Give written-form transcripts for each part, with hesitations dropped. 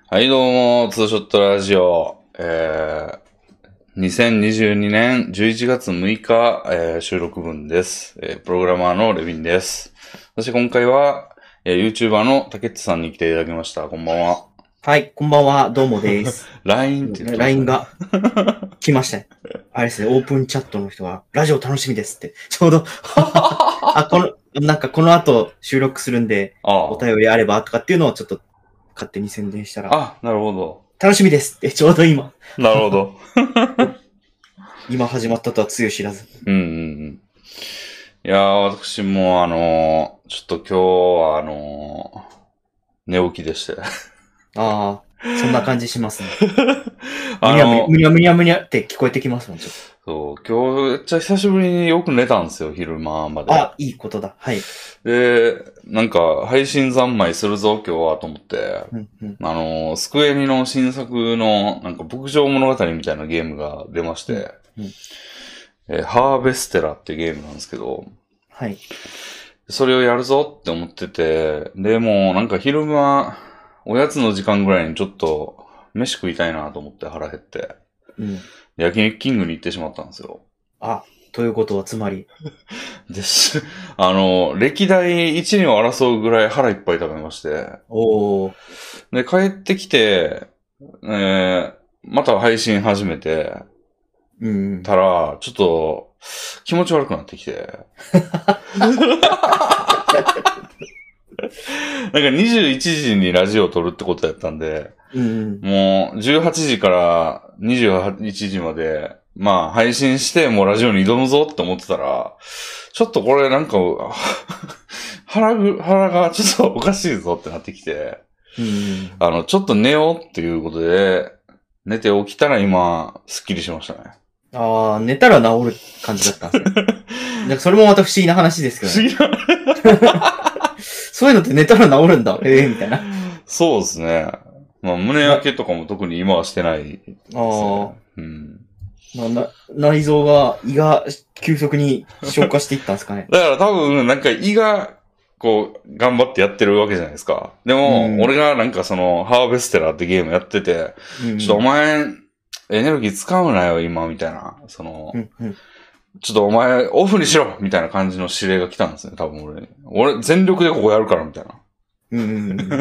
はいどうも、ツーショットラジオ、2022年11月6日、収録分です、プログラマーのレビンです。そして今回は、YouTuber の竹内さんに来ていただきました。こんばんは。 はい、こんばんは、どうもです。 LINE って言ってました LINE ね。 が来ましたね。あれですね、オープンチャットの人が、ラジオ楽しみですって、ちょうどこの後収録するんで、お便りあればとかっていうのをちょっと勝手に宣伝したら、 あ、なるほど。 楽しみですって、ちょうど今。 なるほど。 今始まったとはつゆ知らず。 うんうんうん。いやー、私もちょっと今日は寝起きでして。 ああ、そんな感じしますね。 あむにゃむにゃ、 のむにゃむにゃむにゃって聞こえてきますもん、ちょっそう、今日めっちゃ久しぶりによく寝たんですよ、昼間まと。 で。 あ、いいことだ。はい。 で、なんか、配信三昧するぞ、今日は、と思って、 うんうん、 スクエニの新作の、なんか、牧場物語みたいなゲームが出ましうんて、 うん、 ハーベステラってゲームなんですけど、 はい。 それをやるぞって思ってて、で、もうなんか昼間、おやつの時間ぐらいにちょっと、飯食いたいなと思って腹減って、 うん。 焼肉キングに行ってしまったんですよ。 あ、ということはつまり、 です。歴代一二を争うぐらい腹いっぱい食べまして。 おー、 で、帰ってきて、また配信始めてうん。 たら、ちょっと気持ち悪くなってきて。なんか21時にラジオを撮るってことやったんで、 うん。 もう18時から21時まで、まあ配信してもうラジオに挑むぞって思ってたら、ちょっとこれなんか、腹がちょっとおかしいぞってなってきて、 うん。 ちょっと寝ようっていうことで、寝て起きたら今、スッキリしましたね。 ああ、寝たら治る感じだったんですね。なんかそれもまた不思議な話ですけどね。 不思議な。 そういうのって寝たら治るんだ。みたいな。 そうですね。まあ、胸焼けとかも特に今はしてないですね。 ああ、 うん。 内臓が、胃が急速に消化していったんですかね。 だから多分、なんか胃が、こう、頑張ってやってるわけじゃないですか。でも、 うん。 俺がなんかその、ハーベステラーってゲームやってて、ちょっとおうん。 前、エネルギー使うなよ、今、みたいな。 うん。うん。 ちょっとお前、オフにしろみたいな感じの指令が来たんですね、多分俺に。俺、全力でここやるから、みたいな。 うん。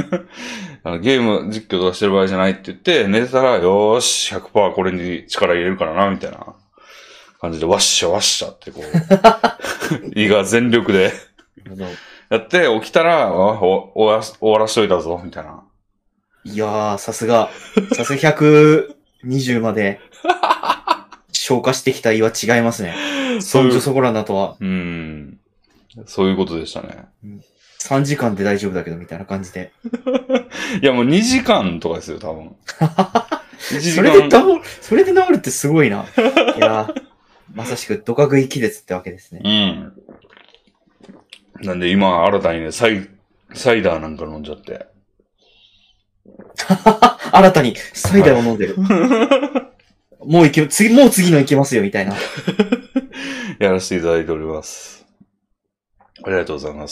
ゲーム実況とかしてる場合じゃないって言って、寝てたら、よーし、100%これに力入れるからな、みたいな感じで、ワッシャワッシャってこう、胃が全力でなるほど。 やって、起きたら、終わらしといたぞ、みたいな。 いやー、さすが120まで消化してきた胃は違いますね。 そういう、 そんじょそこらだとは。 そういうことでしたね。 3時間で大丈夫だけど、みたいな感じで。 いや、もう2時間とかですよ、多分。1 そ時間。 それで治るってすごいな。いやー、まさしく、ドカ食い気絶ってわけですね。 うん。なんで今、新たにね、サイダーなんか飲んじゃって。 新たに、サイダーを飲んでる。もう次のいけますよ、みたいな。 やらせていただいております。ありがとうございます。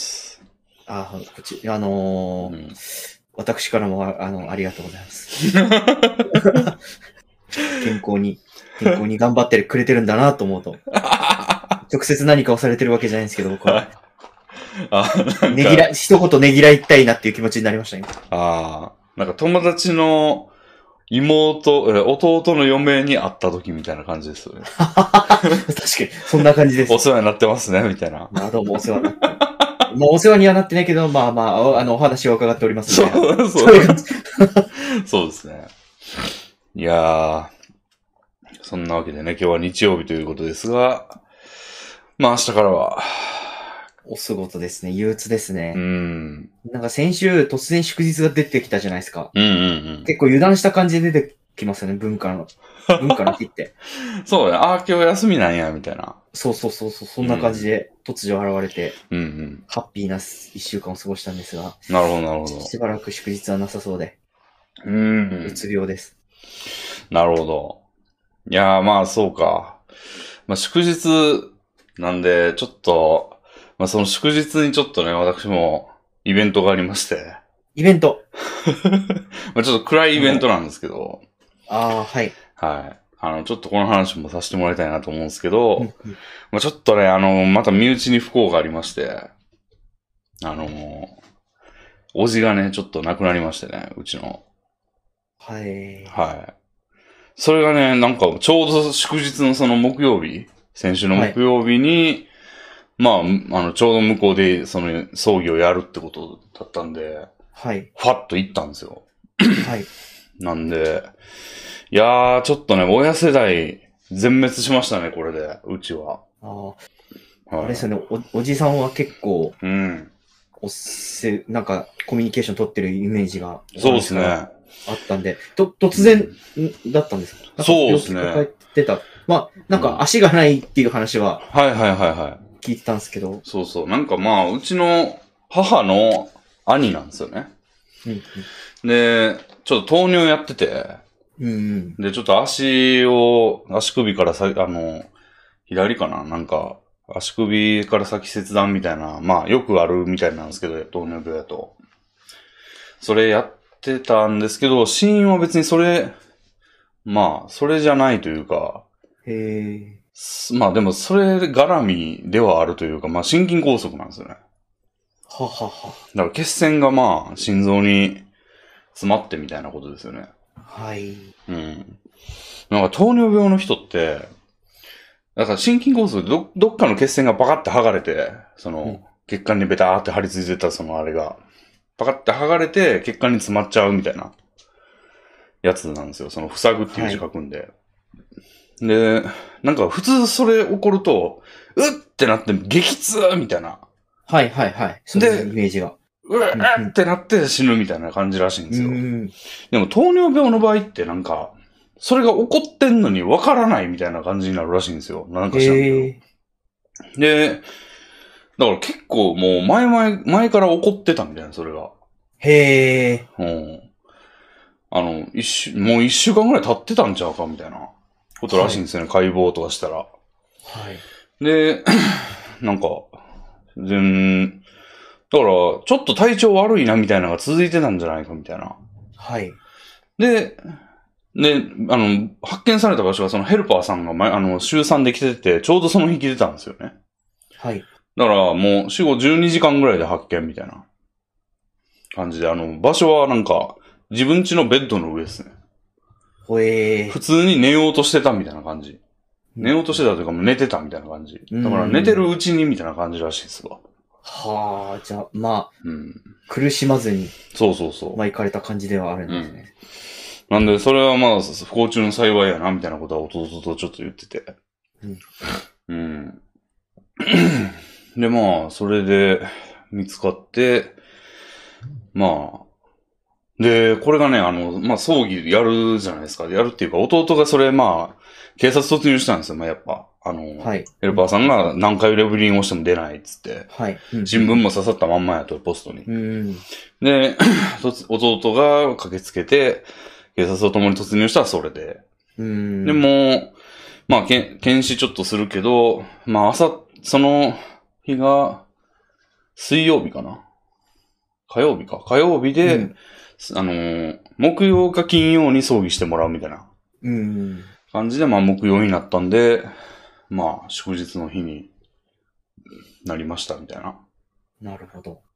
私からも、ありがとうございます。健康に頑張ってくれてるんだなと思うと。直接何かをされてるわけじゃないんですけど、僕は。一言ねぎらいたいなっていう気持ちになりました、今。 なんか友達の弟の嫁に会った時みたいな感じですよね。 確かに、そんな感じです。 お世話になってますね、みたいな。 どうもお世話になって。まあ、お世話にはなってないけど、お話は伺っておりますみたいな。 そうですね。いやー、そんなわけでね、今日は日曜日ということですが、まあ明日からは、 お仕事ですね。憂鬱ですね。なんか先週突然祝日が出てきたじゃないですか。結構油断した感じで出てきますよね、文化の日って。 そうね、今日休みなんや、みたいな。 そう、そんな感じで突如現れて、ハッピーな一週間を過ごしたんですが。 なるほど、なるほど。 しばらく祝日はなさそうで。うつ病です。 なるほど。いやー、まあそうか。まあ祝日なんで、ちょっと、まあその祝日にちょっとね、私もイベントがありまして。 イベント。 まあちょっと暗いイベントなんですけど。 ああ、はい。 はい。ちょっとこの話もさせてもらいたいなと思うんですけど、 うんうん、 まあちょっとね、また身内に不幸がありまして、おじがね、ちょっと亡くなりましてね、うちの。 はい。 はい。それがね、なんかちょうど祝日のその木曜日、先週の木曜日に、はい、まあ、ちょうど向こうでその葬儀をやるってことだったんで、 はい。 ファッと行ったんですよ。 はい。 なんで、いやー、ちょっとね、親世代全滅しましたね、これで、うちは。 あれですよね、おじさんは結構、 うん。 なんか、コミュニケーション取ってるイメージが、 そうですね。 あったんで、突然だったんですか？ そうですね。 病気抱えてた。まあ、なんか足がないっていう話は、 はいはいはいはい。 聞いてたんですけど。 そうそう。なんかまあ、うちの母の兄なんですよね。 うんうん、で、ちょっと糖尿やってて、 うん、 で、ちょっと足首から左かななんか、足首から先切断みたいな、まあよくあるみたいなんですけど、糖尿病だと。それやってたんですけど、死因は別にそれじゃないというか、まあでもそれ絡みではあるというか、まあ心筋梗塞なんですよね。 ははは。 だから血栓がまあ心臓に詰まってみたいなことですよね。 はい。 うん。なんか糖尿病の人って、だから心筋梗塞でどっかの血栓がパカって剥がれて、血管にベターって張り付いてたあれが、パカって剥がれて血管に詰まっちゃうみたいなやつなんですよ。塞ぐっていう字書くんで。はい、で、なんか普通それ起こると、うってなって激痛みたいな。 はいはいはい。そのイメージが。 ってなって死ぬみたいな感じらしいんですよ。でも糖尿病の場合ってなんか、それが起こってんのに分からないみたいな感じになるらしいんですよ。なんか知らんけど。で、だから結構もう前から起こってたみたいな、それが。 へー。 うん。もう一週間ぐらい経ってたんちゃうかみたいなことらしいんですよね。解剖とかしたら。 はい。 で、なんか、だから、ちょっと体調悪いなみたいなのが続いてたんじゃないかみたいな。 はい。 で、発見された場所がヘルパーさんが週3で来てて、ちょうどその日来てたんですよね。 はい。 だからもう死後12時間ぐらいで発見みたいな感じで、場所はなんか自分家のベッドの上ですね。普通に寝ようとしてたみたいな感じ。寝ようとしてたというかもう寝てたみたいな感じ。だから寝てるうちにみたいな感じらしいですわ。 はあ、じゃあ、まあ、苦しまずに。 そうそうそう。 まあ行かれた感じではあるんですね。 なんで、それはまあ、不幸中の幸いやな、みたいなことは弟とちょっと言ってて。で、まあ、それで見つかって、まあ、で、これがね、まあ、葬儀やるじゃないですか。やるっていうか、弟がそれ、まあ、警察突入したんですよ、まあ、やっぱ。 はい。 ヘルパーさんが何回レベリングをしても出ないっつって。 はい。 新聞も刺さったまんまやと、ポストに。で、弟が駆けつけて、警察と共に突入したらそれで。でも、まあ、検視ちょっとするけど、まあ、その日が、水曜日かな火曜日で、木曜か金曜に葬儀してもらうみたいな感じで、まあ、木曜になったんで、まあ、祝日の日になりましたみたいな。 なるほど。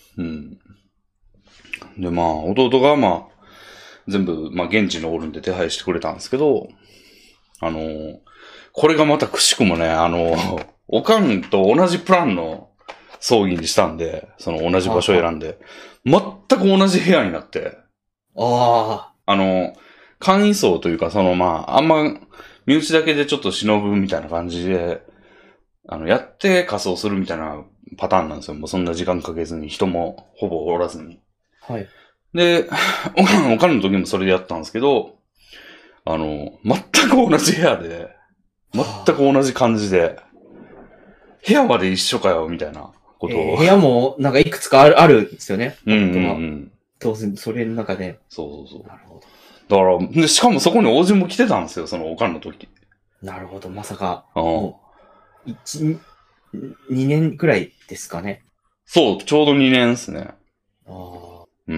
で、まあ、弟が、まあ、全部、まあ、現地のおるんで手配してくれたんですけど、これがまたくしくもね、おかんと同じプランの葬儀にしたんで、その同じ場所を選んで、全く同じ部屋になって、簡易葬というか、まあ、あんま、身内だけでちょっと忍ぶみたいな感じで、やって仮装するみたいなパターンなんですよ。もうそんな時間かけずに、人もほぼおらずに。 はい。 で、おかんの時もそれでやったんですけど、全く同じ部屋で、全く同じ感じで、部屋まで一緒かよ、みたいなことを。 部屋もなんかいくつかあるんですよね。当然、それの中で。 そう。 なるほど。 だから、しかもそこに王子も来てたんですよ、そのおかんの時。 なるほど、まさか。2年くらいですかね。 そう、ちょうど2年ですね。 うん。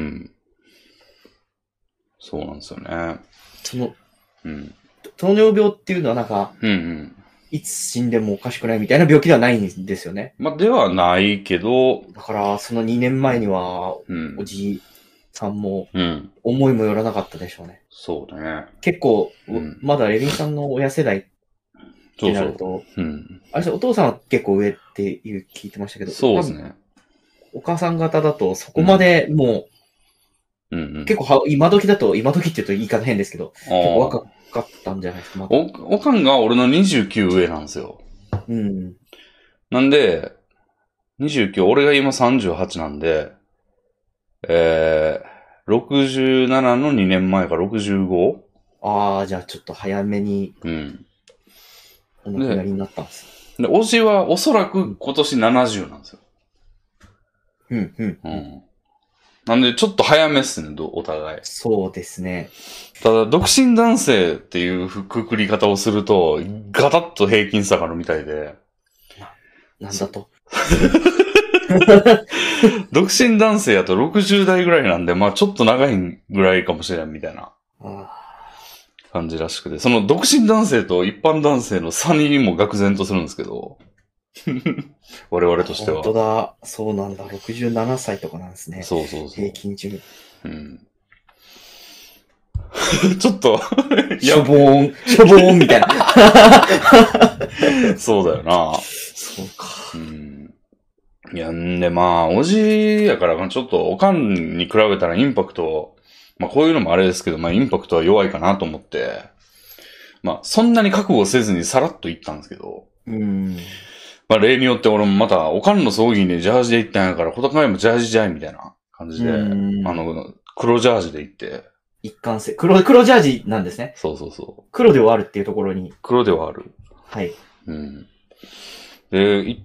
そうなんですよね。うん。 糖尿病っていうのはなんか、 うんうん。 いつ死んでもおかしくないみたいな病気ではないんですよね。 まあ、ではないけど、 だから、その2年前には、 うん。 おじさんも、 うん。 思いもよらなかったでしょうね。 そうだね。 結構、 うん。 まだレビンさんの親世代ってそうそう。 なると、 うん。 あれお父さんは結構上っていう聞いてましたけど、 そうですね。 お母さん方だとそこまでもうんうん。 う、結構今時だと、今時って言うと言い方変ですけど、結構若かったんじゃないですか、まだ。 おかんが俺の29上なんですよ。 うん。 なんで、29、俺が今38なんで、67の2年前が 65？ ああ、じゃあちょっと早めに、 うん。 お亡くなりになったんです。 で、おじはおそらく今年70なんですよ。 うん、うん、 うん。なんで、ちょっと早めっすね、お互い。 そうですね。 ただ、独身男性っていうくくり方をすると、ガタッと平均下がるみたいで。 なんだと。 独身男性やと60代ぐらいなんで、まあちょっと長いぐらいかもしれんみたいな感じらしくて、その独身男性と一般男性の差にも愕然とするんですけど、我々としては。 本当だ。そうなんだ。67歳とかなんですね。 そうそうそう。 平均中。 うん。ちょっとしょぼーんみたいな。 そうだよな。 そうか。 うん。いや、んで、まあ、おじやから、ちょっと、おかんに比べたらインパクト、まあ、こういうのもあれですけど、まあ、インパクトは弱いかなと思って、まあ、そんなに覚悟せずにさらっと行ったんですけど、まあ、例によって俺もまた、おかんの葬儀にジャージで行ったんやから、小高いもジャージじゃいみたいな感じで、黒ジャージで行って。 一貫性。黒ジャージなんですね。 そうそうそう。 黒ではあるっていうところに。 黒ではある。 はい。 うん。で、行って、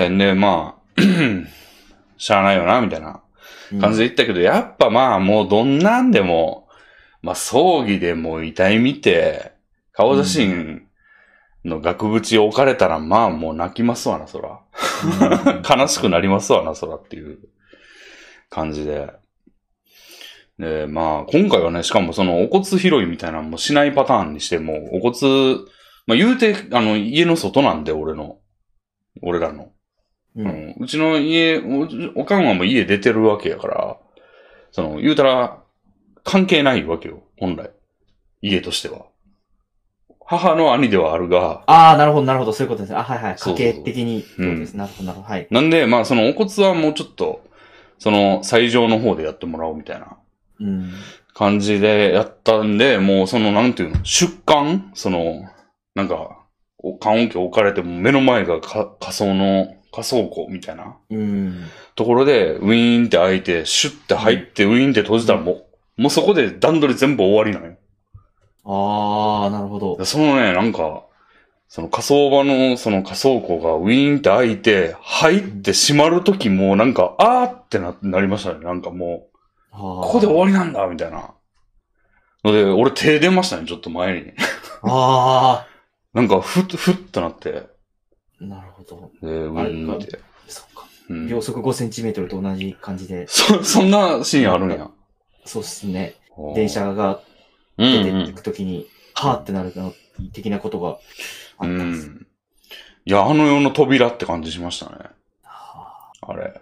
ね、まあ、しゃあないよな、みたいな感じで言ったけど、やっぱまあもうどんなんでも、まあ葬儀でも遺体見て、顔写真の額縁置かれたらまあもう泣きますわな、そら。悲しくなりますわな、そらっていう感じで。で、まあ今回はね、しかもそのお骨拾いみたいなのもしないパターンにしても、お骨、まあ言うて、家の外なんで、俺らの。うちの家、おかんはもう家出てるわけやから、言うたら、関係ないわけよ、本来。家としては。母の兄ではあるが。 ああ、なるほど、そういうことですね。あ、はいはい。家系的に。そうです。なるほど、はい。 なんで、まあ、お骨はもうちょっと、最上の方でやってもらおうみたいな。感じでやったんで、もうなんていうの、出棺なんか、棺桶置かれても目の前が仮想庫みたいな。ところで、ウィーンって開いて、シュッて入って、ウィーンって閉じたらもうそこで段取り全部終わりなのよ。 ああ、なるほど。 なんか、火葬場の仮想庫がウィーンって開いて、入って閉まるときもなんか、あーってなりましたね。なんかもう、ここで終わりなんだみたいな。ので、俺手出ましたね、ちょっと前に。ああ。なんか、ふっとなって。 なるほど。 で、ウィーンって。 そっか。秒速5センチメートルと同じ感じで。 そんなシーンあるんや。 そうっすね。電車が出ていくときに、はーってなる的なことがあったんです。 いや、世の扉って感じしましたね。あれ。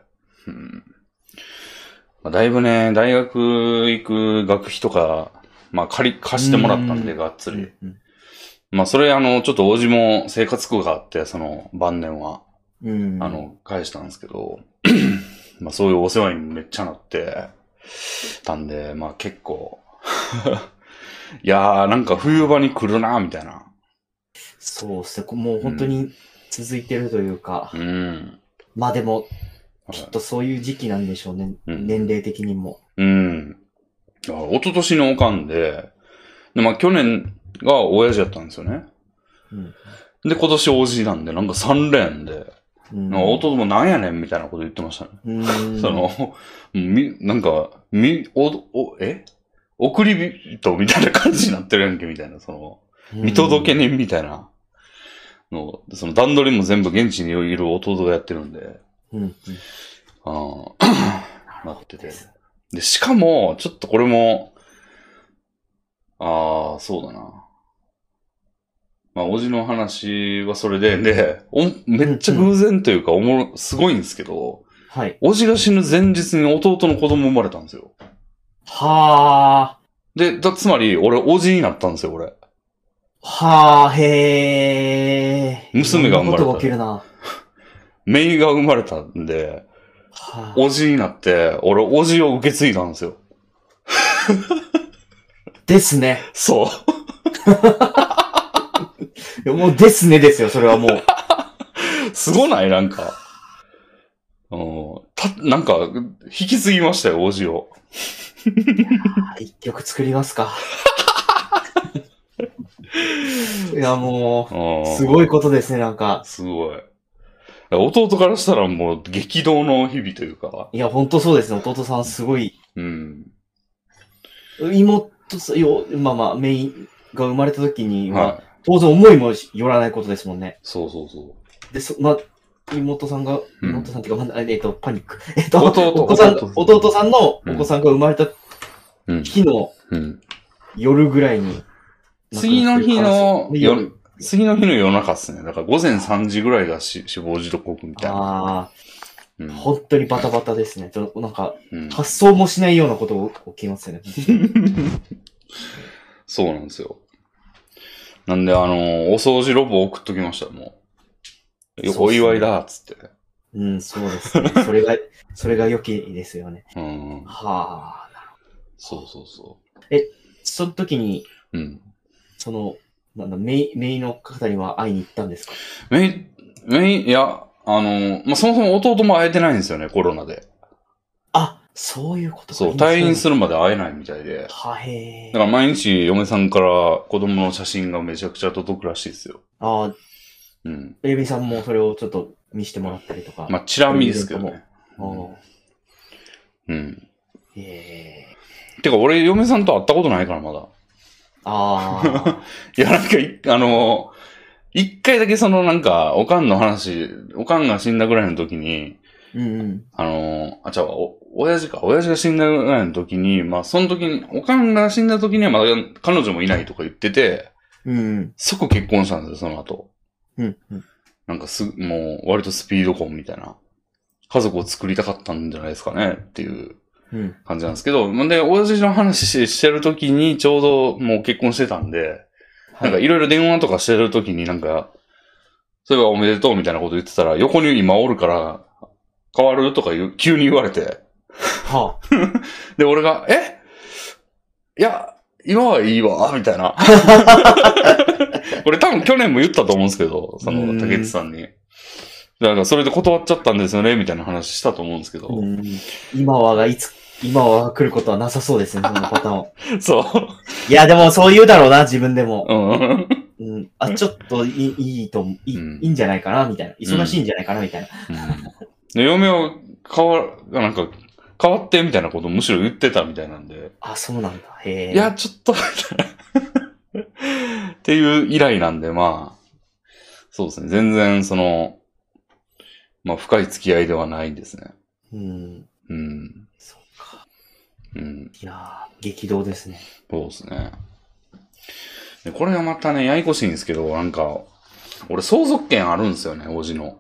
だいぶね、大学行く学費とか、まあ貸してもらったんで、がっつり。まあそれちょっとおじも生活苦があって、晩年は。返したんですけど、まあそういうお世話にめっちゃなってたんで、まあ結構、いやーなんか冬場に来るなみたいな。 そうっすね。もう本当に続いてるというか。まあでも、きっとそういう時期なんでしょうね。年齢的にも。 一昨年のおかんで、まあ去年が親父やったんですよね。で、今年おじなんで、なんか3連で、弟もなんやねんみたいなこと言ってましたね。なんか、送り人みたいな感じになってるやんけみたいな、見届け人みたいなの、段取りも全部現地にいる弟がやってるんで、なってて。 で、しかも、ちょっとこれも、そうだな。まあ、おじの話はそれで、めっちゃ偶然というか、すごいんですけど、 はい。 おじが死ぬ前日に弟の子供生まれたんですよ。 はで、つまり、俺、おじになったんですよ、俺。 へー。 娘が生まれた。 そんなことが起きるな。 姪が生まれたんで、おじになって、俺、おじを受け継いだんですよ。 ですね。 そう。 もうですねですよ、それはもう。 すごないなんか。なんか、引き継ぎましたよ、おじを。 一曲作りますか。いや、もう、すごいことですね、なんか。 すごい。弟からしたらもう激動の日々というか。 いや、ほんとそうですね、弟さんすごい。 うん。 妹さん、まあまあ、メインが生まれた時には、当然思いもよらないことですもんね。 そうそうそう。 で、妹さんが、妹さんっていうか、パニック。弟さんのお子さんが生まれた日の夜ぐらいに。 次の日の夜中っすね。だから午前3時ぐらいが死亡時刻みたいな。 本当にバタバタですね。なんか、発想もしないようなことが起きますよね。 そうなんですよ。なんで、お掃除ロボ送っときました、もう。お祝いだ、つって。 そうですね。それが良きですよね。はあ、なるほど。 そうそうそう。 その時に、メイの方には会いに行ったんですか？ いや、そもそも弟も会えてないんですよね、コロナで。 あ、そういうことか。 そう、退院するまで会えないみたいで。 へー。 だから毎日嫁さんから子供の写真がめちゃくちゃ届くらしいですよ。エビさんもそれをちょっと見せてもらったりとか。 まあ、チラ見ですけどね。てか、俺、嫁さんと会ったことないから、まだ。いや、なんか、一回だけおかんが死んだぐらいの時に、親父が死んだぐらいの時に、まあ、その時に、おかんが死んだ時にはまだ彼女もいないとか言ってて、即結婚したんですよ、その後。なんかもう、割とスピード婚みたいな。家族を作りたかったんじゃないですかね、っていう感じなんですけど、で、親父の話してる時にちょうどもう結婚してたんで、なんかいろいろ電話とかしてる時になんか、そういえばおめでとうみたいなこと言ってたら、横に今おるから、変わるとか急に言われて。で、俺が、いや、今はいいわ、みたいな。これ多分去年も言ったと思うんですけど、竹内さんに。だからそれで断っちゃったんですよね、みたいな話したと思うんですけど。 今は来ることはなさそうですね、そのパターン。 そう。 いや、でもそう言うだろうな、自分でも。ちょっといいんじゃないかな、みたいな。忙しいんじゃないかな、みたいな。 嫁は変わって、みたいなことをむしろ言ってたみたいなんで。 そうなんだ。へえ。 いや、ちょっと、っていう以来なんで、まあ、そうですね。全然、まあ、深い付き合いではないんですね。 そうか。いやー、激動ですね。 そうですね。でこれがまたね、ややこしいんですけど、なんか、俺相続権あるんですよね、おじの。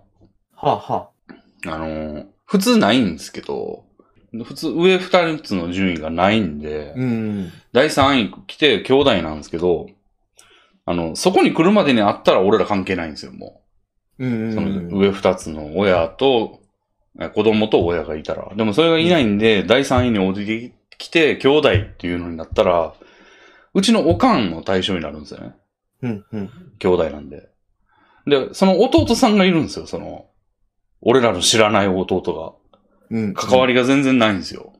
普通ないんですけど、普通上二つの順位がないんで、第3位来て兄弟なんですけど、そこに来るまでにあったら俺ら関係ないんですよ、もう。その上二つの親と、子供と親がいたら。でもそれがいないんで、第3位に降りてきて、兄弟っていうのになったら、うちのおかんの対象になるんですよね。兄弟なんで。で、その弟さんがいるんですよ、俺らの知らない弟が。関わりが全然ないんですよ。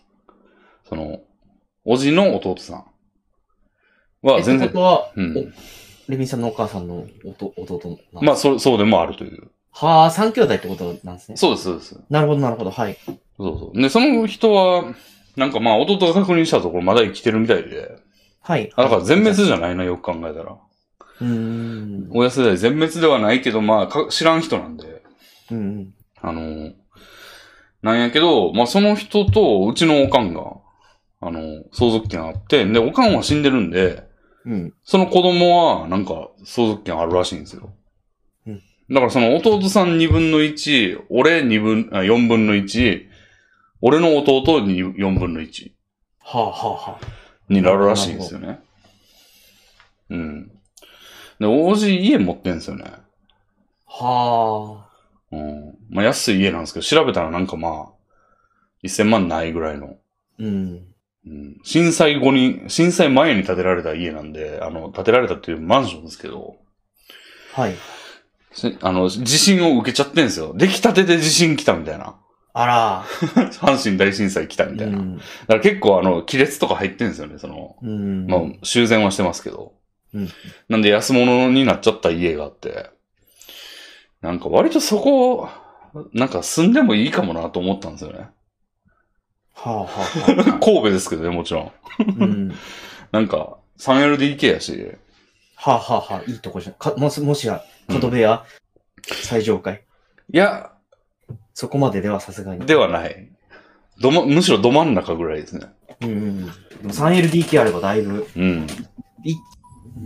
おじの弟さんは全然。ってことは、 レミさんのお母さんの弟なんですか？ まあ、そうでもあるという。 三兄弟ってことなんですね。 そうです、そうです。 なるほど、はい。 そう。で、その人は、なんかまあ、弟が確認したところまだ生きてるみたいで。 はい。 だから全滅じゃないな、よく考えたら。親世代全滅ではないけど、まあ、知らん人なんで。 なんやけど、まあ、その人とうちのおかんが、相続権あって、で、おかんは死んでるんで、 うん。 その子供は、なんか、相続権あるらしいんですよ。 うん。 だからその弟さん2分の1、俺4分の1、俺の弟4分の1。 はあはあはあ。 になるらしいんですよね。うん。で、王子家持ってんですよね。 はあ。 うん。まあ安い家なんですけど、調べたらなんかまあ、1000万ないぐらいの。 うん。 うん、震災前に建てられた家なんで、建てられたっていうマンションですけど、 はい。 地震を受けちゃってんですよ。出来たてで地震来たみたいな。 あら。 阪神大震災来たみたいな。 うん。 だから結構亀裂とか入ってんですよね、 うん。 まあ、修繕はしてますけど。 うん。 なんで安物になっちゃった家があって、なんか割とそこ、なんか住んでもいいかもなと思ったんですよね。 はあはあはあ。 神戸ですけどね、もちろん。 うん。 なんか、3LDK やし。 はあはあはあ。いいとこじゃん。もしや、角部屋、最上階。 いや、 そこまでではさすがに。 ではない。むしろど真ん中ぐらいですね。 うん。でも 3LDK あればだいぶ。 うん。 うん。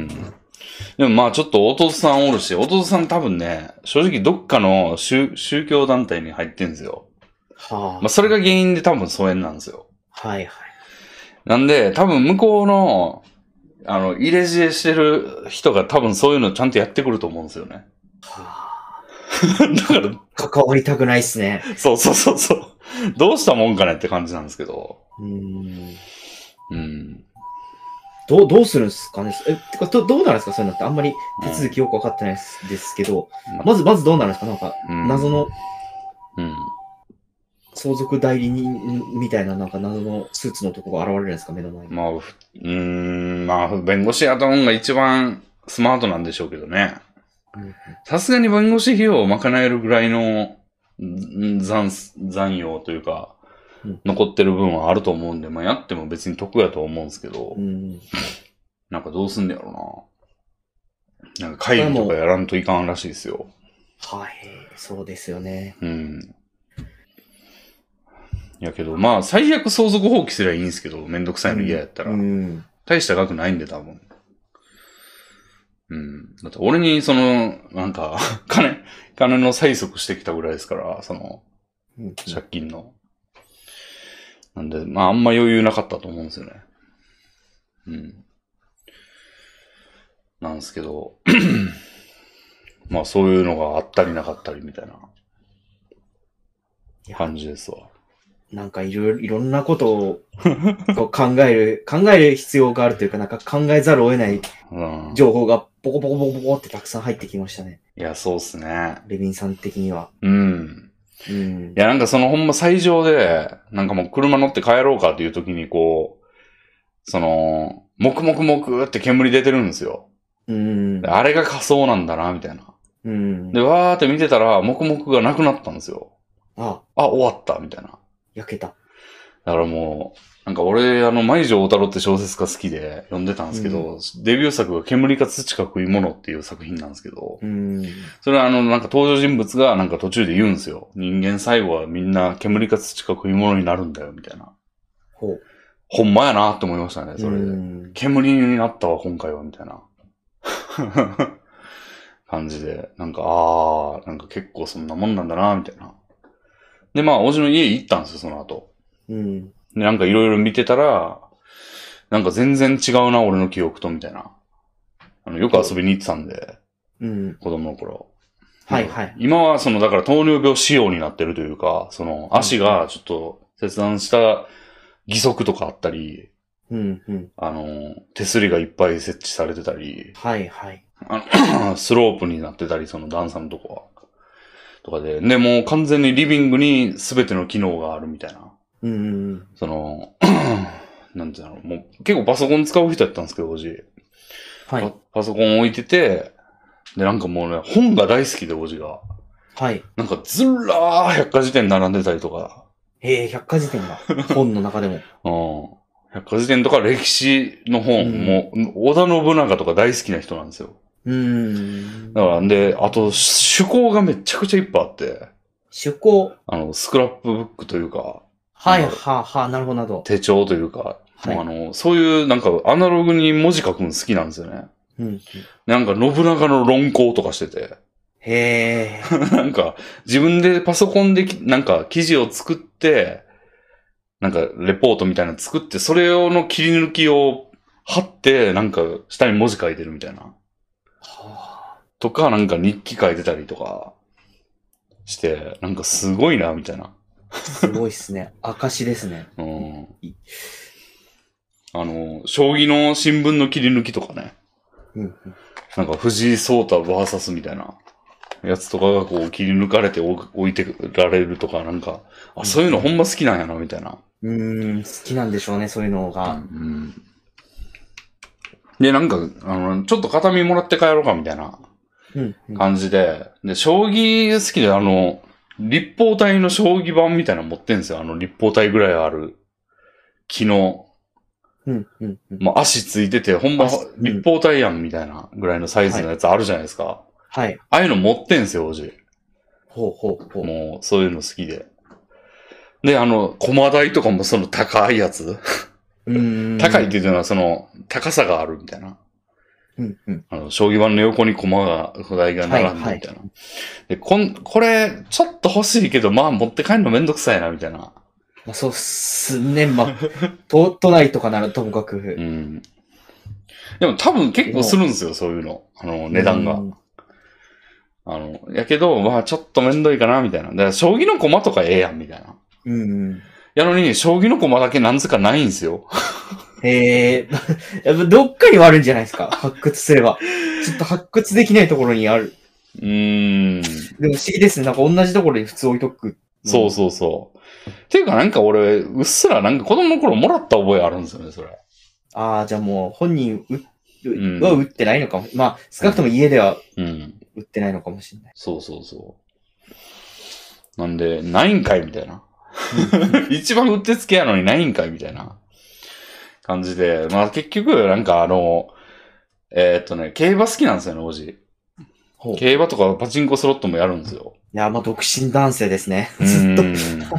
でもまあちょっと弟さんおるし、弟さん多分ね、正直どっかの宗教団体に入ってんですよ。 はあ。 まあそれが原因で多分疎遠なんですよ。 はいはい。 なんで多分向こうの、入れ知恵してる人が多分そういうのちゃんとやってくると思うんですよね。 はあ。 だから、 関わりたくないっすね。 そう。どうしたもんかねって感じなんですけど。うん。 どうするんですかね。てか、どうなるんですかそういうのって。あんまり手続きよくわかってないですけど。まずどうなるんですかなんか、謎の、相続代理人みたいな、なんか謎のスーツの男が現れるんですか目の前に。 まあ、弁護士雇うんが一番スマートなんでしょうけどね。さすがに弁護士費用を賄えるぐらいの残用というか、残ってる分はあると思うんで、まあやっても別に得やと思うんですけど、なんかどうすんだろうな。なんか会議とかやらんといかんらしいですよ。 はい、そうですよね。 やけど、まあ最悪相続放棄すればいいんですけど、めんどくさいの嫌やったら。大した額ないんで多分。だって俺になんか、金の催促してきたぐらいですから、借金の。なんで、まああんま余裕なかったと思うんですよね。なんですけど、まあそういうのがあったりなかったりみたいな感じですわ。 なんかいろんなことを考える必要があるというか、なんか考えざるを得ない情報がボコボコボコボコってたくさん入ってきましたね。 いや、そうっすね。 レビンさん的には。 いや、なんかほんま最上で、なんかもう車乗って帰ろうかっていう時にもくもくもくって煙出てるんですよ。あれが仮想なんだな、みたいな。で、わーって見てたら、もくもくがなくなったんですよ。終わった、みたいな。 焼けた。 だからもう、なんか俺、舞城大太郎って小説家好きで読んでたんですけど、デビュー作が煙か土か食い物っていう作品なんですけど、それはなんか登場人物がなんか途中で言うんですよ。人間最後はみんな煙か土か食い物になるんだよ、みたいな。ほんまやなって思いましたね、それで。煙になったわ、今回は、みたいな。感じで、なんか、なんか結構そんなもんなんだな、みたいな。で、まあ、おじの家行ったんですよ、その後。で、なんかいろいろ見てたら、なんか全然違うな、俺の記憶と、みたいな。よく遊びに行ってたんで、子供の頃。 はいはい。 今はだから糖尿病仕様になってるというか、足がちょっと切断した義足とかあったり、手すりがいっぱい設置されてたり、 はいはい。 スロープになってたり、段差のとこは。とかで、もう完全にリビングに全ての機能があるみたいな。なんていうの、もう結構パソコン使う人やったんですけど、おじ。はい。パソコン置いてて、で、なんかもうね、本が大好きで、おじが。 はい。 なんかずらー百科事典並んでたりとか。 百科事典が。本の中でも。百科事典とか歴史の本も、織田信長とか大好きな人なんですよ。だから、で、あと、趣向がめちゃくちゃいっぱいあって。 趣向。 スクラップブックというか、 はいなるほどなるほど。 手帳というか、 はいもうそういうなんかアナログに文字書くの好きなんですよね。 うん。 なんか信長の論考とかしてて。 へなんか自分でパソコンでなんか記事を作って、なんかレポートみたいなの作って、それ用の切り抜きを貼って、なんか下に文字書いてるみたいな。とか、なんか日記書いてたりとかして、なんかすごいな、みたいな。 すごいっすね。証ですね。 うん。将棋の新聞の切り抜きとかね。なんか藤井聡太 VS みたいなやつとかがこう切り抜かれて置いてられるとか、なんか、そういうのほんま好きなんやな、みたいな。 好きなんでしょうね、そういうのが。 で、なんか、ちょっと形見もらって帰ろうか、みたいな感じで、で、将棋好きで、立方体の将棋盤みたいなの持ってんですよ。立方体ぐらいある木の、まあ、足ついてて、ほんま立方体やんみたいなぐらいのサイズのやつあるじゃないですか。 はい。 ああいうの持ってんすよ、おじ。 ほう。 もう、そういうの好きで。で、駒台とかもその高いやつ。高いっていうのはその、高さがあるみたいな。将棋盤の横に駒台が並んでみたいな。で、これ、ちょっと欲しいけど、まあ持って帰るのめんどくさいな、みたいな。 そうっすね。まあ、都内とかならともかく。 でも多分結構するんですよ、そういうの。値段が。やけど、まあちょっとめんどいかな、みたいな。だから将棋の駒とかええやん、みたいな。やのに、将棋の駒だけなんつかないんですよ。 やっぱどっかにはあるんじゃないですか。発掘すれば。ちょっと発掘できないところにある。でも不思議ですね。なんか同じところに普通置いとく。 そう。っていうかなんか俺、うっすらなんか子供の頃もらった覚えあるんですよね、それ。 じゃあもう本人は売ってないのかも。まあ、少なくとも家では売ってないのかもしれない。 そう。なんで、ないんかいみたいな。一番うってつけやのにないんかいみたいな感じで。まあ結局、なんか競馬好きなんですよね、おじ。競馬とかパチンコスロットもやるんですよ。 いや、まあ独身男性ですね。ずっと。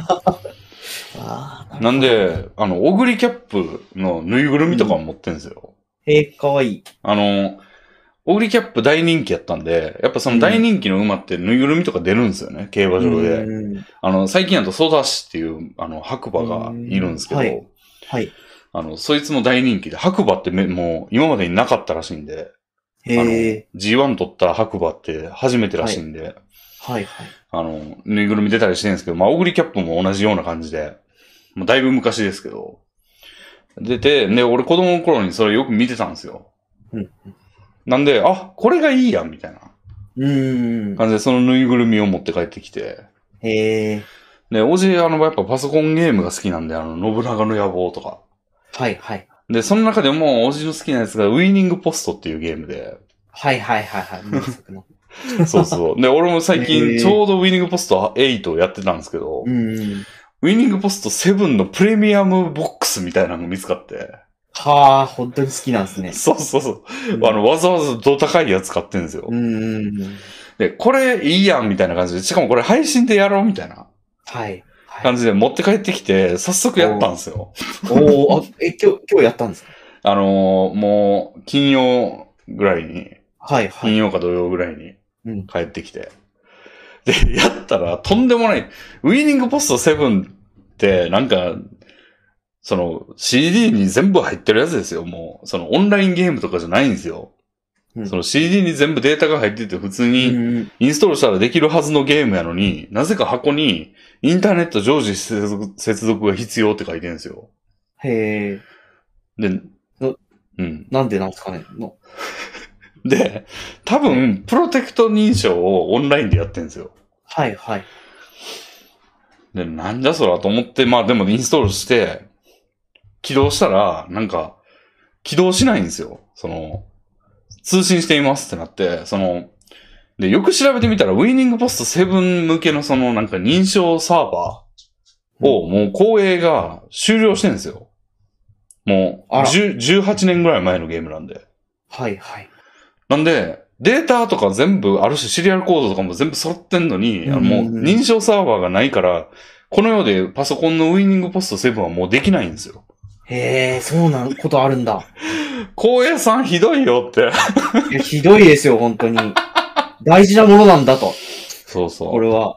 なんで、オグリキャップのぬいぐるみとかも持ってんですよ。 かわいい。 オグリキャップ大人気やったんで、やっぱその大人気の馬ってぬいぐるみとか出るんですよね、競馬場で。最近だとソダシっていう、白馬がいるんですけど、 はい。 そいつも大人気で、白馬ってもう今までになかったらしいんで、G1 取った白馬って初めてらしいんで、ぬいぐるみ出たりしてるんですけど、まあ、オグリキャップも同じような感じで、もうだいぶ昔ですけど、出て、で、俺子供の頃にそれよく見てたんですよ。なんで、これがいいやん、みたいな。感じで、そのぬいぐるみを持って帰ってきて。で、おじ、やっぱパソコンゲームが好きなんで、信長の野望とか。で、その中でも、おじの好きなやつが、ウィニングポストっていうゲームで。そう。で、俺も最近、ちょうどウィニングポスト8をやってたんですけど、ウィニングポスト7のプレミアムボックスみたいなのが見つかって。 本当に好きなんですね。 そう。わざわざど高いやつ買ってんですよ。で、これいいやんみたいな感じで、しかもこれ配信でやろうみたいな。感じで持って帰ってきて、早速やったんですよ。 今日やったんですか？ もう、金曜ぐらいに。金曜か土曜ぐらいに帰ってきて。で、やったらとんでもない。ウィニングポスト7って、なんか、その CD に全部入ってるやつですよ。もう、そのオンラインゲームとかじゃないんですよ。その CD に全部データが入ってて普通にインストールしたらできるはずのゲームやのに、なぜか箱にインターネット常時接続が必要って書いてるんですよ。で、 なんでなんですかね。 で、多分、プロテクト認証をオンラインでやってるんですよ。で、なんじゃそらと思って、まあでもインストールして、起動したら、なんか、起動しないんですよ。通信していますってなって、で、よく調べてみたら、ウィニングポスト7向けのなんか認証サーバーを、もう公営が終了してるんですよ。もう、18年ぐらい前のゲームなんで。なんで、 データとか全部あるし、シリアルコードとかも全部揃ってんのに、もう認証サーバーがないから、この世でパソコンのウイニングポスト7はもうできないんですよ。 へえ、そうなことあるんだ。 光栄さんひどいよって。 いや、ひどいですよ、本当に。大事なものなんだと。 そうそう。 これは。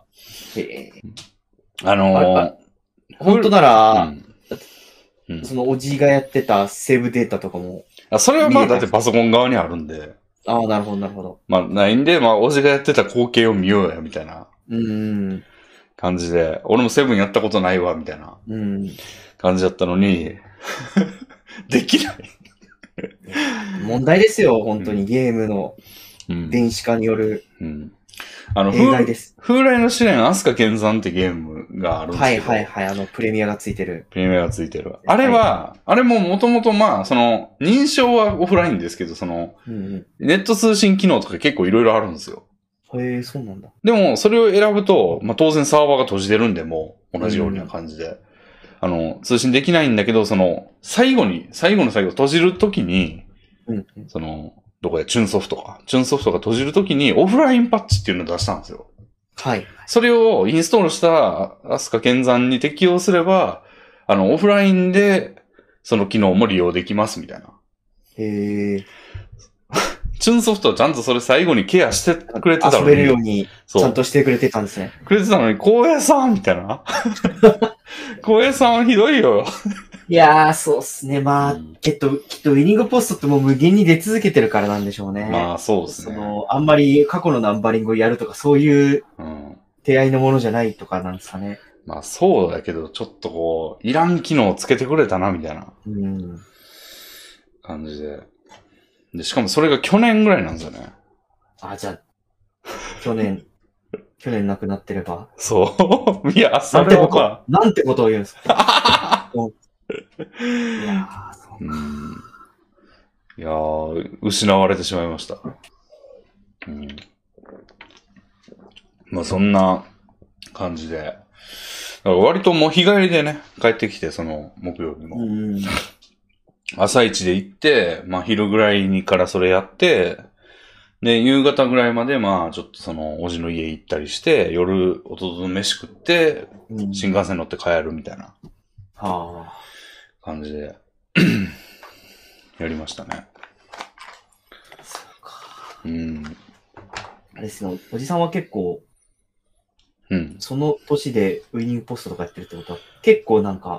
本当なら、そのおじがやってたセーブデータとかも。 それはまあだってパソコン側にあるんで。 ああ、なるほど、なるほど。 まあないんで、まあおじがやってた光景を見ようや、みたいな。感じで。俺もセブンやったことないわ、みたいな。感じだったのに、できない。 問題ですよ、本当にゲームの電子化による。弊害です。 風来の試練、飛鳥剣山ってゲームがあるんですけど。 はい、プレミアがついてる。 プレミアがついてる。あれは、あれももともとまあ、その、認証はオフラインですけど、その、ネット通信機能とか結構いろいろあるんですよ。 へえ、そうなんだ。 でも、それを選ぶと、まあ当然サーバーが閉じてるんで、もう、同じような感じで。通信できないんだけど、その、最後の最後閉じるときに、その、どこでチュンソフトが閉じるときにオフラインパッチっていうのを出したんですよ。 はい。 それをインストールした飛鳥剣山に適用すれば、オフラインでその機能も利用できますみたいな。 へー。 チュンソフトはちゃんとそれ最後にケアしてくれてたのに。 遊べるように、ちゃんとしてくれてたんですね。 くれてたのに、光栄さんみたいな。光栄さんはひどいよ。 いやー、そうっすね。まあ、きっとウィニングポストってもう無限に出続けてるからなんでしょうね。 まあ、そうですね。 あんまり過去のナンバリングをやるとか、そういう手合いのものじゃないとかなんですかね。 まあ、そうだけど、ちょっとこう、いらん機能をつけてくれたな、みたいな感じで。で、しかもそれが去年ぐらいなんですよね。 あ、じゃあ、去年亡くなってれば。 そう。いや、それはなんてことを言うんですか。 いや失われてしまいました。まあそんな感じで。だから割ともう日帰りでね、帰ってきて、その木曜日も。朝一で行って、まあ昼ぐらいにからそれやって、で、夕方ぐらいまでまあちょっとそのおじの家行ったりして、夜弟の飯食って、新幹線乗って帰るみたいな感じでやりましたね。 そうか。あれですね、おじさんは結構、その年でウィニングポストとかやってるってことは、結構なんか、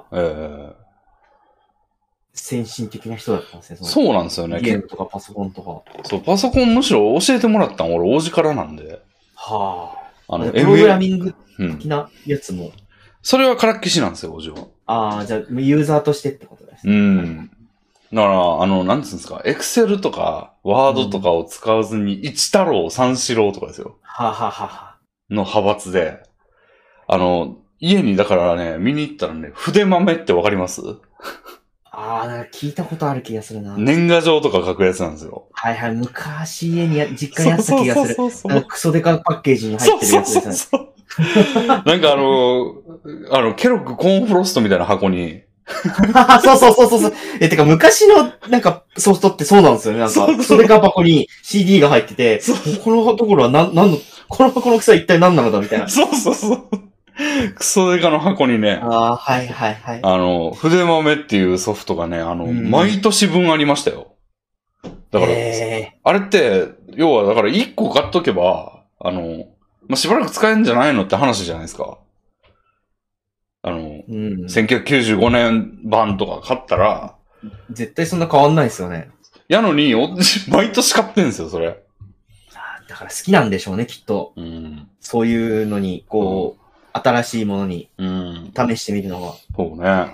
先進的な人だったんですね。 そうなんですよね。 ゲームとかパソコンとか。 そう、パソコンむしろ教えてもらったん俺、王子からなんで。 プログラミング的なやつも。 それはからっきしなんですよ、王子は。じゃあ、ユーザーとしてってことですね。だから、なんつうんですか、エクセルとか、ワードとかを使わずに、一太郎、三四郎とかですよ。の派閥で。家にだからね、見に行ったらね、筆豆ってわかります？ なんか聞いたことある気がするな。 年賀状とか書くやつなんですよ。 昔家に実家にあった気がする。クソデカパッケージに入ってるやつですね。 なんかケロッグコーンフロストみたいな箱に。 そう。てか昔のなんかソフトってそうなんですよね。なんかクソデカ箱に CD が入ってて、このところはこの箱の草は一体何なのだみたいな。 そう。クソデカの箱にね。筆豆っていうソフトがね、毎年分ありましたよ。だから、あれって、要はだから1個買っとけば、しばらく使えるんじゃないのって話じゃないですか。1995年版とか買ったら。 絶対そんな変わんないですよね。 やのに、毎年買ってんですよ、それ。 だから好きなんでしょうね、きっと。そういうのに、こう、新しいものに試してみるのは。 そうね。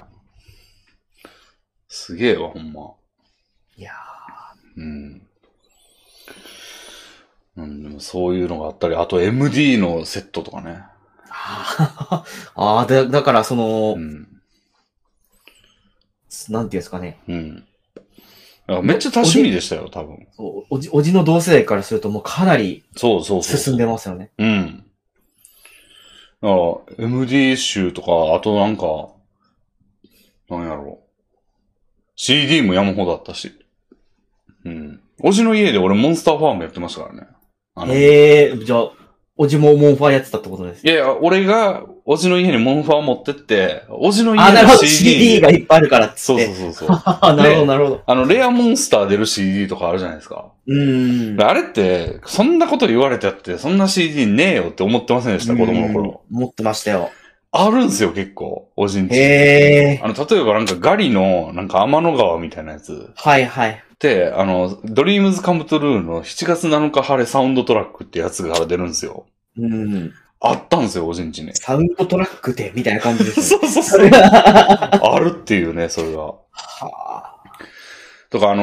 すげえわ、ほんま。 いやでもそういうのがあったり、あと MD のセットとかね。 だからその、なんていうんですかね。 めっちゃ多趣味でしたよ、多分。 おじの同世代からするともうかなり進んでますよね。 MD 集とか、あとなんか、なんやろう。CD も山ほどあったし。おじの家で俺モンスターファームやってましたからね。 じゃあ、おじもモンファやってたってことですいやいや、俺が、おじの家にモンファ持ってって、おじの家なるのほど、 CD。 CD がいっぱいあるからっつって。 そう。 なるほど、なるほど。 レアモンスター出る CD とかあるじゃないですか。あれって、そんなこと言われてあって、そんな CD ねえよって思ってませんでした、子供の頃。 思ってましたよ。 あるんすよ、結構。おじんち。 例えばなんかガリの、なんか天の川みたいなやつ。 はいはい。 で、ドリームズカムトゥルーの7月7日晴れサウンドトラックってやつが出るんですよ。あったんですよ、おじんちね。 サウンドトラックで、みたいな感じですね。 そう。あるっていうね、それが。はあ。とか、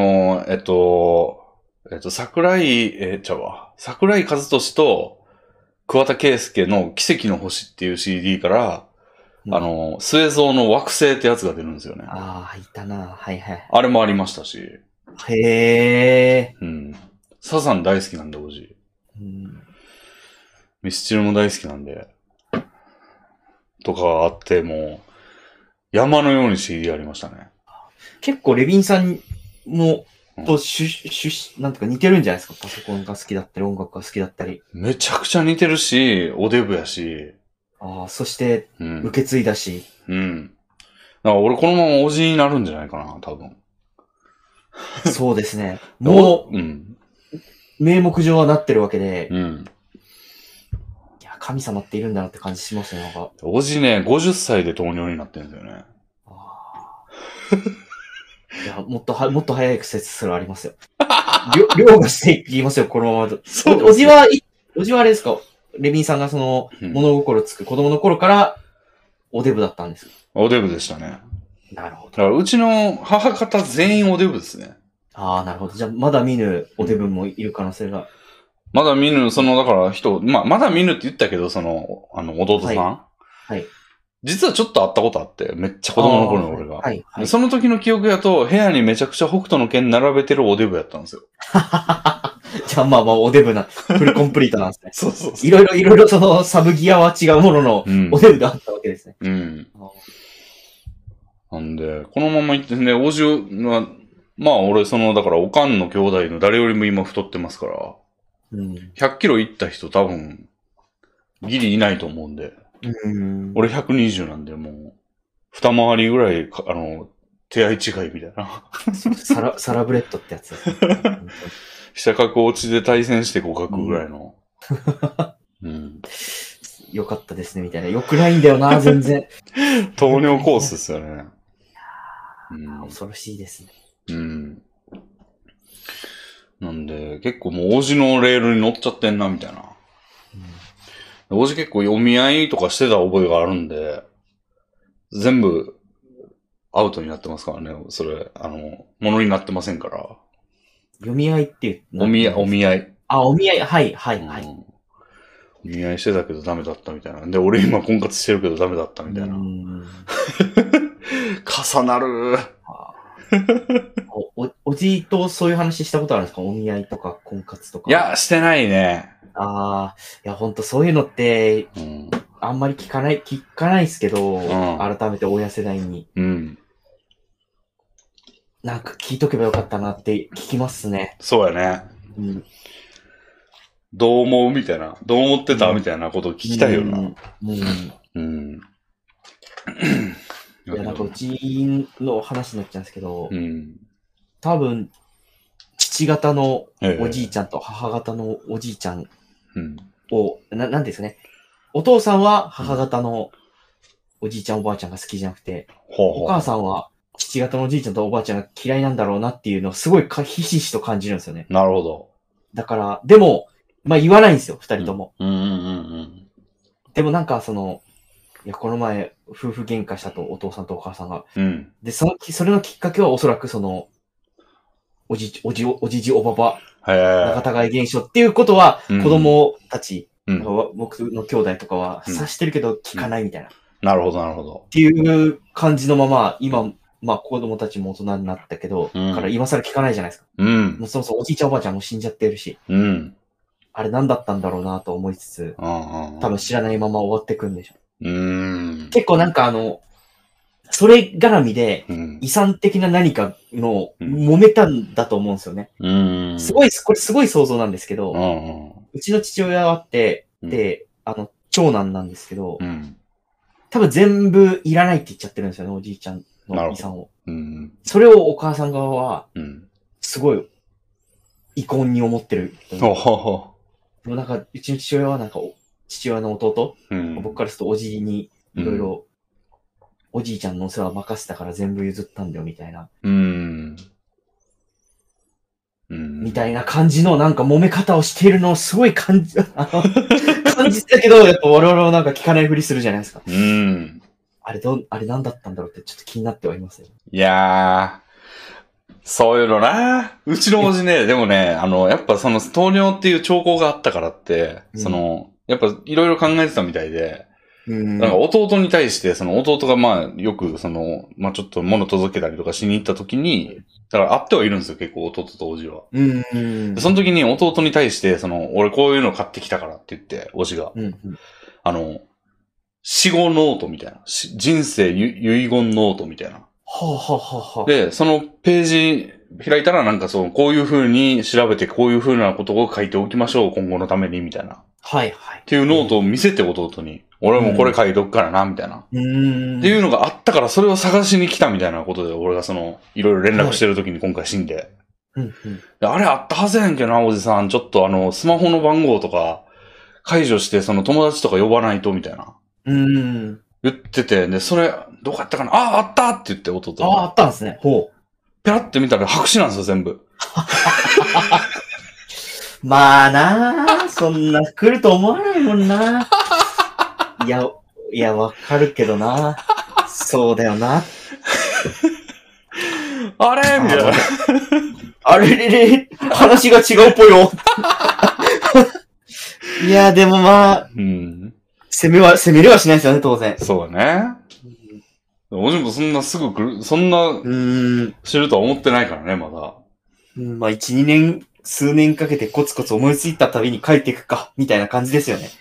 桜井和俊と桑田佳祐の奇跡の星っていう CD から、末蔵の惑星ってやつが出るんですよね。 いたな。はいはい。 あれもありましたし。 へー。 サザン大好きなんで、おじ。ミスチルも大好きなんで。とかあって、もう、山のように CD ありましたね。 結構レビンさんも、なんていうか似てるんじゃないですか。パソコンが好きだったり、音楽が好きだったり。 めちゃくちゃ似てるし、おデブやし。 そして、受け継いだし。 だから俺このままおじになるんじゃないかな、多分。 そうですね。もう、名目上はなってるわけで。いや、神様っているんだなって感じしますね、なんか。 おじね、50歳で糖尿になってるんですよね。 いや、もっと早い説すらありますよ。量がしていきますよ、このままと。おじはあれですか？レビンさんが物心つく子供の頃から、おデブだったんですか？ おデブでしたね。 なるほど。 だからうちの母方全員おデブですね。 なるほど。じゃあ、まだ見ぬおデブもいる可能性が。 まだ見ぬ、だからまだ見ぬって言ったけど、弟さん。はい。実はちょっと会ったことあって、めっちゃ子供の頃の俺が。はい。その時の記憶やと、部屋にめちゃくちゃ北斗の剣並べてるおデブやったんですよ。 じゃあまあおデブな、フルコンプリートなんですね。 そう。 いろいろサブギアは違うものの、おデブがあったわけですね。 なんで、このまま行ってね、おじは、まあ俺だからおかんの兄弟の誰よりも今太ってますから、100キロいった人多分、ギリいないと思うんで、俺120なんで、もう、二回りぐらい、手合い違いみたいな。 サラブレッドってやつですね。 下角落ちで対戦して互角ぐらいの。 よかったですね、みたいな。よくないんだよな、全然。 糖尿コースですよね。 恐ろしいですね。 なんで、結構もう、おじのレールに乗っちゃってんな、みたいな。おじ結構読み合いとかしてた覚えがあるんで、全部、アウトになってますからね。それ、ものになってませんから。 読み合いっていう。 お見合い。 お見合い。はい。 お見合いしてたけどダメだったみたいな。で、俺今婚活してるけどダメだったみたいな。重なる。 おじいとそういう話したことあるんですか？お見合いとか婚活とか。 いや、してないね。 いや、ほんとそういうのって、あんまり聞かないですけど、改めて親世代に。なんか聞いとけばよかったなって聞きますね。 そうやね。どう思うみたいな。どう思ってたみたいなことを聞きたいよな。いや、なんかうちの話になっちゃうんですけど、多分、父方のおじいちゃんと母方のおじいちゃんを、なんですね。お父さんは母方のおじいちゃんおばあちゃんが好きじゃなくて、お母さんは父方のおじいちゃんとおばあちゃんが嫌いなんだろうなっていうのをすごいひしひしと感じるんですよね。 なるほど。 だから、でも、まあ言わないんですよ、二人とも。でもなんかいや、この前、夫婦喧嘩したと、お父さんとお母さんが。で、それのきっかけはおそらくおじじおばば、仲違い現象っていうことは、子供たち、僕の兄弟とかは察してるけど聞かないみたいな。 なるほど、なるほど。 っていう感じのまま、今、まあ子供たちも大人になったけど、から今更聞かないじゃないですか。もうそもそもおじいちゃんおばあちゃんも死んじゃってるし。あれ何だったんだろうなと思いつつ、多分知らないまま終わってくんでしょ。結構なんかそれ絡みで、遺産的な何かの揉めたんだと思うんですよね。これすごい想像なんですけど、 うちの父親はあって、で、長男なんですけど、 うん。 多分全部いらないって言っちゃってるんですよね、おじいちゃんの遺産を。 うん。 それをお母さん側は、 うん。 すごい、遺恨に思ってる。 おほほ。 でもなんか、うちの父親はなんか、父親の弟、 うん、 僕からするとおじいに、いろいろ、おじいちゃんのお世話任せたから全部譲ったんだよ、みたいな。みたいな感じのなんか揉め方をしているのをすごい感じてたけど、やっぱ我々はなんか聞かないふりするじゃないですか。あれ何だったんだろうってちょっと気になってはいますよ。 いやー、そういうのな。うちのおじね、でもね、やっぱその糖尿っていう兆候があったからって、やっぱいろいろ考えてたみたいで、なんか弟に対して、その弟がまあよくちょっと物届けたりとかしに行った時に、だから会ってはいるんですよ、結構弟とおじは。その時に弟に対して、俺こういうの買ってきたからって言って、おじが。死後ノートみたいな。人生遺言ノートみたいな。で、そのページ開いたらなんかこういう風に調べてこういう風なことを書いておきましょう、今後のために、みたいな。 はいはい。 っていうノートを見せて弟に。俺もこれ書いとくからな、みたいな。っていうのがあったから、それを探しに来たみたいなことで、俺がいろいろ連絡してる時に今回死んで。あれあったはずやんけどな、おじさん。ちょっとスマホの番号とか解除して、友達とか呼ばないと、みたいな。言ってて、で、それ、どこやったかなあったって言って、弟が。 あったんですね。ほう。 ペラって見たら白紙なんですよ、全部。 まあなあ、そんな来ると思わないもんな。いや、わかるけどな。そうだよな。 あれみたいな。 あれれれ、話が違うっぽいよ。いや、でもまあ、責めれはしないですよね、当然。 そうだね。おじもそんなすぐ来る、そんな、知るとは思ってないからね、まだ。 まあ、1、2年、数年かけてコツコツ思いついたたびに書いていくか、みたいな感じですよね。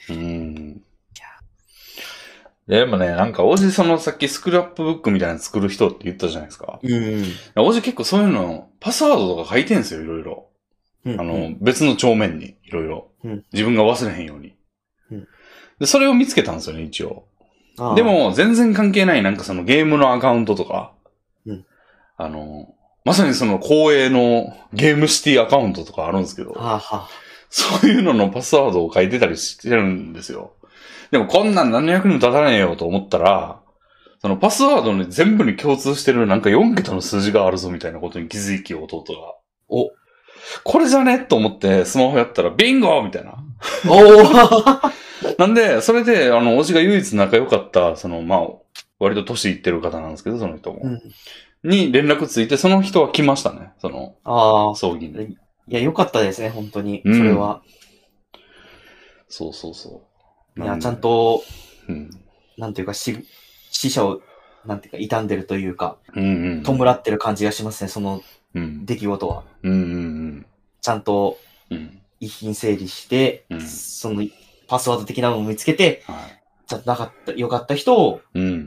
でもね、なんか、おじさっきスクラップブックみたいなの作る人って言ったじゃないですか。おじ結構そういうの、パスワードとか書いてんすよ、いろいろ。別の帳面に、いろいろ。自分が忘れへんように。で、それを見つけたんですよね、一応。でも、全然関係ない、なんかゲームのアカウントとか。まさに公営のゲームシティアカウントとかあるんですけど。そういうののパスワードを書いてたりしてるんですよ。でもこんなん何の役にも立たねえよと思ったら、パスワードに全部に共通してるなんか4桁の数字があるぞみたいなことに気づき弟が。これじゃねと思ってスマホやったらビンゴみたいな。なんで、それで、おじが唯一仲良かった、割と年いってる方なんですけど、その人も。に連絡ついて、その人は来ましたね。葬儀に。 いや、良かったですね、本当に。それは。 そうそうそう。 いや、ちゃんと、なんていうか、死者を、なんていうか、傷んでるというか、弔ってる感じがしますね、その出来事は。ちゃんと、遺品整理して、そのパスワード的なのを見つけて、ちゃんと良かった人を、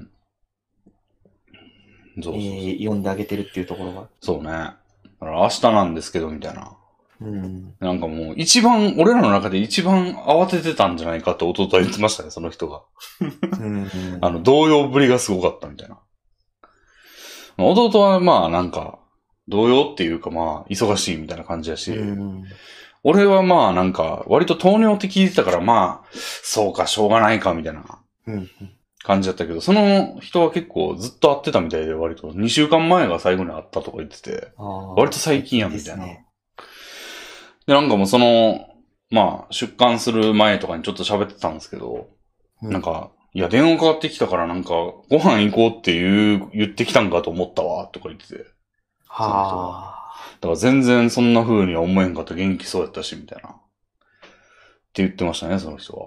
読んであげてるっていうところが。 そうね。だから明日なんですけど、みたいな。なんかもう、俺らの中で一番慌ててたんじゃないかって弟は言ってましたね、その人が。動揺ぶりがすごかったみたいな。弟はまあなんか、動揺っていうかまあ、忙しいみたいな感じだし、俺はまあなんか、割と糖尿って聞いてたからまあ、そうか、しょうがないか、みたいな感じだったけど、その人は結構ずっと会ってたみたいで、割と2週間前が最後に会ったとか言ってて、割と最近やみたいな。で、なんかもうまあ、出棺する前とかにちょっと喋ってたんですけど、なんか、いや、電話かかってきたからなんか、ご飯行こうって言ってきたんかと思ったわ、とか言ってて。だから全然そんな風には思えんかった元気そうやったし、みたいな。って言ってましたね、その人は。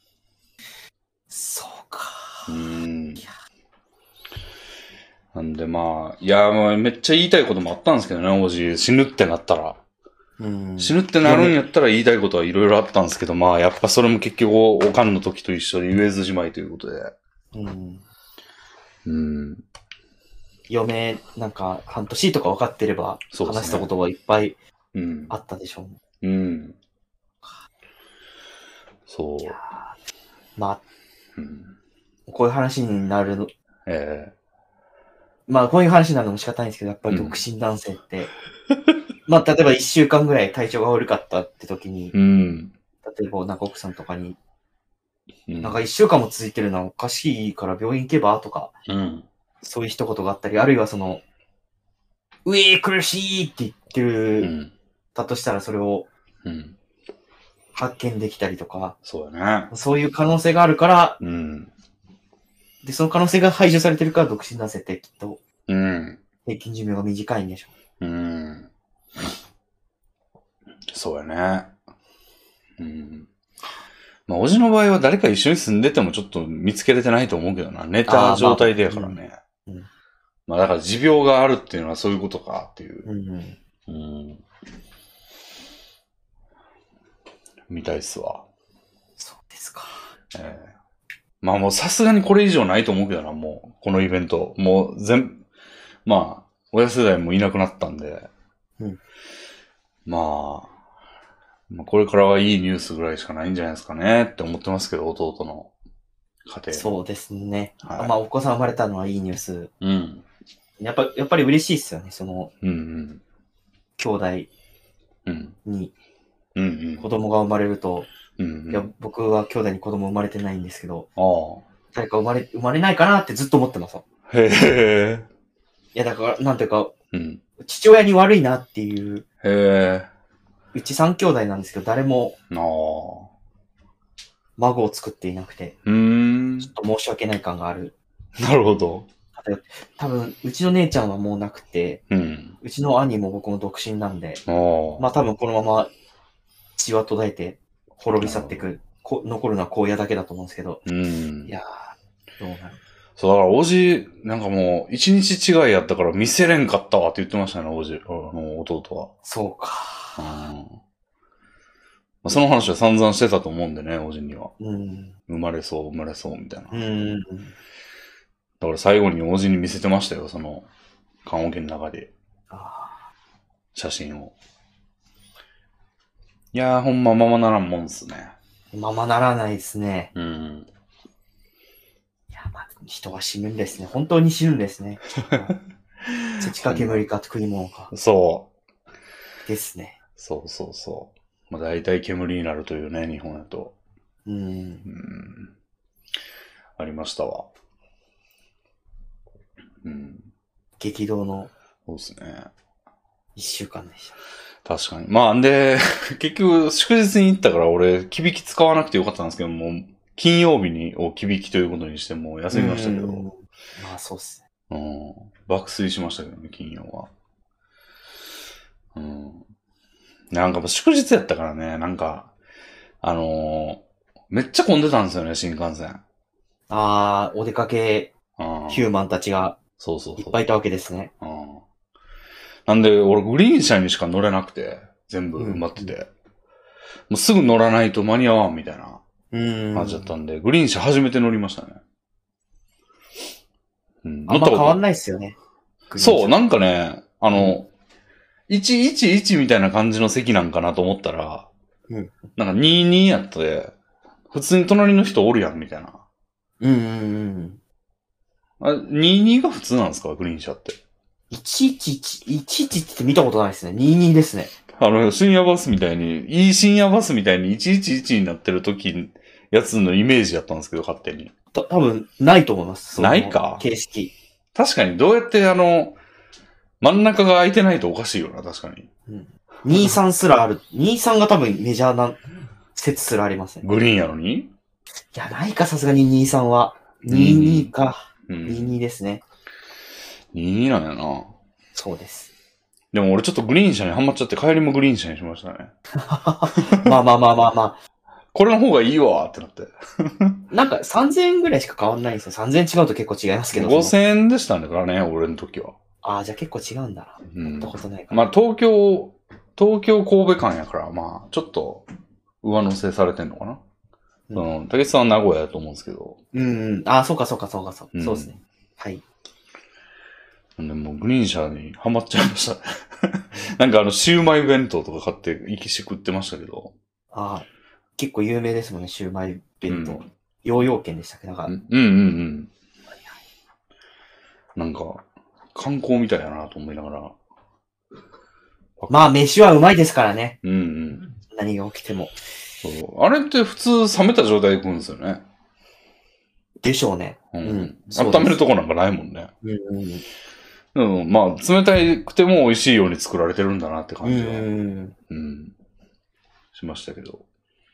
そうか。 なんでまあ、いや、まあめっちゃ言いたいこともあったんですけどね、おじ。死ぬってなったら。死ぬってなるんやったら言いたいことはいろいろあったんですけど、まあやっぱそれも結局おかんの時と一緒で言えずじまいということで。 余命、なんか半年とか分かってれば、話したことはいっぱいあったでしょう。 そう。 いやまあ、 うん、 こういう話になるの、 えまあ、こういう話になるのも仕方ないんですけど、やっぱり独身男性って、まあ、例えば1週間ぐらい体調が悪かったって時に、 うん。 例えば、なんか奥さんとかに、 うん、 なんか1週間も続いてるのはおかしいから病院行けばとか、 うん。 そういう一言があったり、あるいはその、うえー苦しいって言ってうる、 ん。 だとしたらそれをうん。 発見できたりとか、 そうだね。 そういう可能性があるから、 うん。 で、その可能性が排除されてるから独身男性ってきっとうん。 平均寿命が短いんでしょうん。そうやね。うん。まあ、おじの場合は誰か一緒に住んでてもちょっと見つけれてないと思うけどな。寝た状態でやからね。 うん。 まあだから持病があるっていうのはそういうことかっていう。 うん。 うん。みたいっすわ。 そうですか。 まあもうさすがにこれ以上ないと思うけどな、もう。このイベント。もうまあ、親世代もいなくなったんで。 うん。 まあ、これからはいいニュースぐらいしかないんじゃないですかねって思ってますけど、弟の家庭。 そうですね。 はい、 まあ、お子さん生まれたのはいいニュース。 うん。 やっぱり嬉しいっすよね。その、 うんうん。 兄弟に子供が生まれると、いや、僕は兄弟に子供生まれてないんですけど、誰か生まれないかなってずっと思ってます。 へえ。 いや、だから、なんていうか、 うん、 父親に悪いなっていう。 へえ。 うち3兄弟なんですけど、誰も、孫を作っていなくて、ちょっと申し訳ない感がある。 なるほど。 多分、うちの姉ちゃんはもうなくて、うちの兄も僕も独身なんで、まあ多分このまま血は途絶えて滅び去っていく、残るのは荒野だけだと思うんですけど、いやー、どうなる。 そう、だから、おじ、なんかもう、一日違いやったから見せれんかったわって言ってましたね、弟は。 そうか。 その話は散々してたと思うんでね、おじには。 うん。 生まれそう、みたいな。 うん。 だから最後におじに見せてましたよ、その、棺桶の中で。写真を。いやー、ほんまままならんもんっすね。 ままならないですね。 うん。 いや、まあ、人は死ぬんですね。本当に死ぬんですね。土か煙か食い物か。 そう。 ですね。 そうそうそう。まあ大体煙になるというね、日本だと。ありましたわ。 激動の。 そうですね。 一週間でした。 確かに。まあ、んで、結局、祝日に行ったから俺、キビキ使わなくてよかったんですけども、金曜日をキビキということにしても休みましたけど。 まあ、そうっすね。 爆睡しましたけどね、金曜は。なんかもう祝日やったからね、なんか、めっちゃ混んでたんですよね、新幹線。 お出かけ、ヒューマンたちが、いっぱいいたわけですね。 なんで、俺、グリーン車にしか乗れなくて、全部埋まってて。もうすぐ乗らないと間に合わんみたいな感じだったんで、グリーン車初めて乗りましたね。 あんま変わんないっすよね。 そう、なんかね、111みたいな感じの席なんかなと思ったら、なんか22やって、普通に隣の人おるやんみたいな。22が普通なんですか、グリーン車って。 111って見たことないですね。22ですね。 深夜バスみたいに、いい深夜バスみたいに111になってる時、やつのイメージやったんですけど、勝手に。 多分、ないと思います。 ないか。 形式。 確かに、どうやって真ん中が空いてないとおかしいよな、確かに。 23すらある。23が多分メジャーな説すらありますね。 グリーンやのに？ いや、ないか、さすがに23は。22か。22ですね。 22なんやな。 そうです。 でも俺ちょっとグリーン車にハマっちゃって帰りもグリーン車にしましたね。 まあ。 これの方がいいわってなって。 なんか3000円ぐらいしか変わんないんですよ。3000円違うと結構違いますけど。 5000円でしたんだからね、俺の時は。 じゃあ結構違うんだな。やったことないから。 まあ東京神戸間やから、まあちょっと上乗せされてんのかな。竹内さんは名古屋だと思うんですけど。 そうか。そうですね。はい。 でもグリーン車にハマっちゃいましたね。なんかシウマイ弁当とか買って行きし食ってましたけど。 結構有名ですもんね、シウマイ弁当。ヨーヨー軒でしたっけなんか。 なんか、観光みたいだなと思いながら。 まあ、飯はうまいですからね。何が起きても。 そう。あれって普通冷めた状態で食うんですよね。 でしょうね。 温めるとこなんかないもんね。まあ、冷たくても美味しいように作られてるんだなって感じは。しましたけど。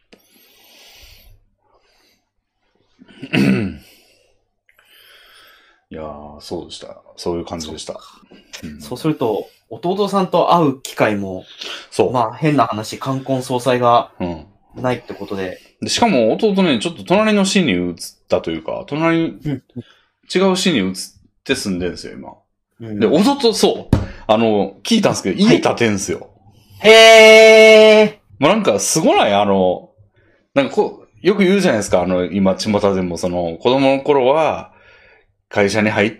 いやー、そうでした。そういう感じでした。 そうすると、弟さんと会う機会も、まあ変な話、冠婚葬祭がないってことで。 しかも弟ね、ちょっと隣の市に移ったというか、違う市に移って住んでるんですよ、今。で、弟、聞いたんですけど、家建てんすよ。 へー。 まあ、なんか、すごないなんかよく言うじゃないですか、今、巷でも、子供の頃は、会社に入って、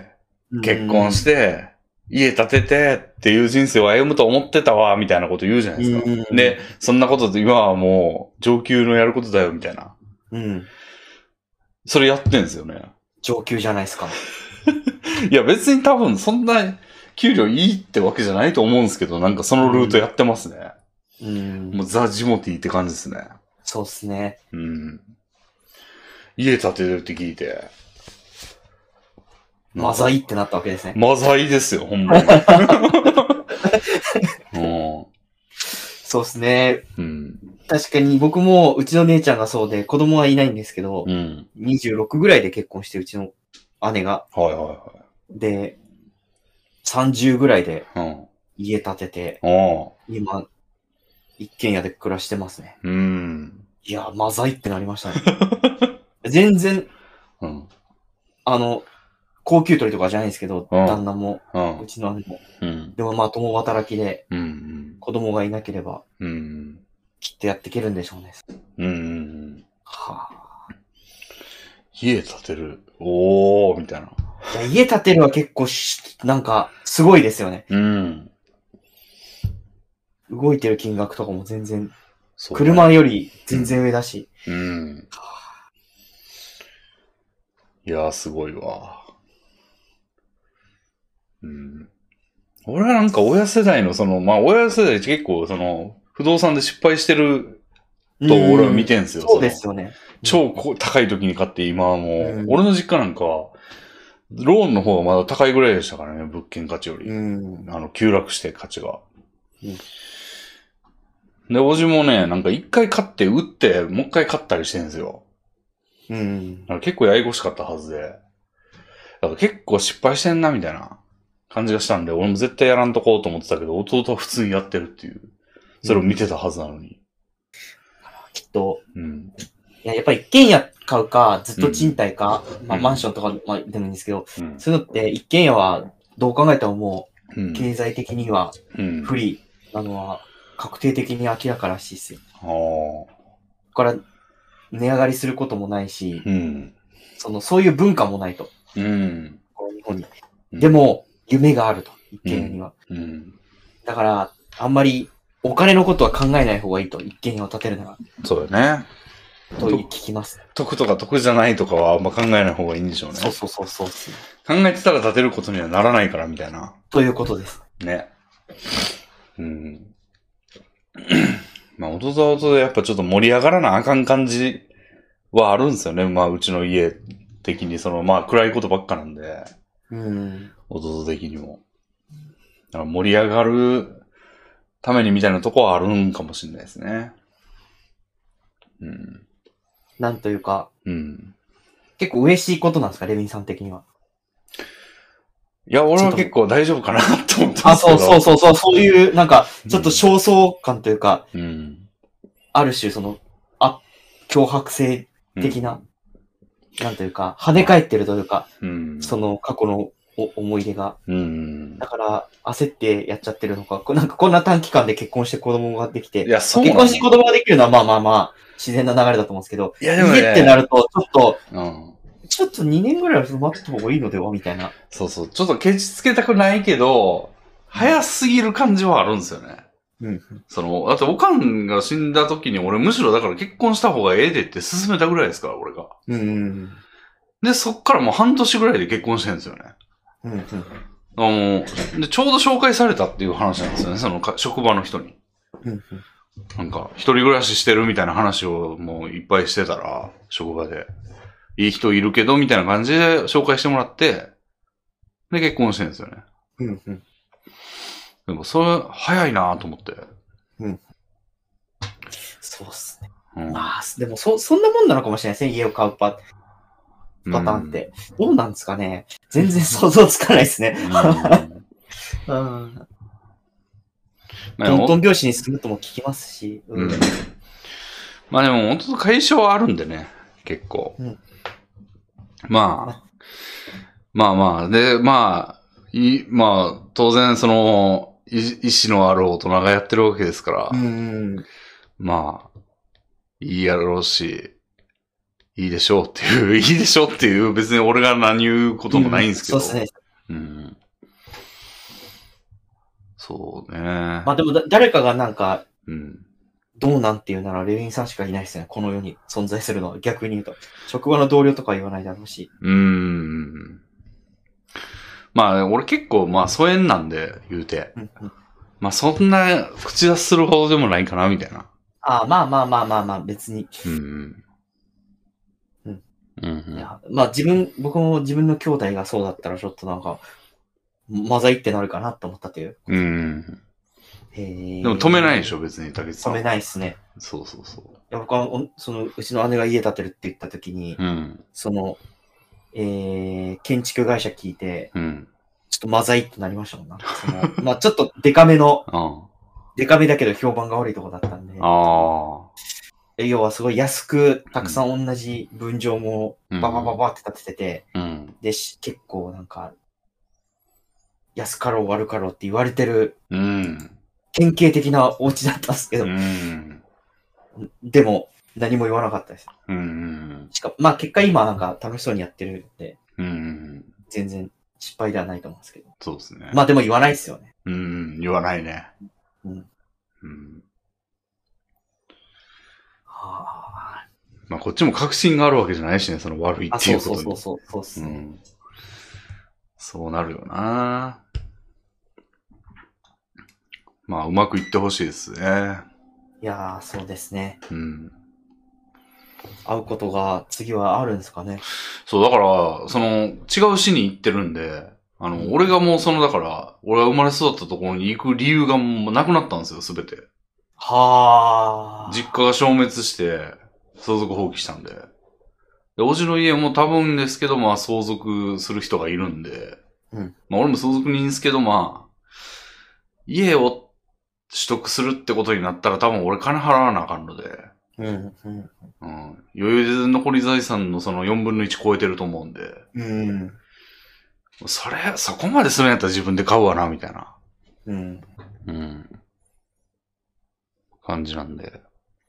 結婚して、家建ててっていう人生を歩むと思ってたわ、みたいなこと言うじゃないですか。で、そんなことで今はもう上級のやることだよ、みたいな。それやってんですよね。 上級じゃないですか。 いや、別に多分そんな給料いいってわけじゃないと思うんですけど、なんかそのルートやってますね。もうザ・ジモティって感じですね。 そうっすね。 家建てるって聞いて。 マザイってなったわけですね。 マザイですよ、ほんまに。 そうですね。確かに僕もうちの姉ちゃんがそうで、子供はいないんですけど、26ぐらいで結婚して、うちの姉が。で、30ぐらいで家建てて、今、一軒家で暮らしてますね。いや、マザイってなりましたね。全然、高級取りとかじゃないですけど、旦那も、うちの姉も。でもまあ、共働きで、子供がいなければ、きっとやっていけるんでしょうね。 家建てる。おー、みたいな。 いや、家建てるは結構なんか、すごいですよね。動いてる金額とかも全然、車より全然上だし。 いやー、すごいわ。俺はなんか親世代のまあ親世代って結構不動産で失敗してると俺は見てんすよ。 そうですよね。 超高い時に買って今はもう、俺の実家なんかは、ローンの方がまだ高いぐらいでしたからね、物件価値より。急落して価値が。で、おじもね、なんか一回買って売って、もう一回買ったりしてるんですよ。結構ややこしかったはずで。だから結構失敗してんな、みたいな感じがしたんで、俺も絶対やらんとこうと思ってたけど、弟は普通にやってるっていう。それを見てたはずなのに。 きっと、やっぱり一軒家買うか、ずっと賃貸か、まあマンションとかでもいいんですけど、そういうのって一軒家はどう考えてももう、経済的には不利なのは確定的に明らからしいですよ。だから、値上がりすることもないし、そういう文化もないと。この日本に。でも、夢があると、一軒家には。だから、あんまりお金のことは考えない方がいいと、一軒家を建てるなら。 そうだね。 と聞きます。 得とか得じゃないとかはあんま考えない方がいいんでしょうね。 そう。 考えてたら建てることにはならないからみたいな。 ということです。 ね。まあ、弟は弟でやっぱちょっと盛り上がらなあかん感じはあるんですよね。まあ、うちの家的にまあ、暗いことばっかなんで。弟的にも。だから盛り上がるためにみたいなとこはあるんかもしれないですね。 なんというか、結構嬉しいことなんですか、レビンさん的には。 いや、俺は結構大丈夫かなと思ってますけど。 そういう、なんか、ちょっと焦燥感というか、ある種、脅迫性的な、なんというか、跳ね返ってるというか、過去の思い出が。だから、焦ってやっちゃってるのか、なんかこんな短期間で結婚して子供ができて、結婚して子供ができるのはまあ、自然な流れだと思うんですけど、家ってなると、ちょっと2年ぐらいは待った方がいいのではみたいな。 ちょっとケチつけたくないけど、早すぎる感じはあるんですよね。 うん。 だっておかんが死んだ時に俺むしろだから結婚した方がええでって勧めたぐらいですから、俺が。 うん。 で、そっからもう半年ぐらいで結婚してるんですよね。 うん。 で、ちょうど紹介されたっていう話なんですよね、職場の人に。 うん。 なんか、一人暮らししてるみたいな話をもういっぱいしてたら、職場で。いい人いるけど、みたいな感じで紹介してもらって、で、結婚してるんですよね。 うんうん。 でも、それ、早いなと思って。 うん。そうっすね。 うん、 まあ、でもそんなもんなのかもしれないですね、家を買うパターンって。どうなんですかね。全然想像つかないですね。うん。トントン拍子に住むとも聞きますし。 うん。まあでも、本当解消はあるんでね、結構。うん、まあ、で、まあ、当然、意志のある大人がやってるわけですから、まあ、いいやろうし、いいでしょうっていう、いいでしょうっていう、別に俺が何言うこともないんですけど。 そうですね。 うん。そうね。 まあでも誰かがなんか、どうなんて言うなら、レビンさんしかいないですね。この世に存在するのは。逆に言うと。職場の同僚とか言わないだろうし。 まあ、俺結構、まあ、疎遠なんで、言うて。まあ、そんな、口出しするほどでもないかな、みたいな。 まあ、別に。いやまあ僕も自分の兄弟がそうだったらちょっとなんか、まざいってなるかなと思ったという。でも止めないでしょ、別に、竹内さん。 止めないっすね。 そう。いや、僕は、うちの姉が家建てるって言った時に、建築会社聞いて、ちょっとまざいってなりましたもんな。まあちょっとデカめだけど評判が悪いとこだったんで。要はすごい安く、たくさん同じ分譲もババババって建ててて、で、結構なんか、安かろう悪かろうって言われてる、典型的なお家だったんですけど、でも何も言わなかったです。しかも、まあ結果今なんか楽しそうにやってるんで、全然失敗ではないと思うんですけど。 そうですね。 まあでも言わないですよね。 言わないね。まあこっちも確信があるわけじゃないしね、その悪いっていうことに。 そうっすね。 そうなるよな。まあうまくいってほしいですね。 いやー、そうですね。会うことが次はあるんですかね。 そう、だから、違う市に行ってるんで、俺がもうだから、俺が生まれ育ったところに行く理由がもうなくなったんですよ、すべて。実家が消滅して、相続放棄したんで。で、おじの家も多分ですけど、まあ相続する人がいるんで、まあ俺も相続人ですけど、まあ、家を取得するってことになったら多分俺金払わなあかんので、余裕で残り財産のその4分の1超えてると思うんで、そこまでするんやったら自分で買うわな、みたいな。感じなんで。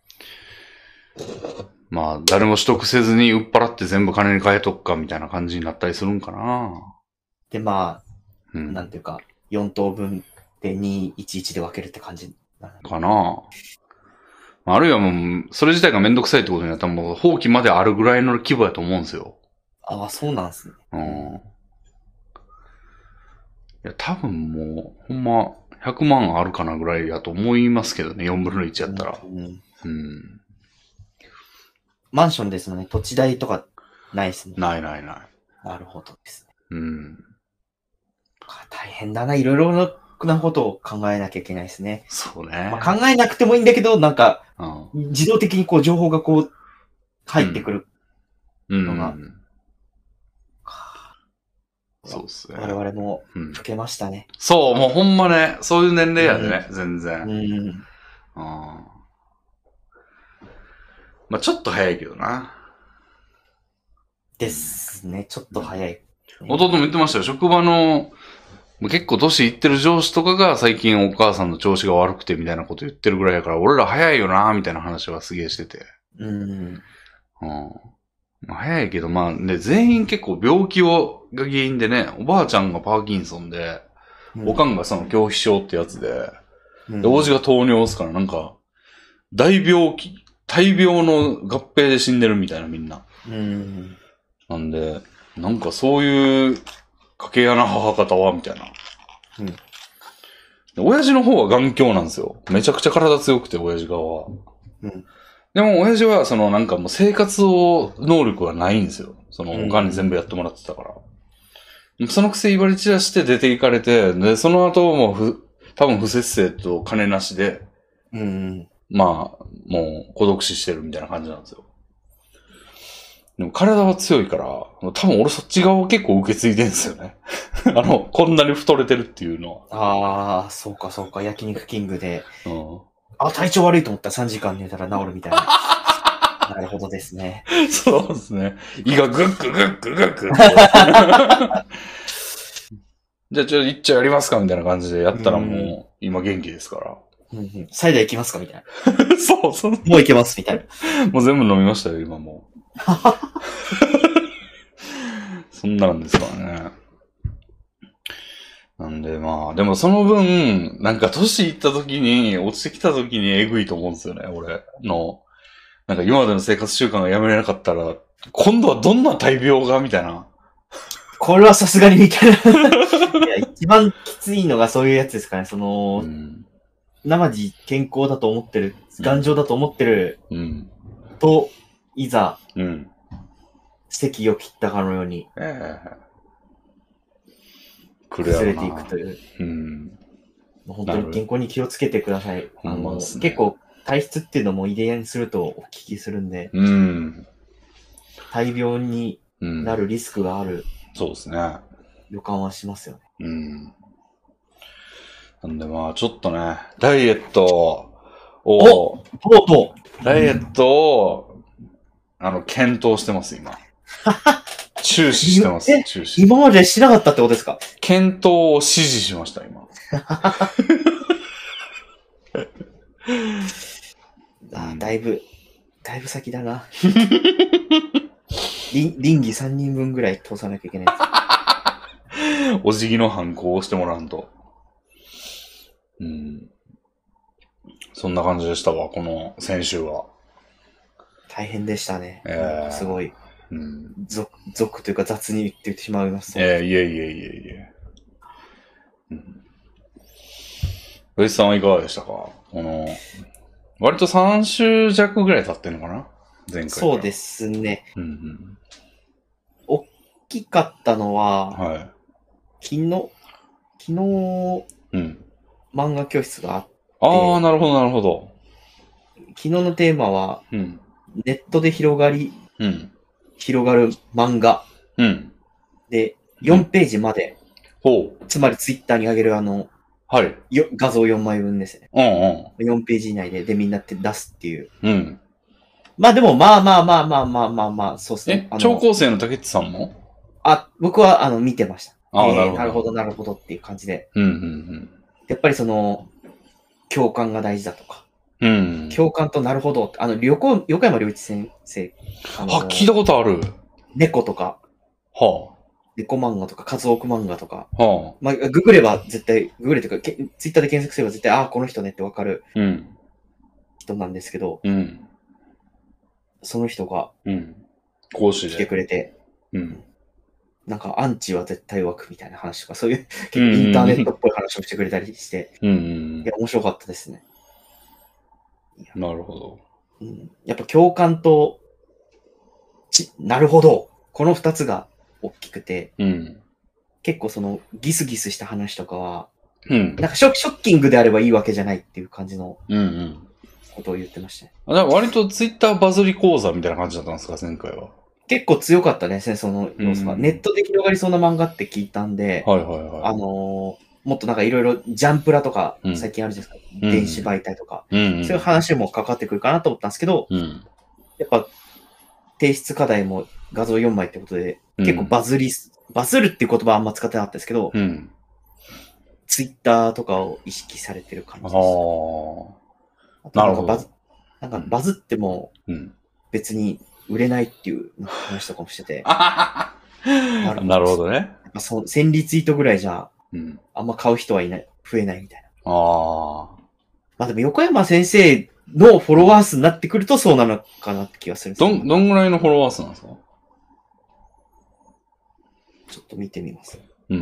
まあ、誰も取得せずに売っ払って全部金に変えとくか、みたいな感じになったりするんかな。 で、まあ、なんていうか、4等分で211で分けるって感じかな。あるいはもう、それ自体がめんどくさいってことになったらもう放棄まであるぐらいの規模やと思うんですよ。 そうなんですね。いや、多分もう、ほんま、100万あるかなぐらいやと思いますけどね、4分の1やったら。 マンションですもんね、土地代とかないですね。 ない。 なるほどですね。大変だな、いろいろなことを考えなきゃいけないですね。 そうね。 まあ、考えなくてもいいんだけど、なんか、自動的にこう情報がこう、入ってくるのが。 そうっすね。 我々も老けましたね。 そう、もうほんまね、そういう年齢やでね、全然。まあちょっと早いけどな。 ですね、ちょっと早い。 弟も言ってましたよ、職場の、結構年いってる上司とかが最近お母さんの調子が悪くてみたいなこと言ってるぐらいやから、俺ら早いよなみたいな話はすげえしてて。早いけど、まあね、全員結構病気が原因でね、おばあちゃんがパーキンソンで、おかんがその恐怖症ってやつで、 で、親父が糖尿ですから、なんか、大病の合併で死んでるみたいなみんな。なんで、なんかそういう家系やな母方は、みたいな。親父の方は頑強なんですよ。めちゃくちゃ体強くて、親父側は。でも、親父は、なんかもう生活能力がないんですよ。お金全部やってもらってたから。そのくせ言われ散らして出て行かれて、で、その後も多分不節制と金なしで、まあ、もう孤独死してるみたいな感じなんですよ。でも体は強いから、多分俺そっち側を結構受け継いでんですよね。こんなに太れてるっていうのは。 ああ、そうかそうか、焼肉キングで。体調悪いと思ったら3時間寝たら治るみたいな。なるほどですね。 そうですね。胃がグッググッググッグ。じゃあ行っちゃやりますかみたいな感じでやったらもう、今元気ですから。 サイダー行きますかみたいな。そう。 もう行けますみたいな。 もう全部飲みましたよ、今もう。そんなんですからね。なんでまあ、でもその分、なんか年いった時に、落ちてきた時にえぐいと思うんですよね、俺の。なんか今までの生活習慣がやめれなかったら、今度はどんな大病がみたいな。 これはさすがにみたいな。いや、一番きついのがそういうやつですかね。生地健康だと思ってる、頑丈だと思ってる、と、いざ、席を切ったかのように、崩れていくという。本当に健康に気をつけてください。結構、体質っていうのも遺伝するとお聞きするんで、大病になるリスクがある。 そうですね。 予感はしますよね。 なんでまあ、ちょっとね、ダイエットを、 検討してます、今。注視してます、注視。 今までしなかったってことですか？ 検討を指示しました、今。 だいぶ先だな。倫理3人分ぐらい通さなきゃいけないです。お辞儀の反抗をしてもらわんと。そんな感じでしたわ、この先週は。 大変でしたね。すごい。俗というか雑に言ってしまいます。 いえ。ウエスさんはいかがでしたか？割と3週弱ぐらい経ってんのかな？前回。 そうですね。大きかったのは、昨日、漫画教室があって。 ああ、なるほど。 昨日のテーマは、ネットで広がる漫画。で、4ページまで。つまりツイッターに上げる画像4枚分ですね。4ページ以内でみんなって出すっていう。まあでも、まあ、そうですね。 超高生の竹内さんも？ 僕は見てました。なるほどっていう感じで。やっぱり共感が大事だとか。共感となるほど。横山良一先生。 聞いたことある。 猫とか。猫漫画とか、数多く漫画とか。まあ、ググれば絶対、ググれというか、ツイッターで検索すれば絶対、この人ねってわかる人なんですけど、その人が、来てくれて、なんかアンチは絶対湧くみたいな話とか、そういう結構インターネットっぽい話をしてくれたりして、いや、面白かったですね。 なるほど。 やっぱ共感と、なるほど。この2つが大きくて、結構ギスギスした話とかは、なんかショッキングであればいいわけじゃないっていう感じのことを言ってましたね。 割とツイッターバズり講座みたいな感じだったんですか、前回は。 結構強かったね、その要素が。ネットで広がりそうな漫画って聞いたんで、もっとなんかいろいろジャンプラとか最近あるじゃないですか。電子媒体とか。そういう話もかかってくるかなと思ったんですけど、やっぱ提出課題も画像4枚ってことで、結構バズるっていう言葉はあんま使ってなかったですけど、ツイッターとかを意識されてる感じです。なるほど。なんかバズっても別に売れないっていう話とかもしてて。 なるほどね。 1000リツイートぐらいじゃ、あんま買う人はいない、増えないみたいな。 まあでも横山先生のフォロワー数になってくるとそうなのかなって気がするんですどんぐらいのフォロワー数なんですか？ ちょっと見てみます。 うん。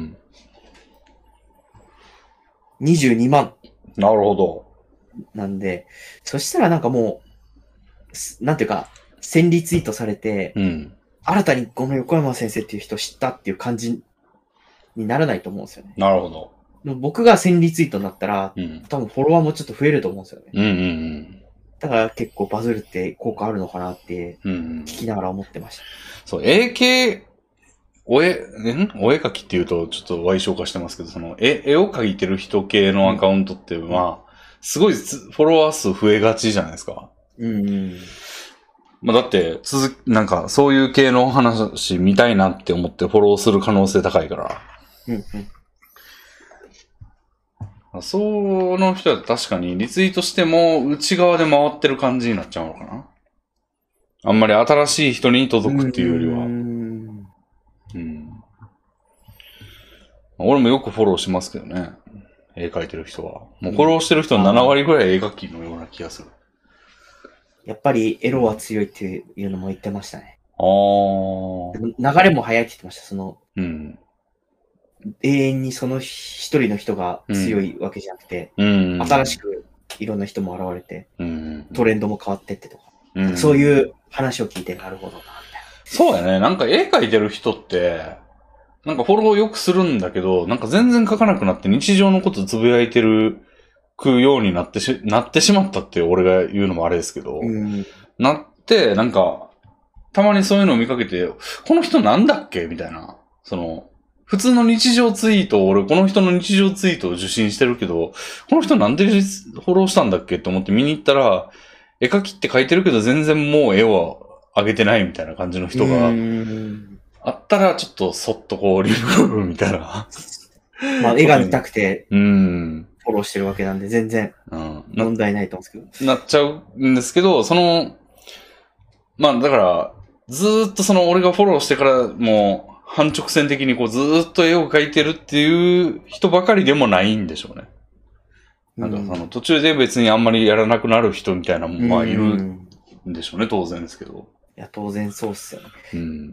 22万。 なるほど。 なんで、そしたらなんかもう、なんていうか、1000リツイートされて、 うん。 新たにこの横山先生っていう人を知ったっていう感じにならないと思うんですよね。 なるほど。 でも僕が1000リツイートになったら、 うん。 多分フォロワーもちょっと増えると思うんですよね。 うんうんだから結構バズるって効果あるのかなってうん。うん。 聞きながら思ってました。 そう、AK、お絵描きって言うとちょっと歪償化してますけど、その絵を描いてる人系のアカウントっていうのは、すごいフォロワー数増えがちじゃないですか。 うんうん。 まあだって、なんかそういう系の話見たいなって思ってフォローする可能性高いから。 うんうん。 その人は確かにリツイートしても内側で回ってる感じになっちゃうのかな。あんまり新しい人に届くっていうよりは。うん。俺もよくフォローしますけどね。絵描いてる人は。もうフォローしてる人の7割ぐらい絵描きのような気がする。 やっぱりエロは強いっていうのも言ってましたね。 ああ。 流れも早いって言ってました。 うん。 永遠にその一人の人が強いわけじゃなくて、 うん。 新しくいろんな人も現れて、 うん。 トレンドも変わってってとか、 うん、 そういう話を聞いて、なるほどな、みたいな。 そうやね。なんか絵描いてる人って、なんかフォローよくするんだけど、なんか全然書かなくなって日常のことつぶやいてるようになってしまったって俺が言うのもあれですけど、なって、なんか、たまにそういうのを見かけて、この人なんだっけみたいな。普通の日常ツイートを俺、この人の日常ツイートを受信してるけど、この人なんでフォローしたんだっけって思って見に行ったら、絵描きって書いてるけど全然もう絵を上げてないみたいな感じの人が、あったらちょっとそっとこうリムーブみたいな。 まあ絵が見たくて、 フォローしてるわけなんで全然問題ないと思うんですけど。なっちゃうんですけど、まあだから、ずーっと俺がフォローしてからもう半直線的にこうずーっと絵を描いてるっていう人ばかりでもないんでしょうね。なんか途中で別にあんまりやらなくなる人みたいなもんはいるんでしょうね、当然ですけど。 いや、当然そうっすよね。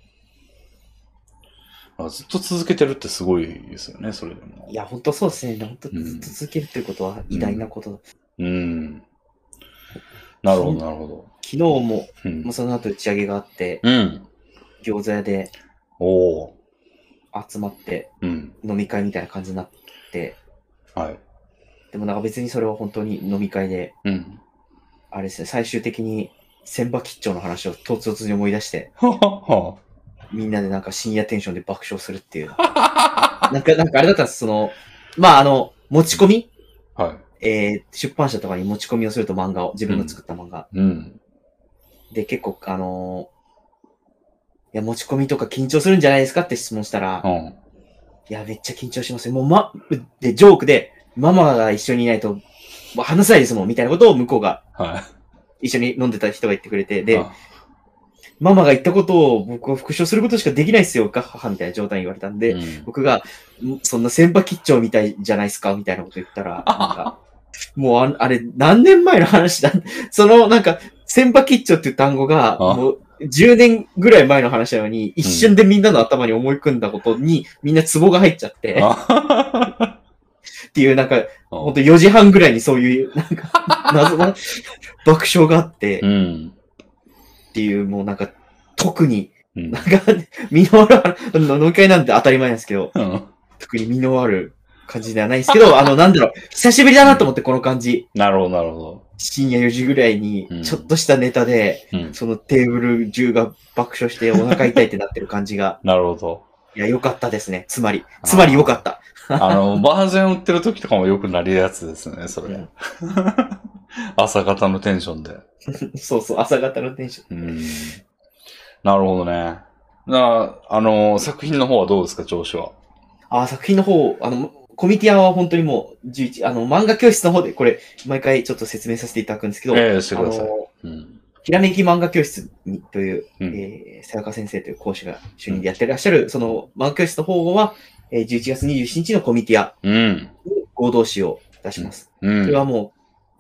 ずっと続けてるってすごいですよね、それでも。 いや、本当そうですね。本当ずっと続けるということは偉大なことだ。 なるほど、なるほど。 昨日も、その後打ち上げがあって、餃子屋で集まって、飲み会みたいな感じになって、でもなんか別にそれは本当に飲み会で、あれですね、最終的に千葉吉兆の話を突然思い出して、みんなでなんか深夜テンションで爆笑するっていう。なんかあれだったんです、まあ持ち込み出版社とかに持ち込みをすると漫画を、自分の作った漫画。で、結構いや、持ち込みとか緊張するんじゃないですかって質問したら、いや、めっちゃ緊張しますよ。もうで、ジョークで、ママが一緒にいないと、話せないですもん、みたいなことを向こうが、一緒に飲んでた人が言ってくれて、で、ママが言ったことを僕は復唱することしかできないっすよ、ガッハハみたいな状態に言われたんで、僕が、そんな千葉吉兆みたいじゃないですか、みたいなこと言ったら、なんか、もうあれ、何年前の話だ。なんか、千葉吉兆っていう単語が、もう、10年ぐらい前の話なのに、一瞬でみんなの頭に思い込んだことに、みんなツボが入っちゃって、っていう、なんか、ほんと4時半ぐらいにそういう、なんか、謎の爆笑があって、っていう、もうなんか、特に、なんか、身のある、飲み会なんて当たり前なんですけど、特に身のある感じではないですけど、なんだろう、久しぶりだなと思って、この感じ。 なるほど、なるほど。 深夜4時ぐらいに、ちょっとしたネタで、そのテーブル中が爆笑してお腹痛いってなってる感じが。 なるほど。 いや、良かったですね。つまり良かった。 バージョン売ってる時とかもよくなるやつですね、それ。朝方のテンションで。 そうそう、朝方のテンション。 なるほどね。作品の方はどうですか、調子は。 作品の方、コミティアは本当にもう、漫画教室の方で、これ、毎回ちょっと説明させていただくんですけど、 してください。 ひらめき漫画教室という、さやか先生という講師が主任でやってらっしゃる、その漫画教室の方は、11月27日のコミティアに合同誌を出します。それはもう、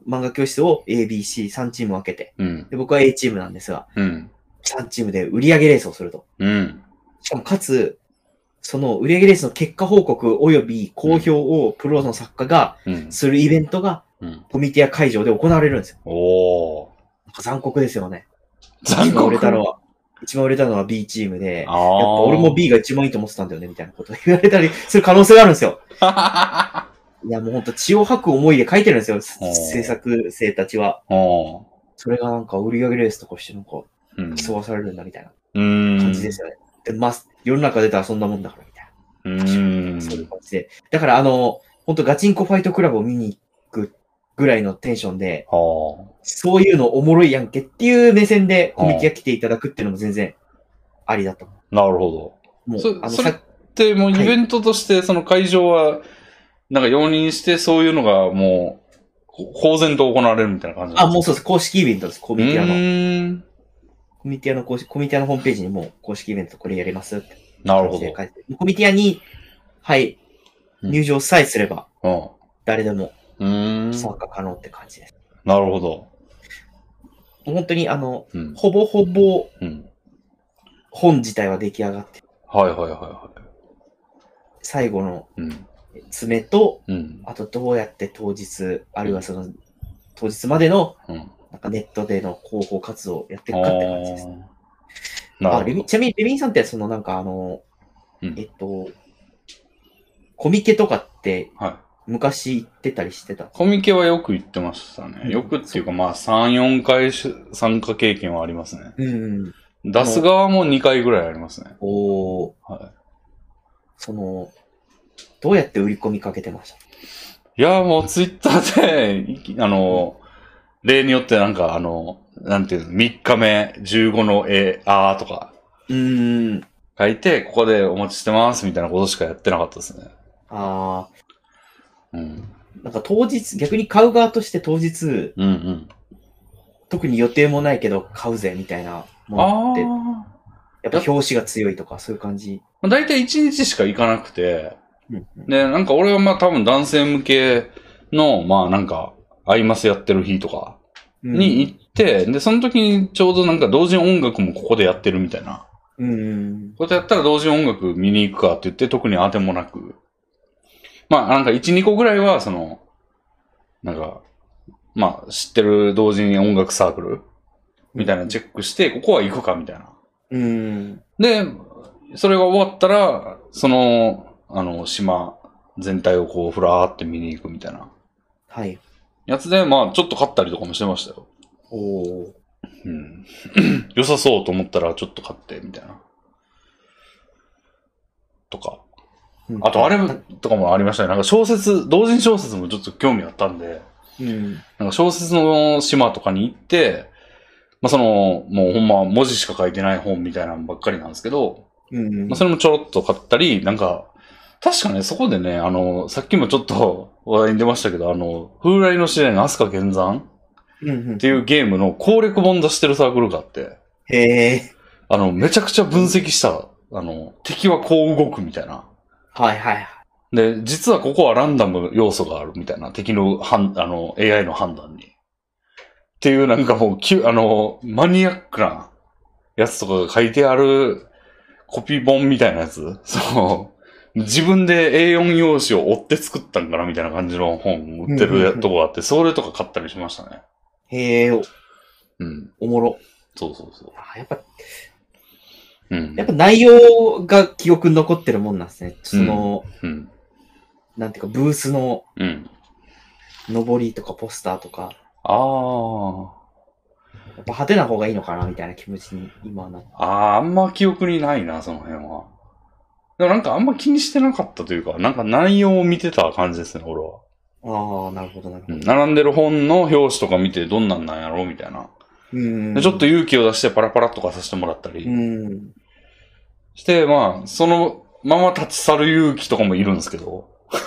漫画教室を A、B、C3 チーム分けて、 うん。 で、僕は A チームなんですが、 うん。 3チームで売上レースをすると。 うん。 しかもかつ、その売上レースの結果報告及び公表をプロの作家がするイベントが、コミティア会場で行われるんですよ。 おー。 残酷ですよね。 残酷。 一番売れたのは B チームで、やっぱ俺も B が一番いいと思ってたんだよね、みたいなことを言われたりする可能性があるんですよ。いや、もうほんと血を吐く思いで書いてるんですよ、制作生たちは。それがなんか売上レースとかしてなんか、競わされるんだみたいな感じですよね。で、まあ、世の中出たらそんなもんだからみたいな。そういう感じで。だからほんとガチンコファイトクラブを見に行くぐらいのテンションで、そういうのおもろいやんけっていう目線でコミケが来ていただくっていうのも全然ありだと。 なるほど。もうそれってもうイベントとしてその会場はなんか容認してそういうのがもう公然と行われるみたいな感じなんですか？ もうそうです。公式イベントです。コミティアの。コミティアのホームページにも公式イベントこれやりますって。 なるほど。 コミティアに、はい、入場さえすれば、誰でも参加可能って感じです。 なるほど。 本当にほぼほぼ、本自体は出来上がって。 はいはいはいはい。 最後の詰めと、あとどうやって当日、あるいはその当日までの、なんかネットでの広報活動をやっていくかって感じです。ちなみにレビンさんってそのなんかコミケとかって、昔行ってたりしてた？ コミケはよく行ってましたね。よくっていうかまあ3、4回参加経験はありますね。出す側も2回ぐらいありますね。 どうやって売り込みかけてました？ いや、もうツイッターで、例によってなんかなんていうの、3日目、15のとか、書いて、ここでお待ちしてますみたいなことしかやってなかったですね。 なんか当日、逆に買う側として当日、特に予定もないけど買うぜみたいなものって、やっぱ表紙が強いとかそういう感じ？ だいたい1日しか行かなくて、で、なんか俺はまあ多分男性向けの、まあなんか、アイマスやってる日とかに行って、で、その時にちょうどなんか同時音楽もここでやってるみたいな。こうやったら同時音楽見に行くかって言って特に当てもなく。まあなんか1、2個ぐらいはなんか、まあ知ってる同時に音楽サークルみたいなのチェックして、ここは行くかみたいな。で、それが終わったら、島全体をこう、ふらーって見に行くみたいな。やつで、まあ、ちょっと買ったりとかもしてましたよ。良さそうと思ったら、ちょっと買って、みたいな。とか。あと、あれとかもありましたね。なんか同人小説もちょっと興味あったんで、なんか小説の島とかに行って、まあもうほんま文字しか書いてない本みたいなのばっかりなんですけど、まあそれもちょろっと買ったり、なんか、確かね、そこでね、さっきもちょっと話題に出ましたけど、風来の試練の飛鳥剣山っていうゲームの攻略本出してるサークルがあって、めちゃくちゃ分析した、敵はこう動くみたいな。で、実はここはランダム要素があるみたいな、敵のAI の判断に。っていうなんかもう、マニアックなやつとかが書いてあるコピー本みたいなやつ。自分で A4 用紙を折って作ったんかなみたいな感じの本売ってるとこがあって、それとか買ったりしましたね。 おもろ。 そう。 やっぱ内容が記憶に残ってるもんなんですね。なんていうか、ブースの、上りとかポスターとか。やっぱ派手な方がいいのかなみたいな気持ちに今はなって。 あんま記憶にないな、その辺は。でもなんかあんま気にしてなかったというか、なんか内容を見てた感じですね、俺は。 なるほど。 並んでる本の表紙とか見てどんなんなんやろうみたいな。ちょっと勇気を出してパラパラとかさせてもらったり。して、まあ、そのまま立ち去る勇気とかもいるんですけど。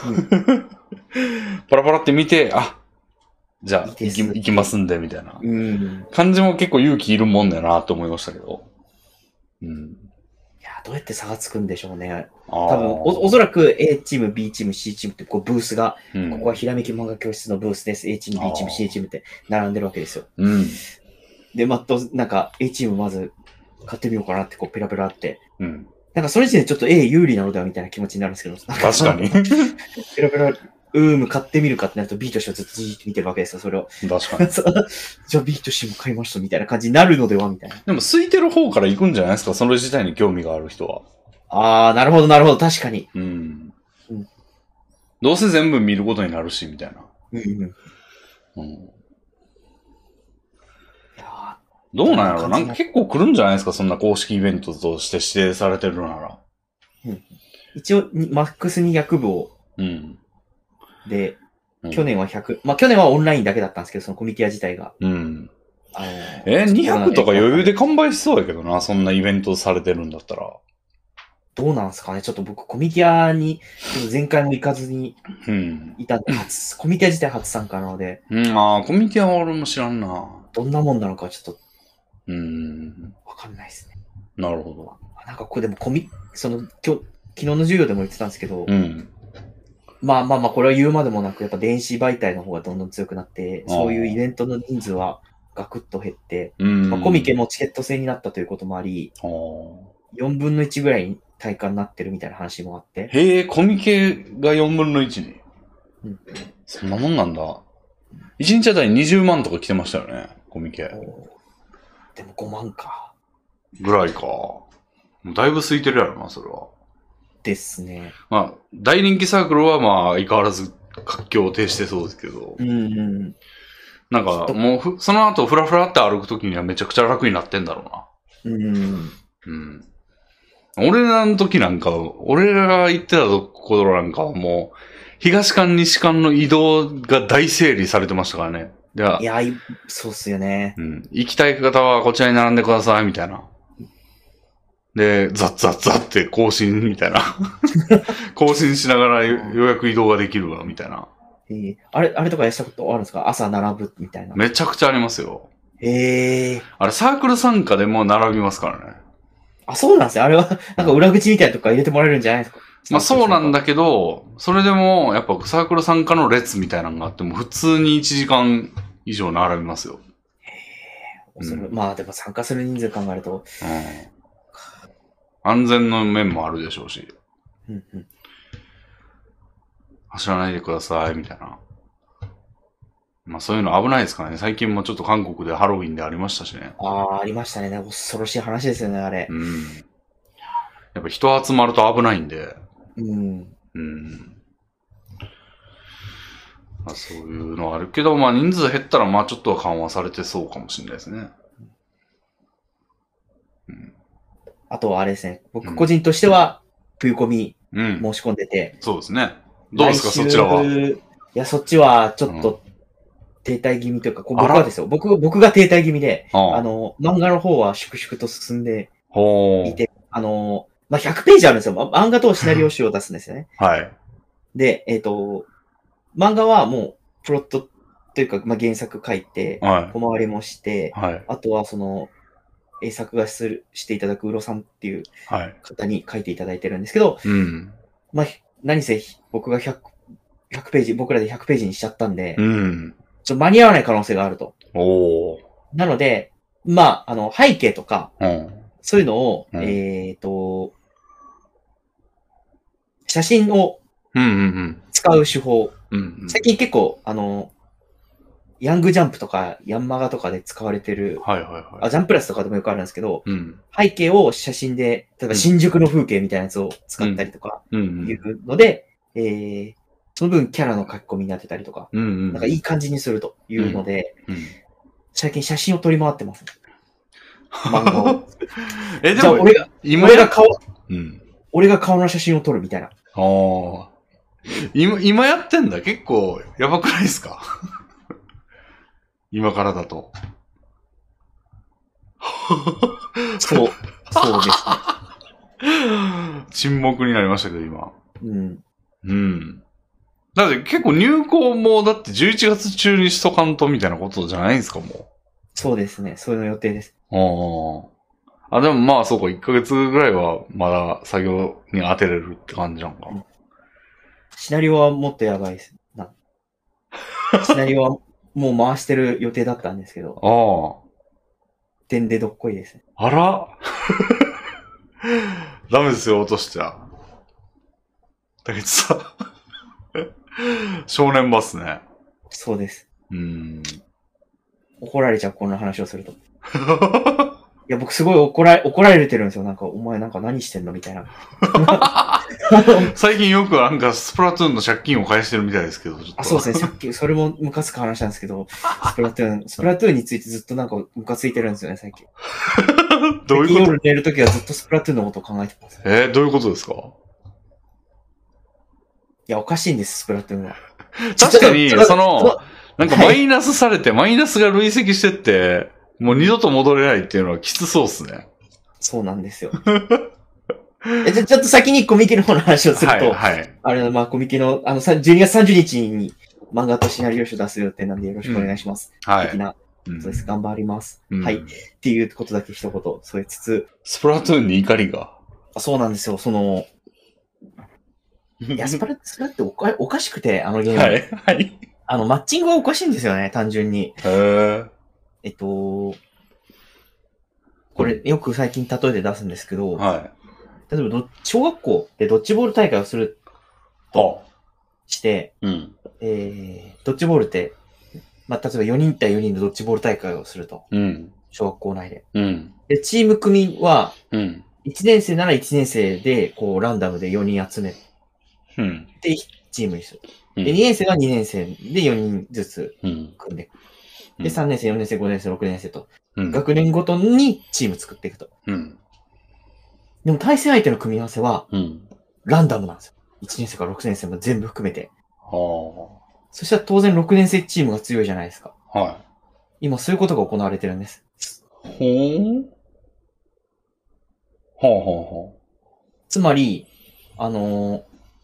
パラパラって見て、じゃあ行きますんで、みたいな。感じも結構勇気いるもんだよなと思いましたけど。 や、どうやって差がつくんでしょうね。 多多分おそらく A チーム、B チーム、C チームってこうブースが、 うん、 ここはひらめき漫画教室のブースです。A チーム、B チーム、C チームって並んでるわけですよ。 うん。 で、なんか A チームまず買ってみようかなってこうペラペラって。 うん。 なんかそれ時点でちょっと A 有利なのではみたいな気持ちになるんですけど。 確かに。 ペラペラ、買ってみるかってなると B としてはずっとじーっと見てるわけですよ、それを。 確かに。 じゃあ B と C も買いましたみたいな感じになるのではみたいな。 でも、空いてる方から行くんじゃないですか、それ自体に興味がある人は。 あー、なるほど、なるほど、確かに。 うん。どうせ全部見ることになるし、みたいな。どうなんやろ、なんか結構来るんじゃないですか、そんな公式イベントとして指定されてるなら。 一応、マックス200部を。で、去年は100。まあ、去年はオンラインだけだったんですけど、そのコミティア自体が。 200とか余裕で完売しそうやけどな、そんなイベントされてるんだったら。 どうなんですかね、ちょっと僕、コミティアに、前回も行かずにいたんで、コミティア自体初参加なので。 コミティアは俺も知らんな。 どんなもんなのかちょっと。わかんないですね。 なるほど。 なんかこれでも昨日の授業でも言ってたんですけど、まあ、これは言うまでもなく、やっぱ電子媒体の方がどんどん強くなって、そういうイベントの人数はガクッと減って、コミケもチケット制になったということもあり、4分の1ぐらい体感になってるみたいな話もあって。 へえ、コミケが4分の1に。そんなもんなんだ。1日あたり20万とか来てましたよね、コミケ。 でも5万か。 ぐらいか。だいぶ空いてるやろな、それは。 ですね。 まあ、大人気サークルはまあ、相変わらず活況を呈してそうですけど。なんか、もうその後、フラフラって歩くときにはめちゃくちゃ楽になってんだろうな。俺らの時なんか、俺らが行ってたところなんかはもう、東館西館の移動が大整理されてましたからね。 いや、そうっすよね。 行きたい方はこちらに並んでください、みたいな。で、ザッザッザッって更新みたいな。更新しながらようやく移動ができるわ、みたいな。 あれとかやったことあるんですか？朝並ぶみたいな。 めちゃくちゃありますよ。あれ、サークル参加でも並びますからね。 あ、そうなんですよ。あれは、なんか裏口みたいなとこ入れてもらえるんじゃないですか？ まあそうなんだけど、それでも、やっぱサークル参加の列みたいなのがあっても、普通に1時間以上並びますよ。 まあでも参加する人数考えると。 安全の面もあるでしょうし。走らないでください、みたいな。まあそういうの危ないですからね。最近もちょっと韓国でハロウィンでありましたしね。 ありましたね。恐ろしい話ですよね、あれ。 やっぱ人集まると危ないんで。まあ、そういうのはあるけど、まあ人数減ったらまあちょっとは緩和されてそうかもしれないですね。 あとはあれですね。僕個人としては、冬コミ申し込んでて。 そうですね。どうですか、そちらは。 いや、そっちはちょっと停滞気味というか、僕はですよ。僕が停滞気味で、漫画の方は粛々と進んでいて、まあ、100ページあるんですよ。漫画とシナリオ集を出すんですよね。で、漫画はもう、プロットというか、まあ、原作書いて、小回りもして、あとは作画していただくうろさんっていう方に書いていただいてるんですけど、まあ、何せ僕が100ページ、僕らで100ページにしちゃったんで、間に合わない可能性があると。なので、まあ、背景とか、そういうのを、写真を使う手法。最近結構、ヤングジャンプとか、ヤンマガとかで使われてる、ジャンプラスとかでもよくあるんですけど、背景を写真で、例えば新宿の風景みたいなやつを使ったりとか、いうので、その分キャラの書き込みになってたりとか、なんかいい感じにするというので、最近写真を撮り回ってます。漫画を。でも、俺が顔の写真を撮るみたいな。 今やってんだ。結構、やばくないですか？今からだと。 そうですね。沈黙になりましたけど、今。だって結構入校も、だって11月中にしとかんとみたいなことじゃないんですか、もう。 そうですね。そういうの予定です。 あ、でもまあそうか、1ヶ月ぐらいはまだ作業に当てれるって感じなんか。 シナリオはもっとやばいです。シナリオはもう回してる予定だったんですけど。 ああ。 点でどっこいですね。 あらダメですよ、落としちゃ。だけどさ、少年バスね。 そうです。怒られちゃう、こんな話をすると。いや、僕すごい怒られてるんですよ。なんか、お前なんか何してんのみたいな。 最近よくなんかスプラトゥーンの借金を返してるみたいですけど。 あ、そうですね。さっき、それもムカつく話なんですけど、スプラトゥーンについてずっとなんかムカついてるんですよね、最近。 どういうこと？ 夜寝るときはずっとスプラトゥーンのことを考えてます。 どういうことですか？ いや、おかしいんです、スプラトゥーンは。 確かに、なんかマイナスされて、マイナスが累積してって、もう二度と戻れないっていうのはきつそうっすね。 そうなんですよ。ちょっと先にコミケの方の話をすると、 はい。 あれ、まあ、コミケの、12月30日に漫画とシナリオ書出す予定なんでよろしくお願いします。 はい。 的な。そうです。頑張ります。 はい。 っていうことだけ一言添えつつ。 スプラトゥーンに怒りが。 そうなんですよ。いや、スプラっておかしくて、あのゲーム。 はい。 マッチングはおかしいんですよね、単純に。これ、よく最近例えて出すんですけど、 はい。 例えば、小学校でドッジボール大会をするとして、ドッジボールって、まあ、例えば4人対4人でドッジボール大会をすると。小学校内で。で、チーム組は、1年生なら1年生で、こう、ランダムで4人集める。で、チームにする。で、2年生は2年生で4人ずつ組んでいく。で、3年生、4年生、5年生、6年生と、学年ごとにチーム作っていくと。でも対戦相手の組み合わせは、ランダムなんですよ。1年生から6年生も全部含めて。そしたら当然6年生チームが強いじゃないですか。 はい。 今そういうことが行われてるんです。つまり、1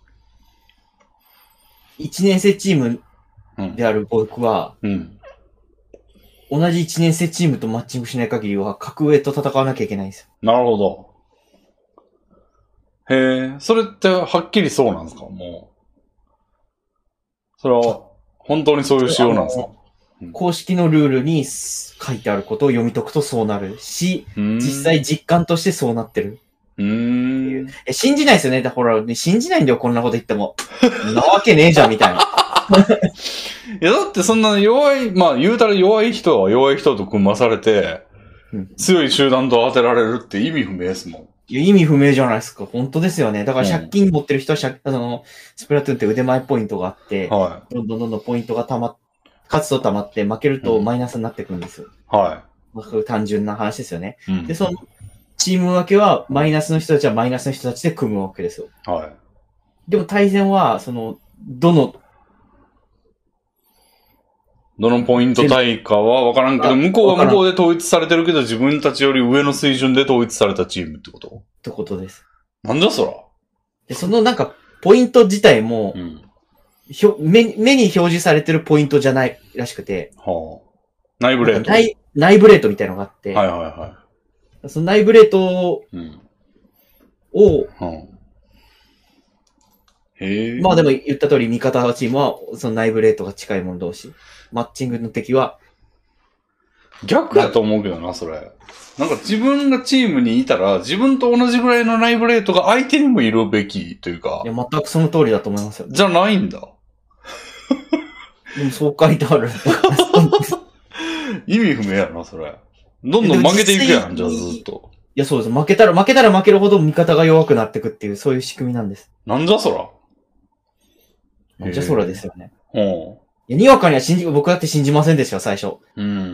年生チームである僕は、同じ1年生チームとマッチングしない限りは、格上と戦わなきゃいけないんですよ。 なるほど。へえ、それってはっきりそうなんですか？もう。それは、本当にそういう仕様なんですか？ 公式のルールに書いてあることを読み解くとそうなるし、実際実感としてそうなってる。信じないですよね。だから、信じないんだよ、こんなこと言っても。なわけねえじゃん、みたいな。 いや、だってそんな弱い、まあ言うたら弱い人は弱い人と組まされて、強い集団と当てられるって意味不明ですもん。 いや、意味不明じゃないですか。本当ですよね。だから借金持ってる人はスプラトゥーンって腕前ポイントがあって、どんどんポイントが勝つと溜まって負けるとマイナスになってくるんですよ。単純な話ですよね。で、そのチーム分けはマイナスの人たちはマイナスの人たちで組むわけですよ。でも対戦は、どのポイント対価は分からんけど、向こうは向こうで統一されてるけど、自分たちより上の水準で統一されたチームってこと？ ってことです。 なんだそら。 で、なんか、ポイント自体も、目に表示されてるポイントじゃないらしくて。 内部レート。 内部レートみたいなのがあって。その内部レートを、まあでも言った通り、味方チームは、その内部レートが近い者同士。マッチングの敵は。 逆だと思うけどな、それ。なんか自分がチームにいたら、自分と同じぐらいの内部レートが相手にもいるべきというか。 いや、全くその通りだと思いますよ。 じゃないんだ。 でもそう書いてある。 意味不明やな、それ。どんどん負けていくやん、じゃあずっと。 いや、そうです。負けたら負けるほど味方が弱くなっていくっていう、そういう仕組みなんです。 なんじゃそら。 なんじゃそらですよね。いや、にわかには僕だって信じませんでしたよ、最初。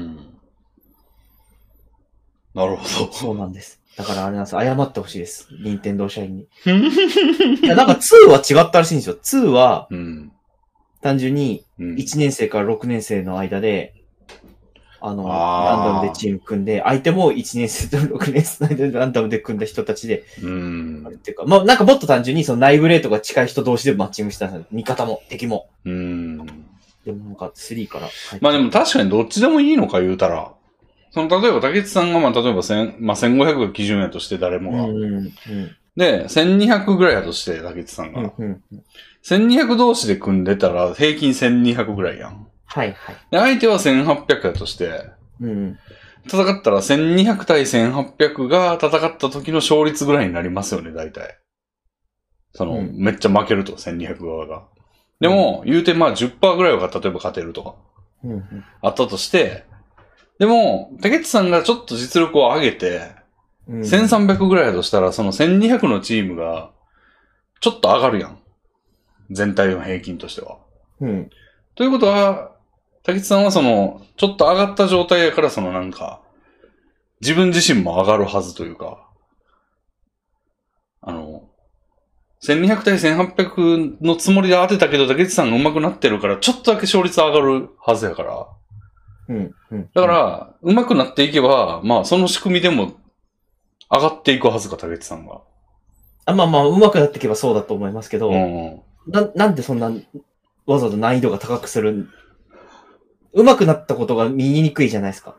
なるほど。 そうなんです。だからあれなんです。謝ってほしいです。任天堂社員に。いや、なんか2は違ったらしいんですよ。2は、単純に、1年生から6年生の間で、ランダムでチーム組んで、相手も1年生と6年生の間でランダムで組んだ人たちで、あれっていうか、まあなんかもっと単純にその内部レートが近い人同士でマッチングしたんですよ。味方も、敵も。でもなんか3から。 まあでも確かにどっちでもいいのか言うたら。 例えば竹内さんが、例えば1500が基準やとして誰もが。で、1200ぐらいやとして、竹内さんが。1200同士で組んでたら平均1200ぐらいやん。 はいはい。 で、相手は1800やとして、戦ったら1200対1800が戦った時の勝率ぐらいになりますよね、大体。めっちゃ負けると、1200側が。でも、言うて10% ぐらいは例えば勝てるとか。あったとして、でも、竹内さんがちょっと実力を上げて、1300ぐらいだとしたら、その1200のチームが、ちょっと上がるやん。全体の平均としては。ということは、竹内さんはちょっと上がった状態やから、自分自身も上がるはずというか、1200対1800のつもりで当てたけど、竹内さんが上手くなってるから、ちょっとだけ勝率上がるはずやから。だから、上手くなっていけば、その仕組みでも上がっていくはずか、竹内さんが。 上手くなっていけばそうだと思いますけど、なんでそんな、わざわざ難易度が高くする上手くなったことが見にくいじゃないですか。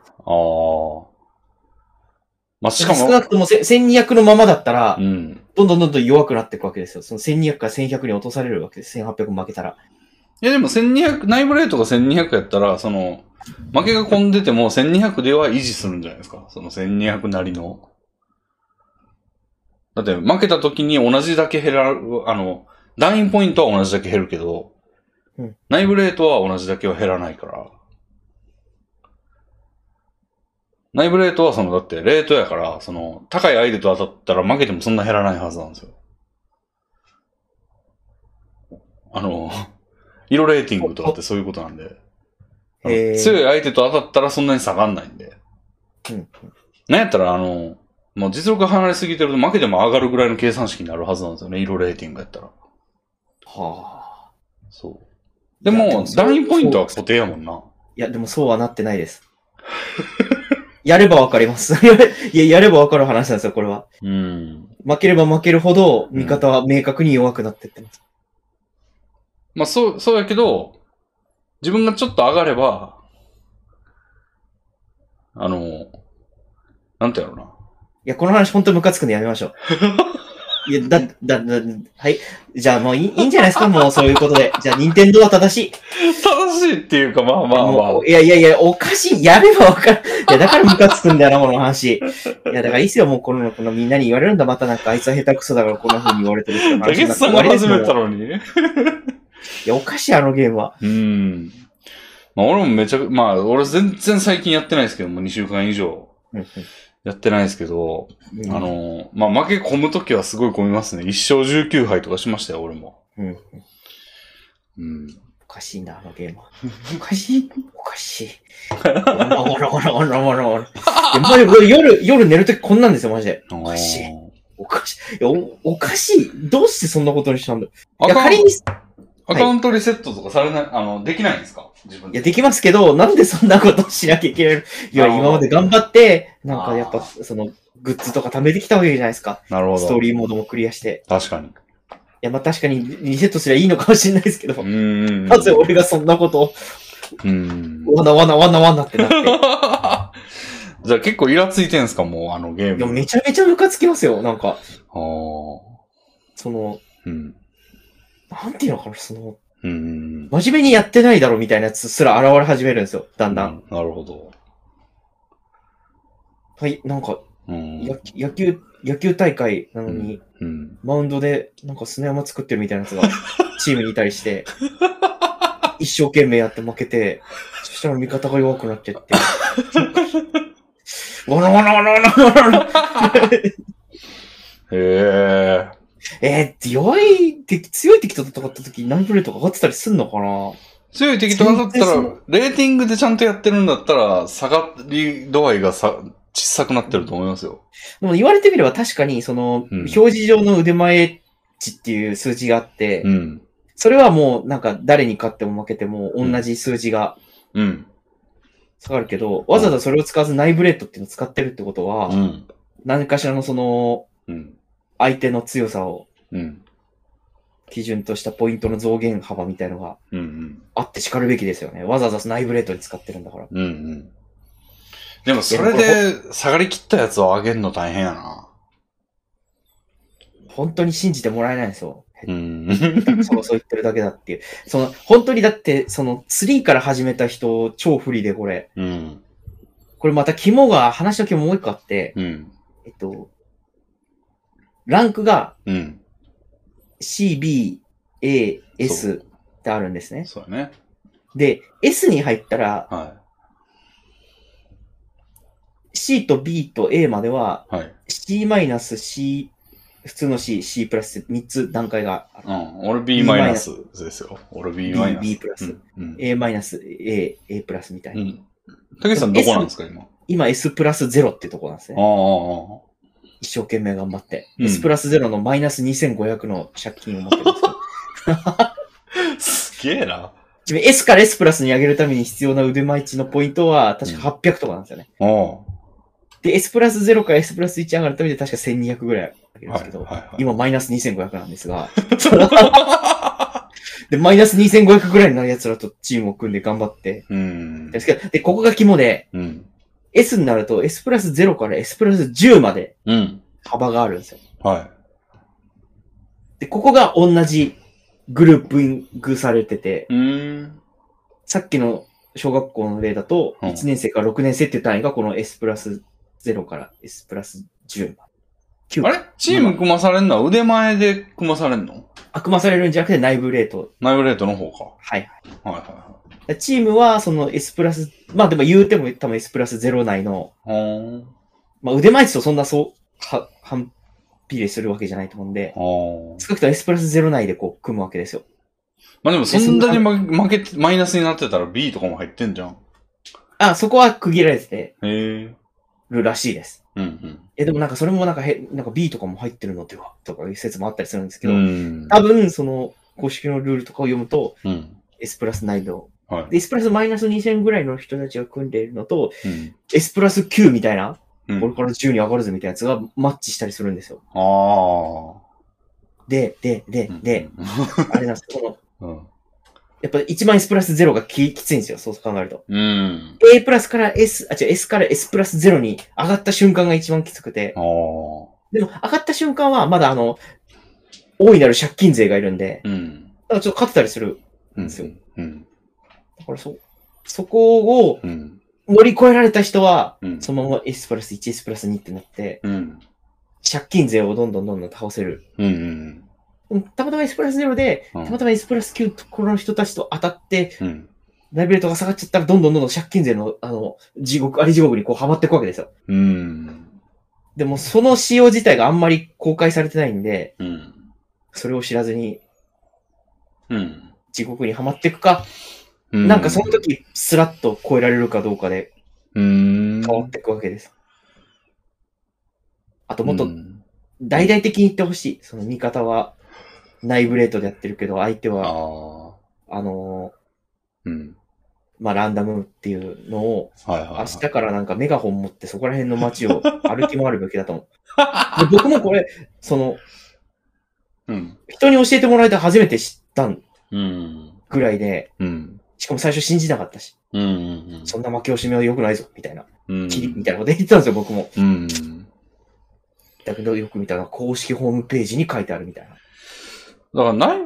しかも。少なくとも1200のままだったら、どんどん弱くなっていくわけですよ。その1200から1100に落とされるわけです。1800負けたら。 いやでも1200、内部レートが1200やったら、負けが込んでても1200では維持するんじゃないですか。その1200なりの。だって負けた時に同じだけ減らる、ダインポイントは同じだけ減るけど、内部レートは同じだけは減らないから。内部レートはだってレートやから、高い相手と当たったら負けてもそんな減らないはずなんですよ。色レーティングとかってそういうことなんで。強い相手と当たったらそんなに下がんないんで。なんやったらもう実力が離れすぎてると負けても上がるぐらいの計算式になるはずなんですよね、色レーティングやったら。そう。でも、ダインポイントは固定やもんな。 いや、でもそうはなってないです。やればわかります。やればわかる話なんですよ、これは。負ければ負けるほど、味方は明確に弱くなってってます。 そうやけど、自分がちょっと上がれば、なんてやろうな。 いや、この話本当にムカつくんでやめましょう。いや、はい。じゃあもういいんじゃないですか、もうそういうことで。じゃあ、任天堂は正しい。 正しいっていうか、 いや、おかしい。やればわかる。いや、だからムカつくんだよな、この話。いや、だからいいっすよ、もうこのみんなに言われるんだ、またあいつは下手くそだからこんな風に言われてる人。 竹内さんが始めたのに。いや、おかしい、あのゲームは。 俺も俺全然最近やってないですけども、2週間以上。やってないですけど、負け込むときはすごい込みますね。1勝19敗とかしましたよ、俺も。 おかしいんだ、あのゲームは。おかしい。夜寝るときこんなんですよ、マジで。おかしい。おかしい。どうしてそんなことにしたんだよ。いや、仮に、 アカウントリセットとかされない、できないんですか自分で。 いや、できますけど、なんでそんなことしなきゃいけないの？いや、今まで頑張って、やっぱ、グッズとか貯めてきたわけじゃないですか。 なるほど。ストーリーモードもクリアして。 確かに。 いや、確かにリセットすりゃいいのかもしれないですけど。なぜ俺がそんなことを、わなってなって。 じゃあ結構イラついてんすか、もうあのゲーム。 いや、めちゃめちゃムカつきますよ、なんていうのかな、真面目にやってないだろみたいなやつすら現れ始めるんですよ、だんだん。 なるほど。 はい、野球大会なのに、マウンドで砂山作ってるみたいなやつがチームにいたりして、一生懸命やって負けて、そしたら味方が弱くなっちゃって、わな。 へえ。 強い敵と戦った時何プレーとか上がってたりすんのかな？ 強い敵と当たったら、レーティングでちゃんとやってるんだったら、下がり度合いが小さくなってると思いますよ。 でも言われてみれば確かに、表示上の腕前値っていう数字があって、それはもう誰に勝っても負けても同じ数字が下がるけど、わざわざそれを使わずナイブレートっていうのを使ってるってことは、何かしらの相手の強さを基準としたポイントの増減幅みたいのがあって叱るべきですよね。わざわざナイブレートに使ってるんだから。 でもそれで下がりきったやつを上げるの大変やな。 本当に信じてもらえないんですよ。 うん。 そう言ってるだけだっていう。本当にだって、3から始めた人、超不利でこれ。 うん。 これまた話の肝もう一個あって、 うん。 ランクが、 うん。 C, B, A, S ってあるんですね。 そうだね。 で、S に入ったら、 はい。 C と B と A までは、 はい。 C-C、普通の C、C プラス3つ段階がある。 うん。俺 B マイナスですよ。俺 B マイナス。 B プラス。 うん。 A マイナス、A プラスみたいな。うん。 竹内さんどこなんですか、 今 S プラス0ってとこなんですね。一生懸命頑張って。S プラス0のマイナス2500の借金を持ってるんですけど。 すげえな。 S から S プラスに上げるために必要な腕前値のポイントは確か800とかなんですよね。で、S プラス0から S プラス1上がるために確か1200ぐらい上げるんですけど、今マイナス2500なんですが、で、マイナス2500ぐらいになる奴らとチームを組んで頑張って、ですけど、で、ここが肝で、S になると S プラス0から S プラス10まで幅があるんですよ。で、ここが同じグループイングされてて、さっきの小学校の例だと、1年生から6年生っていう単位がこの S プラス0から S プラス10まで。 あれチーム組まされるのは腕前で組まされるの？ 組まされるんじゃなくて内部レート。 内部レートの方か。 はいはい。チームはその S プラス、まあでも言うても多分 S プラス0内の、まあ腕前値とそんな反比例するわけじゃないと思うんで、少なくとも S プラス0内でこう組むわけですよ。 まあでもそんなにマイナスになってたら B とかも入ってんじゃん。 そこは区切られててるらしいです。 うんうん。 でもなんかそれもなんかB とかも入ってるのではとかいう説もあったりするんですけど、多分その公式のルールとかを読むと、S プラス内度、S プラスマイナス2000ぐらいの人たちが組んでいるのと、S プラス9みたいな、これから10に上がるぜみたいなやつがマッチしたりするんですよ。で、あれなんですよ、やっぱ一番 S プラス0がきついんですよ、そう考えると。A プラスから S から S プラス0に上がった瞬間が一番きつくて。でも上がった瞬間はまだ大いなる借金税がいるんで、だからちょっと勝ってたりするんですよ。だからそこを乗り越えられた人は、そのまま S プラス1、S プラス2ってなって、借金税をどんどん倒せる。たまたま S プラス0で、たまたま S プラス9ところの人たちと当たって、ライブレートが下がっちゃったら、どんどん借金税の、地獄にこう、はまっていくわけですよ。でも、その仕様自体があんまり公開されてないんで、それを知らずに、地獄にはまっていくか、なんかその時、スラッと超えられるかどうかで、変わっていくわけです。あと、もっと、大々的に言ってほしい。その味方は、内部レートでやってるけど、相手は、まあ、ランダムっていうのを、明日からなんかメガホン持ってそこら辺の街を歩き回るべきだと思う。僕もこれ、人に教えてもらえて初めて知ったぐらいで、しかも最初信じなかったし、そんな負け惜しみは良くないぞ、みたいな。キリみたいなこと言ってたんですよ、僕も。だけどよく見たら公式ホームページに書いてあるみたいな。 だから内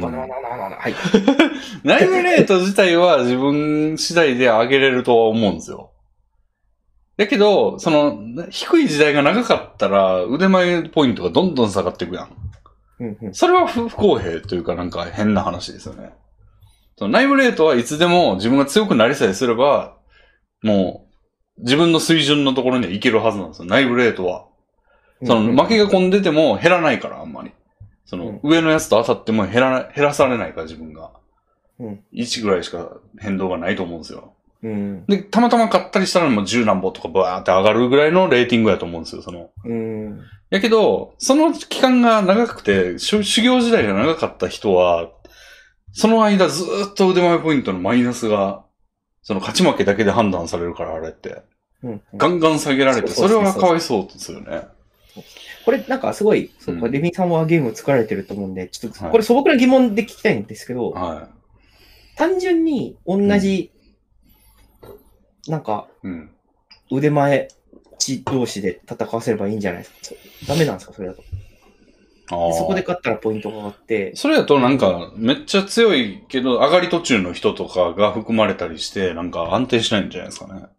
部レート自体は自分次第で上げれるとは思うんですよ。だけど、低い時代が長かったら腕前ポイントがどんどん下がっていくやん。それは不公平というかなんか変な話ですよね。内部レートはいつでも自分が強くなりさえすれば、もう自分の水準のところにはいけるはずなんですよ。内部レートは。負けが込んでても減らないから、あんまり。上のやつと当たっても減らされないから、自分が。1ぐらいしか変動がないと思うんですよ。で、たまたま買ったりしたらもう10何本とかバーって上がるぐらいのレーティングやと思うんですよ、やけど、その期間が長くて、修行時代が長かった人は、その間ずーっと腕前ポイントのマイナスが、勝ち負けだけで判断されるから、あれって。ガンガン下げられて、それはかわいそうですよね。 これなんかすごい、レミさんはゲームを作られてると思うんで、ちょっとこれ素朴な疑問で聞きたいんですけど、単純に同じ、なんか、 腕前地同士で戦わせればいいんじゃないですか。ダメなんですか、それだと。そこで勝ったらポイントが上がって。 それだとなんか、めっちゃ強いけど、上がり途中の人とかが含まれたりして、なんか安定しないんじゃないですかね。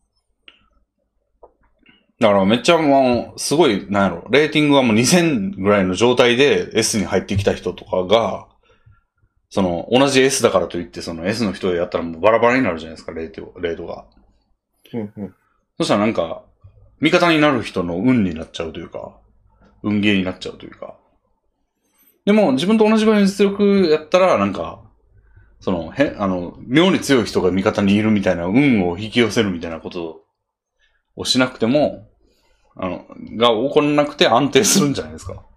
だからめっちゃもう、すごい、なんやろ、レーティングはもう2000ぐらいの状態で S に入ってきた人とかが、その、同じ S だからといって、その S の人でやったらもうバラバラになるじゃないですか、レートが。そしたらなんか、味方になる人の運になっちゃうというか、運ゲーになっちゃうというか。でも、自分と同じぐらいの実力やったら、なんか、その、妙に強い人が味方にいるみたいな、運を引き寄せるみたいなことをしなくても、が起こらなくて安定するんじゃないですか。だ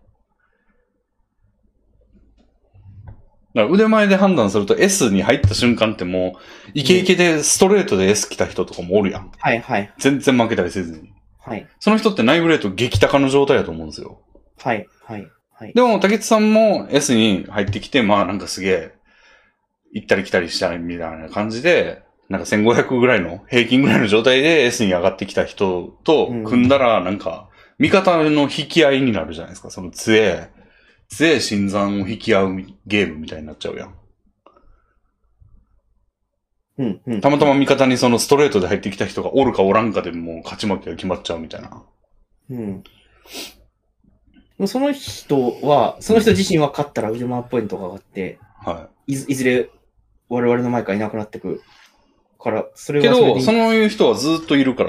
から腕前で判断すると S に入った瞬間ってもう、イケイケでストレートで S 来た人とかもおるやん。 はいはい。 全然負けたりせずに。 はい。 その人って内部レート激高の状態だと思うんですよ。 はいはいはい。 でも、竹内さんも S に入ってきて、まあなんかすげえ、行ったり来たりしたりみたいな感じで、なんか1500ぐらいの、平均ぐらいの状態で S に上がってきた人と組んだら、なんか、味方の引き合いになるじゃないですか。その強い新参を引き合うゲームみたいになっちゃうやん。たまたま味方にそのストレートで入ってきた人がおるかおらんかでもう勝ち負けが決まっちゃうみたいな。 その人自身は勝ったら腕前ポイントが上がって、 はい。 いずれ我々の前からいなくなってくから、それはそれでいい。けど、そういう人はずっといるから、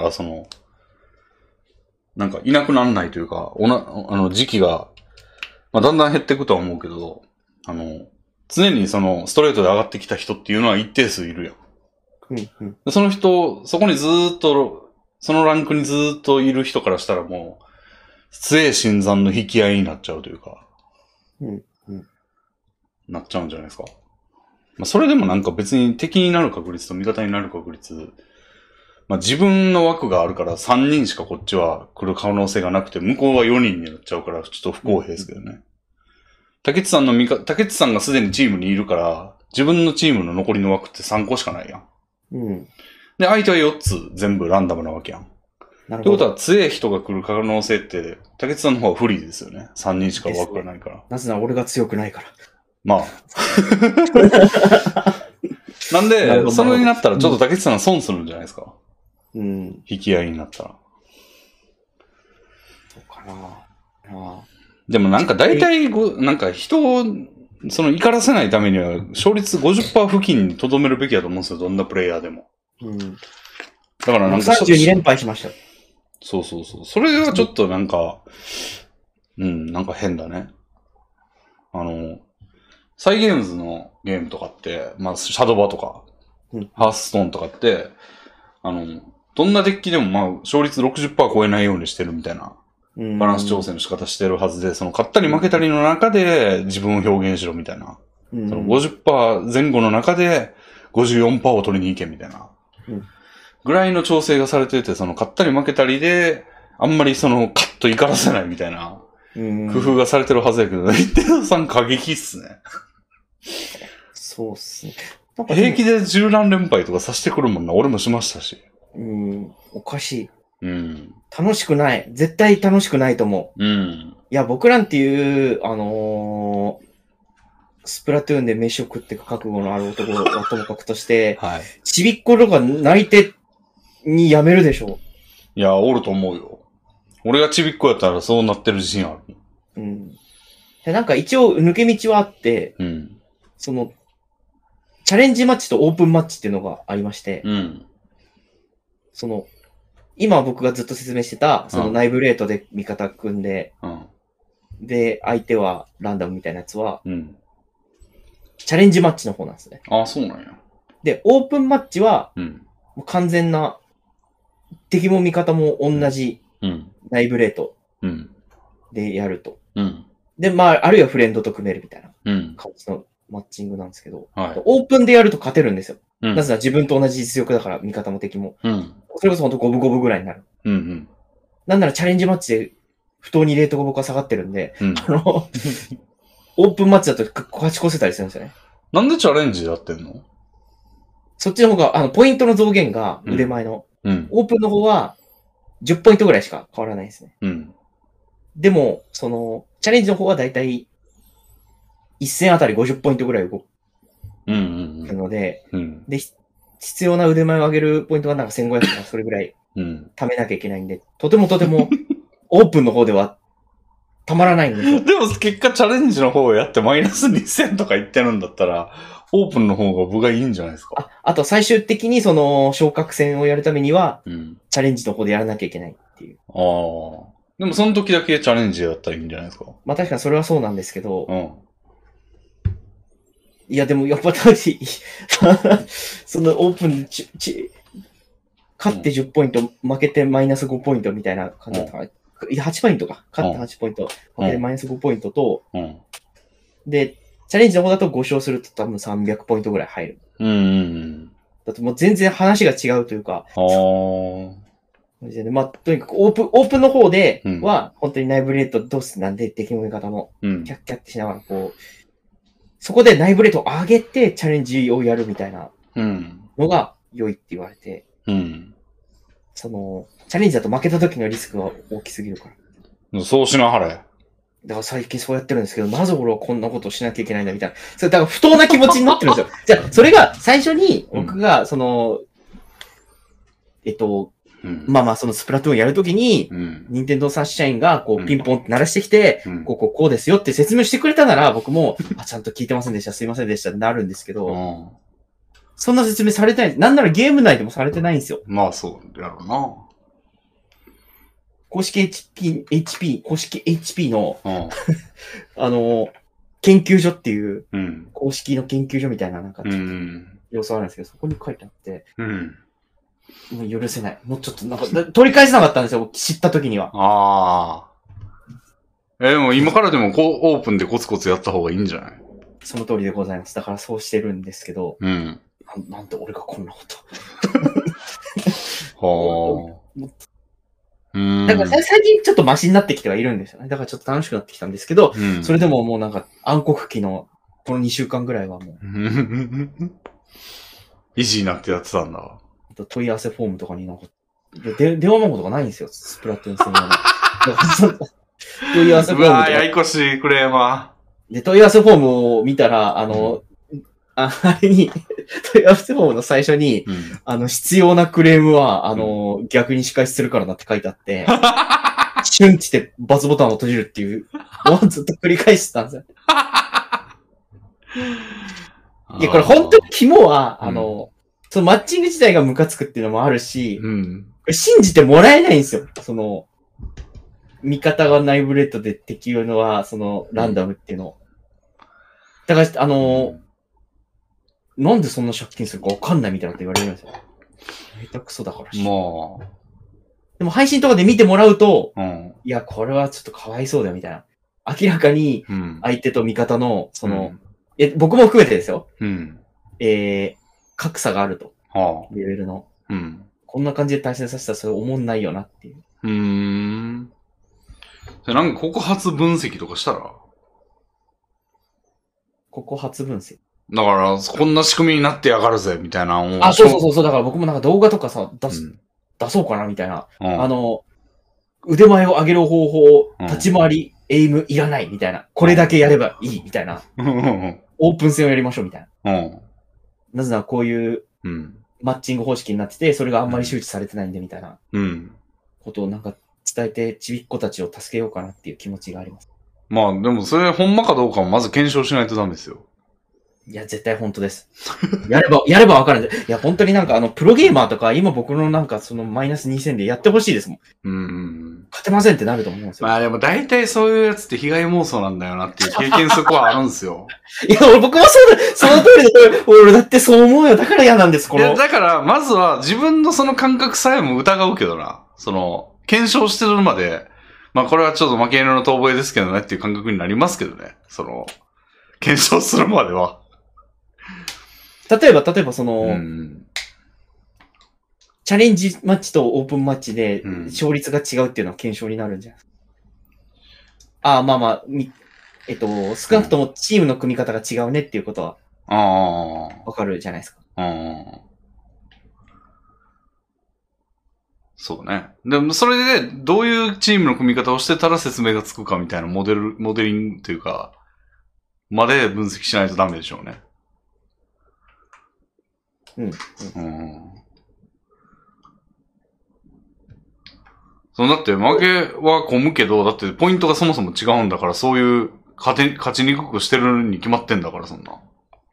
なんかいなくならないというか、時期が、まあ、だんだん減っていくとは思うけど、常にそのストレートで上がってきた人っていうのは一定数いるやん。その人、そこにずっと、そのランクにずっといる人からしたらもう、強い新参の引き合いになっちゃうというか、なっちゃうんじゃないですか。まあ、それでもなんか別に敵になる確率と味方になる確率、まあ自分の枠があるから3人しかこっちは来る可能性がなくて、向こうは4人になっちゃうからちょっと不公平ですけどね。竹内さんがすでにチームにいるから、自分のチームの残りの枠って3個しかないやん。で、相手は4つ全部ランダムなわけやん。ってことは強い人が来る可能性って、竹内さんの方は不利ですよね。3人しか枠がないから。 なぜなら俺が強くないから。 まあ。なんで、それになったらちょっと竹内さんが損するんじゃないですか。引き合いになったら。 そうかな。 でもなんか大体、なんか人を、怒らせないためには、勝率 50% 付近に留めるべきだと思うんですよ。どんなプレイヤーでも。だからなんか。 32連敗しました。 そう。それはちょっとなんか、なんか変だね。サイゲームズのゲームとかって、まあ、シャドバとか、ハースストーンとかって、どんなデッキでもまあ、勝率 60% 超えないようにしてるみたいな、バランス調整の仕方してるはずで、その勝ったり負けたりの中で自分を表現しろみたいな。その 50% 前後の中で 54% を取りに行けみたいな。ぐらいの調整がされてて、その勝ったり負けたりで、あんまりカッと怒らせないみたいな、工夫がされてるはずやけど、一定さん過激っすね。 そうっすね。 平気で10何連敗とかさせてくるもんな。俺もしましたし。 おかしい。楽しくない。絶対楽しくないと思う。いや、僕なんていう、スプラトゥーンで飯を食っていく覚悟のある男はともかくとして、ちびっ子とか泣いてにやめるでしょ。 いや、おると思うよ。俺がちびっ子やったらそうなってる自信ある。 でなんか一応抜け道はあって、チャレンジマッチとオープンマッチっていうのがありまして、今僕がずっと説明してた、内部レートで味方組んで、で、相手はランダムみたいなやつは、チャレンジマッチの方なんですね。 ああ、そうなんや。 で、オープンマッチは、もう完全な、敵も味方も同じ内部レートでやると。で、まあ、あるいはフレンドと組めるみたいな感じのマッチングなんですけど、オープンでやると勝てるんですよ。なぜなら自分と同じ実力だから、味方も敵も。それこそほんと五分五分ぐらいになる。なんならチャレンジマッチで不当にレートが僕は下がってるんで、オープンマッチだと勝ち越せたりするんですよね。 なんでチャレンジやってんの？ そっちの方が、ポイントの増減が腕前の、 うん。 オープンの方は10ポイントぐらいしか変わらないですね。 うん。 でも、その、チャレンジの方はだいたい1戦あたり50ポイントぐらい動うん。 くので、 うん。 で、必要な腕前を上げるポイントがなんか1500とかそれぐらいうん。 貯めなきゃいけないんで、とてもオープンの方ではたまらないんですよ。 でも結果チャレンジの方をやってマイナス2000とか言ってるんだったら、オープンの方が部がいいんじゃないですか。 あと最終的にその昇格戦をやるためには、 うん。 チャレンジの方でやらなきゃいけないっていう。 ああ。でもその時だけチャレンジやったらいいんじゃないですか。 まあ確かにそれはそうなんですけど、 うん。 いやでもやっぱ当時、そのオープンで勝って10ポイント、負けてマイナス5ポイントみたいな感じだったから、いや8ポイントか。勝って8ポイント、負けてマイナス5ポイントと、で、チャレンジの方だと5勝すると多分300ポイントぐらい入る。だともう全然話が違うというか、まあ、とにかくオープンの方では、本当に内部レートドスなんで、敵の味方も、キャッキャッてしながらこう、そこで内部レートを上げてチャレンジをやるみたいなのが良いって言われて、その、チャレンジだと負けた時のリスクが大きすぎるから。 そうしなはれ。 だから最近そうやってるんですけど、なぜ俺はこんなことをしなきゃいけないんだみたいな。それだから不当な気持ちになってるんですよ。じゃあ、それが最初に僕が、その、まあまあ、そのスプラトゥーンやるときに、任天堂さん社員が、こう、ピンポンって鳴らしてきて、こうですよって説明してくれたなら、僕も、ちゃんと聞いてませんでした、すいませんでしたってなるんですけど、そんな説明されてない。なんならゲーム内でもされてないんですよ。 まあ、そうやろうな。 公式 公式 HP の、研究所っていう、公式の研究所みたいな、なんか、要素あるんですけど、そこに書いてあって、もう許せない。もうちょっとなんか、取り返せなかったんですよ、知った時には。 でも今からでもオープンでコツコツやった方がいいんじゃない？ その通りでございます。だからそうしてるんですけど、なんで俺がこんなこと。だから最近ちょっとマシになってきてはいるんですよね。だからちょっと楽しくなってきたんですけど、それでももうなんか暗黒期のこの2週間ぐらいはもう。 維持になってやってたんだ。 問い合わせフォームとかになんか、電話番号とかないんですよ。スプラトゥーン専用の。問い合わせフォームとか。 ややこしい、クレーマー。で、問い合わせフォームを見たら、あれに、問い合わせフォームの最初に、必要なクレームは、逆に仕返しするからなって書いてあって、シュンってバツボタンを閉じるっていうのをずっと繰り返してたんですよ。いや、これ本当に肝は、そのマッチング自体がムカつくっていうのもあるし、これ信じてもらえないんですよ。その、味方が内部レートで適用のは、その、ランダムっていうの。だから、なんでそんな借金するかわかんないみたいなこと言われるんですよ。下手くそだからし。でも配信とかで見てもらうと、いや、これはちょっとかわいそうだよみたいな。明らかに、相手と味方の、その、僕も含めてですよ。格差があると。レベルの。こんな感じで対戦させたらそれ思んないよなっていう。 なんか告発分析とかしたら？ 告発分析。 だから、こんな仕組みになってやがるぜ、みたいな。 そう。だから僕もなんか動画とかさ、出そうかな、みたいな。腕前を上げる方法、立ち回り、エイムいらない、みたいな。これだけやればいい、みたいな。オープン戦をやりましょう、みたいな。なぜならこういう、マッチング方式になってて、それがあんまり周知されてないんで、みたいな。ことをなんか伝えて、ちびっ子たちを助けようかなっていう気持ちがあります。 まあ、でもそれほんまかどうかもまず検証しないとダメですよ。 いや、絶対本当です。やればわかるんで。いや、本当になんかプロゲーマーとか、今僕のなんかそのマイナス2000でやってほしいですもん。勝てませんってなると思うんですよ。 まあでも大体そういうやつって被害妄想なんだよなっていう経験そこはあるんですよ。 いや、僕もその通りで、俺だってそう思うよ。だから嫌なんです、 いや、だから、まずは自分のその感覚さえも疑うけどな。その、検証してるまで、まあこれはちょっと負け犬の遠吠えですけどねっていう感覚になりますけどね。その、検証するまでは。 例えばその、チャレンジマッチとオープンマッチで勝率が違うっていうのは検証になるんじゃないですか。まあ、少なくともチームの組み方が違うねっていうことは、わかるじゃないですか。 そうね。でも、それで、どういうチームの組み方をしてたら説明がつくかみたいなモデリングというか、まで分析しないとダメでしょうね。 うん。 そう、だって負けは混むけど、だってポイントがそもそも違うんだから、そういう勝ちにくくしてるに決まってんだから、そんな。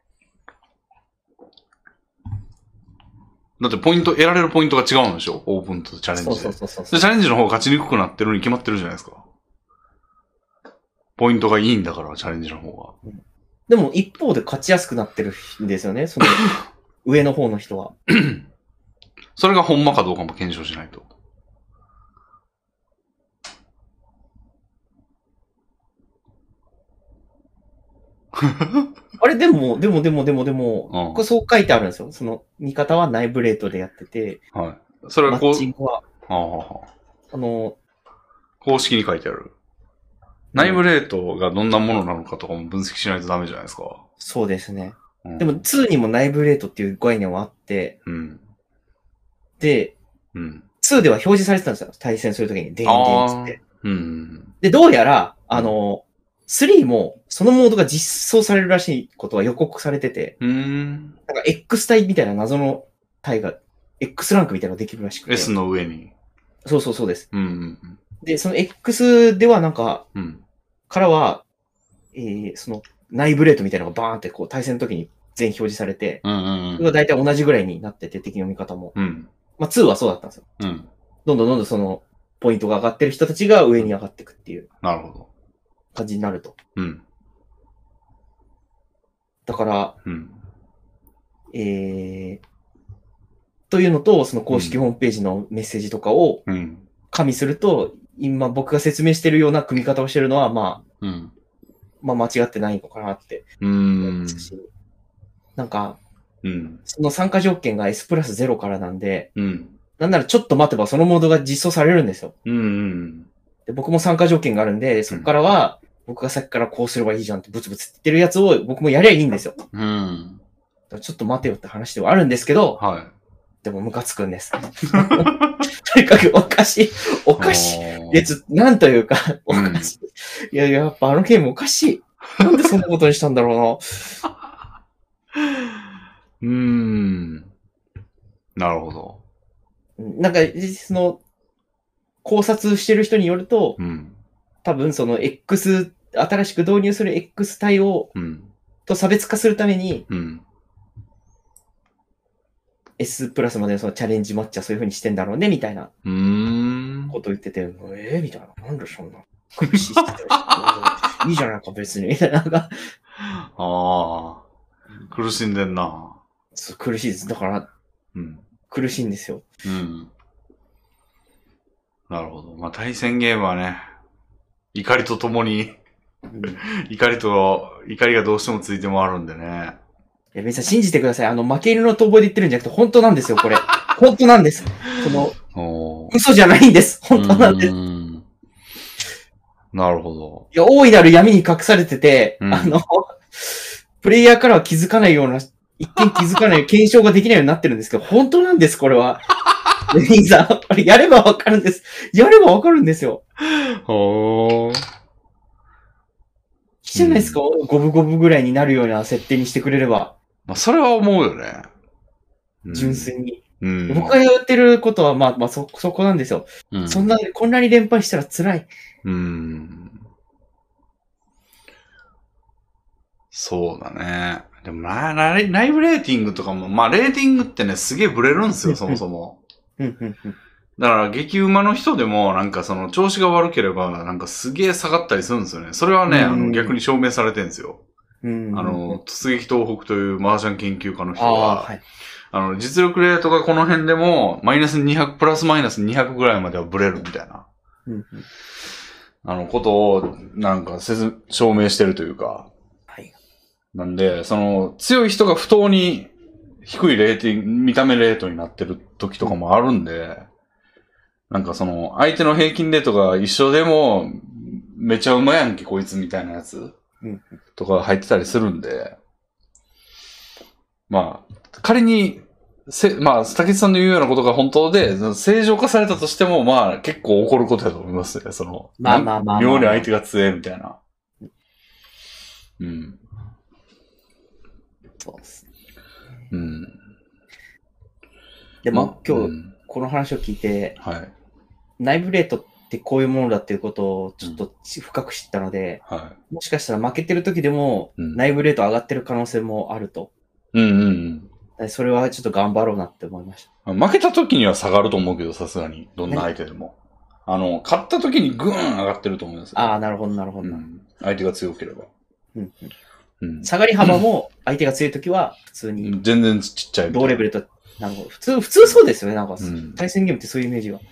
だってポイント、得られるポイントが違うんでしょ？オープンとチャレンジで。そう。で、チャレンジの方が勝ちにくくなってるに決まってるじゃないですか。ポイントがいいんだから、チャレンジの方が。 でも一方で勝ちやすくなってるんですよね、その上の方の人は。 それがほんまかどうかも検証しないと。 あれ、でも、これそう書いてあるんですよ。その、見方は内部レートでやってて、 はい。それはマッチングは、 公式に書いてある。内部レートがどんなものなのかとかも分析しないとダメじゃないですか。 そうですね。でも、2にも内部レートっていう概念はあって、で、2では表示されてたんですよ。対戦するときに、でんつって。で、どうやら、3も、そのモードが実装されるらしいことは予告されてて、なんか X 体みたいな謎の体が、X ランクみたいなのができるらしくて。 S の上に。 そうです。で、その X ではなんか、からは、その内部レートみたいなのがバーンってこう対戦の時に全表示されて、それが大体同じぐらいになってて、敵の味方も。まあ2はそうだったんですよ。どんどんその、ポイントが上がってる人たちが上に上がっていくっていう。 なるほど。 感じになると。だから、というのと、その公式ホームページのメッセージとかを加味すると、今僕が説明してるような組み方をしてるのは、まあ間違ってないのかなって思いますし。なんか、その参加条件が S プラス0からなんで、なんならちょっと待てばそのモードが実装されるんですよ。で僕も参加条件があるんで、そこからは、僕がさっきからこうすればいいじゃんってブツブツ言ってるやつを僕もやりゃいいんですよ。ちょっと待てよって話ではあるんですけど、でもムカつくんです。とにかくおかしい。なんというか、おかしい。いや、やっぱあのゲームおかしい。なんでそんなことにしたんだろうな。なるほど。 なんか、その、考察してる人によると、多分その 新しく導入する X 対応と差別化するために、S プラスまでのそのチャレンジマッチはそういう風にしてんだろうね、みたいなこと言ってて、みたいな。なんでそんな苦しいしてたいいじゃないか、別に。みたいな。 苦しんでんな。 苦しいです。だから、苦しいんですよ。 なるほど。まあ、対戦ゲームはね、怒りとともに、怒りがどうしてもついて回るんでね。 いや、皆さん信じてください。負け犬の逃亡で言ってるんじゃなくて、本当なんですよ、これ。本当なんです。嘘じゃないんです。本当なんです。 なるほど。 いや、大いなる闇に隠されてて、プレイヤーからは気づかないような、一見気づかない、検証ができないようになってるんですけど、本当なんです、これは。レミさん、これやればわかるんです。やればわかるんですよ。いいじゃないですか、五分五分ぐらいになるような設定にしてくれれば。 まあ、それは思うよね。 純粋に。僕がやってることは、まあ、そこなんですよ。こんなに連敗したら辛い。 そうだね。でもライブレーティングとかも、まあ、レーティングってね、すげえブレるんですよ、そもそも。だから、激馬の人でも、なんかその、調子が悪ければ、なんかすげえ下がったりするんですよね。それはね、逆に証明されてるんですよ。突撃東北という麻雀研究家の人が、実力レートがこの辺でも、マイナス200、プラスマイナス200ぐらいまではブレるみたいな、ことを、なんか、証明してるというか。なんで、その、強い人が不当に低い見た目レートになってる時とかもあるんで、なんかその、相手の平均レートが一緒でも、めちゃうまやんけ、こいつみたいなやつとか入ってたりするんで、まあ、仮にまあ、竹内さんの言うようなことが本当で、正常化されたとしても、まあ、結構起こることだと思いますね。 まあまあまあ。 妙に相手が強いみたいな。うん。 そうですね。 うん。 でも、今日、この話を聞いて、 はい。 内部レートってこういうものだっていうことをちょっと深く知ったので、 はい。 もしかしたら負けてる時でも、内部レート上がってる可能性もあると。それはちょっと頑張ろうなって思いました。 負けた時には下がると思うけど、さすがに。どんな相手でも。勝った時にグーン上がってると思いますよ。 ああ、なるほど、なるほど。 相手が強ければ。 下がり幅も相手が強い時は普通に。 全然ちっちゃい。 同レベルと。なるほど。普通そうですよね、なんか。対戦ゲームってそういうイメージが。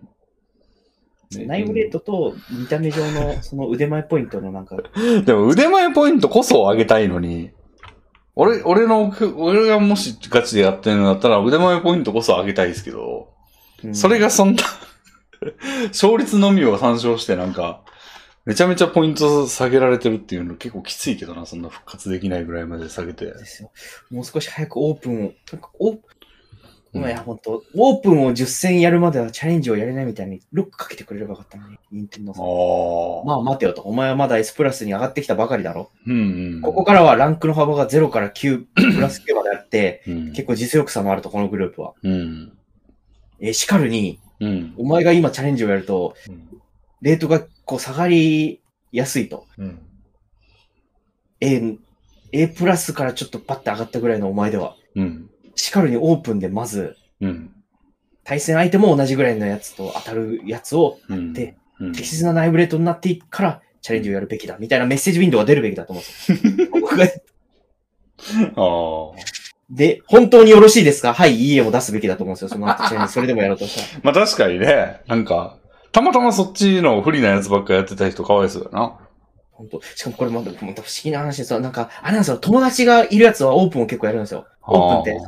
内部レートと見た目上のその腕前ポイントのなんか。 でも腕前ポイントこそ上げたいのに、俺がもしガチでやってるんだったら腕前ポイントこそ上げたいですけど、それがそんな勝率のみを参照してなんか、めちゃめちゃポイント下げられてるっていうの結構きついけどな、そんな復活できないぐらいまで下げて。 ですよ。もう少し早くオープンを、いや、本当オープンを10戦やるまではチャレンジをやれないみたいにロックかけてくれればよかったのに、任天堂さん。まあ待てよと。お前はまだ S プラスに上がってきたばかりだろ。ここからはランクの幅が0から9、プラス9まであって、結構実力差もあると、このグループは。しかるに、お前が今チャレンジをやると、レートがこう下がりやすいと。A プラスからちょっとパッて上がったぐらいのお前では。しかるにオープンでまず、対戦相手も同じぐらいのやつと当たるやつをやって、適切な内部レートになっていくからチャレンジをやるべきだ、みたいなメッセージウィンドウが出るべきだと思うんですよ。で、本当によろしいですか？はい、いいえも出すべきだと思うんですよ。その後チャレンジ、それでもやろうとしたら。 まあ確かにね、なんか、たまたまそっちの不利なやつばっかやってた人かわいそうだな。 本当。しかもこれも不思議な話ですよ。なんか、あれなんですよ。友達がいるやつはオープンを結構やるんですよ。オープンって、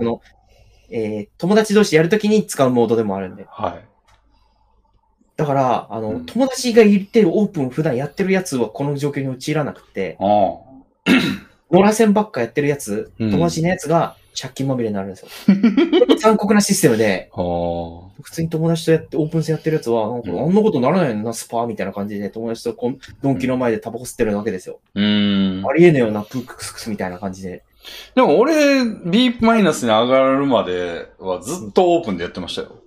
友達同士やるときに使うモードでもあるんで。 はい。 だから、友達が言ってるオープン普段やってるやつはこの状況に陥らなくて、ノラ戦ばっかやってるやつ、友達のやつが借金まみれになるんですよ。残酷なシステムで、普通に友達とやって、オープン戦やってるやつは、なんか、あんなことならないのな、スパーみたいな感じで、友達とドンキの前でタバコ吸ってるわけですよ。ありえねえよな、プークスクスみたいな感じで。 でも俺、B マイナスに上がるまではずっとオープンでやってましたよ。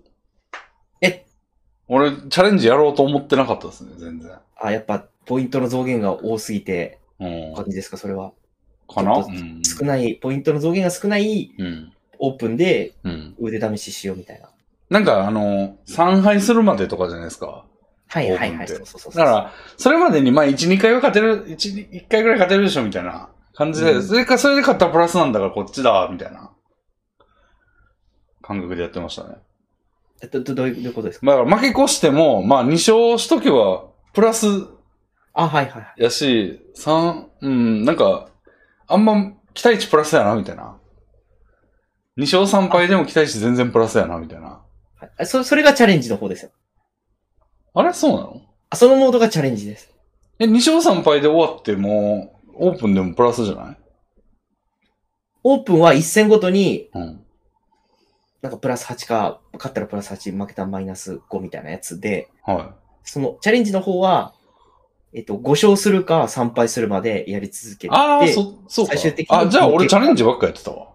俺、チャレンジやろうと思ってなかったですね、全然。 やっぱ、ポイントの増減が多すぎて、感じですか、それは。 かな？ 少ない、ポイントの増減が少ない、オープンで、腕試ししようみたいな。 なんか、3敗するまでとかじゃないですか。 はいはいはい。そう。 だから、それまでに、まあ、1、2回は勝てる、1回ぐらい勝てるでしょ、みたいな感じで、それで勝ったらプラスなんだからこっちだ、みたいな感覚でやってましたね。 どういうことですか？ だから負け越しても、まあ2勝しとけば、プラス。 はい。 やし、なんか、あんま期待値プラスやな、みたいな。2勝3敗でも期待値全然プラスやな、みたいな。 それがチャレンジの方ですよ。 あれそうなの？ そのモードがチャレンジです。 2勝3敗で終わっても、オープンでもプラスじゃない？ オープンは1戦ごとに、なんかプラス8か、勝ったらプラス8、負けたらマイナス5みたいなやつで、そのチャレンジの方は、5勝するか3敗するまでやり続けて、 そうか。 最終的に。 じゃあ俺チャレンジばっかやってたわ。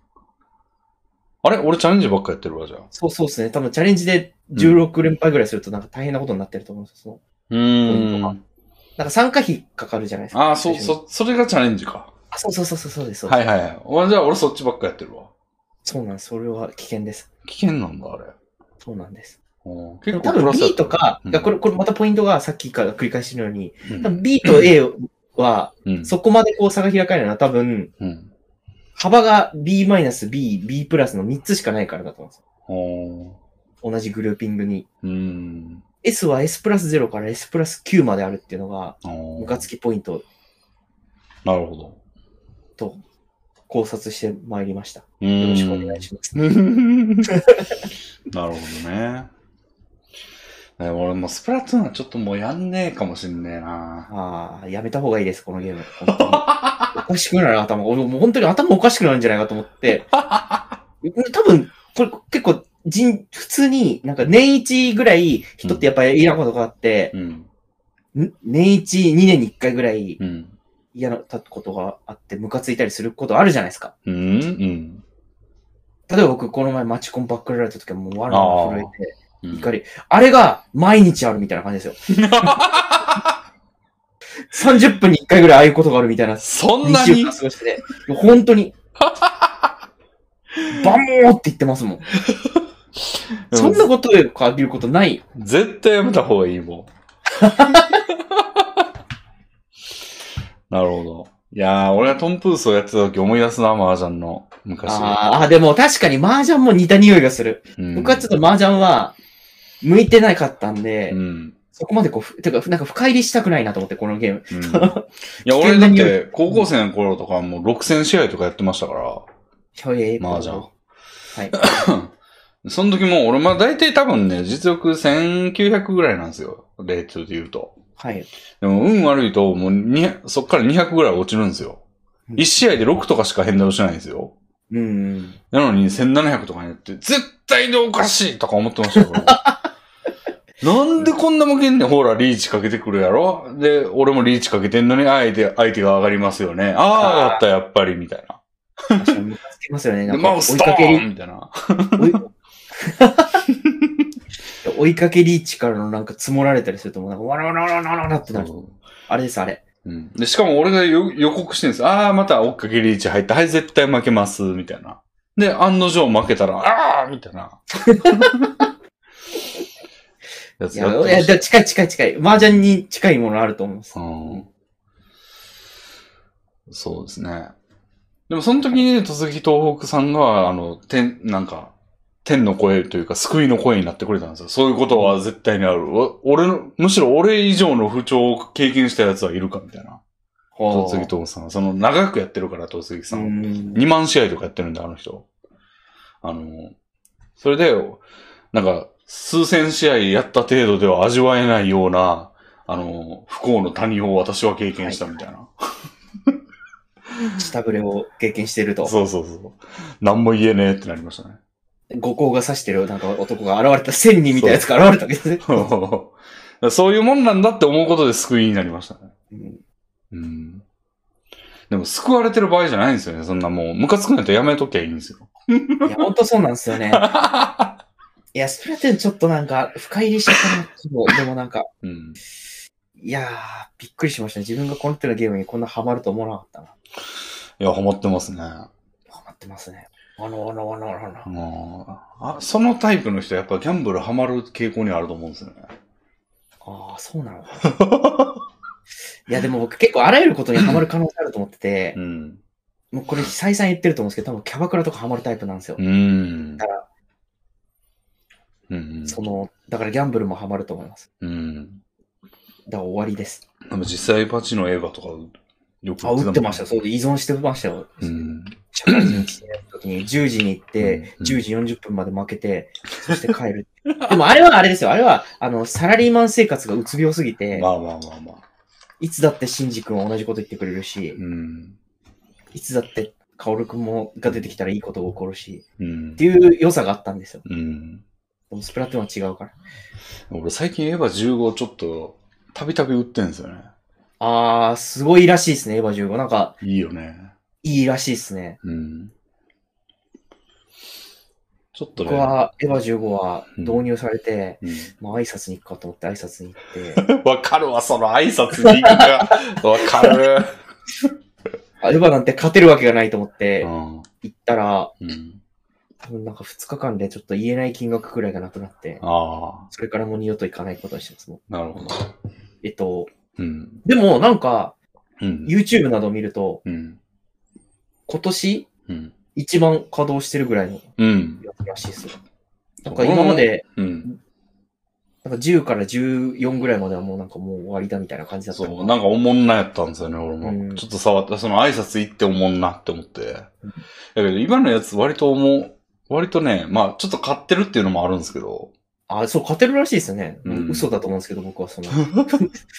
俺チャレンジばっかやってるわ、じゃあ。 そうですね。多分チャレンジで16連敗ぐらいするとなんか大変なことになってると思うんですよ。なんか参加費かかるじゃないですか。 それがチャレンジか。 そうです。 はい。じゃあ俺そっちばっかやってるわ。 そうなんです。それは危険です。 危険なんだ、あれ。 そうなんです。 結構多分 B とか、これまたポイントがさっきから繰り返してるように、多分 B と A は、そこまでこう差が開かないのは多分、幅が B-B、B プラスの3つしかないからだと思うんですよ。同じグルーピングに。S は S プラス0から S プラス9まであるっていうのが、ムカつきポイント。 なるほど。 と、考察してまいりました。よろしくお願いします。 なるほどね。俺もスプラトゥーンはちょっともうやんねえかもしんねえな。 やめた方がいいです、このゲーム。本当におかしくなる頭。俺もう本当に頭おかしくなるんじゃないかと思って。 多分、これ結構、普通になんか年一ぐらい人ってやっぱり嫌なことがあって、年一、2年に1回ぐらい嫌なことがあって、ムカついたりすることあるじゃないですか。例えば僕、この前マチコンバックられた時はもう笑が震えて、怒り。あれが毎日あるみたいな感じですよ。30分に1回ぐらいああいうことがあるみたいな。 そんなに本当に。バモーって言ってますもん。そんなことで限ることない。 絶対やめた方がいいもん。なるほど。いやー、俺はトンプースをやってた時思い出すな、麻雀の昔。 でも確かに麻雀も似た匂いがする。僕はちょっと麻雀は向いてなかったんで、そこまでてか、なんか深入りしたくないなと思って、このゲーム。 いや、俺だって、高校生の頃とかもう6000試合とかやってましたから。麻雀。はい。その時も、俺大体多分ね、実力1900ぐらいなんですよ。レートで言うと。 はい。 でも、運悪いと、もうそっから200ぐらい落ちるんですよ。1試合で6とかしか変動しないんですよ。なのに1700とかになって、絶対におかしいとか思ってましたよ。なんでこんな負けんねん。ほら、リーチかけてくるやろ。で、俺もリーチかけてんのに、相手が上がりますよね。やった、やっぱり、みたいな。 確かにムカつきますよね。 なんか追いかけリみたいな。 追いかけリーチからのなんか積もられたりするともうなんかわらわらわらわらってなる。あれです、あれ。 で、しかも俺が予告してるんです。また追っかけリーチ入った。はい、絶対負けます、みたいな。で、案の定負けたら、みたいな。 いや、近い。麻雀に近いものあると思います。 そうですね。でもその時にね、戸籍東北さんが、天の声というか救いの声になってくれたんですよ。そういうことは絶対にある。むしろ俺以上の不調を経験したやつはいるかみたいな。戸籍東北さん。長くやってるから、戸籍さん。2万試合とかやってるんだ、あの人。それで、数千試合やった程度では味わえないような、不幸の谷を私は経験したみたいな。 下振れを経験していると。 そう。何も言えねえってなりましたね。 五行が指してる男が現れた、千人みたいなやつが現れたわけですね。 そういうもんなんだって思うことで救いになりましたね。でも救われてる場合じゃないんですよね。そんなもう、ムカつくないとやめときゃいいんですよ。 いや、ほんとそうなんですよね。いや、スプラトゥーンちょっと深入りしたかな。でもいやー、びっくりしましたね。自分がこの手のゲームにこんなハマると思わなかったな。 いや、ハマってますね。 ハマってますね。 そのタイプの人はやっぱギャンブルハマる傾向にあると思うんですよね。 そうなのいや、でも僕結構あらゆることにハマる可能性あると思ってて、もうこれ再三言ってると思うんですけど、多分キャバクラとかハマるタイプなんですよ。だから、だからギャンブルもハマると思います。だから終わりです。 でも実際パチの映画とかよく打ってました。そうで依存してましたよ。社会人1年の時に10時に行って、10時40分まで負けて、そして帰る。でもあれはあれですよ。あれは、サラリーマン生活がうつ病すぎて、いつだってシンジ君は同じこと言ってくれるし、いつだってカオル君が出てきたらいいことが起こるし、っていう良さがあったんですよ。でもスプラトゥーンは違うから。 俺最近エヴァ15ちょっとたびたび売ってんですよね。 すごいらしいですね、エヴァ15。 いいよね。 いいらしいですね。 ちょっとね。 僕はエヴァ15は導入されて、挨拶に行くかと思って挨拶に行って。 わかるわ、その挨拶に行くか。わかる。 エヴァなんて勝てるわけがないと思って、行ったら、多分2日間でちょっと言えない金額くらいがなくなって、それからもう二度と行かないことにしてます。 なるほど。 でもYouTube などを見ると、今年、一番稼働してるぐらいのやつらしいですよ。今まで、10から14ぐらいまではもうもう終わりだみたいな感じだった。 そう、おもんなやったんですよね、俺も。ちょっと触った、その挨拶行っておもんなって思って。だけど今のやつ割とね、ちょっと買ってるっていうのもあるんですけど。 そう、勝てるらしいですよね。嘘だと思うんですけど、僕は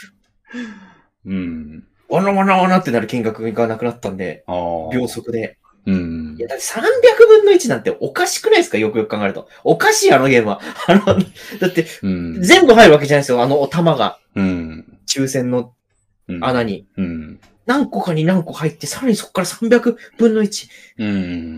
わなってなる金額がなくなったんで、秒速で。 うん。 いや、だって300分の1なんておかしくないですか？よくよく考えると。おかしい、あのゲームは。だって、全部入るわけじゃないですよ、あの弾が。 うん。 抽選の穴に。 うん。 何個かに何個入って、さらにそこから300分の1。 うん。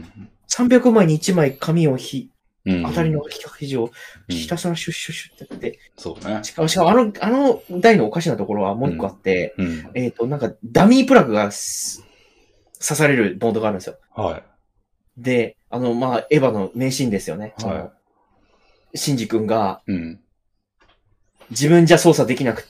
300枚に1枚紙を当たりの記事をひたすらシュッシュッシュッってやって。 そうね。 しかもあの台のおかしなところはもう一個あって、なんかダミープラグが刺されるボードがあるんですよ。 はい。 で、まあ、エヴァの名シーンですよね。 はい。 シンジ君が、自分じゃ操作できなくって、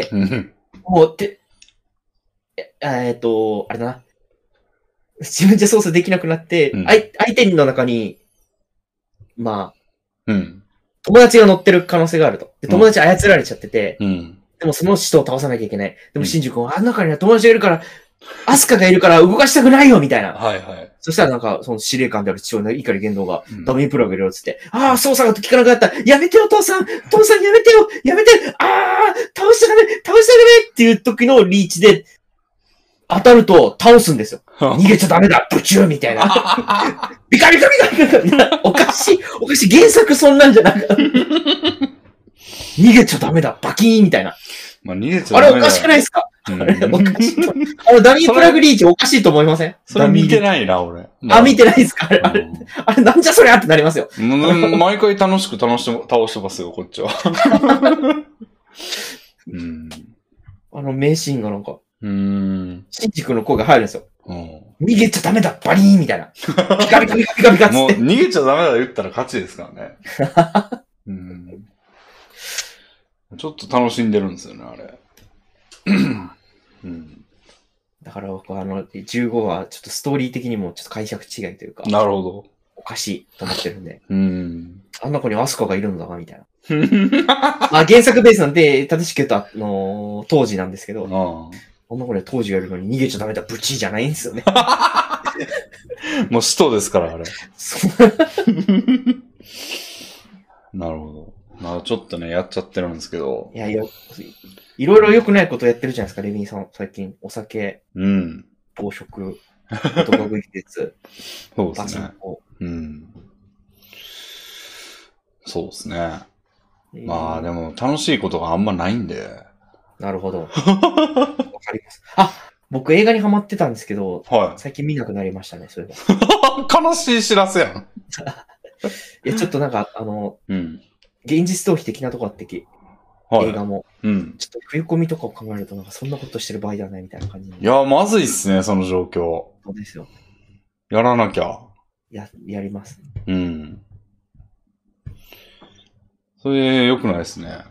もう、あれだな。自分じゃ操作できなくなって、相手の中に、まあ、友達が乗ってる可能性があると。で、友達操られちゃってて、でもその人を倒さなきゃいけない。でも、シンジ君は、あの中には友達がいるから、アスカがいるから動かしたくないよみたいな。 はいはい。 そしたらなんか、その司令官である父親の碇玄道が、ダミープラグ入れろっつって、操作が効かなくなった。やめてよ、父さんやめてよやめて倒しちゃダメっていう時のリーチで、当たると倒すんですよ。逃げちゃダメだブチューみたいな。ビカビカおかしい。原作そんなんじゃなく逃げちゃダメだバキーンみたいな。 まあ、逃げちゃダメだ。 あれおかしくないですか？おかしい。ダミープラグリーチおかしいと思いません？ それ見てないな、俺。 見てないですか？あれなんじゃそりゃってなりますよ。 毎回倒してますよ、こっちは。 名シーンがなんか、シンジ君の声が入るんですよ。逃げちゃダメだバリーンみたいな。ピカピカピカピカピカって。 もう逃げちゃダメだ言ったら勝ちですからね。ちょっと楽しんでるんですよね、あれ。 だから僕は15はちょっとストーリー的にもちょっと解釈違いというか。 なるほど。 おかしいと思ってるんで。あんな子にアスカがいるんだな、みたいな。原作ベースなんで、正しく言うと、当時なんですけど、あんな子に当時がいるのに逃げちゃダメだ、ブチじゃないんですよね。 もう使徒ですから、あれ。なるほど。まあちょっとね、やっちゃってるんですけど。 いろいろ良くないことやってるじゃないですか、レビンさん。最近、お酒、暴食、男食い術、 そうですね。そうですね。まあでも、楽しいことがあんまないんで。 なるほど。わかります。僕映画にハマってたんですけど、最近見なくなりましたね、それが。 悲しい知らせやん。 いや、ちょっとなんか、現実逃避的なとこあって映画も。ちょっと冬込みとかを考えると、なんかそんなことしてる場合ではないみたいな感じ。 いや、まずいっすね、その状況。 そうですよ。 やらなきゃ。 やります。 それ、良くないですね。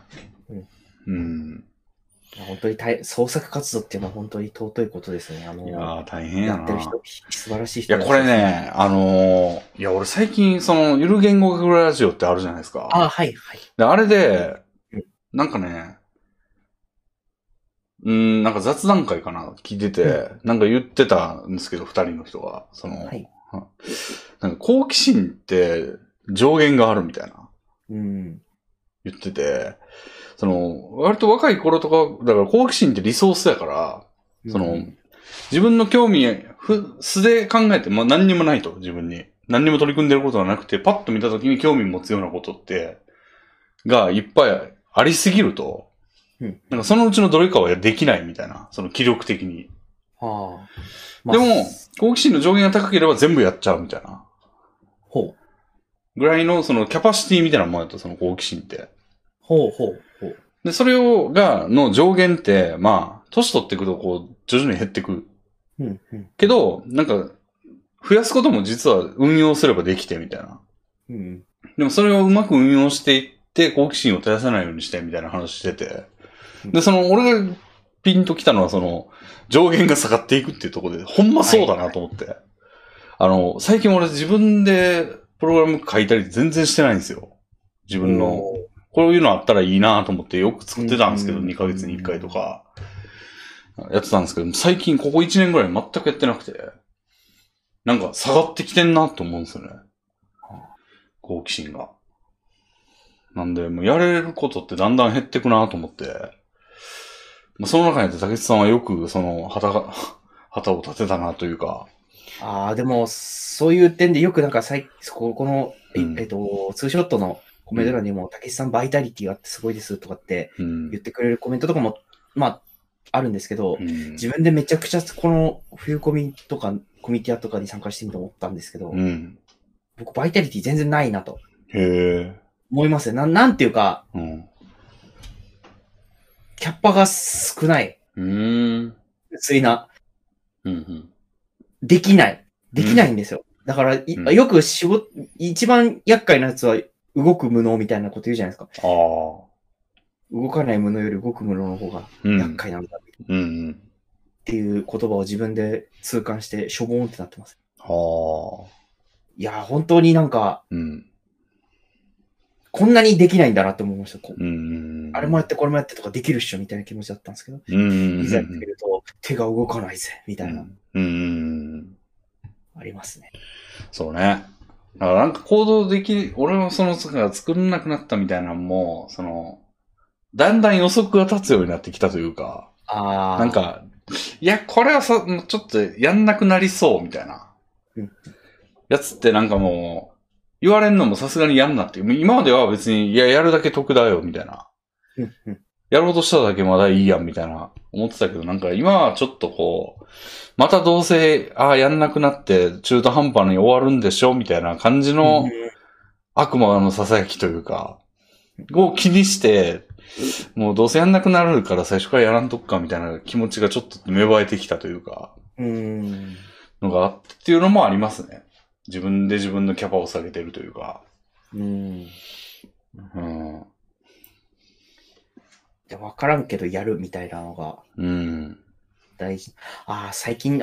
本当に創作活動っていうのは本当に尊いことですね。 いや大変やな。 やってる人、素晴らしい人です。いや、これね、俺最近、ゆる言語学ラジオってあるじゃないですか。 はいはい。 で、あれで、なんかね、なんか雑談会かな聞いてて、なんか言ってたんですけど、二人の人が、なんか好奇心って上限があるみたいな。言ってて、割と若い頃とか、だから好奇心ってリソースやから、自分の興味、素で考えて、まあ何にもないと、自分に。何にも取り組んでることがなくて、パッと見たときに興味持つようなことって、がいっぱいありすぎると、なんかそのうちのどれかはできないみたいな、気力的に。でも、好奇心の上限が高ければ全部やっちゃうみたいな。ぐらいのキャパシティみたいなもんやと、その好奇心って。で、それの上限って、まあ、年取っていくと徐々に減っていく。けど、なんか、増やすことも実は運用すればできてみたいな。でもそれをうまく運用していって、好奇心を絶やさないようにしてみたいな話してて。で、俺がピンときたのは上限が下がっていくっていうところで、ほんまそうだなと思って。最近俺自分でプログラム書いたり全然してないんですよ。自分の。こういうのあったらいいなと思ってよく作ってたんですけど、2ヶ月に1回とか、やってたんですけど、最近ここ1年ぐらい全くやってなくて、なんか下がってきてんなと思うんですよね。好奇心が。なんで、もうやれることってだんだん減ってくなと思って、その中に竹内さんはよく旗を立てたなというか、 ああ、でも、そういう点でよくなんかこの、ツーショットのコメント欄にも、たけしさんバイタリティがあってすごいですとかって言ってくれるコメントとかも、まあ、あるんですけど、自分でめちゃくちゃこの冬コミとか、コミティアとかに参加してみて思ったんですけど、僕バイタリティ全然ないなと。思いますね。なんていうか、キャッパが少ない。薄いな。できないんですよ。だから、よく一番厄介なやつは動く無能みたいなこと言うじゃないですか。動かない無能より動く無能の方が厄介なんだ。っていう言葉を自分で痛感して、しょぼーんってなってます。いや、本当になんか、こんなにできないんだなって思いました。あれもやってこれもやってとかできるっしょみたいな気持ちだったんですけど、いざやってみると手が動かないぜみたいな。ありますね。 そうね。だからなんか行動俺もその作んなくなったみたいなのも、だんだん予測が立つようになってきたというか、なんか、いや、これはちょっとやんなくなりそうみたいな。やつってなんかもう、言われんのもさすがにやんなっていう。今までは別に、いや、やるだけ得だよ、みたいな。やろうとしただけまだいいやん、みたいな、思ってたけど、なんか今はちょっとこう、またどうせ、やんなくなって中途半端に終わるんでしょみたいな感じの悪魔の囁きというか、を気にして、もうどうせやんなくなるから最初からやらんとくかみたいな気持ちがちょっと芽生えてきたというか、のがあってっていうのもありますね。自分で自分のキャパを下げてるというか。 わからんけどやるみたいなのが、大事。最近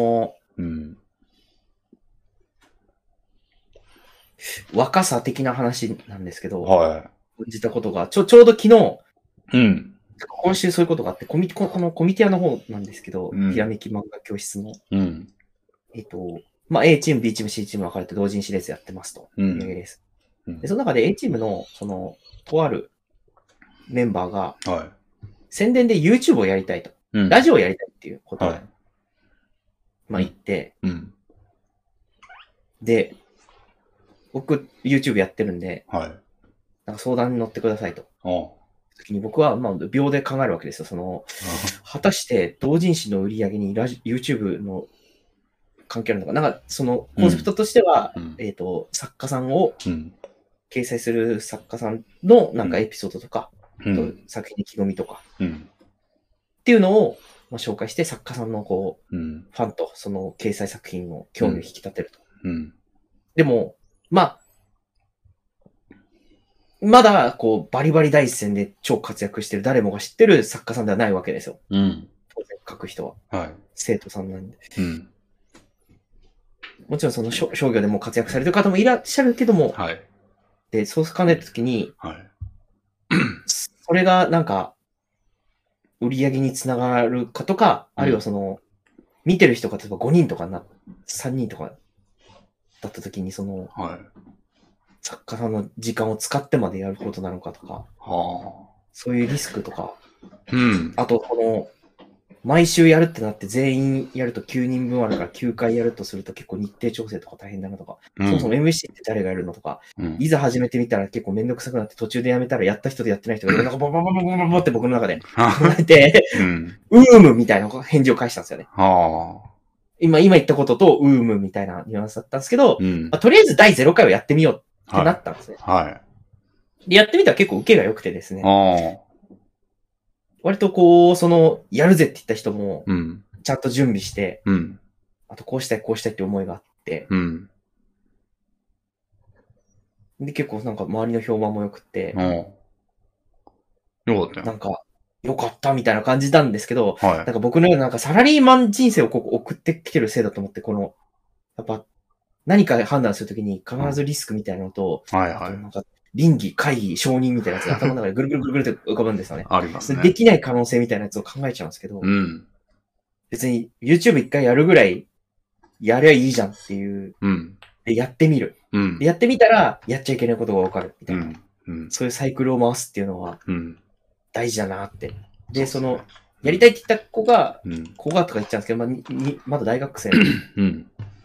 若さ的な話なんですけど、感じたことが、ちょうど昨日、今週そういうことがあって、このコミティアの方なんですけど、ひらめき漫画教室の、A チーム、B チーム、C チーム分かれて同人誌列やってますと。で、その中で A チームの、とあるメンバーが、宣伝で YouTube をやりたいと。ラジオをやりたいっていうことを、言って、で、僕 YouTube やってるんで、なんか相談に乗ってくださいと。時に僕は、秒で考えるわけですよ。果たして同人誌の売り上げにYouTube の関係あるのか。なんか、コンセプトとしては、作家さんを、掲載する作家さんのなんかエピソードとか、作品意気込みとか、っていうのを、紹介して作家さんのファンとその掲載作品の興味を引き立てると。でも、まだ、バリバリ第一線で超活躍してる誰もが知ってる作家さんではないわけですよ。当然書く人は。生徒さんなんで。もちろんその商業でも活躍されてる方もいらっしゃるけども、で、そう考えたときに、それがなんか、売り上げにつながるかとか、あるいは見てる人が例えば5人とか3人とかだったときに、作家さんの時間を使ってまでやることなのかとか、そういうリスクとか、あと毎週やるってなって全員やると9人分あるから9回やるとすると結構日程調整とか大変だなとか、そもそも MC って誰がやるのとか、いざ始めてみたら結構めんどくさくなって途中でやめたらやった人とやってない人がいろんなボボボボボボボって僕の中で考えて、みたいな返事を返したんですよね。今言ったこととみたいなニュアンスだったんですけど、とりあえず第0回をやってみようってなったんですね。で、やってみたら結構受けが良くてですね。割とやるぜって言った人も、ちゃんと準備して、あとこうしたいって思いがあって、で、結構なんか周りの評判も良くて、 よかったよ。 なんか、良かったみたいな感じなんですけど、なんか僕のようななんかサラリーマン人生を送ってきてるせいだと思って、やっぱ、何か判断するときに必ずリスクみたいなのと、なんか倫理、会議、承認みたいなやつが頭の中でぐるぐるぐるぐるって浮かぶんですよね。 ありますね。 できない可能性みたいなやつを考えちゃうんですけど、別に YouTube 一回やるぐらいやりゃいいじゃんっていう、でやってみる、で。やってみたらやっちゃいけないことがわかるみたいな、そういうサイクルを回すっていうのは大事だなって。で、やりたいって言った子がとか言っちゃうんですけど、まだ大学生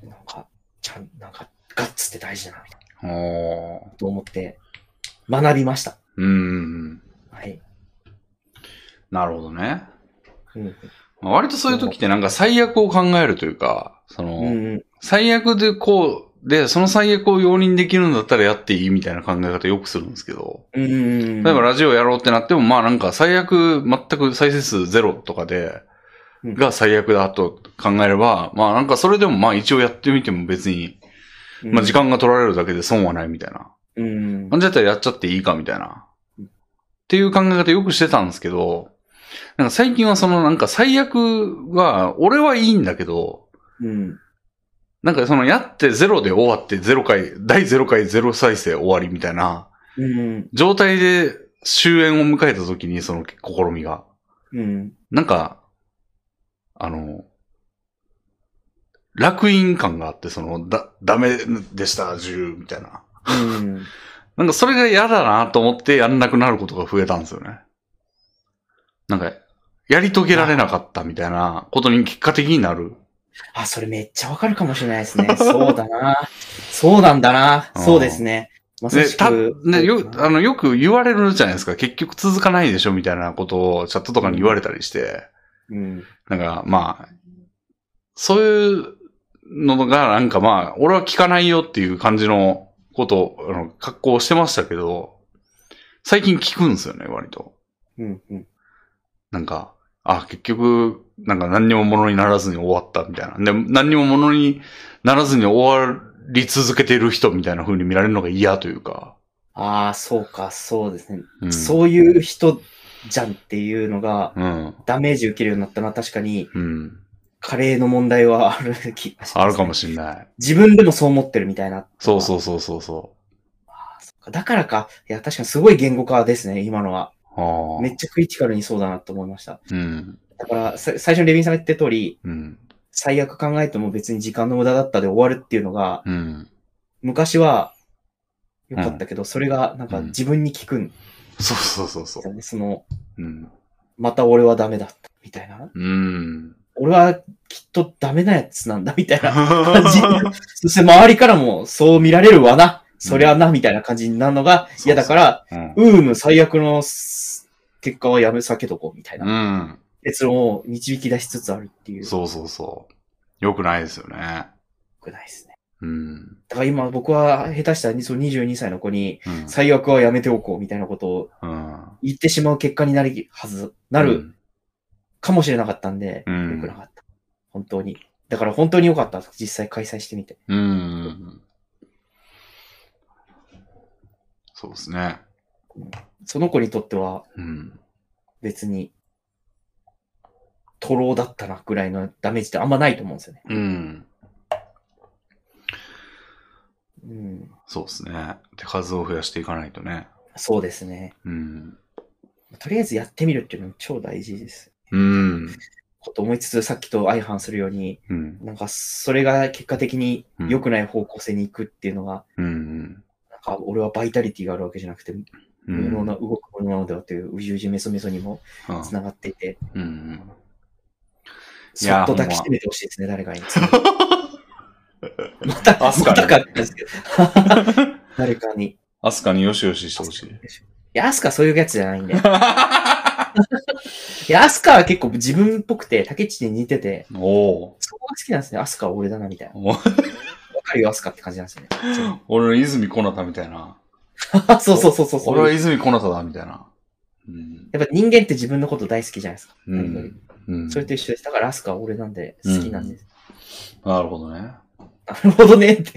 なんか、ガッツって大事だな、みたいおな。と思って、学びました。はい。 なるほどね。 うん、 割とそういう時ってなんか最悪を考えるというか、最悪でで、その最悪を容認できるんだったらやっていいみたいな考え方よくするんですけど、例えばラジオやろうってなっても、まあなんか最悪全く再生数ゼロとかで、が最悪だと考えれば、まあなんかそれでもまあ一応やってみても別に、まあ時間が取られるだけで損はないみたいな。なんじゃったらやっちゃっていいかみたいな。っていう考え方よくしてたんですけど、なんか最近はそのなんか最悪は、俺はいいんだけど、なんかそのやってゼロで終わって第0回ゼロ再生終わりみたいな、状態で終焉を迎えた時にその試みが、なんか、楽印感があって、ダメでした、10みたいな。なんかそれが嫌だなと思ってやんなくなることが増えたんですよね。なんか、やり遂げられなかったみたいなことに結果的になる。 それめっちゃわかるかもしれないですね。そうだな。そうなんだな。そうですね。まさしく。 よく言われるじゃないですか。結局続かないでしょみたいなことをチャットとかに言われたりして。なんか、まあ、そういうのがなんかまあ、俺は聞かないよっていう感じのことを、格好してましたけど、最近聞くんですよね、割と。なんか、結局、なんか何にも物にならずに終わったみたいな。で、何にも物にならずに終わり続けてる人みたいな風に見られるのが嫌というか。 そうか、そうですね。そういう人じゃんっていうのが、ダメージ受けるようになったのは確かに、カレーの問題はある気がします、ね。 あるかもしれない。 自分でもそう思ってるみたいな。 そう。 だからか。いや、確かにすごい言語化ですね、今のは。めっちゃクリティカルにそうだなと思いました。だから、最初にレビンさんが言った通り、最悪考えても別に時間の無駄だったで終わるっていうのが、昔は良かったけど、それがなんか自分に効くん。 そう。 また俺はダメだった、みたいな。俺はきっとダメなやつなんだ、みたいな感じ。そして周りからもそう見られるわな。そりゃな、みたいな感じになるのが嫌だから、最悪の結果はやめさけとこう、みたいな。結論を導き出しつつあるっていう。 そう。よくないですよね。よくないですね。だから今僕は下手したら22歳の子に、最悪はやめておこうみたいなことを言ってしまう結果になるかもしれなかったんで、よくなかった。本当に。だから本当に良かった。実際開催してみて。 そうですね。 その子にとっては、別に、徒労だったなぐらいのダメージってあんまないと思うんですよね。 そうですね。手数を増やしていかないとね。 そうですね。とりあえずやってみるっていうのは超大事です。こと思いつつ、さっきと相反するように、なんかそれが結果的に良くない方向性に行くっていうのが、なんか俺はバイタリティがあるわけじゃなくて、無能な動くものなのではといううじうじメソメソにもつながっていて、そっと抱きしめてほしいですね、誰かに。またかってですけど。誰かに。 アスカによしよししてほしい。 いや、アスカそういうやつじゃないんで。いや、アスカは結構自分っぽくて、竹内に似てて、そこが好きなんですね。アスカは俺だな、みたいな。わかるよ、アスカって感じなんですよね。 俺の泉小太みたいな。 そう。 俺は泉小太だ、みたいな。 やっぱ人間って自分のこと大好きじゃないですか。それと一緒です。だからアスカは俺なんで好きなんです。 なるほどね。 なるほどねって。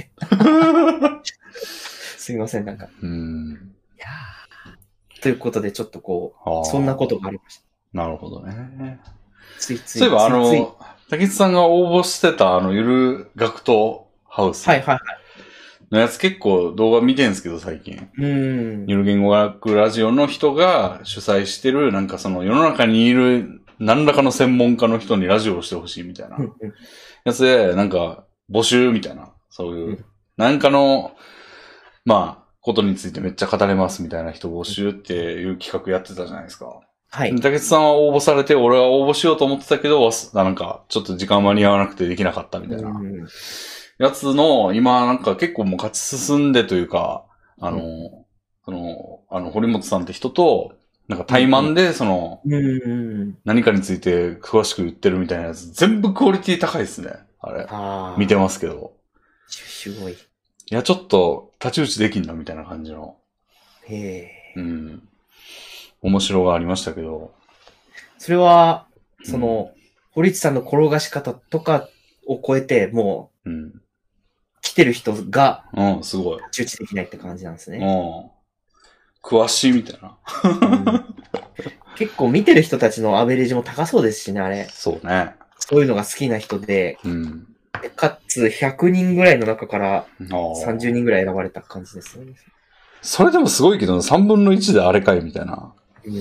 すみません、なんか。いやということで、ちょっとそんなことがありました。 なるほどね。 ついつい。 そういえば、竹内さんが応募してた、ゆる学徒ハウス。のやつ結構動画見てんすけど、最近。ゆる言語学ラジオの人が主催してる、なんか世の中にいる何らかの専門家の人にラジオをしてほしいみたいな。やつで、なんか、募集みたいな、そういう、なんかの、ことについてめっちゃ語れますみたいな人募集っていう企画やってたじゃないですか。竹内さんは応募されて、俺は応募しようと思ってたけど、なんか、ちょっと時間間に合わなくてできなかったみたいな。 やつの、今なんか結構もう勝ち進んでというか、堀本さんって人と、なんか対マンで、何かについて詳しく言ってるみたいなやつ、全部クオリティ高いですね。あれ。見てますけど。 すごい。いや、ちょっと、太刀打ちできんな、みたいな感じの。面白がありましたけど。 それは、堀内さんの転がし方とかを超えて、もう、来てる人が、 すごい。 太刀打ちできないって感じなんですね。 詳しいみたいな。 結構見てる人たちのアベレージも高そうですしね、あれ。 そうね。 そういうのが好きな人で、かつ100人ぐらいの中から30人ぐらい選ばれた感じですね。 それでもすごいけど、3分の1であれかいみたいな。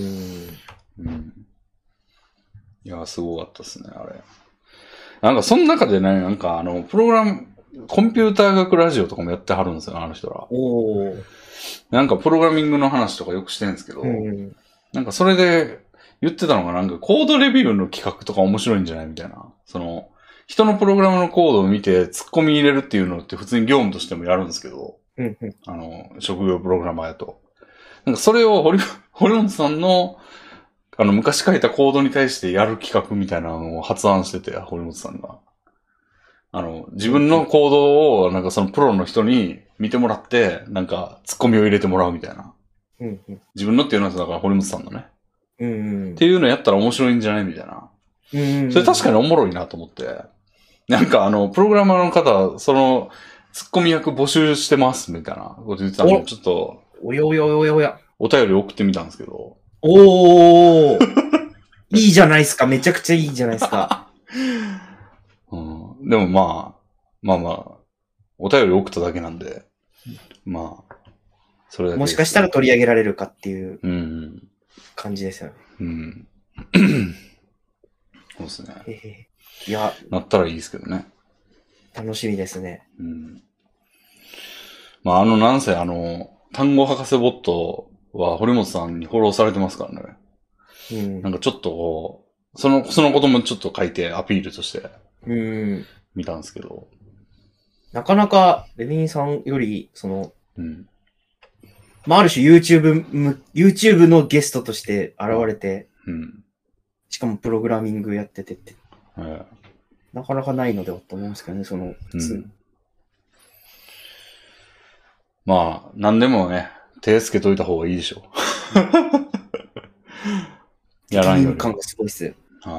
いや、すごかったですね、あれ。なんか、その中でね、なんかプログラム、コンピューター学ラジオとかもやってはるんですよ、あの人ら。なんか、プログラミングの話とかよくしてるんですけど、なんか、それで言ってたのが、なんか、コードレビューの企画とか面白いんじゃないみたいな。人のプログラムのコードを見て突っ込み入れるっていうのって普通に業務としてもやるんですけど、職業プログラマーやと。なんかそれを堀本さんの、昔書いたコードに対してやる企画みたいなのを発案してて、堀本さんが。自分のコードを、なんかそのプロの人に見てもらって、なんか突っ込みを入れてもらうみたいな。自分のっていうのはだから堀本さんのね。っていうのやったら面白いんじゃないみたいな。それ確かにおもろいなと思って。なんかプログラマーの方、ツッコミ役募集してますみたいなこと言ってたんで、ちょっと、お便り送ってみたんですけど。 いいじゃないですか。めちゃくちゃいいじゃないですか。 でもまあ、お便り送っただけなんで、まあ、それだけ。 もしかしたら取り上げられるかっていう感じですよね。 そうですね。 いや、 なったらいいですけどね。 楽しみですね。 まあ、なんせ単語博士ボットは堀本さんにフォローされてますからね。なんかちょっとそのこともちょっと書いてアピールとして、見たんですけど。 なかなか、レビンさんより、まあ、ある種 YouTube のゲストとして現れて、しかもプログラミングやっててって。なかなかないのではと思うんですけどね、普通。 まあ、何でもね、手つけといた方がいいでしょう。やらんより。感がすごいっす。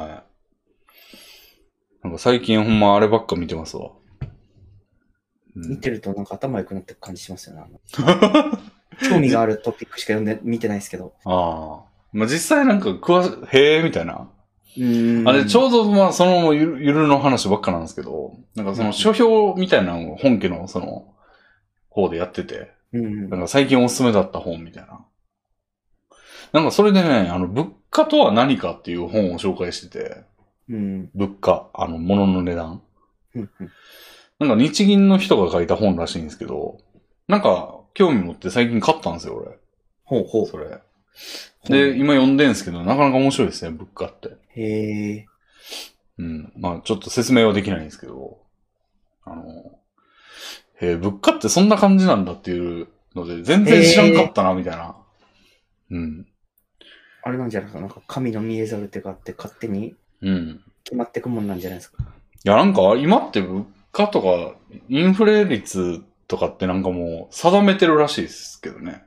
なんか最近ほんまあればっか見てますわ。 見てるとなんか頭良くなってる感じしますよね。興味があるトピックしか見てないですけど。 まあ実際なんかへえみたいな。あれちょうどまあゆるの話ばっかなんですけど、なんか書評みたいなのを本家の方でやってて、なんか最近おすすめだった本みたいな。なんかそれでね、物価とは何かっていう本を紹介してて、物価、物の値段。なんか日銀の人が書いた本らしいんですけど、なんか興味持って最近買ったんですよ、俺。それ。で、今読んでんすけど、なかなか面白いですね、物価って。まあちょっと説明はできないんですけど、物価ってそんな感じなんだっていうので、全然知らんかったな、みたいな。 あれなんじゃないですか、なんか神の見えざる手があって勝手に決まってくもんなんじゃないですか。 いや、なんか今って物価とかインフレ率とかってなんかもう定めてるらしいですけどね。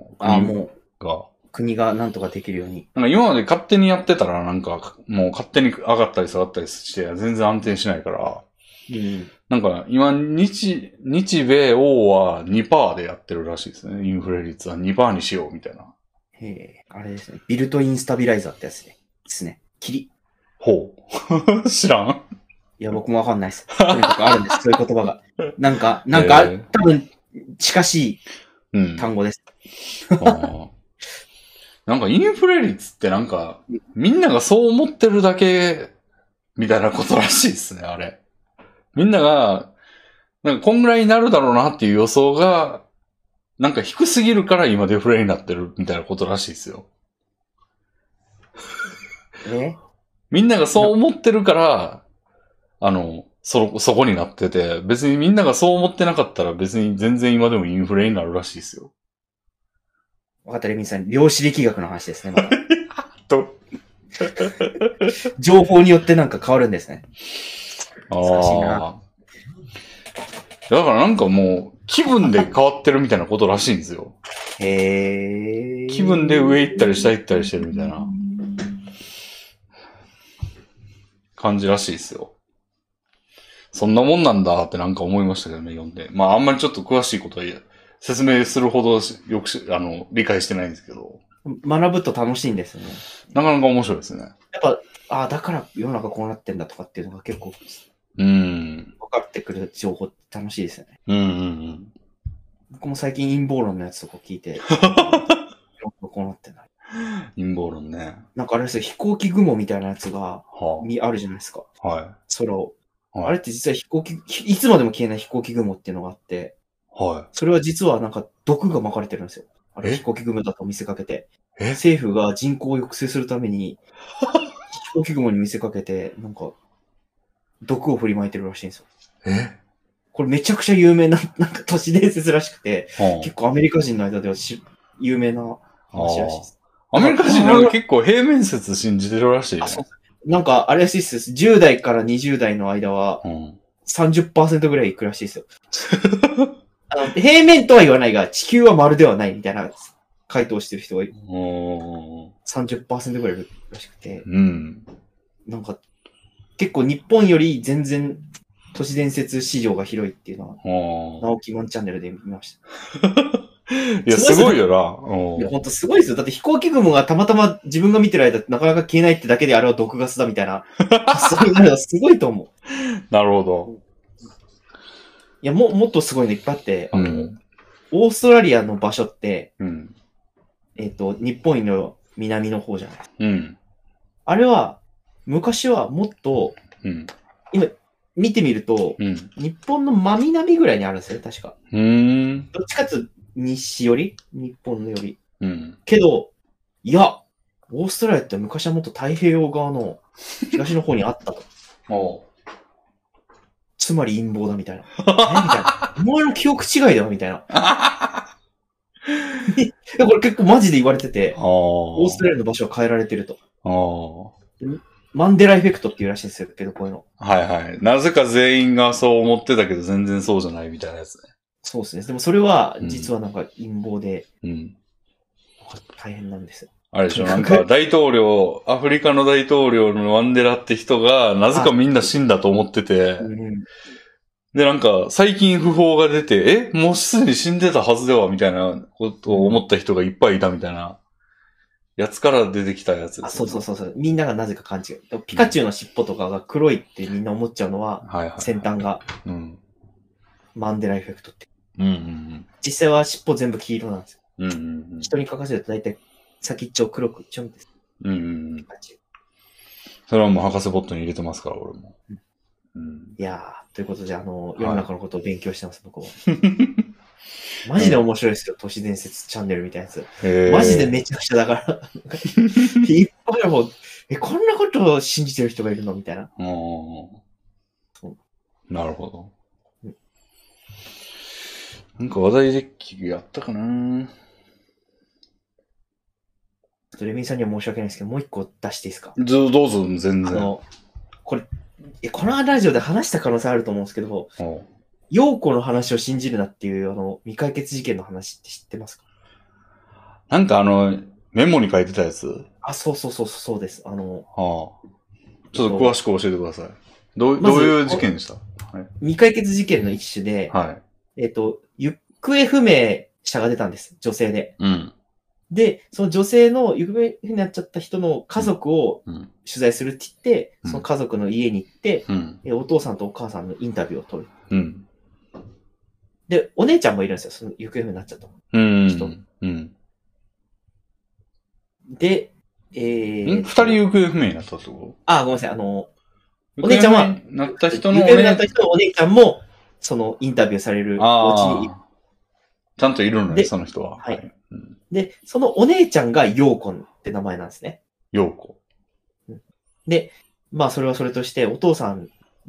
国がなんとかできるように。 なんか今まで勝手にやってたらなんかもう勝手に上がったり下がったりして全然安定しないから、なんか今日米欧は 2% でやってるらしいですね。インフレ率は 2% にしようみたいな。 あれですね。ビルトインスタビライザーってやつですね。 ほう。知らん？ いや、僕もわかんないです。とにかくあるんです。そういう言葉が。なんか、多分、近しい単語です。 なんかインフレ率ってなんか、みんながそう思ってるだけ、みたいなことらしいですね、あれ。みんなが、なんかこんぐらいになるだろうなっていう予想が、なんか低すぎるから今デフレになってるみたいなことらしいですよ。みんながそう思ってるから、 そこになってて、別にみんながそう思ってなかったら別に全然今でもインフレになるらしいですよ。 わかった、レミさん、量子力学の話ですね、また。 と。 情報によってなんか変わるんですね。 難しいな。だからなんかもう、気分で変わってるみたいなことらしいんですよ。 へー。 気分で上行ったり下行ったりしてるみたいな感じらしいですよ。そんなもんなんだってなんか思いましたけどね、読んで。まああんまりちょっと詳しいことは説明するほどよく理解してないんですけど。 学ぶと楽しいんですね。 なかなか面白いですね。 やっぱ、だから世の中こうなってんだとかっていうのが結構、分かってくる情報って楽しいですよね。僕も最近陰謀論のやつとか聞いて、こうなってない。 陰謀論ね。 なんかあれですよ、飛行機雲みたいなやつが、あるじゃないですか。 はい。 空を。はい、あれって実はいつまでも消えない飛行機雲っていうのがあって、 はい。 それは実はなんか毒が巻かれてるんですよ。あれ飛行機雲だと見せかけて。政府が人口を抑制するために、飛行機雲に見せかけて、なんか、毒を振りまいてるらしいんですよ。これめちゃくちゃ有名な、なんか都市伝説らしくて、結構アメリカ人の間では有名な話らしいです。 アメリカ人は結構平面説信じてるらしいね。 なんか、あれらしいです。10代から20代の間は、30% ぐらいいくらしいですよ。平面とは言わないが、地球は丸ではないみたいな回答してる人が30% ぐらいいるらしくて、なんか、結構日本より全然都市伝説市場が広いっていうのは、直木マンチャンネルで見ました。 いや、すごいよな。 いや、ほんとすごいですよ。だって飛行機雲がたまたま自分が見てる間なかなか消えないってだけであれは毒ガスだみたいな発想になるのはすごいと思う。 なるほど。 いや、もっとすごいのいっぱいあって、オーストラリアの場所って、日本の南の方じゃない。あれは、昔はもっと、今、見てみると、日本の真南ぐらいにあるんですよ、確か。どっちかっていうと、西寄り日本のより。けど、いや、オーストラリアって昔はもっと太平洋側の東の方にあったと。つまり陰謀だみたいな。みたいな。お前の記憶違いだよみたいな。これ結構マジで言われてて、オーストラリアの場所は変えられてると。マンデラエフェクトっていうらしいんですよけど、こういうの。 はいはい。なぜか全員がそう思ってたけど全然そうじゃないみたいなやつね。 そうですね。でもそれは、実はなんか陰謀で、大変なんですよ。 あれでしょ、なんかアフリカの大統領のマンデラって人が、なぜかみんな死んだと思ってて、で、なんか最近訃報が出て、もうすでに死んでたはずではみたいなことを思った人がいっぱいいたみたいな。やつから出てきたやつです、 ね。そう。みんながなぜか勘違い。ピカチュウの尻尾とかが黒いってみんな思っちゃうのは、先端が、マンデラエフェクトって。実際は尻尾全部黄色なんですよ。人に書かせると大体先っちょ黒くちょんです。ピカチュウ。 それはもう博士ボットに入れてますから、俺も。 いやー、ということで、世の中のことを勉強してます、僕も。マジで面白いですよ、都市伝説チャンネルみたいなやつ。マジでめちゃくちゃだから。いっぱいもう、こんなことを信じてる人がいるのみたいな。 なるほど。なんか話題デッキやったかなレミンさんには申し訳ないですけど、もう一個出していいですか？ どうぞ、全然。 このラジオで話した可能性あると思うんですけど、陽子の話を信じるなっていう未解決事件の話って知ってますか？ なんかメモに書いてたやつ？ そうです。ちょっと詳しく教えてください。どういう事件でした？ 未解決事件の一種で、行方不明者が出たんです。女性で。で、その女性の行方不明になっちゃった人の家族を取材するって言って、その家族の家に行って、お父さんとお母さんのインタビューを取る。で、お姉ちゃんもいるんですよ。その行方不明になっちゃった人。で、 二人行方不明になったってこと？ ごめんなさい。お姉ちゃんは、 なった人の行方不明になった人のお姉ちゃんも、そのインタビューされるお家にちゃんといるのね、その人は。 で、そのお姉ちゃんが陽子って名前なんですね。 陽子。 で、まあそれはそれとして、お父さん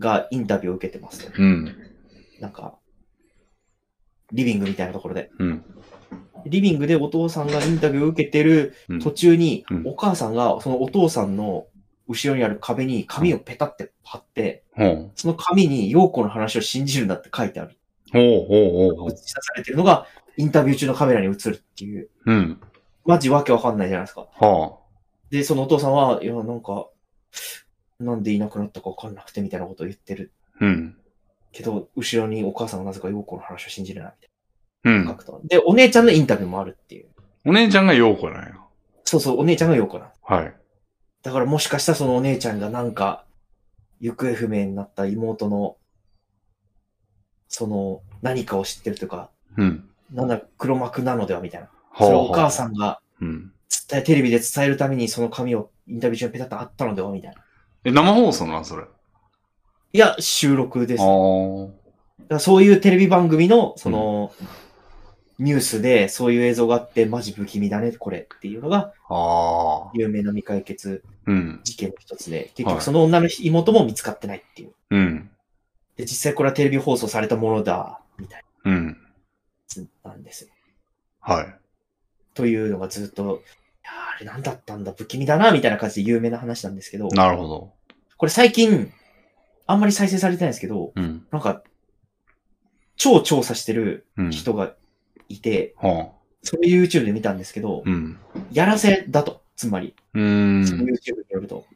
がインタビューを受けてますと。 うん。 なんか、リビングみたいなところで。 うん。 リビングでお父さんがインタビューを受けてる途中に、お母さんがそのお父さんの後ろにある壁に紙をペタって貼って、その紙に陽子の話を信じるんだって書いてある。映し出されてるのがインタビュー中のカメラに映るっていう。 うん。 マジわけわかんないじゃないですか。 はあ、 で、そのお父さんは、いや、なんか、なんでいなくなったかわかんなくてみたいなことを言ってる。 うん。 けど、後ろにお母さんがなぜか陽子の話を信じれないみたいな。 うん。 で、お姉ちゃんのインタビューもあるっていう。 お姉ちゃんが陽子なんや。 そうそう、お姉ちゃんが陽子なん。 はい。 だからもしかしたらそのお姉ちゃんがなんか、行方不明になった妹の、その、何かを知ってるというか、 うん。 なんだ、黒幕なのではみたいな。それをお母さんが、テレビで伝えるためにその紙をインタビュー中にペタッとあったのではみたいな。 生放送なんそれ。 いや、収録です、ね。だからそういうテレビ番組の、その、ニュースでそういう映像があって、マジ不気味だね、これっていうのが、有名な未解決事件の一つで、結局その女の妹も見つかってないっていう。で、実際これはテレビ放送されたものだ、みたいな。なんですよ。 はい。 というのがずっと、あれ何だったんだ、不気味だな、みたいな感じで有名な話なんですけど。 なるほど。 これ最近、あんまり再生されてないんですけど、なんか、超調査してる人がいて、それ YouTube で見たんですけど、やらせだと、つまり。その YouTube によると。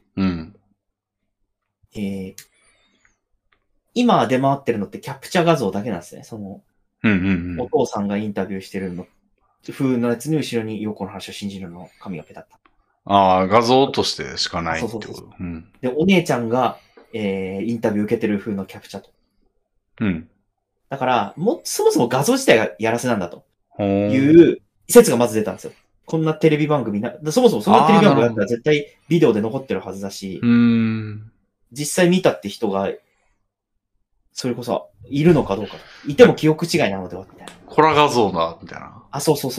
今出回ってるのってキャプチャ画像だけなんですね。その、お父さんがインタビューしてるの、風のやつに後ろに陽子の話を信じるの紙がペタった。 ああ、画像としてしかないってこと。 そうで、お姉ちゃんが、インタビュー受けてる風のキャプチャと。だから、そもそも画像自体がやらせなんだと。いう説がまず出たんですよ。こんなテレビ番組そもそもそんなテレビ番組だったら絶対ビデオで残ってるはずだし、実際見たって人が、それこそ、いるのかどうか。いても記憶違いなのではみたいな。 コラ画像だ、みたいな。 あ、そうです、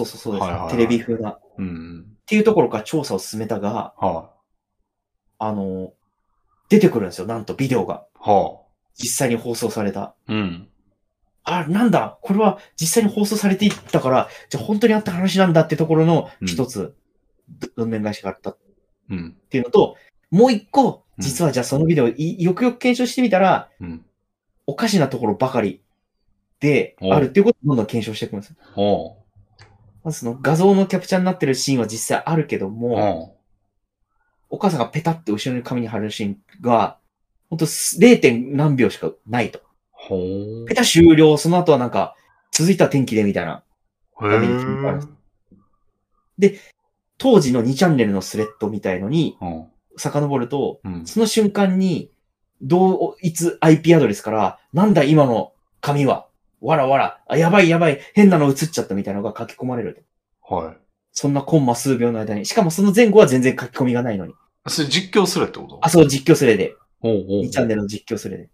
テレビ風な。っていうところから調査を進めたが、出てくるんですよ、なんとビデオが。実際に放送された。なんだ、これは実際に放送されていったから、じゃあ本当にあった話なんだってところの一つ、どんでん返しがあったっていうのと、もう一個、実はじゃあそのビデオ、よくよく検証してみたら、おかしなところばかりであるっていうことをどんどん検証していくんですよ。まずその画像のキャプチャーになってるシーンは実際あるけども、お母さんがペタって後ろに紙に貼るシーンが、ほんと 0. 何秒しかないと。ペタ終了、その後はなんか、続いた天気でみたいな。で、当時の2チャンネルのスレッドみたいのに、遡ると、その瞬間に、同一 IP アドレスから、なんだ今の紙は、わらわら、やばい、変なの映っちゃったみたいなのが書き込まれると。そんなコンマ数秒の間に。しかもその前後は全然書き込みがないのに。 それ実況するってこと？ あ、そう、実況すれで。2チャンネルの実況すれで。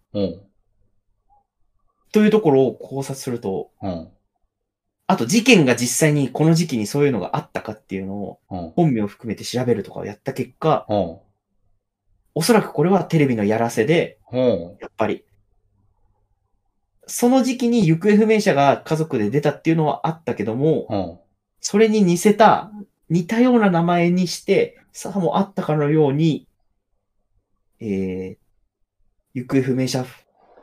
というところを考察すると、あと事件が実際にこの時期にそういうのがあったかっていうのを、本名を含めて調べるとかをやった結果、おそらくこれはテレビのやらせで、やっぱり、その時期に行方不明者が家族で出たっていうのはあったけども、それに似たような名前にして、さもあったかのように、行方不明者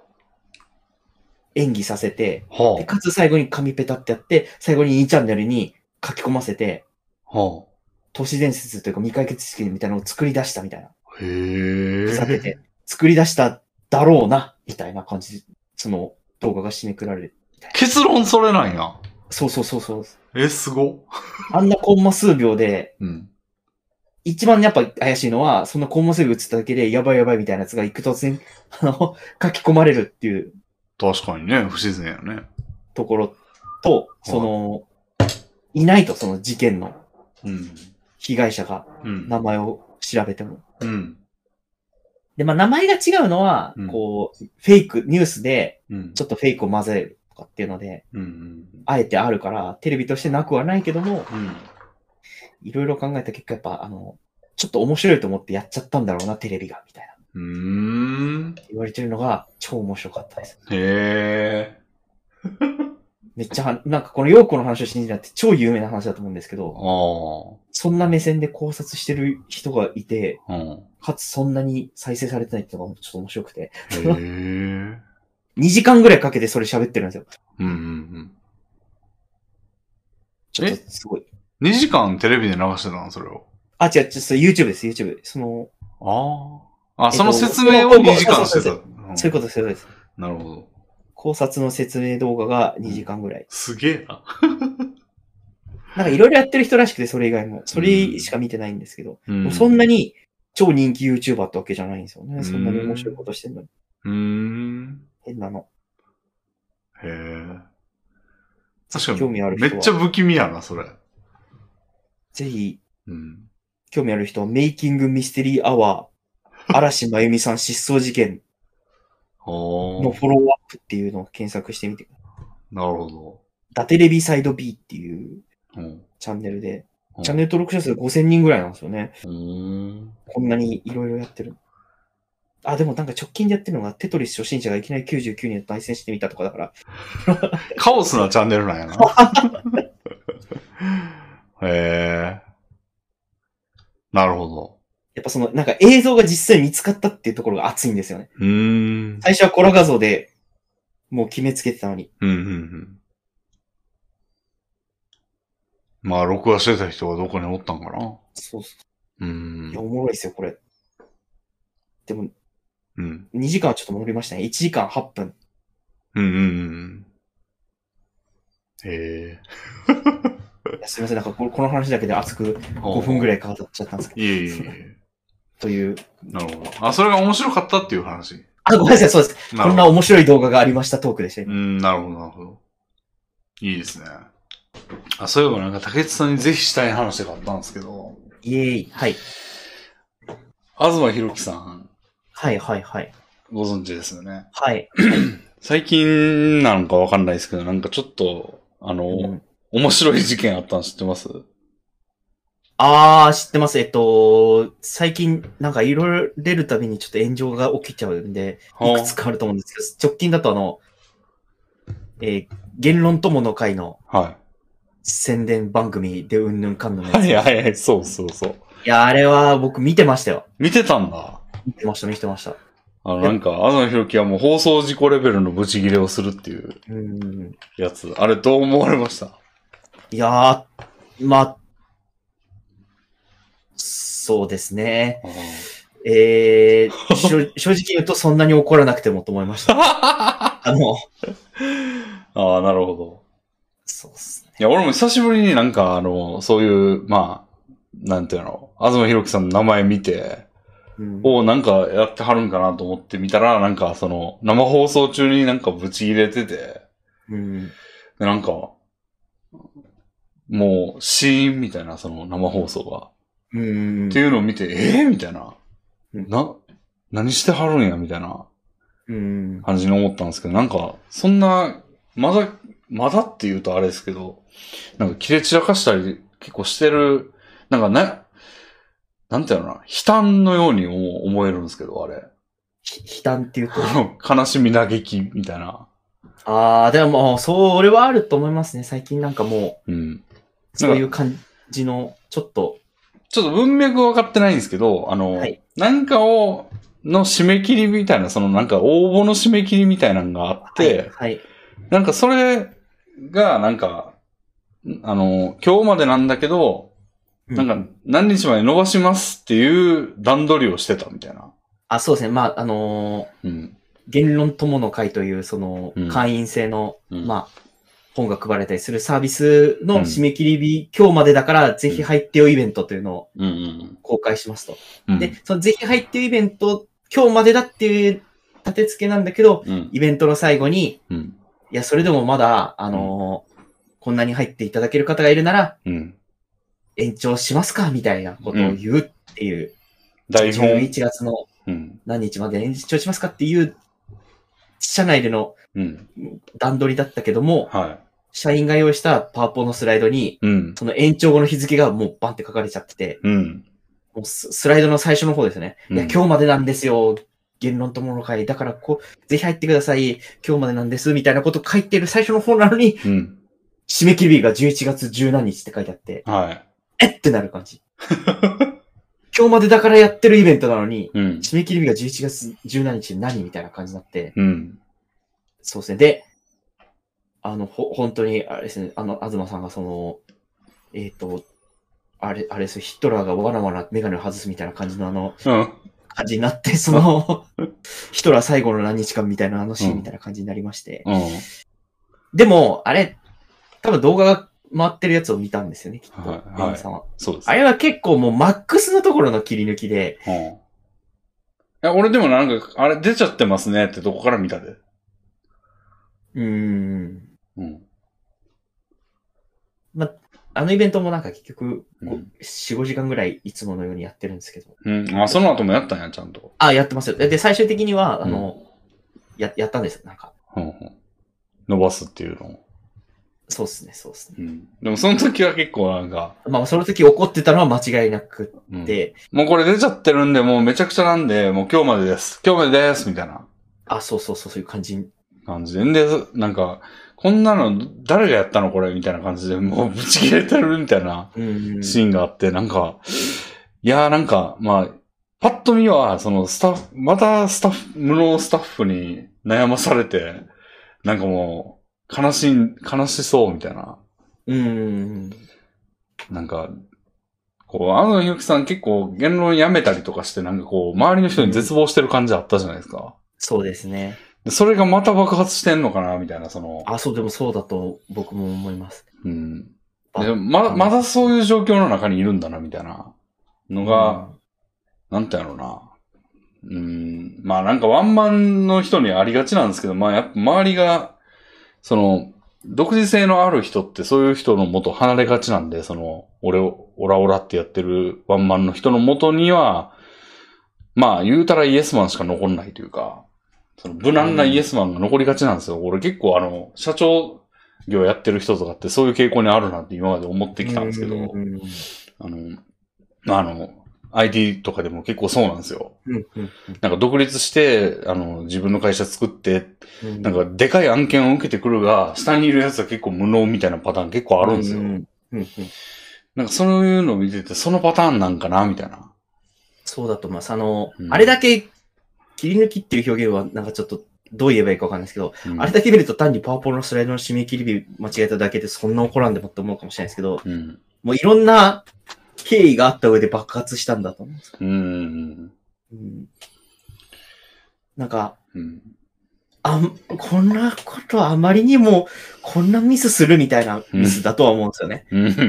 演技させて、でかつ最後に紙ペタってやって、最後に2チャンネルに書き込ませて、都市伝説というか未解決事件みたいなのを作り出したみたいな。ふざけて、作り出しただろうな、みたいな感じで、その動画が締めくられる。 結論それなんや。 そう。 すご。 あんなコンマ数秒で、一番やっぱ怪しいのは、そんなコンマ数秒映っただけで、やばいみたいなやつが突然、書き込まれるっていう。 確かにね、不自然やね。 ところと、いないと、その事件の被害者が、名前を調べても。で、まあ名前が違うのは、こう、フェイク、ニュースで、ちょっとフェイクを混ぜるとかっていうので、あえてあるから、テレビとしてなくはないけども、いろいろ考えた結果、やっぱ、ちょっと面白いと思ってやっちゃったんだろうな、テレビが、みたいな。 言われてるのが超面白かったです。 へめっちゃ、なんかこの陽子の話を信じないって超有名な話だと思うんですけど、そんな目線で考察してる人がいて、かつそんなに再生されてないってのがちょっと面白くて。2時間ぐらいかけてそれ喋ってるんですよ。ちょっとすごい。 2時間テレビで流してたのそれを。 あ、違う、YouTube です、YouTube。 その説明を2時間してた。 そういうことです、そういうことです。 なるほど。 考察の説明動画が2時間ぐらい。 すげえな。 なんかいろいろやってる人らしくて、それ以外も。それしか見てないんですけど。そんなに超人気 YouTuber ってわけじゃないんですよね。そんなに面白いことしてんのに。変なの。 へえ。確かに。 興味ある人は。 めっちゃ不気味やな、それ。 ぜひ、興味ある人は、メイキングミステリーアワー、嵐真由美さん失踪事件のフォローアップっていうのを検索してみてください。 なるほど。 ダテレビサイド B っていうチャンネルで、チャンネル登録者数5000人ぐらいなんですよね。こんなにいろいろやってる。あ、でもなんか直近でやってるのが、テトリス初心者がいきなり99人で対戦してみたとかだから。 カオスなチャンネルなんやな。へえ。なるほど。 やっぱその、なんか映像が実際見つかったっていうところが熱いんですよね。最初はコラ画像でもう決めつけてたのに。まあ、録画してた人がどこにおったんかな。 そうそう。いや、おもろいですよ、これ。でも、2時間はちょっと戻りましたね。1時間8分。 へえ。 すみません、なんかこの話だけで熱く5分ぐらい語っちゃったんですけど。 いえ。 という。 なるほど。あ、それが面白かったっていう話。 あ、ごめんなさい、そうです。こんな面白い動画がありましたトークでした。 なるほど、なるほど。いいですね。あ、そういえばなんか竹内さんにぜひしたい話があったんですけど。 イエーイ。はい。 東博樹さん。 はいはいはい。 ご存知ですよね。 はい。 最近なのかわかんないですけど、なんかちょっと、面白い事件あったの知ってます？ 知ってます。最近、なんかいろいろ出るたびにちょっと炎上が起きちゃうんで、いくつかあると思うんですけど、直近だと言論友の会の、宣伝番組でうんぬんかんぬんのやつ。そうそうそう。 いや、あれは僕見てましたよ。 見てたんだ。 見てました。 なんか、東博樹はもう放送事故レベルのブチギレをするっていうやつ。あれどう思われました？ いやー、まあ、そうですね。正直言うとそんなに怒らなくてもと思いました。なるほど。 そうっすね。 いや、俺も久しぶりになんかそういう、まあ、なんていうの、東博樹さんの名前見て、なんかやってはるんかなと思ってみたら、なんか生放送中になんかブチ入れてて、で、なんか、もう、シーンみたいな、生放送が。っていうのを見て、みたいな。何してはるんや、みたいな感じに思ったんですけど、なんか、そんな、まだって言うとあれですけど、なんか切れ散らかしたり結構してる、なんていうのかな、悲嘆のように思えるんですけど、あれ。 悲嘆っていうと悲しみ嘆きみたいな。 でも、それはあると思いますね。最近なんかもう、そういう感じの、ちょっと文脈は分かってないんですけど、なんかの締め切りみたいな、なんか応募の締め切りみたいなのがあって、なんかそれが、なんか、今日までなんだけど、なんか何日まで伸ばしますっていう段取りをしてたみたいな。 そうですね。まあ、言論友の会という、会員制の、まあ、本が配られたりするサービスの締め切り日、今日までだからぜひ入ってよイベントというのを公開しますと。で、そのぜひ入ってよイベント、今日までだっていう立て付けなんだけど、イベントの最後に、いや、それでもまだ、こんなに入っていただける方がいるなら、延長しますかみたいなことを言うっていう、11月の何日まで延長しますかっていう、社内での段取りだったけども、社員が用意したパワポのスライドに、その延長後の日付がもうバンって書かれちゃってて、 もうスライドの最初の方ですね。いや、今日までなんですよ。言論友の会。だからぜひ入ってください。今日までなんです。みたいなこと書いてる最初の方なのに、締め切り日が11月10何日って書いてあって、ってなる感じ。今日までだからやってるイベントなのに、締め切り日が11月10何日何みたいな感じになって、そうですね。で、本当に、あれですね、東さんがあれです、ヒトラーがわらわらメガネを外すみたいな感じの感じになって、ヒトラー最後の何日間みたいなシーンみたいな感じになりまして。でも、あれ、多分動画が回ってるやつを見たんですよね、きっと。はい。さんは。そうです。あれは結構もうマックスのところの切り抜きで。 いや、俺でもなんか、あれ出ちゃってますねってどこから見たで。 あのイベントもなんか結局、4、5時間ぐらいいつものようにやってるんですけど。 その後もやったんや、ちゃんと。 やってますよ。で、最終的には、やったんですよ、なんか。 伸ばすっていうのを。 そうっすね。 でもその時は結構なんか。 その時怒ってたのは間違いなくって。 もうこれ出ちゃってるんで、もうめちゃくちゃなんで、もう今日までです。今日までです、みたいな。 そういう感じ。 で、なんか、こんなの誰がやったのこれみたいな感じで、もうぶち切れてるみたいなシーンがあって、なんか、いやーなんか、パッと見は、また無能スタッフに悩まされて、なんかもう、悲しそうみたいな。なんか、ひろきさん結構言論やめたりとかして、なんか周りの人に絶望してる感じあったじゃないですか。 そうですね。 それがまた爆発してんのかなみたいな、 でもそうだと僕も思います。 でまだそういう状況の中にいるんだな、みたいなのが、なんてやろうな。なんかワンマンの人にありがちなんですけど、やっぱ周りが、独自性のある人ってそういう人の元離れがちなんで、オラってやってるワンマンの人の元には、言うたらイエスマンしか残んないというか、無難なイエスマンが残りがちなんですよ。俺結構社長業やってる人とかってそういう傾向にあるなって今まで思ってきたんですけど、IT とかでも結構そうなんですよ。なんか独立して、自分の会社作って、なんかでかい案件を受けてくるが、下にいるやつは結構無能みたいなパターン結構あるんですよ。なんかそういうのを見てて、そのパターンなんかなみたいな。 そうだと思います。あれだけ切り抜きっていう表現はなんかちょっとどう言えばいいかわかんないですけど、あれだけ見ると単にパワポのスライドの締め切り日間違えただけでそんな怒らんでもって思うかもしれないですけど、もういろんな経緯があった上で爆発したんだと思うんですよ。なんか、こんなことはあまりにもこんなミスするみたいなミスだとは思うんですよね。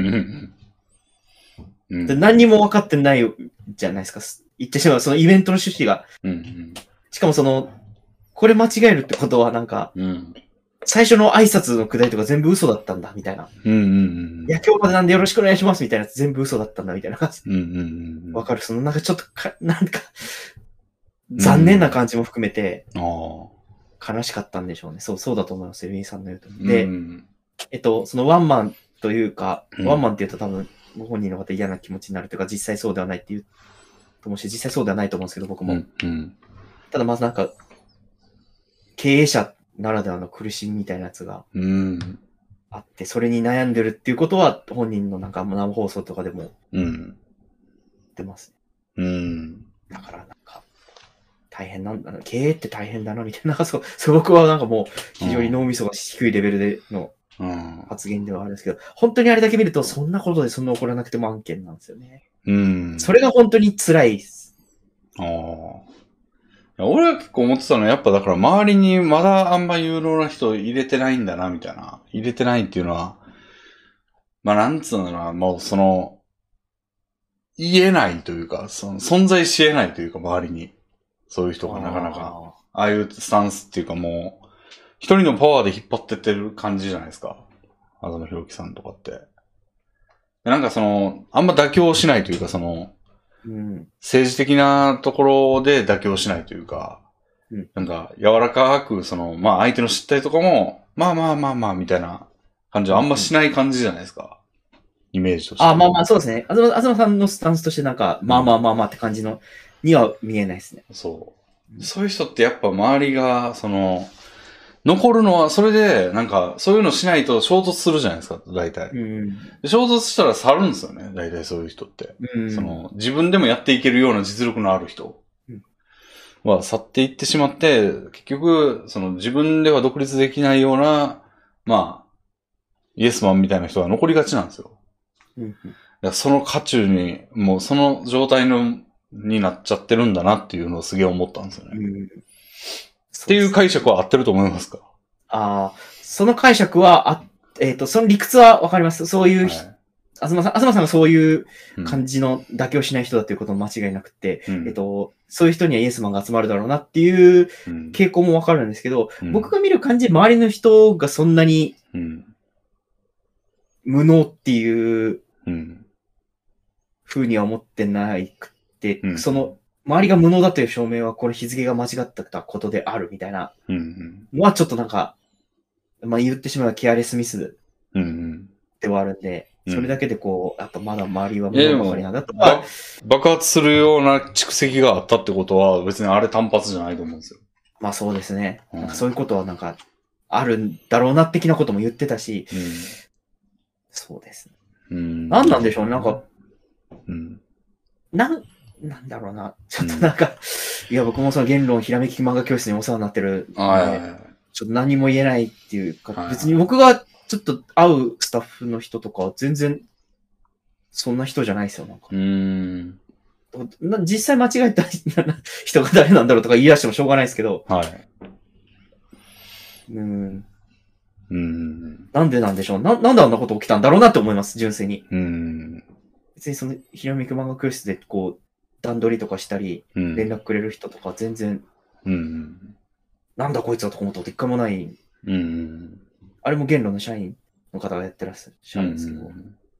で何にも分かってないじゃないですか。言ってしまう、そのイベントの趣旨が。しかもこれ間違えるってことはなんか、最初の挨拶のくだりとか全部嘘だったんだ、みたいな。いや、今日までなんでよろしくお願いします、みたいなやつ全部嘘だったんだ、みたいな感じ。わかる。なんかちょっとなんか、残念な感じも含めて、悲しかったんでしょうね。そうだと思います、エルミンさんの言うと。で、そのワンマンというか、ワンマンって言うと多分、ご本人の方嫌な気持ちになるというか、実際そうではないっていう、と思うし、実際そうではないと思うんですけど、僕も。ただまずなんか、経営者ならではの苦しみみたいなやつがあって、それに悩んでるっていうことは、本人のなんか生放送とかでも出ます。だからなんか、大変なんだな、経営って大変だな、みたいな、僕はなんかもう、非常に脳みそが低いレベルでの発言ではあるんですけど、本当にあれだけ見ると、そんなことでそんな起こらなくても案件なんですよね。それが本当に辛いです。 俺は結構思ってたのは、やっぱだから周りにまだあんま有能な人入れてないんだな、みたいな。入れてないっていうのは、なんつうのかな、もう言えないというか、存在し得ないというか、周りに。そういう人がなかなか、ああいうスタンスっていうかもう、一人のパワーで引っ張ってってる感じじゃないですか。東博樹さんとかって。なんかあんま妥協しないというか、政治的なところで妥協しないというか、なんか柔らかく、相手の失態とかも、みたいな感じはあんましない感じじゃないですか。 イメージとして。 あ、まあまあ、そうですね。東さんのスタンスとしてなんか、まあまあまあまあって感じの、には見えないですね。 そう。そういう人ってやっぱ周りが、残るのは、それで、なんか、そういうのしないと衝突するじゃないですか、大体。衝突したら去るんですよね、大体そういう人って。自分でもやっていけるような実力のある人は去っていってしまって、結局、自分では独立できないような、まあ、イエスマンみたいな人が残りがちなんですよ。その渦中に、もうその状態になっちゃってるんだなっていうのをすげえ思ったんですよね。っていう解釈は合ってると思いますか？ その解釈は、その理屈はわかります。そういう、東さんがそういう感じの妥協しない人だということも間違いなくて、そういう人にはイエスマンが集まるだろうなっていう傾向もわかるんですけど、僕が見る感じ、周りの人がそんなに無能っていう風には思ってないくて、周りが無能だという証明はこれ日付が間違ったことであるみたいなのはちょっとなんか、まあ言ってしまえばケアレスミスではあるんで、それだけでやっぱまだ周りは無能ばかりなんだとか。 爆発するような蓄積があったってことは別にあれ単発じゃないと思うんですよ。 まあそうですね。なんかそういうことはなんかあるんだろうな的なことも言ってたし、そうですね。何なんでしょうね、なんか、なんだろうな。ちょっとなんか、いや、僕もその言論ひらめき漫画教室にお世話になってるんで、ちょっと何も言えないっていうか、別に僕がちょっと会うスタッフの人とかは全然、そんな人じゃないですよ、なんか。実際間違えた人が誰なんだろうとか言い出してもしょうがないですけど。なんでなんでしょう。なんであんなこと起きたんだろうなって思います、純粋に。別にその、ひらめき漫画教室で段取りとかしたり、連絡くれる人とか全然、なんだこいつはと思ったこと一回もない。あれも言論の社員の方がやってらっしゃるんですけど。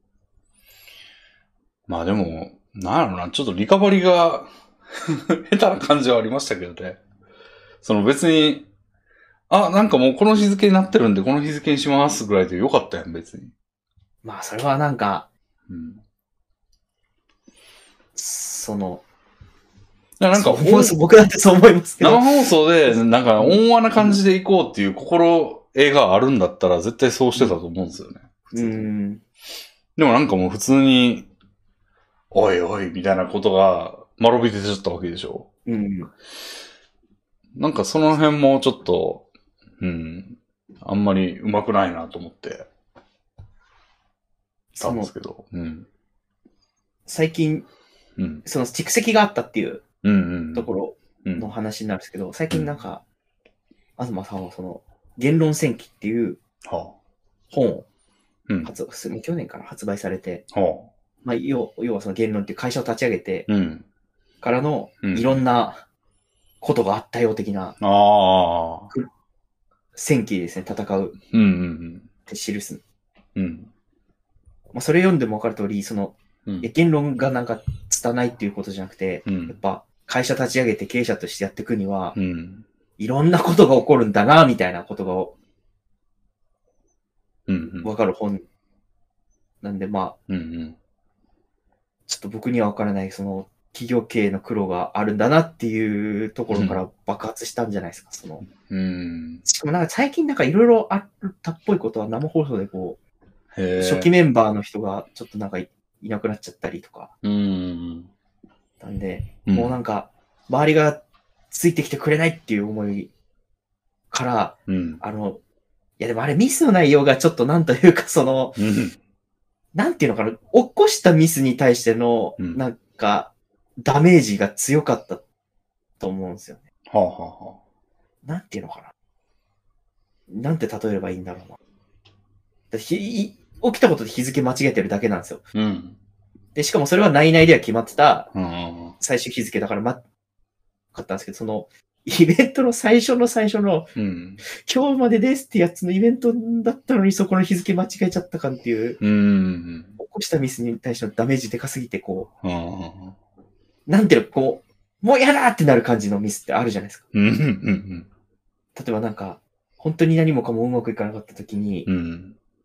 まあでも、なんやろな、ちょっとリカバリが下手な感じはありましたけどね。別に、なんかもうこの日付になってるんで、この日付にしますぐらいでよかったやん、別に。 まあ、それはなんか、なんか僕だってそう思いますけど。 生放送で、なんか温和な感じで行こうっていう心得があるんだったら絶対そうしてたと思うんですよね。でもなんかもう普通に、おいおいみたいなことが間延び出ちゃったわけでしょ。なんかその辺もちょっと、あんまり上手くないなと思ってたんですけど。 最近、その蓄積があったっていうところの話になるんですけど、最近なんか、東さんは言論戦記っていう本を去年から発売されて、まあ、要はその言論っていう会社を立ち上げて、からのいろんなことがあったよ的な、戦記ですね、戦うって記す。まあ、それ読んでも分かる通り、言論がなんか拙いっていうことじゃなくて、やっぱ会社立ち上げて経営者としてやっていくには、いろんなことが起こるんだな、みたいなことが分かる本なんで、まあ、ちょっと僕には分からない、企業経営の苦労があるんだなっていうところから爆発したんじゃないですか、しかもなんか最近なんかいろいろあったっぽいことは生放送で初期メンバーの人がちょっとなんかいなくなっちゃったりとか。なんで、もうなんか、周りがついてきてくれないっていう思いから、いやでもあれミスの内容がちょっとなんというかなんていうのかな、起こしたミスに対しての、なんか、ダメージが強かったと思うんですよね。なんていうのかな。なんて例えればいいんだろうな。起きたことで日付間違えてるだけなんですよ。で、しかもそれは内々では決まってた最終日付だからかったんですけど、イベントの最初の、今日までですってやつのイベントだったのにそこの日付間違えちゃったかっていう、起こしたミスに対してのダメージでかすぎてなんていうの、もうやだってなる感じのミスってあるじゃないですか。例えばなんか、本当に何もかもうまくいかなかった時に、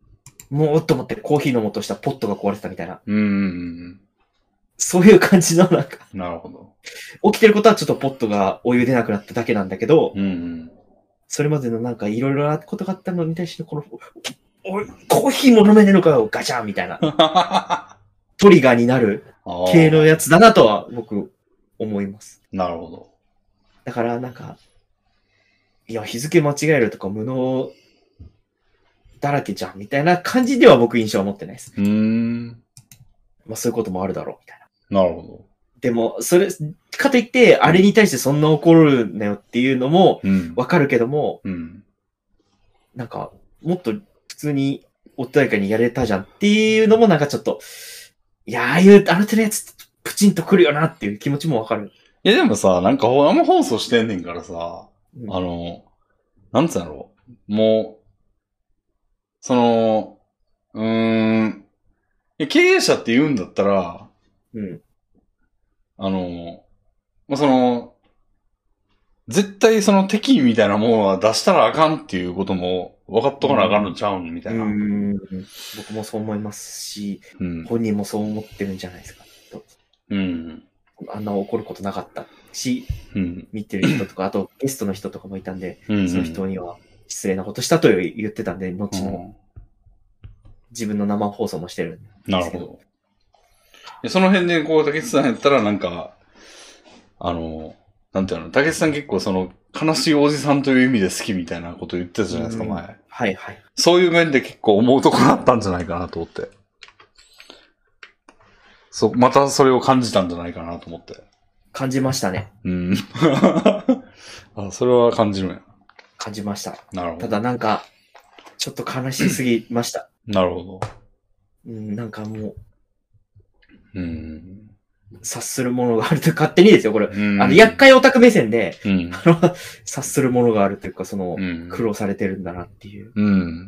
もっと思ってコーヒー飲もうとしたポットが壊れてたみたいな。 うん。 そういう感じのなんか、 なるほど。 起きてることはちょっとポットがお湯出なくなっただけなんだけど、 うん。 それまでのなんかいろいろなことがあったのに対してこの、おいコーヒーも飲めねえのかよ、ガチャンみたいな。トリガーになる系のやつだなとは僕思います。 なるほど。 だからなんか、いや、日付間違えるとか無能だらけじゃんみたいな感じでは僕印象は持ってないです。まあそういうこともあるだろうみたいな。なるほど。 でも、それ、かといって、あれに対してそんな怒るなよっていうのもわかるけども、なんか、もっと普通に夫大会にやれたじゃんっていうのもなんかちょっと、いや、あの手のやつプチンとくるよなっていう気持ちもわかる。 いやでもさ、なんか生放送してんねんからさ、なんつうんだろう。もう、経営者って言うんだったら、絶対その敵みたいなものは出したらあかんっていうことも分かっとかなあかんのちゃうんみたいな。 僕もそう思いますし、本人もそう思ってるんじゃないですか。あんな怒ることなかったし、見てる人とか、あとゲストの人とかもいたんで、その人には失礼なことしたと言ってたんで、後の自分の生放送もしてるんですけど。 なるほど。その辺でこう、竹内さんやったらなんか、なんていうの、竹内さん結構その、悲しいおじさんという意味で好きみたいなこと言ってたじゃないですか、前。 はいはい。 そういう面で結構思うところあったんじゃないかなと思って。またそれを感じたんじゃないかなと思って。 感じましたね。 それは感じるんや。 感じました。 なるほど。 ただなんか、ちょっと悲しすぎました。 なるほど。 なんかもう、察するものがあると勝手にですよ、これ。厄介オタク目線で、察するものがあるというか、苦労されてるんだなっていう。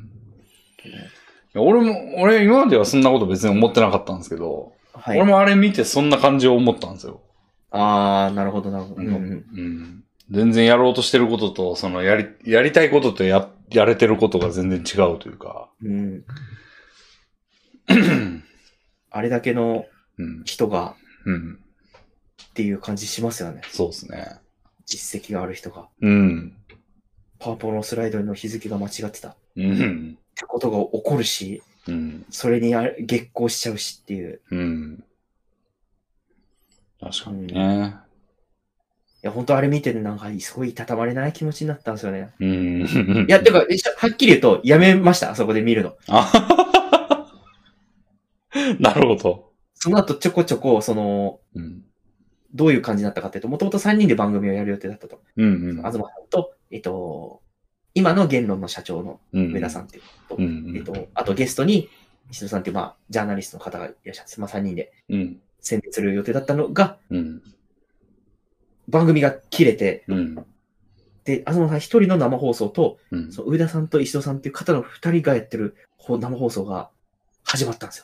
俺今まではそんなこと別に思ってなかったんですけど、俺もあれ見てそんな感じを思ったんですよ。 ああ、なるほど、なるほど。 全然やろうとしてることと、やりたいこととやれてることが全然違うというか。 あれだけの人が、っていう感じしますよね。 そうですね。 実績がある人が。パワポのスライドの日付が間違ってた。ってことが起こるし、それに激高しちゃうしっていう。 確かにね。 いや、本当あれ見てなんか、すごいいたたまれない気持ちになったんですよね。いや、てか、はっきり言うと、やめました、あそこで見るの。 なるほど。 その後、ちょこちょこ、どういう感じになったかっていうと、もともと3人で番組をやる予定だったと。東さんと、今の言論の社長の上田さんっていうと、あとゲストに、石戸さんっていう、ジャーナリストの方がいらっしゃって、3人で宣伝する予定だったのが、番組が切れて、で、東さん一人の生放送と、上田さんと石戸さんっていう方の2人がやってる生放送が始まったんですよ。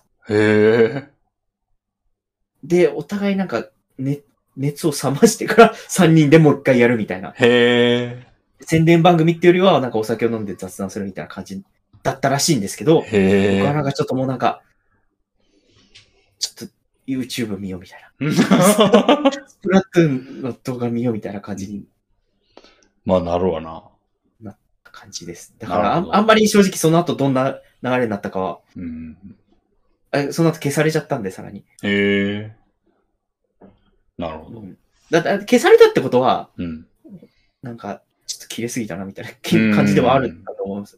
で、お互いなんか、熱を冷ましてから3人でもう一回やるみたいな。宣伝番組っていうよりは、なんかお酒を飲んで雑談するみたいな感じだったらしいんですけど、僕はなんかちょっともうなんか、ちょっと YouTube 見ようみたいな。スプラトゥーンの動画見ようみたいな感じに。 まあ、なるわな。 なった感じです。だからあんまり正直その後どんな流れになったかは、その後消されちゃったんで、さらに。なるほど。だって消されたってことは、なんか、ちょっと切れすぎたなみたいな感じではあるんだと思うんです。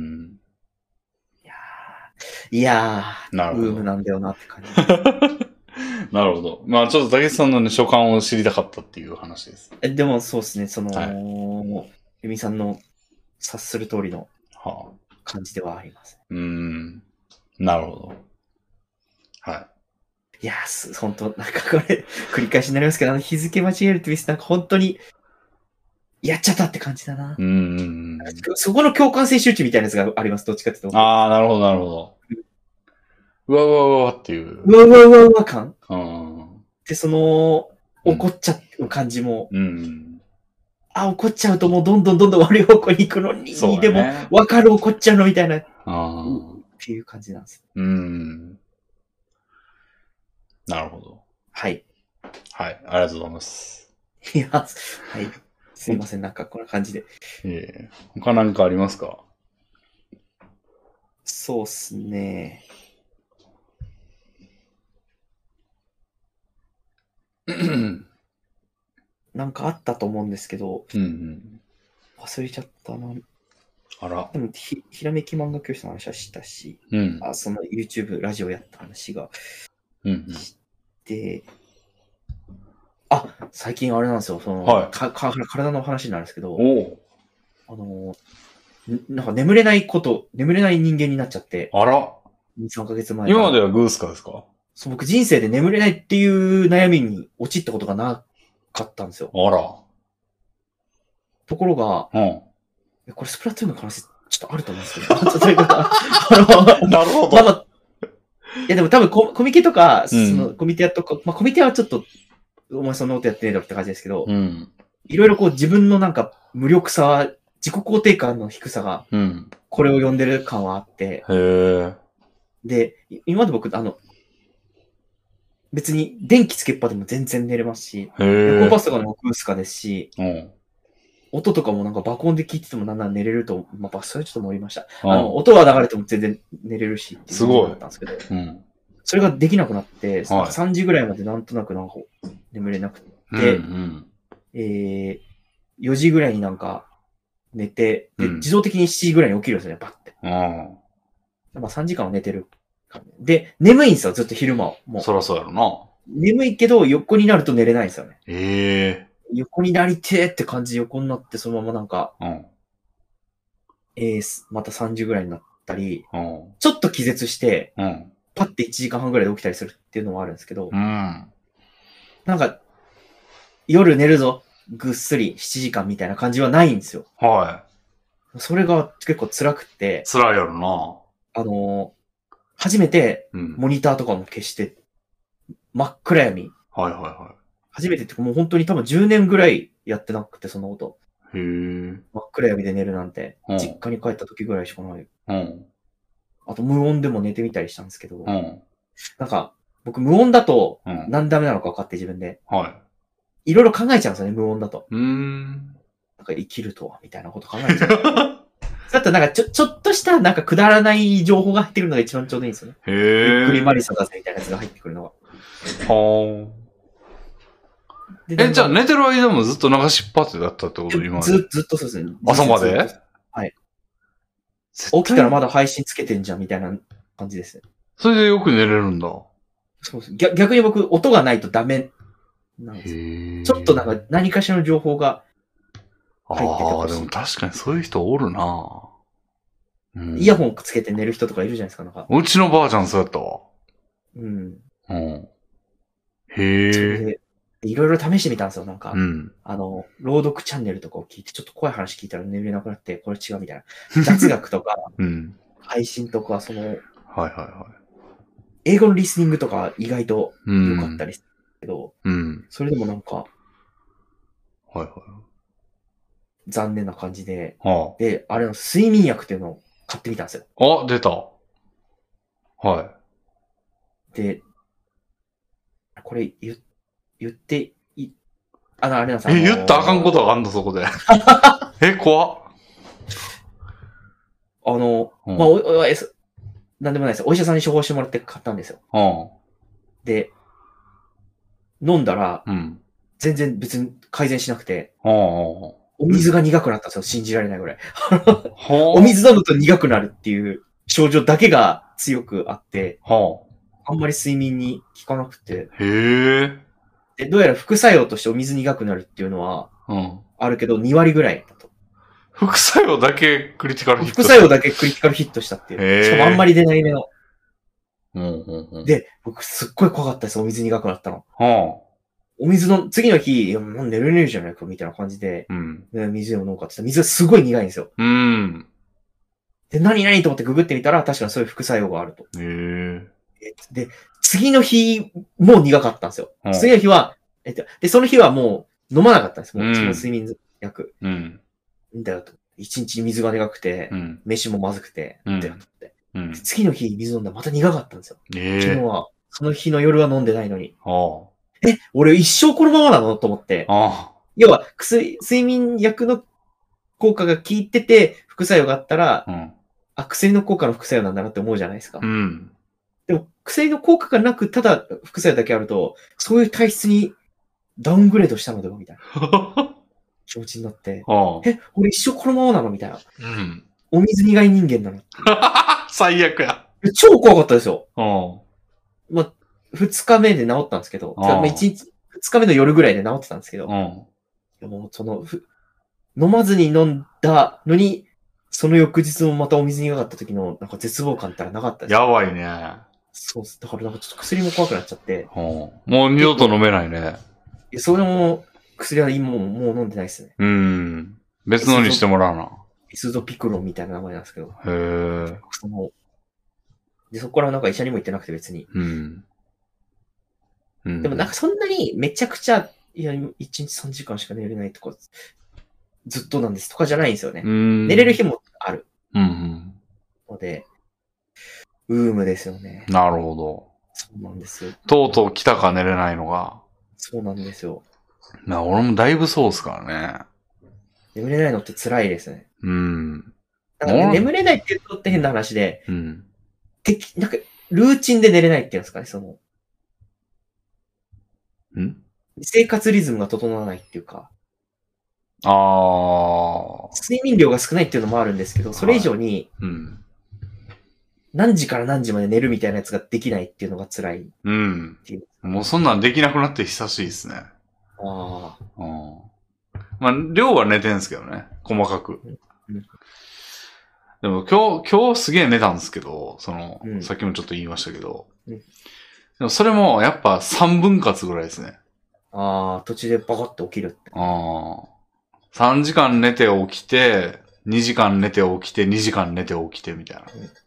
いやー、ブームなんだよなって感じ。 なるほど。まあちょっと竹内さんのね、所感を知りたかったっていう話です。 でもそうですね、ユミさんの察する通りの感じではあります。 なるほど。はい。 いやー、本当なんかこれ、繰り返しになりますけど、日付間違えるってミスなんか本当に、やっちゃったって感じだな。そこの共感性周知みたいなやつがあります、どっちかっていうと。 ああ、なるほど、なるほど。うわうわうわっていう。 うわうわうわうわ感で、怒っちゃう感じも、怒っちゃうともうどんどん悪い方向に行くのに、でも、わかる怒っちゃうのみたいな。 ていう感じなんです。 なるほど。 はい。 はい。ありがとうございます。 いや、はい。すいません、なんかこんな感じで。 他なんかありますか？ そうっすね。なんかあったと思うんですけど、忘れちゃったな。 あら。 でもひらめき漫画教室の話はしたし、その YouTube、ラジオやった話がして、最近あれなんですよ、その、体の話になるんですけど、なんか眠れない人間になっちゃって。 あら。 2、3ヶ月前今まではグースカですか？ そう、僕人生で眠れないっていう悩みに陥ったことがなかったんですよ。 あら。 ところが、これスプラトゥーンの可能性ちょっとあると思うんですけど。 なるほど。 いやでも多分コミケとか、そのコミティアとか、コミティアはちょっと、お前そんなことやってねえだろって感じですけど、いろいろこう自分のなんか無力さ、自己肯定感の低さが、これを読んでる感はあって、で、今まで僕、別に電気つけっぱでも全然寝れますし、夜行バスとかでもグースカですし、音とかもなんか爆音で聞いててもなんなら寝れると、それちょっと思いました。音は流れても全然寝れるしっていうすごい。 だったんですけど、それができなくなって、3時ぐらいまでなんとなくなんか眠れなくて、4時ぐらいになんか寝て、で、自動的に7時ぐらいに起きるんですよね、バッて。3時間は寝てる。で、眠いんですよ、ずっと昼間は。もう。 そらそうやろな。 眠いけど、横になると寝れないんですよね。横になりてーって感じで横になって、そのままなんか、また3時ぐらいになったり、ちょっと気絶して、パッて1時間半ぐらいで起きたりするっていうのもあるんですけど、なんか、夜寝るぞ、ぐっすり7時間みたいな感じはないんですよ。それが結構辛くて。 辛いやろな。 初めて、モニターとかも消して、真っ暗闇。初めてってもう本当に多分10年ぐらいやってなくて、そのこと。真っ暗闇で寝るなんて、実家に帰った時ぐらいしかない。あと無音でも寝てみたりしたんですけど、なんか、僕無音だと、何ダメなのか分かって自分で。いろいろ考えちゃうんですよね、無音だと。なんか生きるとは、みたいなこと考えちゃう。だとなんかちょっとしたなんかくだらない情報が入ってくるのが一番ちょうどいいんですよね。ゆっくりマリサだぜみたいなやつが入ってくるのが。 じゃあ寝てる間もずっと流しっぱってだったってこと今までずっとそうですね。 朝まで？ はい。起きたらまだ配信つけてんじゃんみたいな感じです。 それでよく寝れるんだ。 そうです。逆に僕、音がないとダメなんですよ。ちょっとなんか何かしらの情報が入っててほしい。 でも確かにそういう人おるな、 イヤホンつけて寝る人とかいるじゃないですか、なんか。 うちのばあちゃんそうやったわ。 いろいろ試してみたんですよ、なんか。朗読チャンネルとかを聞いて、ちょっと怖い話聞いたら眠れなくなって、これ違うみたいな。雑学とか、配信とか、英語のリスニングとか意外と良かったりするけど、それでもなんか、残念な感じで、で、あれの睡眠薬っていうのを買ってみたんですよ。 出た。 で、これ言ってあれなんですよ。 言ったらあかんことがあんの、そこで。怖っ。 なんでもないです。お医者さんに処方してもらって買ったんですよ。で、飲んだら、全然別に改善しなくて、お水が苦くなったんですよ。信じられないぐらい。お水飲むと苦くなるっていう症状だけが強くあって、あんまり睡眠に効かなくて。で、どうやら副作用としてお水苦くなるっていうのは、あるけど2割ぐらいだと。 副作用だけクリティカルヒットした。 副作用だけクリティカルヒットしたっていう。しかもあんまり出ない目の。で、僕すっごい怖かったです。お水苦くなったの。お水の、次の日、いや、もう寝れねえじゃないか、みたいな感じで、水でも飲むかって言ったら、水がすごい苦いんですよ。で、何と思ってググってみたら、確かにそういう副作用があると。で、次の日も苦かったんですよ。次の日は、で、その日はもう飲まなかったんです。もう、その睡眠薬。んだよと。一日水が苦くて、飯もまずくて、ってなって。 うん。 次の日水飲んだらまた苦かったんですよ。昨日えは、その日の夜は飲んでないのに。 あ俺一生このままなのと思って。 あ。 要は、睡眠薬の効果が効いてて、副作用があったら、 うん。 薬の効果の副作用なんだなって思うじゃないですか。 うん。 でも、薬の効果がなく、ただ副作用だけあると、そういう体質にダウングレードしたのではみたいな気持ちになって、俺一生このままなのみたいな。 うん。 お水苦い人間なの。 最悪や。 超怖かったですよ。 まあ、二日目で治ったんですけど、二日目の夜ぐらいで治ってたんですけど、もう飲まずに飲んだのに、その翌日もまたお水苦かった時の、なんか絶望感ったらなかったです。 やばいね。 そうです。だからなんかちょっと薬も怖くなっちゃって。 もう二度と飲めないね。 それも、薬はもう飲んでないですね。 別のにしてもらうな。 イスドピクロンみたいな名前なんですけど。 へで、そこからなんか医者にも行ってなくて別に。でもなんかそんなにめちゃくちゃ、いや、1日3時間しか寝れないとか、ずっとなんですとかじゃないんですよね。寝れる日もある。ので、ウームですよね。 なるほど。 そうなんですよ。 とうとう来たか寝れないのが。 そうなんですよ。 俺もだいぶそうっすからね。 眠れないのって辛いですね。 なんかね、眠れないって言うとって変な話で、なんか、ルーチンで寝れないっていうんですかね、生活リズムが整わないっていうか。睡眠量が少ないっていうのもあるんですけど、それ以上に、何時から何時まで寝るみたいなやつができないっていうのが辛いっていう。 もうそんなんできなくなって久しいですね。まあ、量は寝てんすけどね。細かく。でも今日すげえ寝たんですけど、さっきもちょっと言いましたけど。でもそれもやっぱ3分割ぐらいですね。 途中でバカって起きるって。 3時間寝て起きて、2時間寝て起きて、2時間寝て起きてみたいな。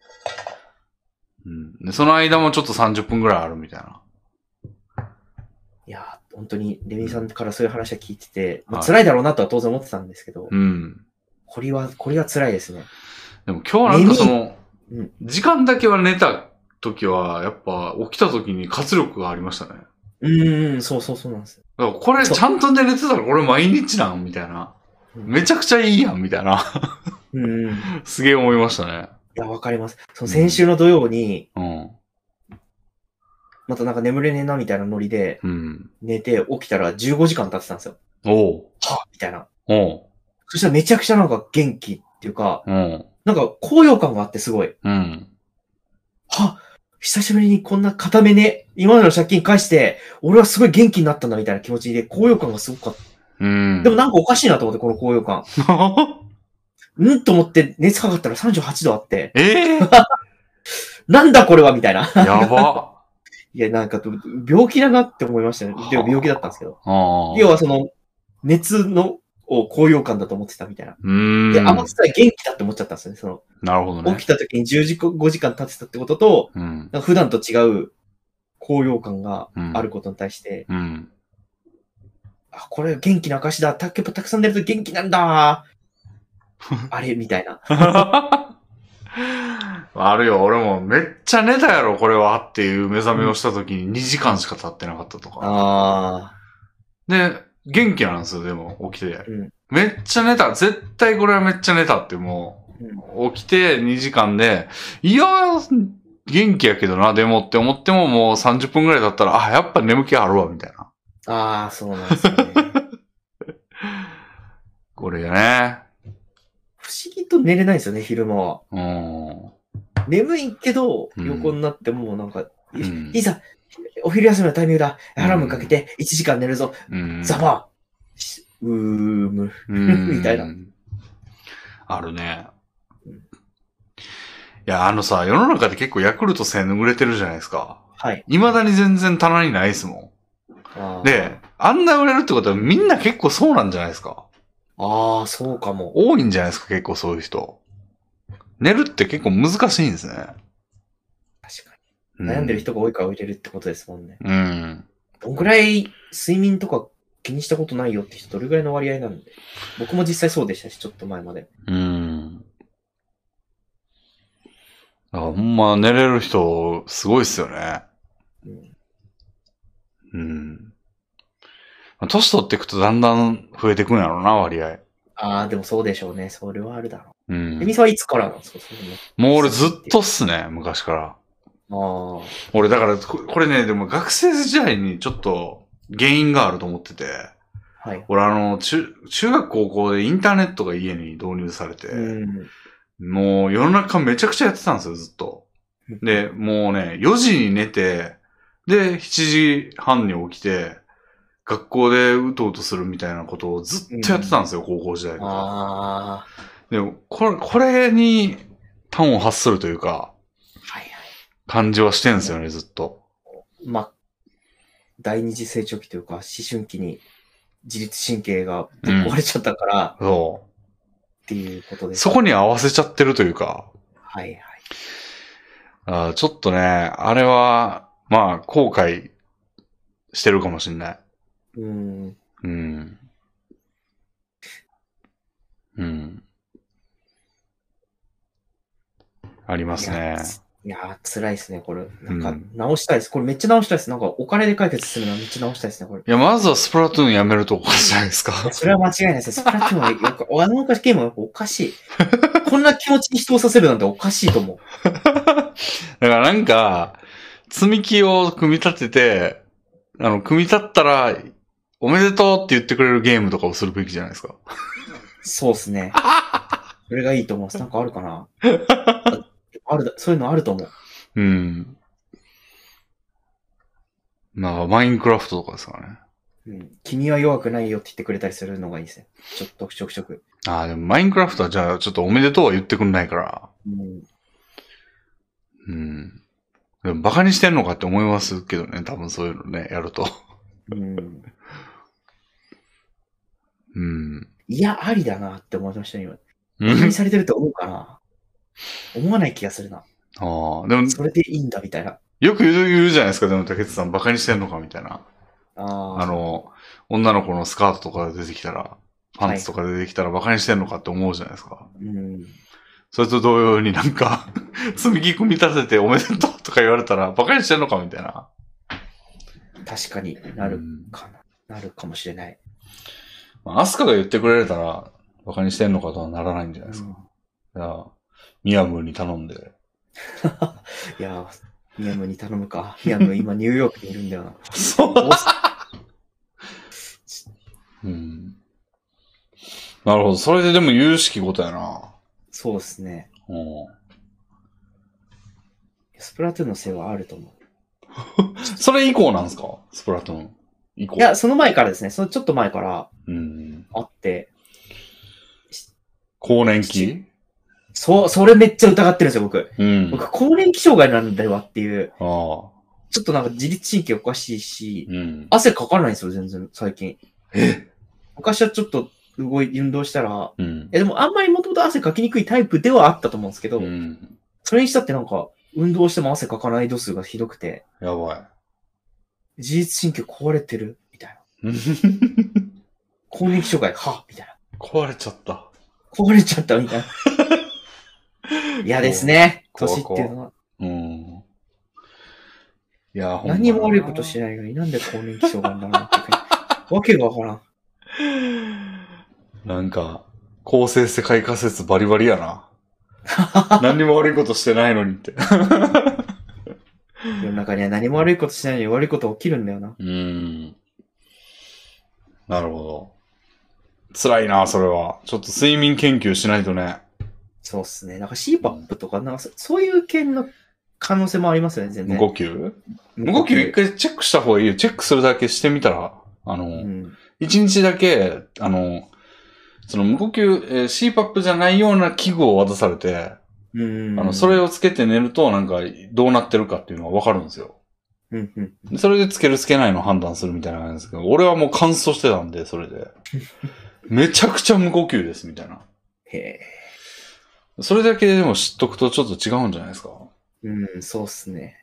でその間もちょっと30分ぐらいあるみたいな。 いやー、本当にレミさんからそういう話は聞いてて、辛いだろうなとは当然思ってたんですけど、これは辛いですね。 でも今日なんか時間だけは寝た時は、やっぱ起きた時に活力がありましたね。 そうなんですよ。 だからこれちゃんと寝れてたらこれ毎日なんみたいな。めちゃくちゃいいやんみたいな。すげえ思いましたね。 いや、わかります。先週の土曜に、またなんか眠れねえなみたいなノリで、寝て起きたら15時間経ってたんですよ。みたいな。そしたらめちゃくちゃなんか元気っていうか、なんか高揚感があってすごい。久しぶりにこんな固めね、今までの借金返して、俺はすごい元気になったんだみたいな気持ちで高揚感がすごかった。でもなんかおかしいなと思って、この高揚感。と思って熱測ったら38度あって。なんだこれはみたいな。 やば。 いや、なんか病気だなって思いましたね。でも病気だったんですけど。要は熱の高揚感だと思ってたみたいな。で、天津は元気だって思っちゃったんですよね。 なるほどね。 起きた時に5時間経ってたってことと、なんか普段と違う高揚感があることに対して、これ元気な証だ。たくさん寝ると元気なんだ。あれみたいな。 あるよ。俺もめっちゃ寝たやろ、これはっていう目覚めをした時に2時間しか経ってなかったとか。で、元気なんですよ、でも、起きて。めっちゃ寝た。絶対これはめっちゃ寝たってもう、起きて2時間で、いやー、元気やけどな、でもって思ってももう30分くらい経ったら、やっぱ眠気あるわ、みたいな。 そうなんですね。 これがね。 不思議と寝れないですよね、昼間は。眠いけど、横になってもなんか、いざ、お昼休みのタイミングだ。アラームかけて1時間寝るぞ。ザバーみたいな。 あるね。いや、世の中で結構ヤクルト1000売れてるじゃないですか。未だに全然棚にないですもん。で、あんな売れるってことはみんな結構そうなんじゃないですか。 そうかも。 多いんじゃないですか、結構そういう人。寝るって結構難しいんですね。確かに。悩んでる人が多いから売れるってことですもんね。どんぐらい睡眠とか気にしたことないよって人どれぐらいの割合なんで。僕も実際そうでしたし、ちょっと前まで。 ほんま寝れる人、すごいっすよね。うん。年取っていくとだんだん増えていくんやろうな、割合。 ああ、でもそうでしょうね。それはあるだろう。 う。みさはいつからなんですか？ もう俺ずっとっすね、昔から。 ああ。 俺だから、これね、でも学生時代にちょっと原因があると思ってて。 はい。 俺中学高校でインターネットが家に導入されて、もう世の中めちゃくちゃやってたんですよ、ずっと。で、もうね、4時に寝て、で、7時半に起きて、学校でうとうとするみたいなことをずっとやってたんですよ、高校時代とか。でも、これに端を発するというか、感じはしてんですよね、ずっと。 まあ、第二次成長期というか、思春期に自律神経がぶっ壊れちゃったから、 そう。 っていうことです。 そこに合わせちゃってるというか。 はいはい。 ちょっとね、あれは、まあ、後悔してるかもしれない。うん。ありますね。 いやー、辛いですね、これ。なんか、直したいです。これめっちゃ直したいです。なんか、お金で解決するのはめっちゃ直したいですね、これ。 いや、まずはスプラトゥーンやめるとおかしいじゃないですか。 それは間違いないです。スプラトゥーンは、あのゲームはおかしい。こんな気持ちに人をさせるなんておかしいと思う。 だからなんか、積み木を組み立てて、組み立ったら、おめでとうって言ってくれるゲームとかをするべきじゃないですか。 そうですね。それがいいと思います。なんかあるかなそういうのあると思う。 うん。なんか、マインクラフトとかですかね。 うん。君は弱くないよって言ってくれたりするのがいいですね。ちょっとちょくちょく。 ああ、でもマインクラフトはじゃあ、ちょっとおめでとうは言ってくんないから。でもバカにしてんのかって思いますけどね、多分そういうのね、やると。 いや、ありだなって思いましたね、今。バカにされてると思うかな思わない気がするな。ああ、でも、 それでいいんだ、みたいな。 よく言うじゃないですか、でも竹内さん、バカにしてんのかみたいな。女の子のスカートとか出てきたら、パンツとか出てきたらバカにしてんのかって思うじゃないですか。それと同様になんか積み木組み立てておめでとうとか言われたら、バカにしてんのかみたいな。 確かになるかな。なるかもしれない。 アスカが言ってくれたら、バカにしてんのかとはならないんじゃないですか。いや、ミヤムーに頼んで。 いや、ミヤムーに頼むか。ミヤムー今ニューヨークにいるんだよな。 そう。なるほど。それででも有識ことやな。 そうですね。スプラトゥーンのせいはあると思う。それ以降なんですか？スプラトゥーン。以降。 いや、その前からですね。そのちょっと前から、あって。 更年期？ それめっちゃ疑ってるんですよ、僕。僕、更年期障害なんだよっていう。ちょっとなんか自律神経おかしいし、汗かかないんですよ、全然、最近。昔はちょっと運動したら、でもあんまりもともと汗かきにくいタイプではあったと思うんですけど、それにしたってなんか、運動しても汗かかない度数がひどくて。 やばい。 自律神経壊れてるみたいな。更年期障害、みたいな。 壊れちゃった。 壊れちゃったみたいな。嫌ですね。年っていうのは。 いや、ほんま何も悪いことしてないのになんで更年期障害になるのってわけがわからん。 なんか、構成世界仮説バリバリやな。何にも悪いことしてないのにって。 世の中には何も悪いことしてないのに悪いこと起きるんだよな。 なるほど。辛いな、それは。ちょっと睡眠研究しないとね。 そうっすね。なんか CPAP とか、なんかそういう系の可能性もありますよね、全然。 無呼吸一回チェックした方がいいよ。チェックするだけしてみたら、一日だけ、その無呼吸、CPAP じゃないような器具を渡されて、それをつけて寝ると、なんか、どうなってるかっていうのがわかるんですよ。それでつけるつけないの判断するみたいな感じですけど、俺はもう乾燥してたんで、それで。めちゃくちゃ無呼吸です、みたいな。それだけでも知っとくとちょっと違うんじゃないですか。 そうっすね。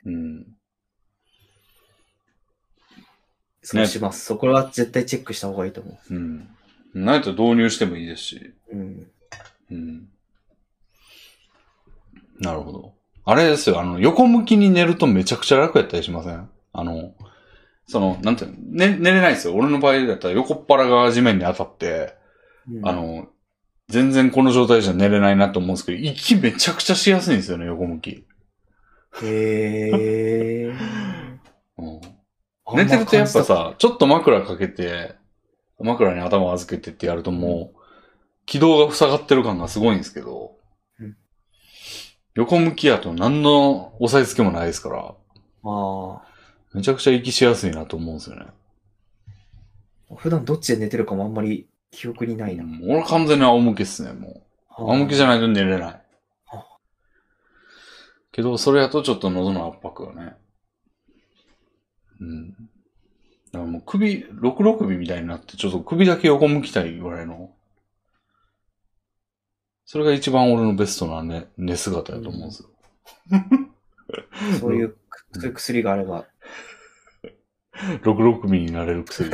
そうします。そこは絶対チェックした方がいいと思う。 ないと導入してもいいですし。なるほど。 あれですよ、横向きに寝るとめちゃくちゃ楽やったりしません？なんていうの、寝れないですよ。俺の場合だったら横っ腹が地面に当たって、うん、全然この状態じゃ寝れないなと思うんですけど、息めちゃくちゃしやすいんですよね、横向き。 へうん、寝てるとやっぱさ、ちょっと枕かけて、枕に頭を預けてってやるともう、軌道が塞がってる感がすごいんですけど、うん、横向きやと何の押さえつけもないですから、めちゃくちゃ息しやすいなと思うんですよね。 普段どっちで寝てるかもあんまり記憶にないな。 俺完全に仰向けっすね、もう。仰向けじゃないと寝れない。けど、それやとちょっと喉の圧迫がね。うん。だからもう六六首みたいになって、ちょっと首だけ横向きたいぐらいの。それが一番俺のベストな寝姿だと思うんですよ。 そういう薬があれば。 六六首になれる薬。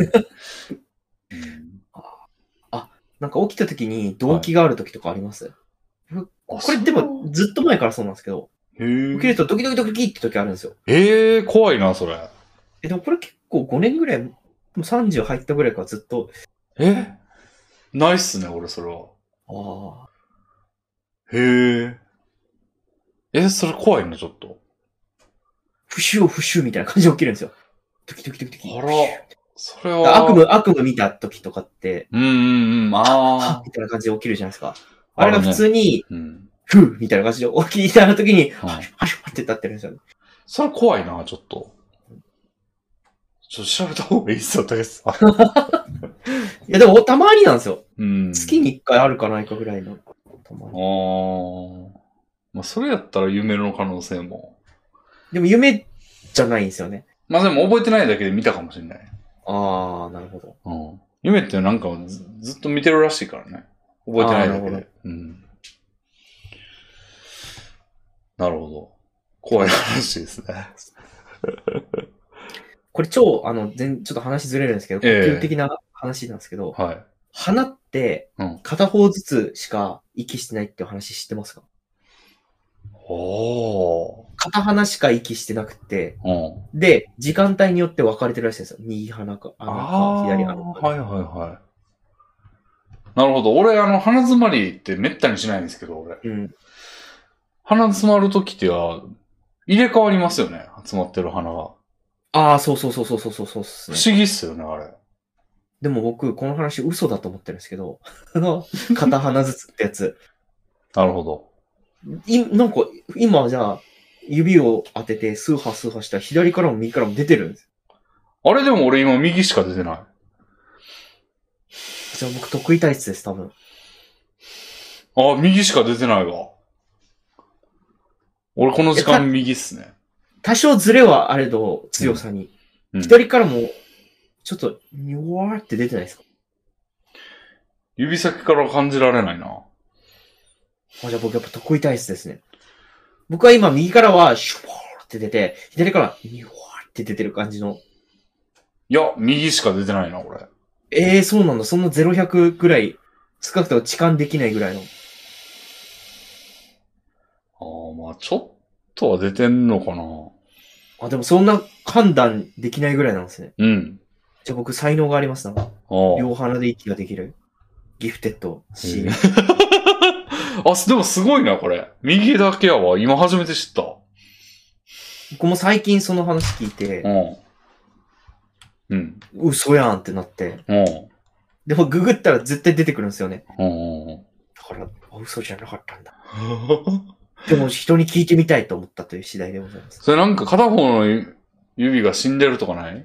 なんか起きた時に動悸がある時とかあります？これでもずっと前からそうなんですけど。起きるとドキドキドキドキって時あるんですよ。 怖いな、それ。 でもこれ結構5年ぐらい、もう30入ったぐらいからずっと。 ないっすね、俺、それは。それ怖いね、ちょっと。 不臭みたいな感じで起きるんですよ。ドキドキドキドキ。 あら、それは。 悪夢見た時とかって、みたいな感じで起きるじゃないですか。あれが普通に、ふぅみたいな感じで起きた時に、はしゅって立ってるんですよね。 それ怖いな、ちょっと。調べた方がいいっすよ、大さん。 いや、でも、たまになんですよ。月に1回あるかないかぐらいの。たまに。まあ、それやったら夢の可能性も。 でも、夢じゃないんですよね。 まあ、でも覚えてないだけで見たかもしれない。 なるほど。夢ってなんかずっと見てるらしいからね。覚えてないだけで。なるほど。怖い話ですね。 これ超、ちょっと話ずれるんですけど、呼吸的な話なんですけど、鼻って、片方ずつしか息してないっていう話知ってますか？片鼻しか息してなくて、で、時間帯によって分かれてるらしいんですよ。右鼻か、左鼻か。 はい。なるほど。俺、鼻詰まりってめったにしないんですけど、俺。鼻詰まるときっては、入れ替わりますよね。詰まってる鼻が。 そうっすね。不思議っすよね、あれ。 でも僕、この話嘘だと思ってるんですけど、片鼻ずつってやつ。 なるほど。 なんか、今じゃあ、指を当ててスーハーしたら左からも右からも出てるんです。 あれでも俺今右しか出てない。 じゃあ僕得意体質です、多分。 右しか出てないわ。俺この時間右っすね。 多少ズレはあれど、強さに。左からも、ちょっと、にわーって出てないですか？ 指先から感じられないな。 じゃあ僕やっぱ得意体質ですね。僕は今右からはシュポーって出て、左からにわーって出てる感じの。 いや、右しか出てないな、俺。 そうなんだ。そんな0-100ぐらい、少なくとも痴漢できないぐらいの。 まあちょっとは出てんのかな。 でもそんな判断できないぐらいなんですね。じゃあ僕才能がありますな。両鼻で息ができる。ギフテッド。 でもすごいな、これ。右だけやわ。今初めて知った。 僕も最近その話聞いて、嘘やんってなって。でもググったら絶対出てくるんですよね。だから、嘘じゃなかったんだ。でも人に聞いてみたいと思ったという次第でございます。 それなんか片方の指が死んでるとかない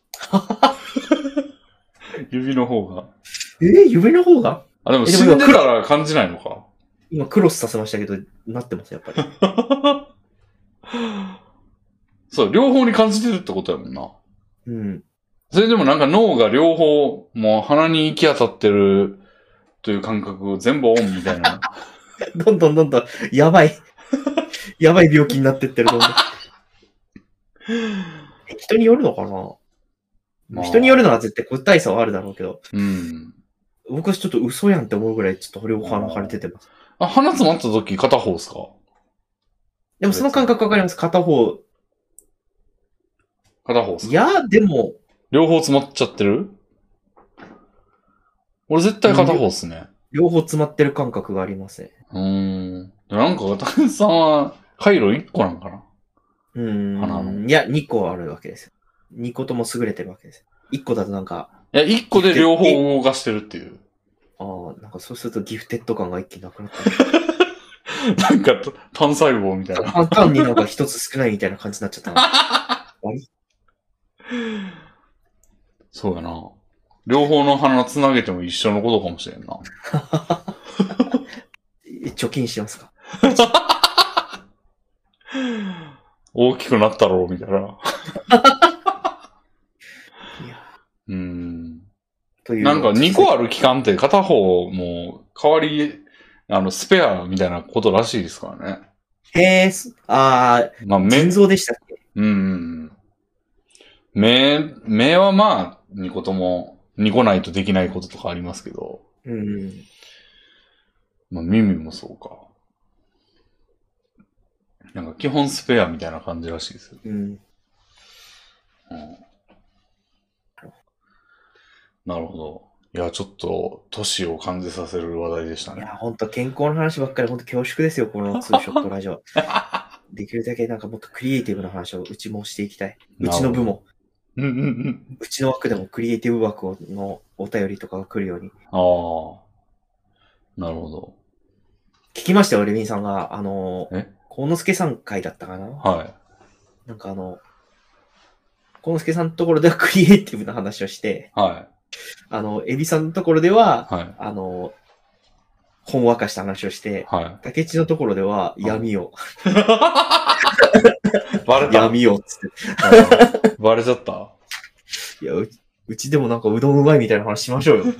指の方が。 指の方が？ でも死んでたら感じないのか。 今クロスさせましたけど、なってます、やっぱり。 そう、両方に感じてるってことやもんな。それでもなんか脳が両方、もう鼻に行き当たってるという感覚を全部オンみたいな。 どんどん、やばい病気になってってる、どんどん。人によるのかな、人によるのは絶対個体差はあるだろうけど。僕はちょっと嘘やんって思うぐらい、ちょっと両鼻腫れててます。 鼻詰まった時片方ですか？ でもその感覚わかります。片方。 片方っすか？ いや、でも。 両方詰まっちゃってる？俺絶対片方っすね。 両方詰まってる感覚がありますね。 なんか、高橋さんは、回路1個なんかな？鼻の。 いや、2個あるわけですよ。2個とも優れてるわけですよ。1個だとなんか。 いや、1個で両方動かしてるっていう。 ああ、なんかそうするとギフテッド感が一気になくなった。 なんか、単細胞みたいな。 単になんか一つ少ないみたいな感じになっちゃったな。 そうやな。両方の鼻つなげても一緒のことかもしれんな。 貯金しますか？ 大きくなったろう、みたいな。いやなんか2個ある期間って片方も代わり、スペアみたいなことらしいですからね。 へえ、まあ、腎臓でしたっけ？ 目はまあ、2個とも、2個ないとできないこととかありますけど。まあ、耳もそうか。なんか基本スペアみたいな感じらしいですよ。なるほど。いや、ちょっと、年を感じさせる話題でしたね。 いや、ほんと健康の話ばっかりほんと恐縮ですよ、このツーショットラジオ。できるだけなんかもっとクリエイティブな話をうちもしていきたい。うちの部も。うちの枠でもクリエイティブ枠のお便りとかが来るように。 ああ。なるほど。 聞きましたよ、レビンさんが。幸之助さん会だったかな？ はい。 なんか幸之助さんのところではクリエイティブな話をして、 はい。 エビさんのところでは、 はい。 ほんわかした話をして、 はい。 竹内のところでは闇を。 バレた。 闇をつって。 バレちゃった？ いや、うちでもなんかうどんうまいみたいな話しましょうよ。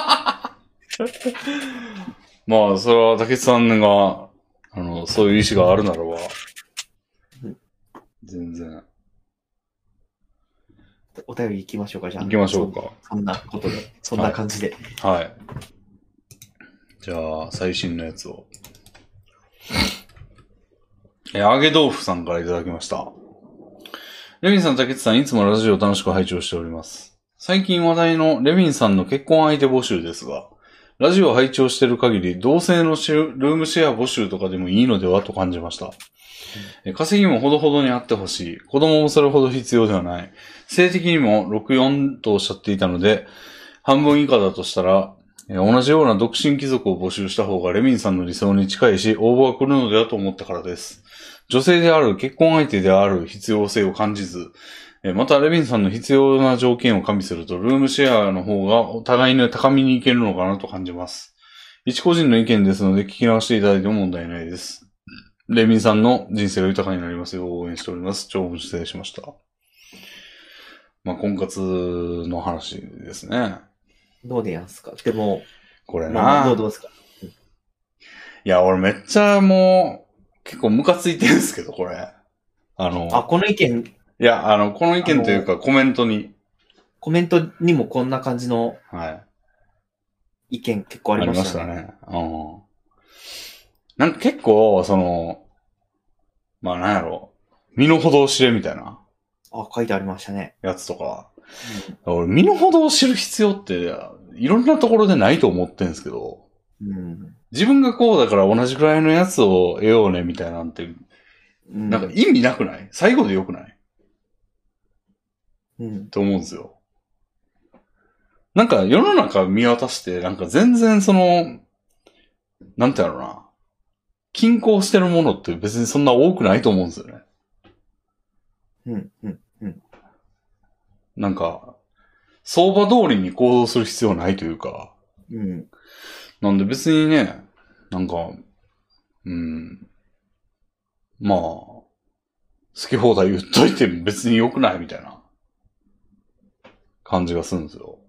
まあ、それは竹内さんが、そういう意思があるならば、全然。 お便り行きましょうか、じゃあ。 行きましょうか。 そんなことで、そんな感じで。 はい。じゃあ、最新のやつを。揚げ豆腐さんからいただきました。レビンさん、竹内さん、いつもラジオを楽しく拝聴しております。最近話題のレビンさんの結婚相手募集ですが、ラジオを拝聴している限り、同性のルームシェア募集とかでもいいのではと感じました。稼ぎもほどほどにあってほしい。子供もそれほど必要ではない。性的にも64とおっしゃっていたので、半分以下だとしたら、同じような独身貴族を募集した方がレミンさんの理想に近いし、応募が来るのではと思ったからです。女性である、結婚相手である必要性を感じず、またレミンさんの必要な条件を加味すると、ルームシェアの方がお互いの高みに行けるのかなと感じます。一個人の意見ですので、聞き直していただいても問題ないです。レミンさんの人生が豊かになりますよう応援しております。長文失礼しました。まあ、婚活の話ですね。 どうでやんすか？でも、 これな、 どうですか？ いや、俺めっちゃもう、結構ムカついてるんですけど、これ。 この意見。 いや、この意見というかコメントに。 コメントにもこんな感じの、意見結構ありましたね。 ありましたね。なんか結構、まあなんやろ、身の程を知れみたいな。 書いてありましたね。 やつとか。俺、身の程を知る必要って、いろんなところでないと思ってんですけど、自分がこうだから同じくらいのやつを得ようねみたいなんて、なんか意味なくない？最後でよくない？と思うんですよ。なんか世の中見渡して、なんか全然なんてやろうな。均衡してるものって別にそんな多くないと思うんですよね。なんか、相場通りに行動する必要ないというか。なんで別にね、なんか、まあ、好き放題言っといて別に良くないみたいな感じがするんですよ。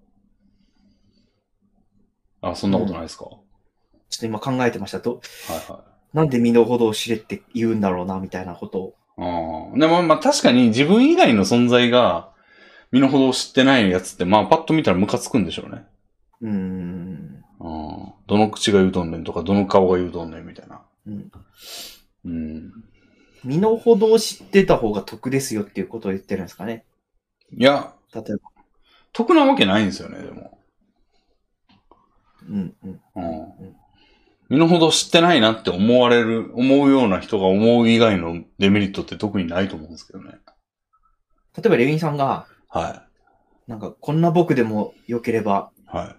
そんなことないですか？ちょっと今考えてましたと。なんで身の程を知れって言うんだろうな、みたいなことを。でもまあ確かに自分以外の存在が身の程を知ってないやつって、まあパッと見たらムカつくんでしょうね。どの口が言うとんねんとか、どの顔が言うとんねんみたいな。 身の程を知ってた方が得ですよっていうことを言ってるんですかね。 いや、 例えば。 得なわけないんですよね、でも。 うんうん。 身の程知ってないなって思うような人が思う以外のデメリットって特にないと思うんですけどね。 例えばレビンさんが、 はい。 なんかこんな僕でも良ければ、 はい。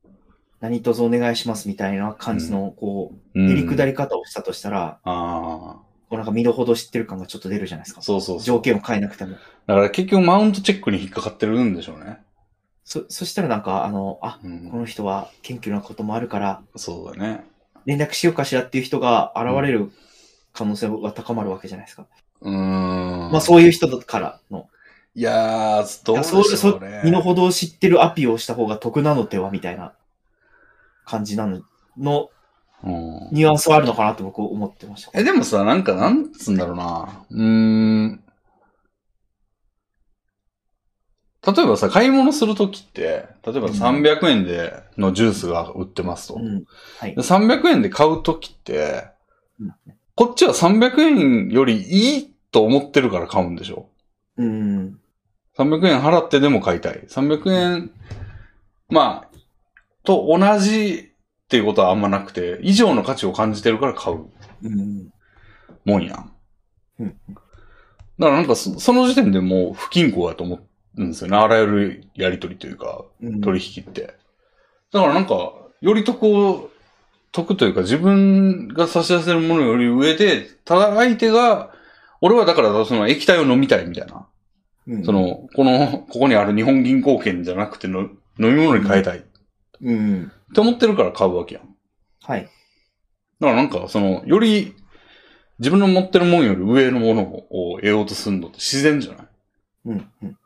何卒お願いしますみたいな感じの、こう、 うんへりくだり方をしたとしたら、 ああ。 こうなんか身の程知ってる感がちょっと出るじゃないですか。 そうそうそう。 条件を変えなくても。 だから結局マウントチェックに引っかかってるんでしょうね。 そしたらなんか、この人は謙虚なこともあるから、 そうだね。 連絡しようかしらっていう人が現れる可能性が高まるわけじゃないですか。まあそういう人からの。 いやー、どうでしょうね。 身の程を知ってるアピをした方が得なのではみたいな感じのニュアンスはあるのかなと僕思ってました。 でもさ、なんつうんだろうな。例えばさ、買い物するときって、例えば300円でのジュースが売ってますと。 はい、 300円で買うときって、こっちは300円よりいいと思ってるから買うんでしょ。300円払ってでも買いたい。300円、まあ、と同じっていうことはあんまなくて、以上の価値を感じてるから買う。もんやん。だからなんかその時点でもう不均衡だと思うんですよね。あらゆるやりとりというか、取引って。だからなんか、より得というか自分が差し出せるものより上で、ただ相手が、俺はだからその液体を飲みたいみたいな。ここにある日本銀行券じゃなくて飲み物に変えたい。って思ってるから買うわけやん。 はい。だからなんか、より自分の持ってるものより上のものを得ようとするのって自然じゃない？だ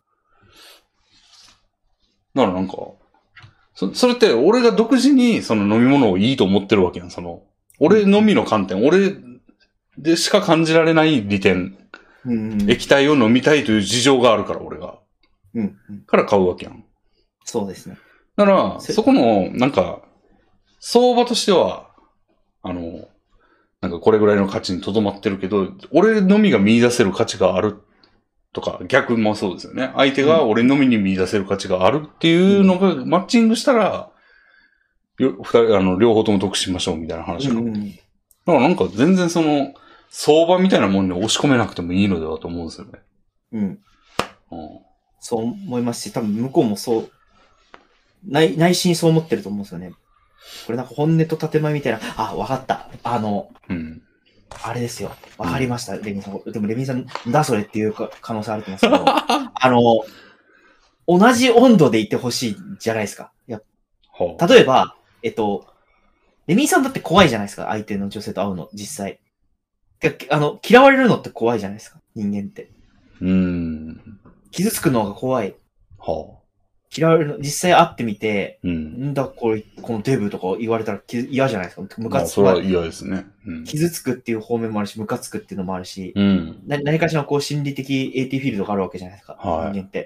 からなんか、それって俺が独自にその飲み物をいいと思ってるわけやん。俺のみの観点、俺でしか感じられない利点。液体を飲みたいという事情があるから、俺が。から買うわけやん。 そうですね。 だから、そこの、なんか、相場としては、なんかこれぐらいの価値に留まってるけど、俺のみが見出せる価値があるとか、逆もそうですよね。相手が俺のみに見出せる価値があるっていうのがマッチングしたら、両方とも得しましょうみたいな話が。だからなんか全然相場みたいなもんに押し込めなくてもいいのではと思うんですよね。 そう思いますし、多分向こうもそう、内心そう思ってると思うんですよね。これなんか本音と建前みたいな、わかった。あれですよ。わかりました、レミさん。でもレミさん、だそれっていう可能性あると思うんですけど、同じ温度でいてほしいじゃないですか。例えば、レミさんだって怖いじゃないですか。相手の女性と会うの、実際。嫌われるのって怖いじゃないですか。人間って。傷つくのが怖い。嫌われるの、実際会ってみて、んだこのデブとか言われたら嫌じゃないですか。ムカつく。 それは嫌ですね。 傷つくっていう方面もあるし、ムカつくっていうのもあるし、何かしら心理的 AT フィールドがあるわけじゃないですか。人間って。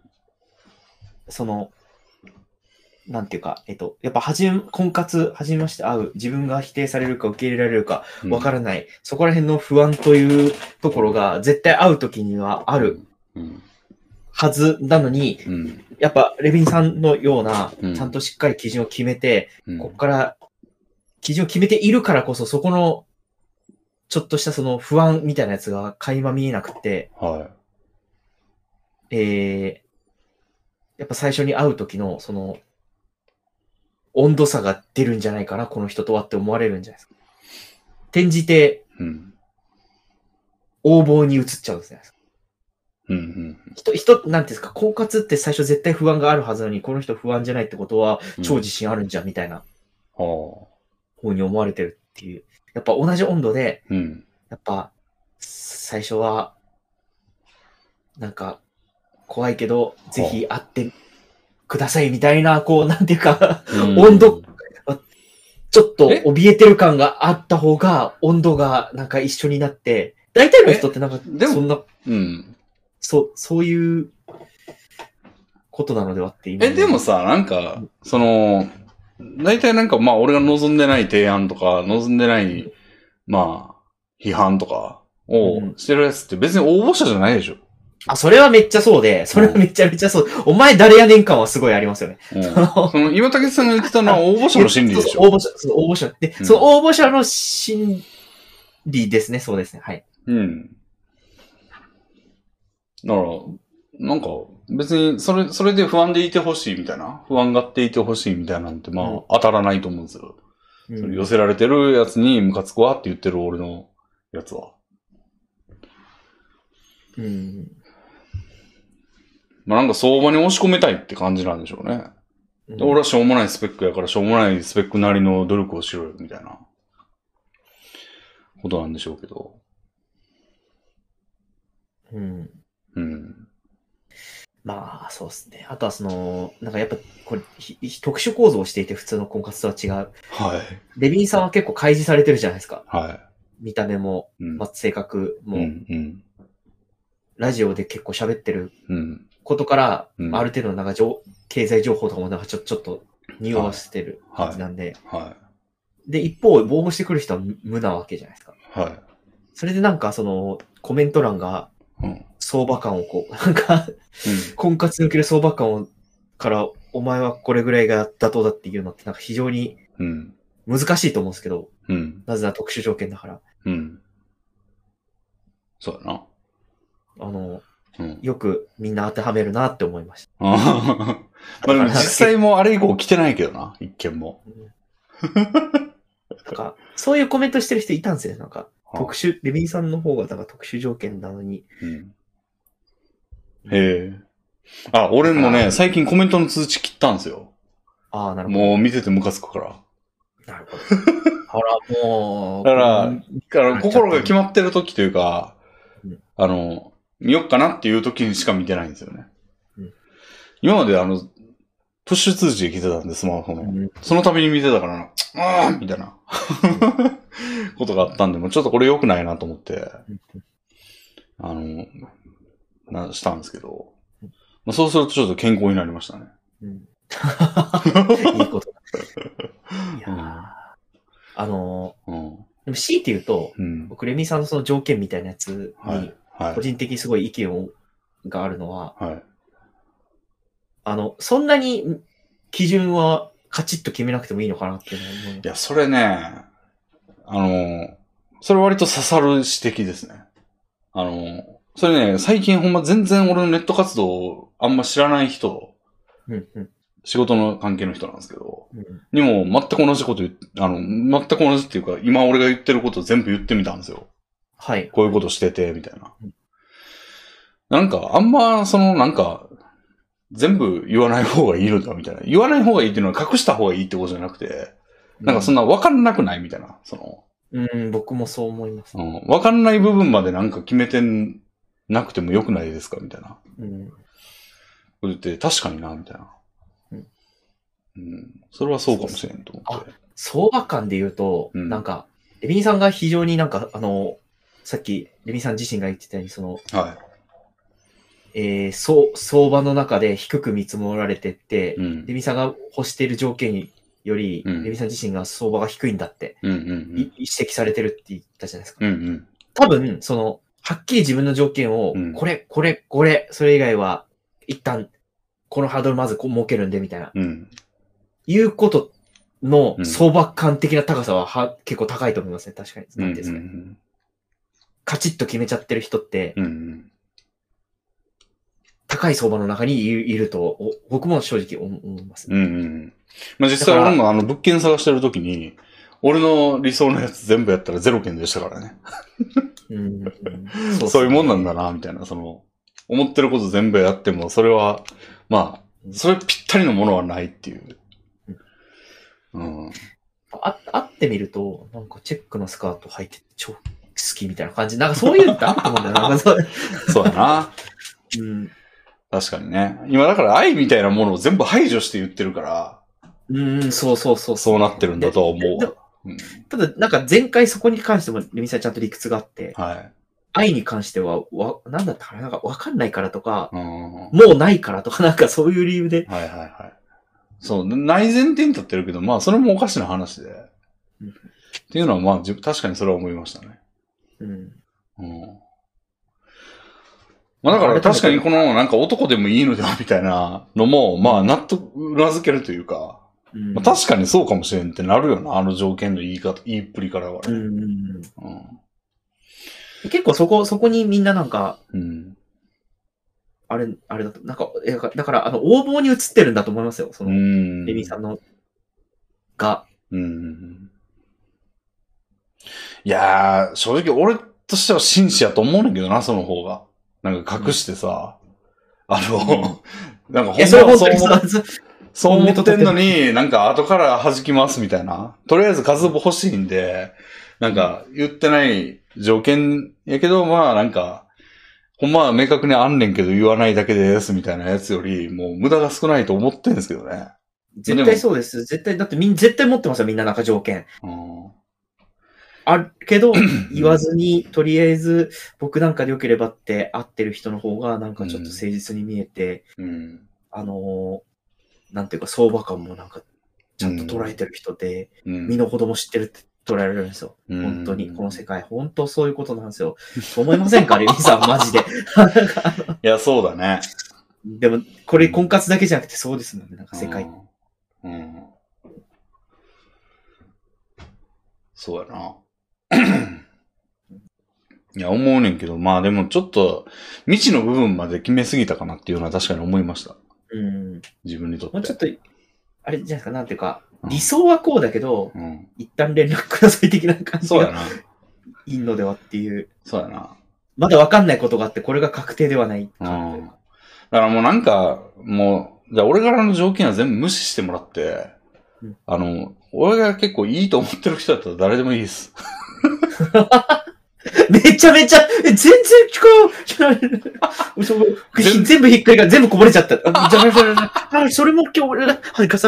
なんていうか、やっぱ婚活始めまして会う、自分が否定されるか受け入れられるかわからない、そこら辺の不安というところが絶対会うときにはあるはずなのに、やっぱレビンさんのような、ちゃんとしっかり基準を決めて、ここから基準を決めているからこそ、そこのちょっとした不安みたいなやつが垣間見えなくて、やっぱ最初に会うときの温度差が出るんじゃないかな、この人とはって思われるんじゃないですか。転じて、横暴に移っちゃうんですね。なんていうんですか、婚活って最初絶対不安があるはずなのに、この人不安じゃないってことは、超自信あるんじゃん、みたいな、方に思われてるっていう。やっぱ同じ温度で、やっぱ、最初は、なんか、怖いけど、ぜひ会ってくださいみたいな、なんていうか、温度、ちょっと怯えてる感があった方が、温度がなんか一緒になって、大体の人ってなんか、そんな、そういうことなのではって今。 でもさ、なんか、大体なんか俺が望んでない提案とか、望んでない、批判とかをしてるやつって別に応募者じゃないでしょ。 あ、それはめっちゃそうで、それはめちゃめちゃそう。お前誰やねん感はすごいありますよね。 その岩竹さんが言ってたのは応募者の心理でしょ。 応募者。で、その応募者の心理ですね、そうですね。はい。 うん。だから、なんか、別に、それで不安でいてほしいみたいな、不安がっていてほしいみたいなんて、まあ、当たらないと思うんですよ。それ寄せられてるやつにムカつくわって言ってる俺のやつは。まあなんか相場に押し込めたいって感じなんでしょうね。俺はしょうもないスペックやからしょうもないスペックなりの努力をしろよみたいなことなんでしょうけど。 まあ、そうですね。あとはなんかやっぱ、これ、特殊構造をしていて普通の婚活とは違う。 はい。 レビンさんは結構開示されてるじゃないですか。 はい。 見た目も、性格も、ラジオで結構喋ってることから、ある程度なんか経済情報とかもなんかちょっと匂わせてる感じなんで。で、一方、応募してくる人は無なわけじゃないですか。はい。それでなんかコメント欄が、相場感をなんか、婚活における相場感から、お前はこれぐらいが妥当だっていうのって、なんか非常に難しいと思うんですけど、なぜなら特殊条件だから。 そうだな。 よくみんな当てはめるなって思いました。 まあでも実際もあれ以降来てないけどな、一件も。 なんか、そういうコメントしてる人いたんですよ。なんか、レビンさんの方がなんか特殊条件なのに。 へえ。あ、俺もね、最近コメントの通知切ったんですよ。 ああ、なるほど。 もう見ててムカつくから。 なるほど。ほら、もう。 だから、心が決まってる時というか、見よっかなっていう時にしか見てないんですよね。今までプッシュ通知で来てたんで、スマホの。その度に見てたからな、ああみたいなことがあったんで、もうちょっとこれ良くないなと思って、したんですけど、まあ、そうするとちょっと健康になりましたね。 いいことだ。いやでも強いて言うと、僕、レミさんのその条件みたいなやつに、個人的にすごい意見があるのは、そんなに基準はカチッと決めなくてもいいのかなっていうのを思う。 いや、それね、それ割と刺さる指摘ですね。それね、最近ほんま全然俺のネット活動をあんま知らない人、仕事の関係の人なんですけど、にも全く同じこと全く同じっていうか、今俺が言ってることを全部言ってみたんですよ。 はい。 こういうことしてて、みたいな。なんか、あんま、なんか、全部言わない方がいいのだ、みたいな。言わない方がいいっていうのは隠した方がいいってことじゃなくて、なんかそんな分かんなくないみたいな。 僕もそう思います。 分かんない部分までなんか決めてなくてもよくないですかみたいな。言って、確かにな、みたいな。それはそうかもしれんと思って。 相場感で言うと、なんか、レビンさんが非常になんか、さっき、レビンさん自身が言ってたように、相場の中で低く見積もられてって、レビンさんが欲している条件より、レビンさん自身が相場が低いんだって、指摘されてるって言ったじゃないですか。多分、はっきり自分の条件を、これ、それ以外は、一旦、このハードルまず設けるんで、みたいな。いうことの相場感的な高さは結構高いと思いますね。確かに。なんていうんですかね。カチッと決めちゃってる人って、高い相場の中にいると、僕も正直思います、 ね。まあ実際俺も物件探してるときに、俺の理想のやつ全部やったら0件でしたからね。そういうもんなんだな、みたいな。思ってること全部やっても、それは、まあ、それぴったりのものはないっていう。 会ってみると、なんかチェックのスカート履いて超好きみたいな感じ。なんかそういうのってあると思うんだよな。 そうだな。確かにね。今だから愛みたいなものを全部排除して言ってるから。 そう。 そうなってるんだとは思う。 ただ、なんか前回そこに関しても、レミさんちゃんと理屈があって、愛に関しては、なんだったかな、なんかわかんないからとか、もうないからとか、なんかそういう理由で。 そう、内前提に立ってるけど、まあ、それもおかしな話で。っていうのは、まあ、確かにそれは思いましたね。 うん。まあだから確かにこのなんか男でもいいのではみたいなのも、まあ納得、うなずけるというか、まあ、確かにそうかもしれんってなるよな、あの条件の言いっぷりからはね。 結構そこにみんななんか、 うん、 あれだと、なんか、だから応募に移ってるんだと思いますよ、その、レミさんの、が。 いやー、正直俺としては紳士やと思うねんけどな、その方が。なんか隠してさ、なんかほんまはそう思ってんのに、なんか後から弾きますみたいな。とりあえず数欲しいんで、なんか言ってない条件やけど、まあなんか、ほんまは明確にあんねんけど言わないだけですみたいなやつより、もう無駄が少ないと思ってんですけどね。 絶対そうです。絶対、だって絶対持ってますよ、みんななんか条件。あるけど、言わずに、とりあえず、僕なんかで良ければって会ってる人の方が、なんかちょっと誠実に見えて、なんていうか相場感もなんか、ちゃんと捉えてる人で、身の程も知ってるって捉えられるんですよ。本当に、この世界、本当そういうことなんですよ。そう思いませんかレミさん、マジで。 いや、そうだね。 でも、これ婚活だけじゃなくてそうですもんね、なんか世界。 そうやな。いや、思うねんけど、まあでもちょっと、未知の部分まで決めすぎたかなっていうのは確かに思いました。自分にとって。 もうちょっと、あれじゃないですか、なんていうか、理想はこうだけど、一旦連絡ください的な感じがいいのではっていう。 そうやな。 まだわかんないことがあって、これが確定ではない。 だからもうなんか、もう、じゃあ俺からの条件は全部無視してもらって、俺が結構いいと思ってる人だったら誰でもいいです。 めちゃめちゃ、全然違う。全部ひっくり返全部こぼれちゃった。それも今日俺が、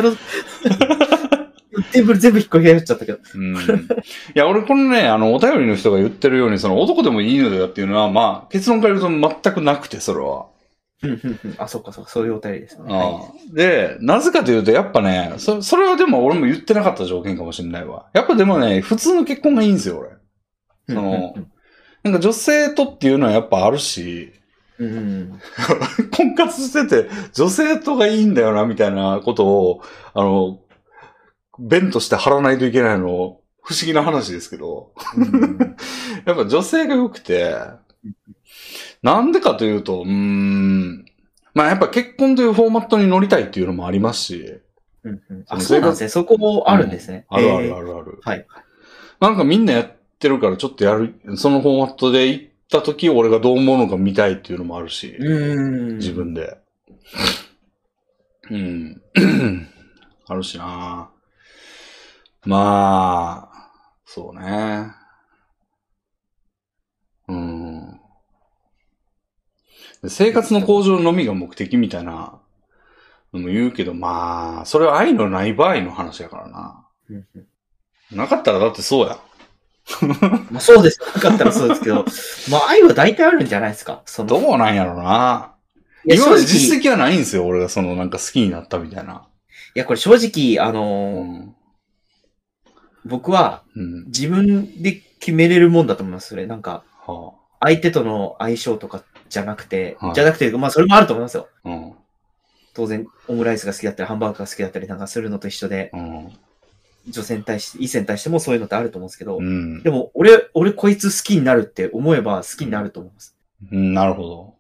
全部ひっくり返っちゃったけど。 いや、俺このね、お便りの人が言ってるように、その男でもいいのだよっていうのは、まあ、結論から言うと全くなくて、それは。 あ、そうか、そういうお便りですね。 で、なぜかというと、やっぱね、それはでも俺も言ってなかった条件かもしれないわ。やっぱでもね、普通の結婚がいいんですよ、俺。なんか女性とっていうのはやっぱあるし、婚活してて、女性とがいいんだよな、みたいなことを、弁として貼らないといけないの、不思議な話ですけど、やっぱ女性が良くて、なんでかというと、まあやっぱ結婚というフォーマットに乗りたいっていうのもありますし、 そうなんですね。そこもあるんですね。 ある。はい。なんかみんなやってるからちょっとそのフォーマットで行った時俺がどう思うのか見たいっていうのもあるし、自分で。あるしなまあ、そうね。生活の向上のみが目的みたいなのも言うけど、まあ、それは愛のない場合の話やからな。なかったらだってそうや。 まあそうです。なかったらそうですけど、まあ愛は大体あるんじゃないですか。 どうなんやろな。今まで実績はないんですよ、俺がなんか好きになったみたいな。 いや、これ正直、僕は、自分で決めれるもんだと思います、それ。なんか、相手との相性とかじゃなくて、まあそれもあると思いますよ。当然、オムライスが好きだったり、ハンバーグが好きだったりなんかするのと一緒で、女性に対して、異性に対してもそういうのってあると思うんですけど、でも、俺こいつ好きになるって思えば好きになると思います。 なるほど。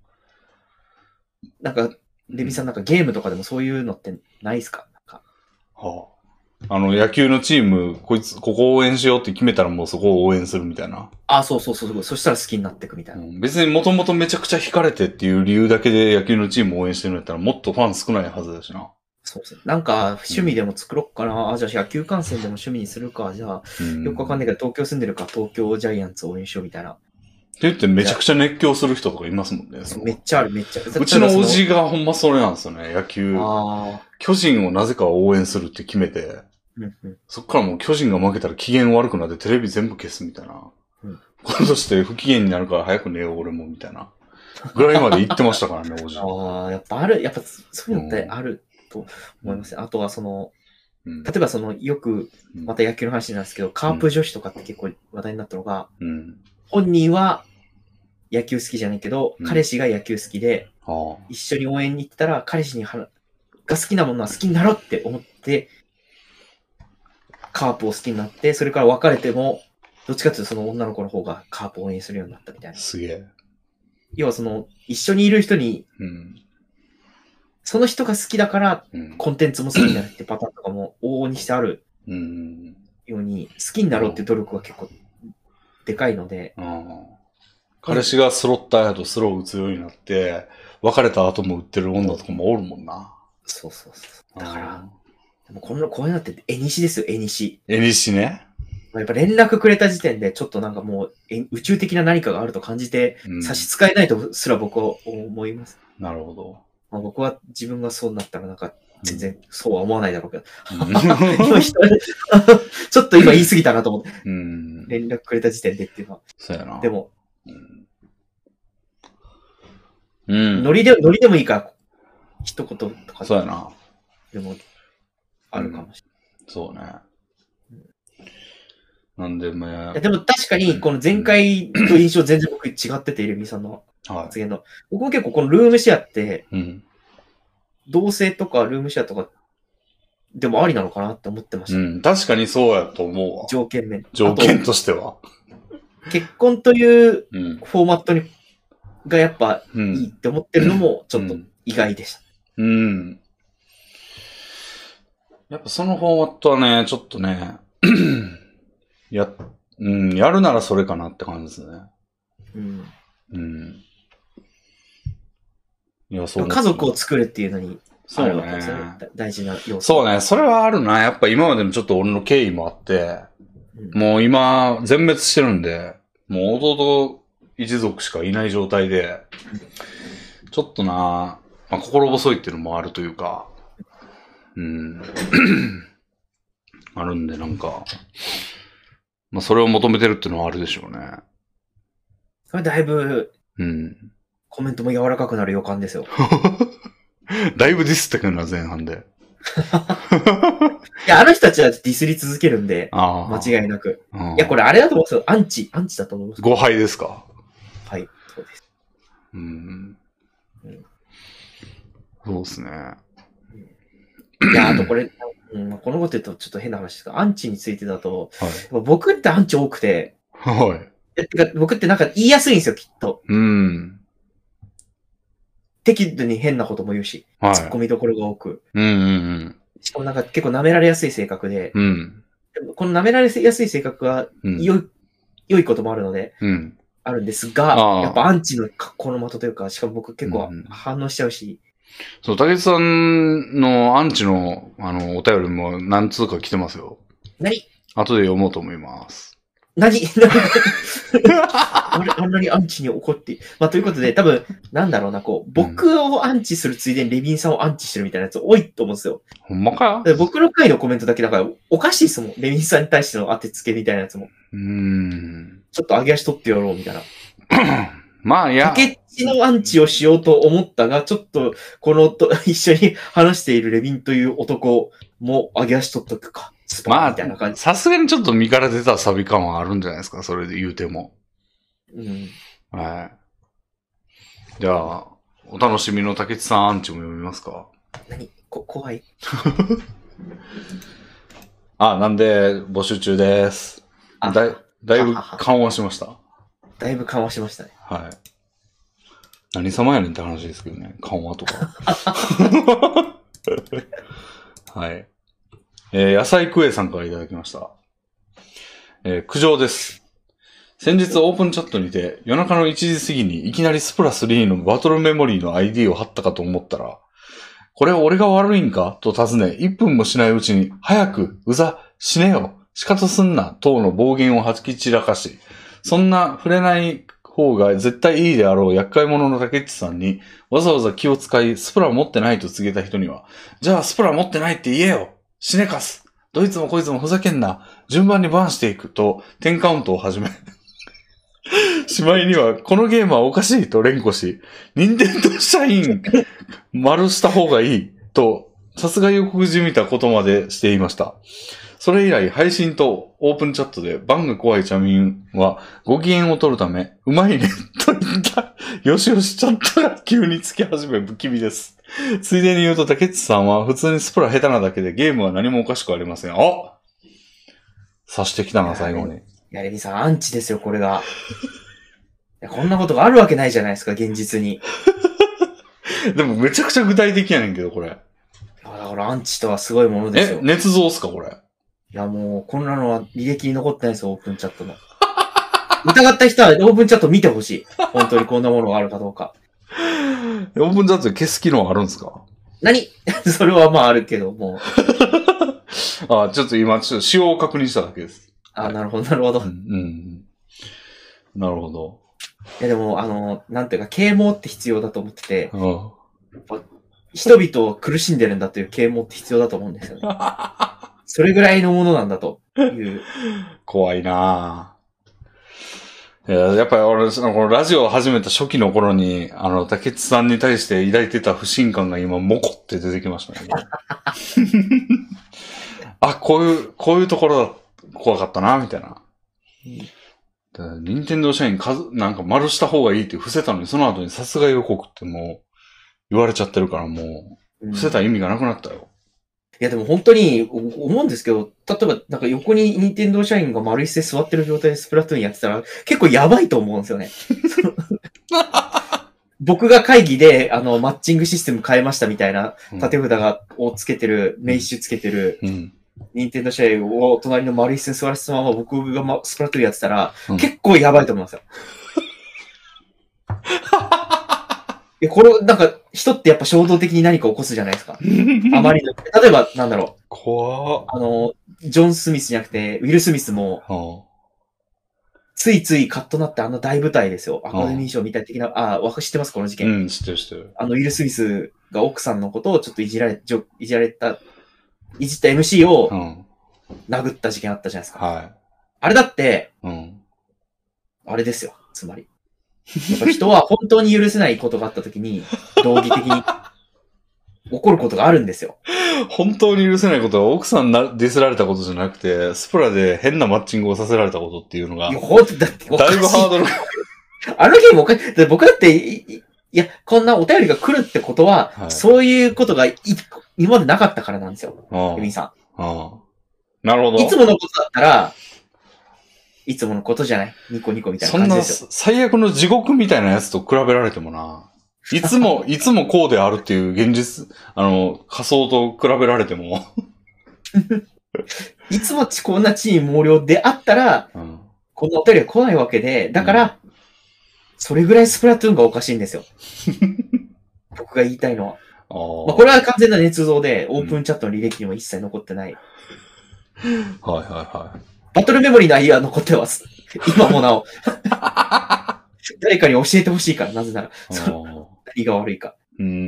なんか、レビさんなんかゲームとかでもそういうのってないですか？なんか野球のチーム、ここ応援しようって決めたらもうそこを応援するみたいな。 そう。そしたら好きになっていくみたいな。 別にもともとめちゃくちゃ惹かれてっていう理由だけで野球のチームを応援してるんだったらもっとファン少ないはずだしな。 そうですね。なんか、趣味でも作ろっかな。じゃあ野球観戦でも趣味にするか。じゃあ、よくわかんないけど東京住んでるか、東京ジャイアンツ応援しようみたいな。 って言ってめちゃくちゃ熱狂する人とかいますもんね。 めっちゃある。うちのおじがほんまそれなんですよね、野球。巨人をなぜか応援するって決めて、そっからもう巨人が負けたら機嫌悪くなってテレビ全部消すみたいな。ことして不機嫌になるから早く寝よう俺もみたいな。ぐらいまで言ってましたからね、おじ。 やっぱある。やっぱそういうのってあると思いますね。あとは例えばよく、また野球の話なんですけど、カープ女子とかって結構話題になったのが、 本人は野球好きじゃないけど、 うん彼氏が野球好きで、一緒に応援に行ったら、彼氏が好きなものは好きになろうって思って、カープを好きになって、それから別れても、どっちかっていうとその女の子の方がカープを応援するようになったみたいな。 すげえ。 要は一緒にいる人に、 うん、 その人が好きだから、 うん、 コンテンツも好きになるってパターンとかも往々にしてあるように、好きになろうっていう努力が結構でかいので。 彼氏がスロッターやとスロー打つようになって、別れた後も打ってる女とかもおるもんな。 そうそうそう。だから、でもこういうのって絵西ですよ、絵西。 絵西ね。 やっぱ連絡くれた時点でちょっとなんかもう宇宙的な何かがあると感じて、差し支えないとすら僕は思います。 なるほど。 僕は自分がそうなったらなんか全然そうは思わないだろうけど。ちょっと今言い過ぎたなと思って。連絡くれた時点でっていうのは。 そうやな。 でも、ノリでもいいから、一言とか。 そうやな。 でも、あるかもしれない。 そうね。なんで、 でも確かに、この前回と印象全然僕違ってて、イルミさんの発言の。僕も結構このルームシェアって、同棲とかルームシェアとかでもありなのかなって思ってました。 確かにそうやと思うわ。 条件としては。 結婚というフォーマットがやっぱいいって思ってるのもちょっと意外でした。 やっぱそのフォーマットはね、ちょっとね、やるならそれかなって感じですね。いや、そう。 家族を作るっていうのにあるわけですよね。大事な要素。 そうね。それはあるな。やっぱ今までのちょっと俺の経緯もあって、もう今、全滅してるんで、もう弟一族しかいない状態で、ちょっとな、心細いっていうのもあるというか、あるんでなんか、それを求めてるっていうのはあるでしょうね。 それだいぶ、コメントも柔らかくなる予感ですよ。 だいぶディスってくるな、前半で。 いや、あの人たちはディスり続けるんで、間違いなく。いや、これあれだと思うんですよ。アンチだと思うんです。 誤配ですか？ はい、そうです。 そうですね。 いや、あとこれ、このこと言うとちょっと変な話ですが、アンチについてだと、僕ってアンチ多くて、僕ってなんか言いやすいんですよ、きっと。適度に変なことも言うし、ツッコミどころが多く。しかもなんか結構舐められやすい性格で、この舐められやすい性格は良いこともあるので、あるんですが、やっぱアンチの格好の的というか、しかも僕結構反応しちゃうし。 そう、竹内さんのアンチの、お便りも何通か来てますよ。 何？ 後で読もうと思います。 何あんなにアンチに怒って、ということで、多分、なんだろうな、僕をアンチするついでにレビンさんをアンチしてるみたいなやつ多いと思うんですよ。 ほんまか？ 僕の回のコメントだけだから、おかしいですもん。レビンさんに対しての当てつけみたいなやつも。ちょっと上げ足取ってやろうみたいな。 いや。 竹内のアンチをしようと思ったが、ちょっと、一緒に話しているレビンという男も上げ足取っとくか。みたいな感じ。 さすがにちょっと身から出たサビ感はあるんじゃないですか、それで言うても。はい。じゃあ、お楽しみの竹内さんアンチも読みますか？ 怖い。 なんで、募集中です。だいぶ緩和しました。 だいぶ緩和しましたね。 はい。何様やねんって話ですけどね。緩和とか。はい。野菜クエさんからいただきました。苦情です。先日オープンチャットにて夜中の1時過ぎにいきなりスプラ3のバトルメモリーの ID を貼ったかと思ったら、これ俺が悪いんかと尋ね、1分もしないうちに、早く、死ねよ、仕方すんな、等の暴言を吐き散らかし、そんな触れない方が絶対いいであろう厄介者の竹内さんに、わざわざ気を使い、スプラ持ってないと告げた人には、じゃあスプラ持ってないって言えよ、死ねかす、どいつもこいつもふざけんな、順番にバーンしていくと、10カウントを始め、しまいには、このゲームはおかしいと連呼し、任天堂社員、丸した方がいいと、さすが予告じみたことまでしていました。 それ以来、配信とオープンチャットで、バンが怖いチャミンは、ご機嫌を取るため、うまいね、と言った、よしよしチャットが急につき始め、不気味です。ついでに言うと、竹内さんは、普通にスプラ下手なだけで、ゲームは何もおかしくありません。お刺してきたな、最後に。 いや、レビさん、アンチですよ、これが。いやこんなことがあるわけないじゃないですか、現実に。 でも、めちゃくちゃ具体的やねんけど、これ。 だからアンチとはすごいものですよ。 捏造っすか、これ。 いや、もう、こんなのは履歴に残ってないですよ、オープンチャットの。疑った人はオープンチャット見てほしい。本当にこんなものがあるかどうか。 オープンチャットで消す機能あるんですか？ 何それはまああるけど、もう。 ちょっと今、仕様を確認しただけです。 なるほど、なるほど。 なるほど。 いや、でも、なんていうか、啓蒙って必要だと思ってて、人々を苦しんでるんだという啓蒙って必要だと思うんですよね。それぐらいのものなんだという。 怖いなぁ。やっぱり俺、このラジオを始めた初期の頃に、竹内さんに対して抱いてた不信感が今、モコって出てきましたね。こういうところだ、怖かったな、みたいな。任天堂社員なんか丸した方がいいって伏せたのに、その後に殺害予告ってもう言われちゃってるからもう、伏せた意味がなくなったよ。 いやでも本当に思うんですけど、例えばなんか横に任天堂社員が丸一斉座ってる状態でスプラトゥーンやってたら結構やばいと思うんですよね。僕が会議でマッチングシステム変えましたみたいな縦札をつけてる、名刺つけてる、任天堂社員を隣の丸一線座らせたまま僕がスプラトゥーンやってたら、結構やばいと思いますよ。これ、なんか、人ってやっぱ衝動的に何か起こすじゃないですか。あまりの。例えば、なんだろう。 怖ジョン・スミスじゃなくて、ウィル・スミスも、ついついカッとなって大舞台ですよ。アカデミー賞みたい的な、知ってますこの事件。 知ってる知ってる。 ウィル・スミスが奥さんのことをちょっといじった MC を殴った事件あったじゃないですか。 はい。 あれだって、あれですよ。つまり。やっぱ人は本当に許せないことがあったときに、道義的に起こることがあるんですよ。 本当に許せないことは奥さんディスられたことじゃなくて、スプラで変なマッチングをさせられたことっていうのが、 いや、ほんとだってだいぶハードルが。 あのゲームおかしい。僕だって、いや、こんなお便りが来るってことは、そういうことが今までなかったからなんですよ。ケビンさん。 なるほど。 いつものことだったら、いつものことじゃない。ニコニコみたいな感じですよ。 そんな最悪の地獄みたいなやつと比べられてもな。いつもこうであるっていう現実、仮想と比べられても。 いつもこんな地位猛量であったら、こんなお便りは来ないわけで、だから、それぐらいスプラトゥーンがおかしいんですよ。僕が言いたいのは。これは完全な捏造で、オープンチャットの履歴にも一切残ってない。バトルメモリーの ID は残ってます。今もなお。誰かに教えてほしいから、なぜなら。何が悪いか。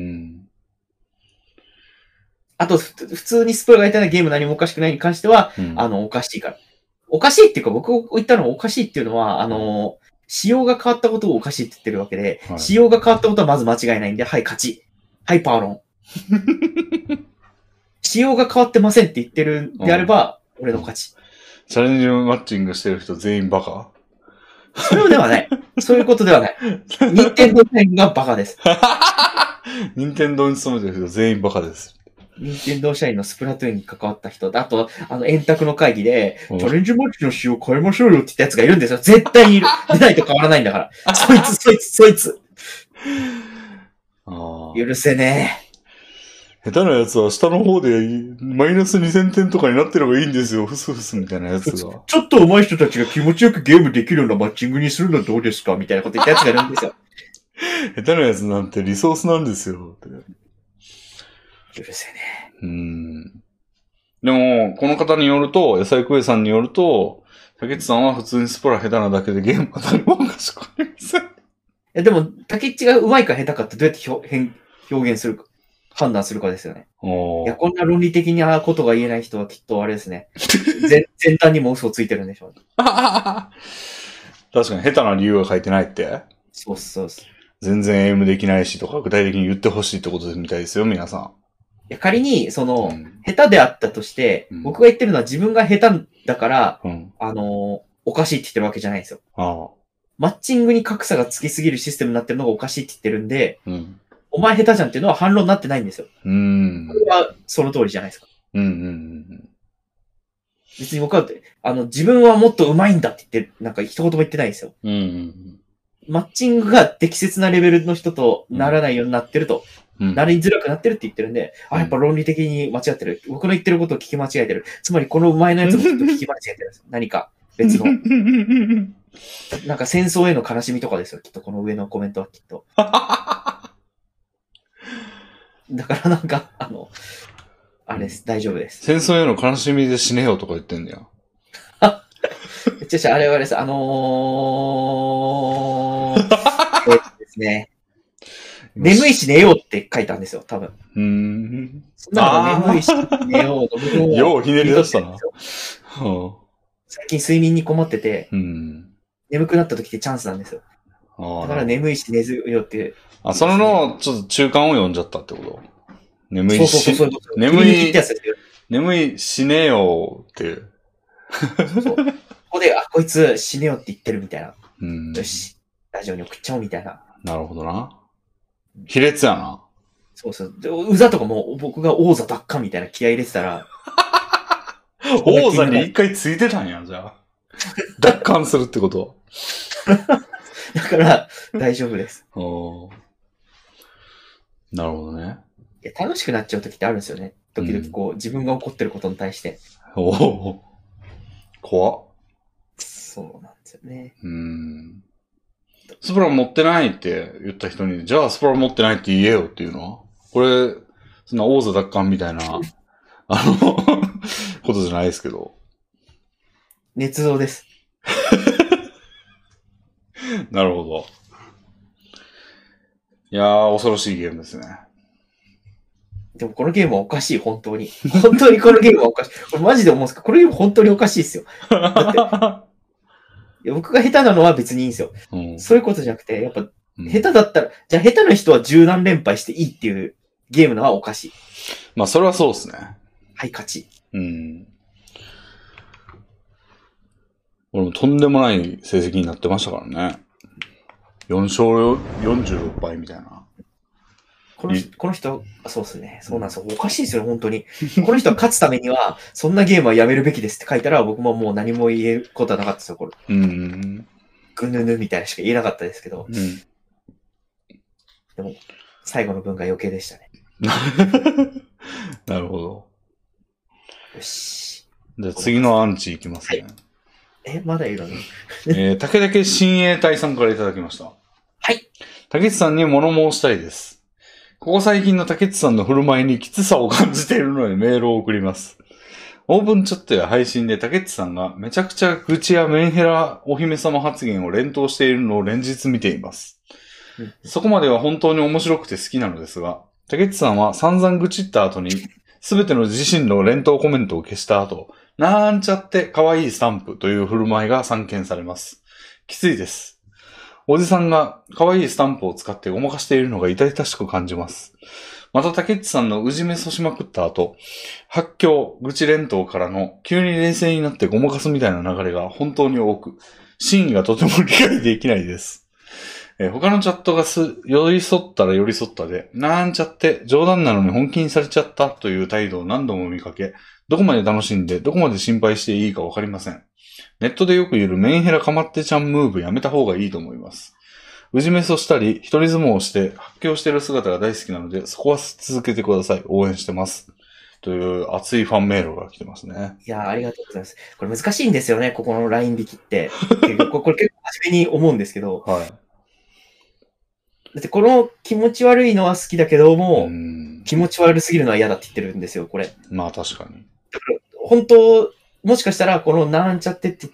あと、普通にスプラがいたらゲーム何もおかしくないに関しては、おかしいから。おかしいっていうか、僕が言ったのはおかしいっていうのは、仕様が変わったことをおかしいって言ってるわけで、仕様が変わったことはまず間違いないんで、はい、勝ち。はい、パーロン。仕様が変わってませんって言ってるんであれば、俺の勝ち。 チャレンジマッチングしてる人全員バカ？ それではない。そういうことではない。任天堂社員がバカです。 任天堂に勤めてる人全員バカです。 任天堂社員のスプラトゥーンに関わった人。あと、円卓の会議で、チャレンジマッチの仕様変えましょうよって言ったやつがいるんですよ。絶対にいる。出ないと変わらないんだから。そいつ。許せねえ。 下手なやつは下の方でマイナス2000点とかになってればいいんですよ。ふすふすみたいなやつが。ちょっと上手い人たちが気持ちよくゲームできるようなマッチングにするのはどうですかみたいなこと言ったやつがいるんですよ。 下手なやつなんてリソースなんですよ。 許せねえ。でも、この方によると、野菜クエさんによると、竹内さんは普通にスプラ下手なだけでゲームが何もおかしくありません。 でも、竹内が上手いか下手かってどうやって表現するか。判断するかですよね。いや、こんな論理的なことが言えない人はきっとあれですね。前段にも嘘をついてるんでしょう、ね。 確かに下手な理由は書いてないって。 そう。 全然エイムできないしとか具体的に言ってほしいってことみたいですよ、皆さん。 や仮に、その、 うん下手であったとして、 うん僕が言ってるのは自分が下手だから、 うん。 おかしいって言ってるわけじゃないんですよ。 ああ。 マッチングに格差がつきすぎるシステムになってるのがおかしいって言ってるんで、 うん。 お前下手じゃんっていうのは反論になってないんですよ。これはその通りじゃないですか。別に僕は、自分はもっと上手いんだって言って、なんか一言も言ってないんですよ。マッチングが適切なレベルの人とならないようになってると、なりづらくなってるって言ってるんで、やっぱ論理的に間違ってる。僕の言ってることを聞き間違えてる。つまりこの前のやつもちょっと聞き間違えてるんですよ。何か別の。なんか戦争への悲しみとかですよ。きっとこの上のコメントはきっと。だからなんか、あれです。大丈夫です。 戦争への悲しみで死ねよとか言ってんだよ。 あれはです。ですね。眠いし寝ようって書いたんですよ、多分。そんなの眠いし寝ようの部分を。 ようひねり出したな。 最近睡眠に困ってて、眠くなった時ってチャンスなんですよ。だから眠いし寝ずよっていう。 それの、ちょっと中間を読んじゃったってこと？眠いし、 そう眠いしねよっていう。 ここで、こいつ死ねよって言ってるみたいな。よし、ラジオに送っちゃおうみたいな。 なるほどな。卑劣やな。 そうそう。うざとかも僕が王座奪還みたいな気合い入れてたら。 王座に一回ついてたんや、じゃあ。奪還するってこと。 だから、大丈夫です。 なるほどね。 いや、楽しくなっちゃう時ってあるんですよね。時々こう、自分が怒ってることに対して。 怖っ。 そうなんですよね。 スプラ持ってないって言った人に、じゃあスプラ持ってないって言えよっていうのはこれ、そんな王座奪還みたいな、ことじゃないですけど。 捏造です。 なるほど。いやー、恐ろしいゲームですね。 でもこのゲームはおかしい、本当に。本当にこのゲームはおかしい。これマジで思うんですけど、このゲーム本当におかしいですよ。だっていや僕が下手なのは別にいいんですよ。そういうことじゃなくて、やっぱ、下手だったら、じゃあ下手な人は十何連敗していいっていうゲームのはおかしい。 まあ、それはそうですね。 はい、勝ち。 俺もとんでもない成績になってましたからね。4勝46敗みたいな。 この人、そうですね。そうなんですよ。おかしいですよ、本当に。この人は勝つためには、そんなゲームはやめるべきですって書いたら、僕ももう何も言えることはなかったですよ、これ。ぐぬぬみたいなしか言えなかったですけど。でも、最後の文が余計でしたね。 なるほど。 よし。 じゃあ次のアンチいきますね。 まだいるの武田親衛隊さんからいただきました。 はい。 竹内さんに物申したいです。ここ最近の竹内さんの振る舞いにきつさを感じているのでメールを送ります。オープンチャットや配信で竹内さんがめちゃくちゃ愚痴やメンヘラお姫様発言を連投しているのを連日見ています。そこまでは本当に面白くて好きなのですが、竹内さんは散々愚痴った後に全ての自身の連投コメントを消した後、なんちゃって可愛いスタンプという振る舞いが散見されます。きついです。おじさんが可愛いスタンプを使ってごまかしているのが痛々しく感じます。また竹内さんのうじめそしまくった後、発狂、愚痴連投からの急に冷静になってごまかすみたいな流れが本当に多く、真意がとても理解できないです。他のチャットが寄り添ったら寄り添ったで、なんちゃって冗談なのに本気にされちゃったという態度を何度も見かけ、どこまで楽しんでどこまで心配していいかわかりません。ネットでよく言うメンヘラかまってちゃんムーブやめた方がいいと思います。うじめそしたり、一人相撲をして発狂している姿が大好きなので、そこは続けてください。応援してます。という熱いファンメールが来てますね。 いやー、ありがとうございます。これ難しいんですよね、ここのライン引きって。これ結構初めに思うんですけど。 はい。 だってこの気持ち悪いのは好きだけども、気持ち悪すぎるのは嫌だって言ってるんですよ、これ。 まあ確かに。 本当、もしかしたらこのなんちゃってって言って、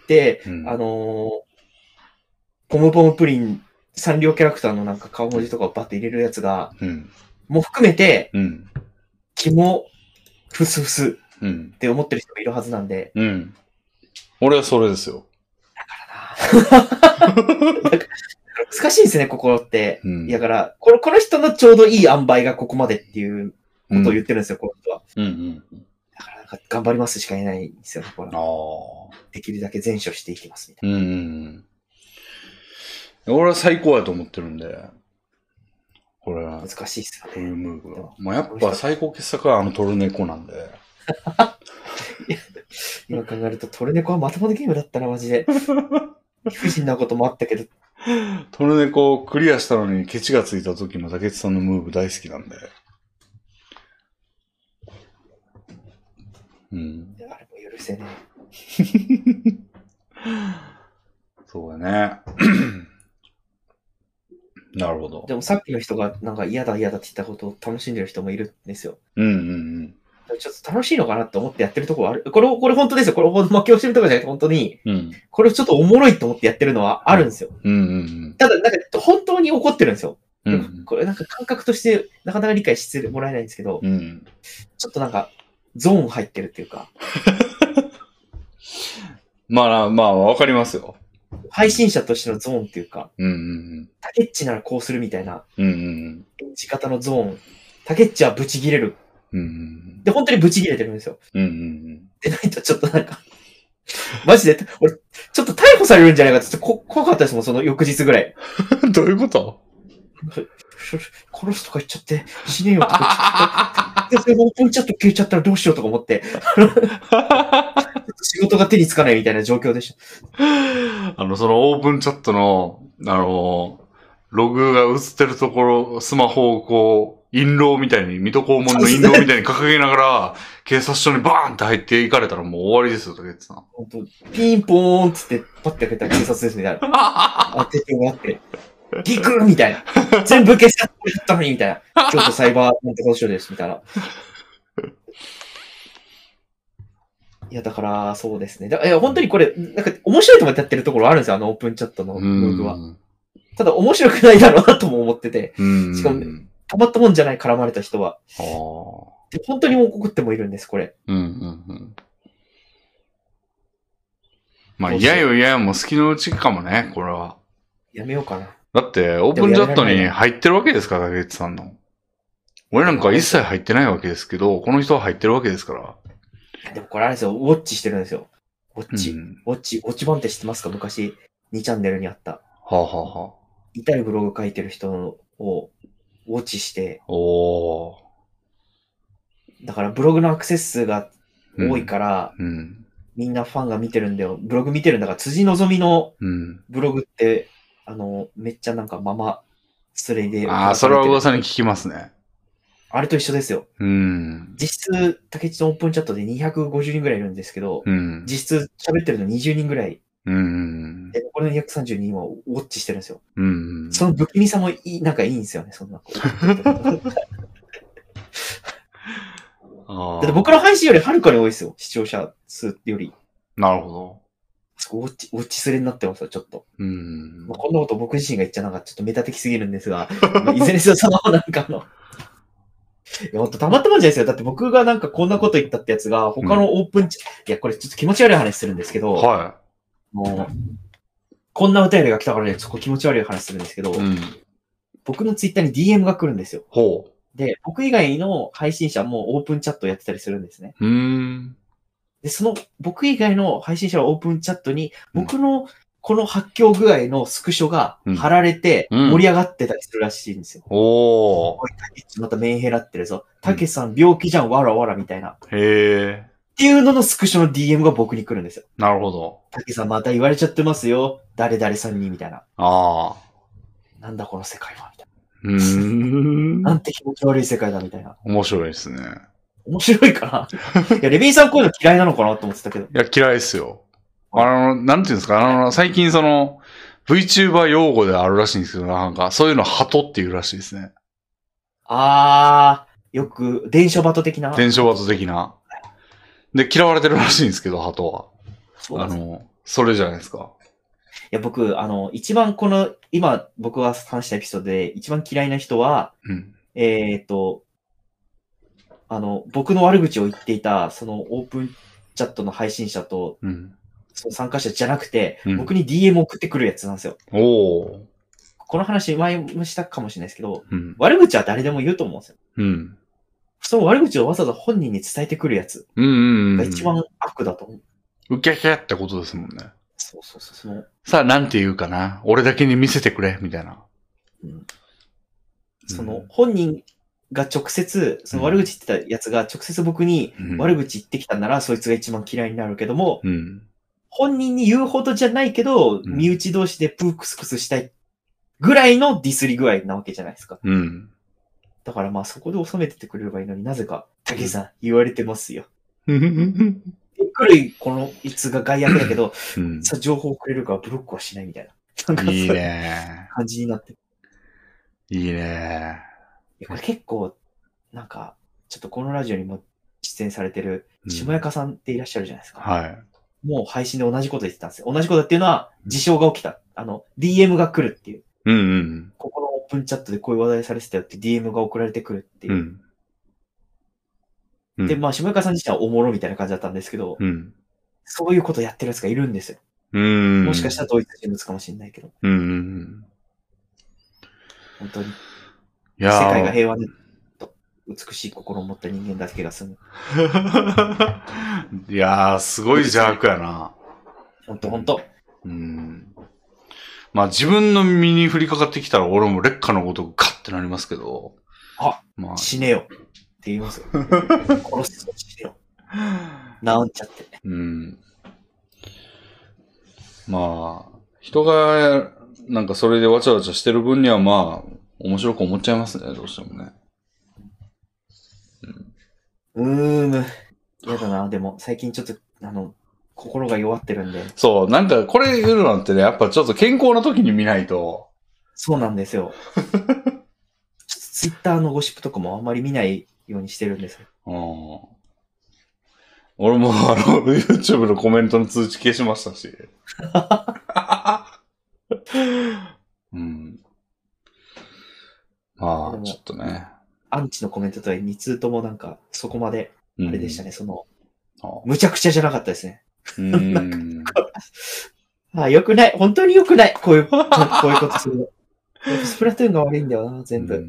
ポムポムプリン、サンリオキャラクターのなんか顔文字とかをバッて入れるやつが、もう含めて、キモ、フスフスって思ってる人がいるはずなんで。 俺はそれですよ。 だからな難しいですね、ここって。だから、この人のちょうどいい塩梅がここまでっていうことを言ってるんですよ、この人は。 うんうんうん。 だからなんか頑張りますしか言えないんですよね、これ。 ああ。 できるだけ善処していきますみたいうんうんうん。俺は最高やと思ってるんで。これは。 な。難しいっすよこういうね。 ムーブが。もうやっぱ最高傑作はトルネコなんで。 今考えるとトルネコはまともなゲームだったな、マジで。理不尽なこともあったけど。 トルネコをクリアしたのにケチがついた時の竹内さんのムーブ大好きなんで。うん。 あれも許せねそうやね。なるほど。 でもさっきの人がなんか嫌だって言ったことを楽しんでる人もいるんですよ。 うんうんうん。 ちょっと楽しいのかなって思ってやってるところある。これ本当ですよ。これ負けをしてるとかじゃなくて本当に、これちょっとおもろいと思ってやってるのはあるんですよ。 うんうんうん、 ただなんか本当に怒ってるんですよ。 うん、 これなんか感覚としてなかなか理解してもらえないんですけど、 うん、 ちょっとなんかゾーン入ってるっていうか。 まあわかりますよ。 配信者としてのゾーンっていうか、 うんうんうん、 タケッチならこうするみたいな、 うんうん、 演じ方のゾーン。タケッチはブチ切れる。 うんうん、 で、本当にブチ切れてるんですよ。 うんうんうん、 でないとちょっとなんか、マジで、俺、ちょっと逮捕されるんじゃないかって、ちょっと怖かったですもん、その翌日ぐらい。 どういうこと殺すとか言っちゃって、死ねよとか言っちゃって、で、オープンチャット消えちゃったらどうしようとか思って、仕事が手につかないみたいな状況でした。 そのオープンチャットの、ログが映ってるところ、スマホをこう、印籠みたいに、水戸黄門の印籠みたいに掲げながら、警察署にバーンって入っていかれたらもう終わりですよ、竹内さん。 本当ピンポーンつって、パッて開けたら警察ですみたいな。当ててもらって、ギクーみたいな。全部警察やったのにみたいな。京都サイバーなんとか署ですみたいな。いや、だから、そうですね。本当にこれ、なんか、面白いと思ってやってるところあるんですよ、オープンチャットのムーブは。ただ、面白くないだろうなとも思ってて。しかも、たまったもんじゃない絡まれた人は。で本当に怒ってもいるんです、これ。 まあ、嫌よ嫌よも好きのうちかもね、これは。 やめようかな。 だって、オープンチャットに入ってるわけですから、竹内さんの。俺なんか一切入ってないわけですけど、この人は入ってるわけですから。 でもこれあれですよ、ウォッチしてるんですよ。ウォッチ版って知ってますか？昔、2チャンネルにあった。痛いブログ書いてる人をウォッチして、だからブログのアクセス数が多いから、みんなファンが見てるんだよ。ブログ見てるんだから、辻希美のブログって、めっちゃなんかママスレで。 それは噂に聞きますね。 あれと一緒ですよ。実質、竹内のオープンチャットで250人ぐらいいるんですけど、実質喋ってるの20人ぐらい。で、これの230人はウォッチしてるんですよ。その不気味さもなんかいいんですよね、そんな。だって僕の配信よりはるかに多いですよ、視聴者数より。 なるほど。 ウォッチスレになってますよ、ちょっと。こんなこと僕自身が言っちゃなんかちょっとメタ的すぎるんですが、いずれにせよそのなんかいや、ほんとたまったもんじゃないですよ。だって僕がなんかこんなこと言ったってやつが、他のオープンいや、これちょっと気持ち悪い話するんですけど、もう、こんなお便りが来たからね、そこ気持ち悪い話するんですけど、僕のツイッターに DM が来るんですよ。で、僕以外の配信者もオープンチャットやってたりするんですね。で、その僕以外の配信者のオープンチャットに、僕のこの発狂具合のスクショが貼られて盛り上がってたりするらしいんですよ。おい、たけちまたメンヘラってるぞ。たけさん病気じゃん、わらわらみたいな。っていうののスクショの DM が僕に来るんですよ。 なるほど。 たけさんまた言われちゃってますよ。誰々さんにみたいな。なんだこの世界はみたいな。なんて気持ち悪い世界だみたいな。 面白いですね。 面白いかないや、レビンさんこういうの嫌いなのかなと思ってたけど。 いや、嫌いですよ。なんていうんですか、最近その、VTuber 用語であるらしいんですけど、なんか、そういうのハトっていうらしいですね。 よく、伝書バト的な。 伝書バト的な。で、嫌われてるらしいんですけど、ハトは。それじゃないですか。 いや、僕、一番今、僕が話したエピソードで、一番嫌いな人は、僕の悪口を言っていた、そのオープンチャットの配信者と、その参加者じゃなくて、僕に DM 送ってくるやつなんですよ。この話前もしたかもしれないですけど、悪口は誰でも言うと思うんですよ。 その悪口をわざわざ本人に伝えてくるやつが一番悪だと思う。 受けってことですもんね。 そう。 さあ、なんて言うかな。俺だけに見せてくれ、みたいな。 本人が直接、その悪口言ってたやつが直接僕に悪口言ってきたなら、そいつが一番嫌いになるけども、本人に言うほどじゃないけど、身内同士でプークスクスしたいぐらいのディスり具合なわけじゃないですか。だからまあそこで収めててくれればいいのになぜか、竹さん言われてますよ。このいつが害悪だけど、さあ情報をくれるからブロックはしないみたいな。なんかいいね。 感じになって。 いいね。 これ結構、なんか、ちょっとこのラジオにも出演されてる、下中さんっていらっしゃるじゃないですか。 はい。 もう配信で同じこと言ってたんですよ。同じことっていうのは、事象が起きた。DM が来るっていう。ここのオープンチャットでこういう話題されてたよって DM が送られてくるっていう。で、まあ、下中さん自身はおもろみたいな感じだったんですけど、そういうことやってるやつがいるんですよ。もしかしたら同一人物かもしれないけど。本当に。世界が平和で、美しい心を持った人間だけが住む。 いやー、すごい邪悪やな。 ほんと。 まあ自分の身に降りかかってきたら俺も劣化のごとくカッてなりますけど。 まあ、死ねよ。って言いますよ。殺すぞ、死ねよ。なんちゃって。 まあ、人が、なんかそれでわちゃわちゃしてる分にはまあ、面白く思っちゃいますね、どうしてもね。 やだな、でも、最近ちょっと、心が弱ってるんで。 そう、なんかこれ言うのってね、やっぱちょっと健康な時に見ないと。 そうなんですよ。ツイッターのゴシップとかもあんまり見ないようにしてるんですよ。 俺もYouTube のコメントの通知消しましたし。まあ、ちょっとね。 アンチのコメントとは2通ともなんか、そこまで、あれでしたね、むちゃくちゃじゃなかったですね。良くない。本当に良くない。こういうことするの。スプラトゥーンが悪いんだよな、全部。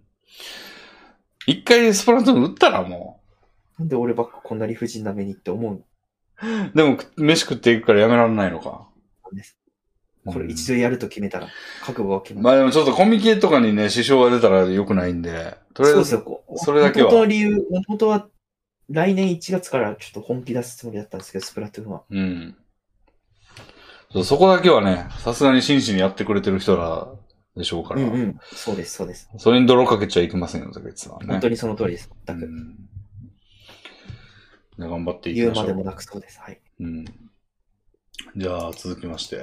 一回スプラトゥーン打ったらもう。なんで俺ばっかこんな理不尽な目にって思うの？でも、飯食っていくからやめられないのか。 これ一度やると決めたら、覚悟は決まる。 まあでもちょっとコミケとかにね、支障が出たら良くないんで、とりあえず、それだけは。 本当は、来年1月からちょっと本気出すつもりだったんですけど、スプラトゥーンは。そこだけはね、さすがに真摯にやってくれてる人らでしょうから。 そうです、そうです。 それに泥かけちゃいけませんよ、別はね。 本当にその通りです、全く。 じゃあ頑張っていきましょう。 言うまでもなくそうです、はい。 じゃあ続きまして。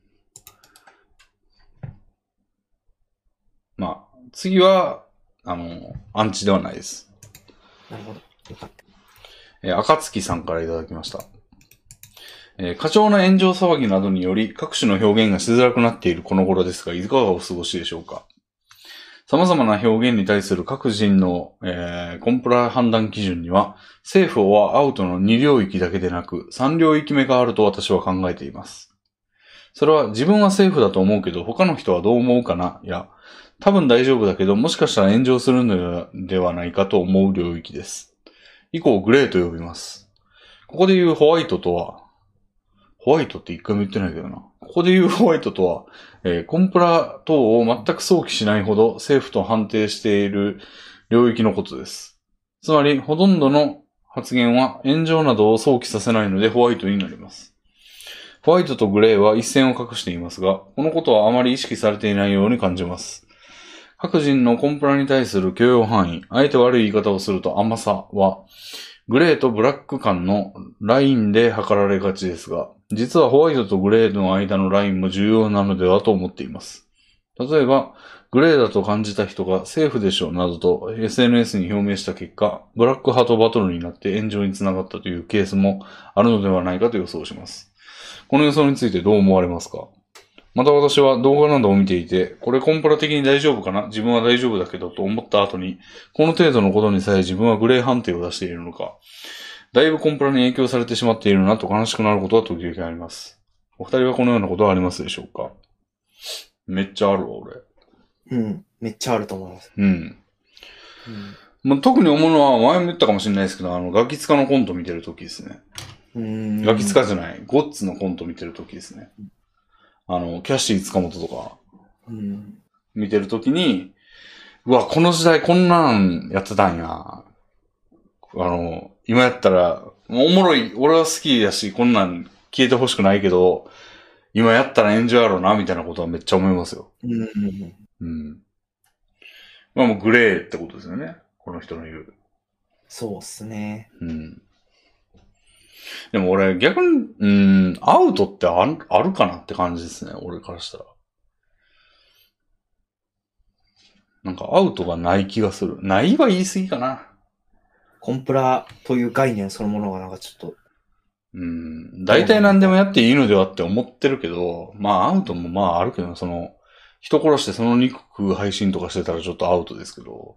まあ、次は、アンチではないです。 なるほど。よかった。 赤月さんからいただきました。過剰な炎上騒ぎなどにより各種の表現がしづらくなっているこの頃ですが、いかがお過ごしでしょうか。様々な表現に対する各人の、コンプラ判断基準には、セーフはアウトの2領域だけでなく、3領域目があると私は考えています。それは自分はセーフだと思うけど、他の人はどう思うかな、や、多分大丈夫だけど、もしかしたら炎上するのではないかと思う領域です。以降、グレーと呼びます。ここで言うホワイトとは、ホワイトって一回も言ってないけどな。ここで言うホワイトとは、コンプラ等を全く想起しないほどセーフと判定している領域のことです。つまり、ほとんどの発言は炎上などを想起させないのでホワイトになります。ホワイトとグレーは一線を画していますが、このことはあまり意識されていないように感じます。各人のコンプラに対する許容範囲、あえて悪い言い方をすると甘さは、グレーとブラック間のラインで測られがちですが、実はホワイトとグレーの間のラインも重要なのではと思っています。例えば、グレーだと感じた人がセーフでしょなどと SNS に表明した結果、ブラックハートバトルになって炎上につながったというケースもあるのではないかと予想します。この予想についてどう思われますか？また私は動画などを見ていて、これコンプラ的に大丈夫かな？自分は大丈夫だけどと思った後に、この程度のことにさえ自分はグレー判定を出しているのか、だいぶコンプラに影響されてしまっているなと悲しくなることは時々あります。お二人はこのようなことはありますでしょうか？めっちゃあるわ、俺。 めっちゃあると思います。 まあ、特に思うのは、前も言ったかもしれないですけど、ガキツカのコント見てるときですね。ガキツカじゃない、ゴッツのコント見てるときですね。キャッシー塚本とか、見てるときに、うわ、この時代こんなんやってたんや。今やったら、おもろい、俺は好きやし、こんなん消えてほしくないけど、今やったら炎上やろうな、みたいなことはめっちゃ思いますよ。まあもうグレーってことですよね。この人の言う。 そうっすね。 でも俺逆に、アウトってあるかなって感じですね。俺からしたら。なんかアウトがない気がする。ないは言い過ぎかな。 コンプラという概念そのものがなんかちょっと。 大体何でもやっていいのではって思ってるけど、まあアウトもまああるけど、人殺してその肉食う配信とかしてたらちょっとアウトですけど。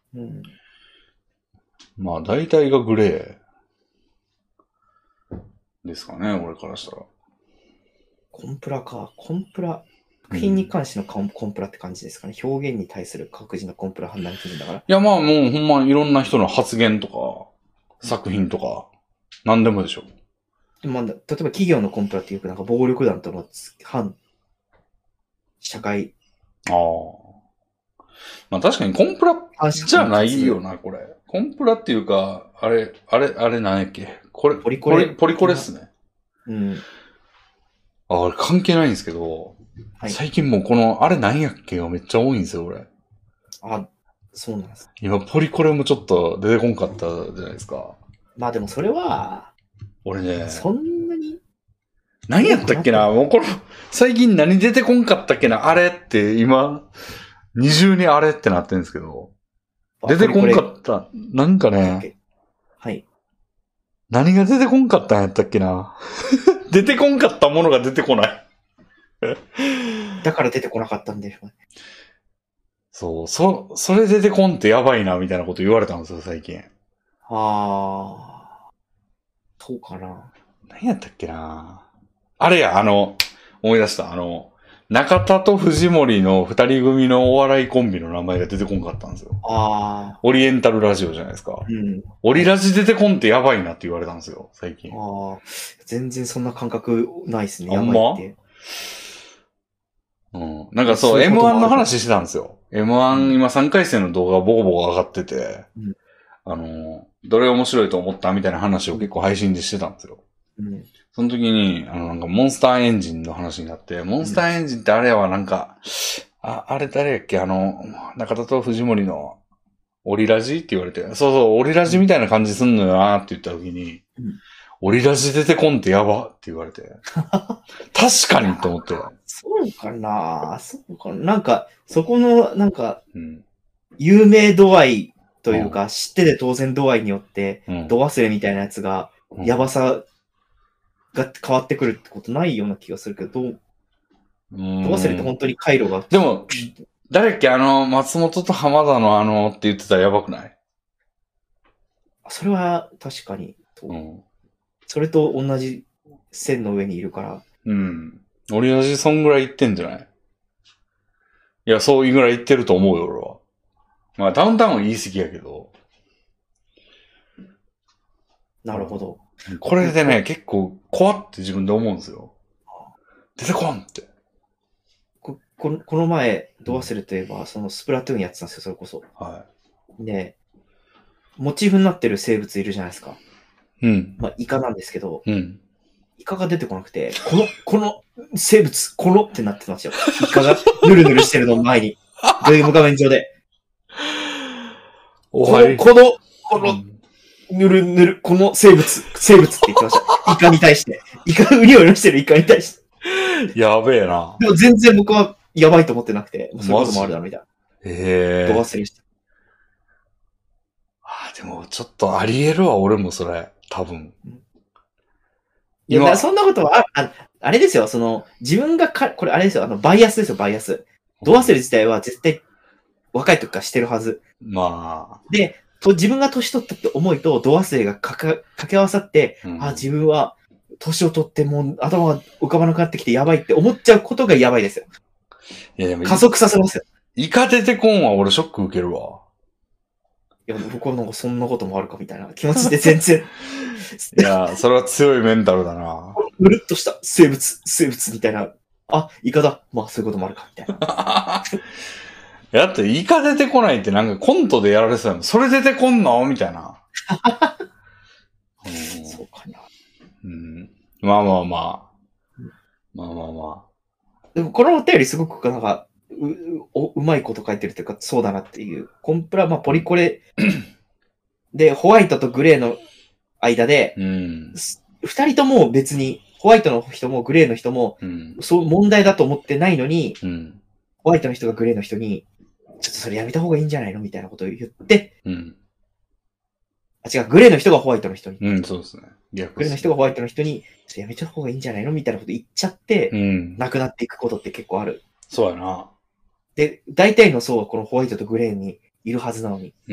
まあ大体がグレーですかね、俺からしたら。 コンプラか。コンプラ。作品に関してのコンプラって感じですかね。表現に対する各自のコンプラ判断基準だから。 いやまあもうほんまいろんな人の発言とか、作品とか、何でもでしょ。 でもまあ、例えば企業のコンプラっていうかなんか暴力団との反社会。 まあ確かにコンプラじゃないよな、これ。コンプラっていうか、あれ何やっけこれ、ポリコレっすね。あれ関係ないんですけど、最近もうこの、あれ何やっけがめっちゃ多いんですよ、俺。 そうなんです。 今、ポリコレもちょっと出てこんかったじゃないですか。 まあでもそれは、 俺ね、 そんなに何やったっけなもうこれ、最近何出てこんかったっけなあれって今、二重にあれってなってるんですけど、出てこんかった。なんかね、何が出てこんかったんやったっけな出てこんかったものが出てこない。 だから出てこなかったんでしょうね。 そう、それ出てこんってやばいな、みたいなこと言われたんですよ、最近。 そうかな。 何やったっけなあれや、思い出した。中田と藤森の二人組のお笑いコンビの名前が出てこんかったんですよ。オリエンタルラジオじゃないですか。オリラジ出てこんってやばいなって言われたんですよ、最近。 全然そんな感覚ないですね、やばいって。 なんかそう、M1 の話してたんですよ。M1 今3回戦の動画ボコボコ上がってて、どれ面白いと思ったみたいな話を結構配信でしてたんですよ。その時に、なんかモンスターエンジンの話になって、モンスターエンジンってあれはなんか、あれ誰やっけ中田と藤森のオリラジって言われて、そう、オリラジみたいな感じすんのよなって言った時に、オリラジ出てこんってやばって言われて。確かにと思って。 そうかななんか、そこの、なんか、有名度合いというか、知ってて当然度合いによって、度忘れみたいなやつが、やばさが変わってくるってことないような気がするけど、度忘れって本当に回路が。 でも、誰っけ松本と浜田のって言ってたらやばくない？ それは確かに。それと同じ線の上にいるから。 オリラジそんぐらい言ってんじゃない？いや、そういうぐらい言ってると思うよ、俺は。まあ、ダウンタウンは言い過ぎやけど。 なるほど。 これでね、結構、怖って自分で思うんですよ。出てこんって。 この前、度忘れといえば、そのスプラトゥーンやってたんですよ、それこそ。で、モチーフになってる生物いるじゃないですか。まあ、イカなんですけど、イカが出てこなくて、この生物、ってなってますよ。イカがヌルヌルしてるの前に。ゲーム画面上で。この、ぬるぬる、この生物って言ってました。イカに対して。イカ、ウニョウニョしてるイカに対して。 やべえな。 でも全然僕はやばいと思ってなくて、そういうこともあるだろ、みたいな。度忘れして。 でも、ちょっとあり得るわ、俺もそれ。多分。 いや、そんなことは、あれですよ、自分がこれあれですよ、バイアスですよ、バイアス。度忘れ自体は絶対、若い時からしてるはず。で、自分が年取ったって思いと、度忘れが掛け合わさって、自分は、年を取ってもう頭が浮かばなくなってきてやばいって思っちゃうことがやばいですよ。 いやでも加速させますよ。 イカ出てこんは俺ショック受けるわ。 や、僕はなんかそんなこともあるかみたいな気持ちで全然、 いや、それは強いメンタルだな。 うるっとした生物みたいな。あ、イカだ。まあそういうこともあるかみたいな。 だって、イカ出てこないってなんかコントでやられてたの。それ出てこんのみたいな。 そうかな。 うん。まあまあまあ。まあまあまあ。 でもこのお便りすごくなんか、うまいこと書いてるというか、そうだなっていう。コンプラ、まあポリコレで、ホワイトとグレーの間で、二人とも別に、ホワイトの人もグレーの人も、そう問題だと思ってないのに、ホワイトの人がグレーの人に、ちょっとそれやめた方がいいんじゃないのみたいなことを言って、違う、グレーの人がホワイトの人に。 そうですね。 グレーの人がホワイトの人に、ちょっとやめた方がいいんじゃないのみたいなこと言っちゃって、なくなっていくことって結構ある。 そうやな。 で、大体の層はこのホワイトとグレーにいるはずなのに。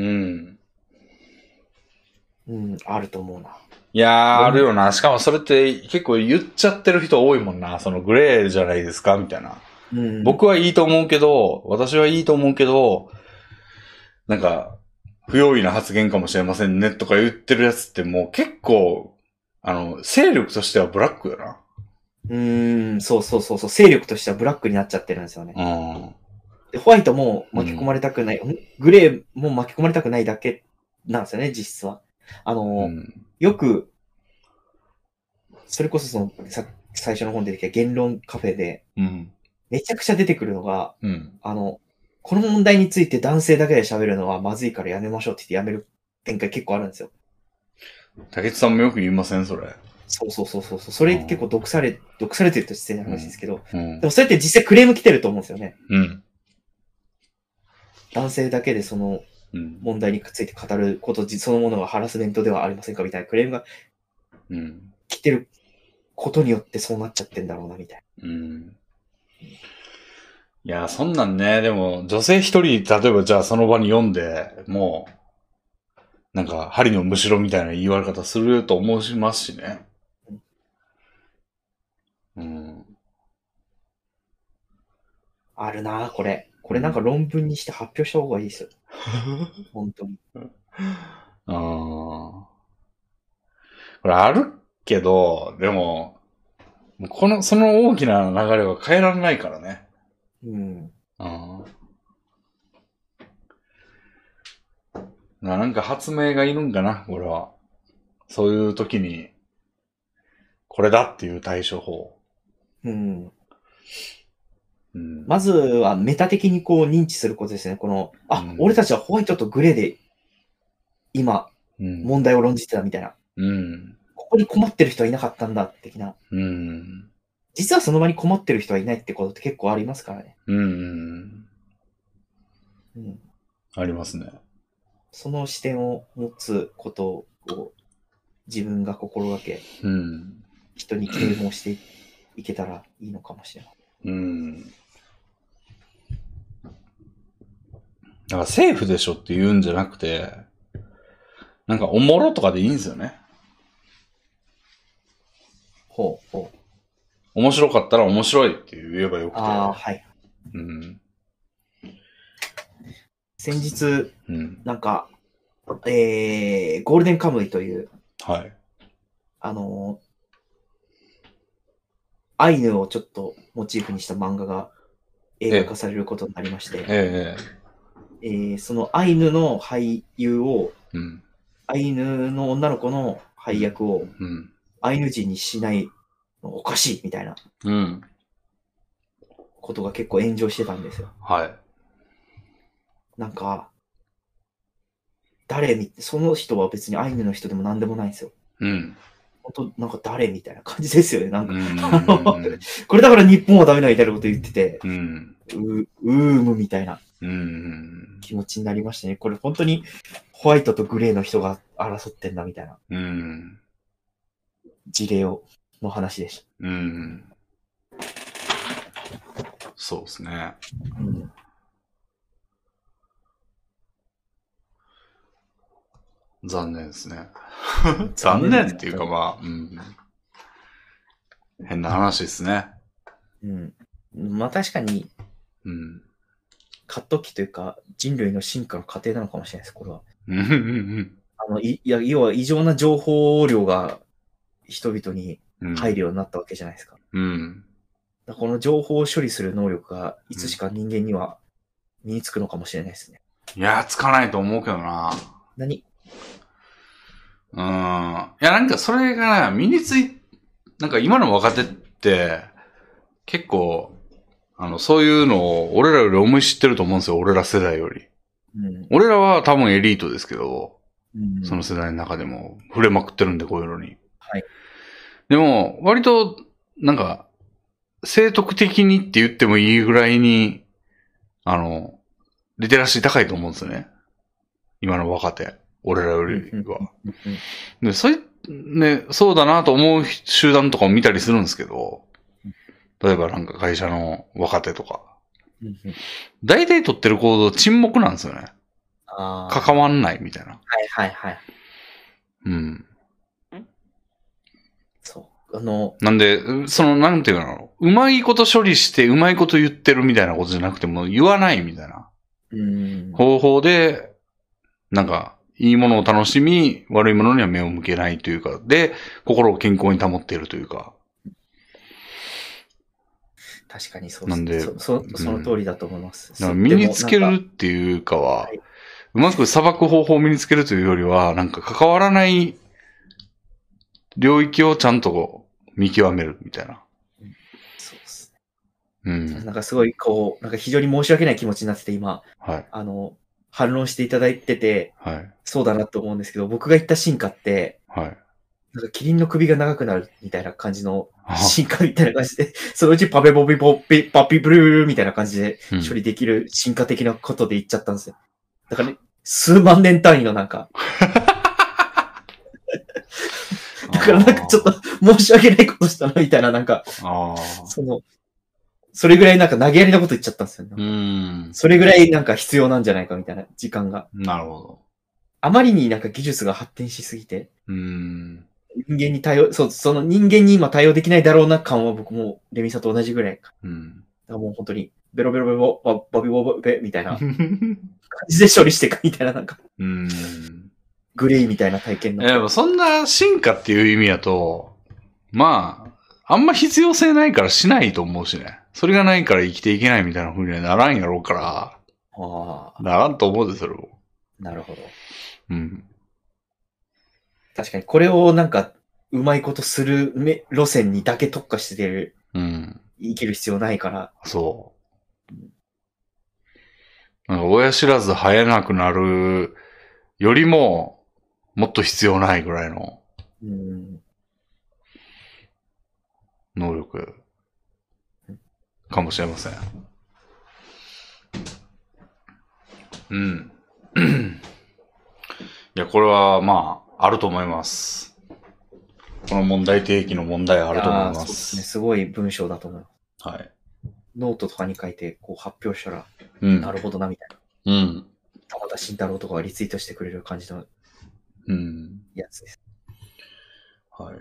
あると思うな。 いやー、あるよな。しかもそれって結構言っちゃってる人多いもんな。そのグレーじゃないですかみたいな。僕はいいと思うけど、私はいいと思うけど、なんか、不用意な発言かもしれませんねとか言ってるやつってもう結構、勢力としてはブラックよな。 そう。勢力としてはブラックになっちゃってるんですよね。でホワイトも巻き込まれたくない、グレーも巻き込まれたくないだけなんですよね、実質は。よく、それこそ最初の本で出てきた言論カフェで、めちゃくちゃ出てくるのが、この問題について男性だけで喋るのはまずいからやめましょうって言ってやめる展開結構あるんですよ。 竹内さんもよく言いませんそれ。 そう。それ結構毒されてると失礼な話ですけど、でもそれって実際クレーム来てると思うんですよね。男性だけでその問題について語ることそのものがハラスメントではありませんかみたいなクレームが来てることによってそうなっちゃってんだろうなみたいな。 いや、そんなんね、でも女性一人、例えばじゃあその場に読んで、もう、なんか針のむしろみたいな言われ方すると思いますしね。 あるなぁ、これ。これなんか論文にして発表した方がいいですよ。本当に。 これあるけど、でも、その大きな流れは変えられないからね。なんか発明がいるんかな、これは。そういう時に、これだっていう対処法。 まずはメタ的にこう認知することですね。俺たちはホワイトとグレーで今、問題を論じてたみたいな。ここに困ってる人はいなかったんだ、的な。実はその場に困ってる人はいないってことって結構ありますからね。 ありますね。 その視点を持つことを自分が心がけ、人に啓蒙していけたらいいのかもしれない。 だからセーフでしょって言うんじゃなくて、なんかおもろとかでいいんですよね。面白かったら面白いって言えばよくて。 はい。先日、なんか、ゴールデンカムイという、アイヌをちょっとモチーフにした漫画が映画化されることになりまして、そのアイヌの俳優を、アイヌの女の子の配役を、アイヌ人にしないのおかしいみたいな、ことが結構炎上してたんですよ。なんか、その人は別にアイヌの人でも何でもないんですよ。本当なんか誰みたいな感じですよね。なんかこれだから日本はダメだみたいなこと言ってて、みたいな気持ちになりましたね。これ本当にホワイトとグレーの人が争ってんだみたいな事例の話でした。 そうですね。残念ですね。残念っていうかまあ、変な話ですね。 まあ確かに、過渡期というか人類の進化の過程なのかもしれないです、これは。 要は異常な情報量が人々に入るようになったわけじゃないですか。 うん。 この情報を処理する能力がいつしか人間には身につくのかもしれないですね。 いや、つかないと思うけどな。 何？ いや、なんかそれがなんか今の若手って、結構、そういうのを俺らより思い知ってると思うんですよ。俺ら世代より。俺らは多分エリートですけど、その世代の中でも触れまくってるんで、こういうのに。 はい。 でも、割と、なんか、正徳的にって言ってもいいぐらいに、リテラシー高いと思うんですよね。今の若手。俺らよりは。で、そうだなと思う集団とかも見たりするんですけど、例えばなんか会社の若手とか。大体取ってる行動沈黙なんですよね。関わんないみたいな。 はいはいはい。 うん。 そう。 なんで、なんていうの、うまいこと処理してうまいこと言ってるみたいなことじゃなくても言わないみたいな。方法で、なんか、いいものを楽しみ、悪いものには目を向けないというか、で、心を健康に保っているというか。 確かにそうですね。なんで、その通りだと思います。 身につけるっていうかは、はい、うまく裁く方法を身につけるというよりは、なんか関わらない領域をちゃんと見極めるみたいな。 そうですね。 なんかすごいなんか非常に申し訳ない気持ちになってて今、 はい、 反論していただいてて、 はい、 そうだなと思うんですけど、僕が言った進化って、 はい、 なんかキリンの首が長くなるみたいな感じの進化みたいな感じで、そのうちパペボビポッピ、パピブルーみたいな感じで処理できる進化的なことで言っちゃったんですよ。だからね、数万年単位のなんか、だからなんかちょっと申し訳ないことしたなみたいななんか、それぐらいなんか投げやりなこと言っちゃったんですよね。それぐらいなんか必要なんじゃないかみたいな時間が。 なるほど。 あまりになんか技術が発展しすぎて、 人間にその人間に今対応できないだろうな感は僕もレミさんと同じぐらいか。だからもう本当にベロベロベロバビボバベみたいな感じで処理していくみたいななんか。グレイみたいな体験の。そんな進化っていう意味だと、まあ、あんま必要性ないからしないと思うしね。それがないから生きていけないみたいな風にはならんやろうから。ならんと思うで、それを。 なるほど。 うん。 確かに、これをなんか、うまいことする路線にだけ特化してる。生きる必要ないから。 そう。なんか親知らず生えなくなるよりも、もっと必要ないぐらいの。能力。かもしれません。いや、これは、まあ、あると思います。この問題提起の問題あると思います。そうですね。すごい文章だと思います。 はい。 ノートとかに書いて、発表したら、なるほどな、みたいな。玉田慎太郎とかがリツイートしてくれる感じの、やつです。 はい。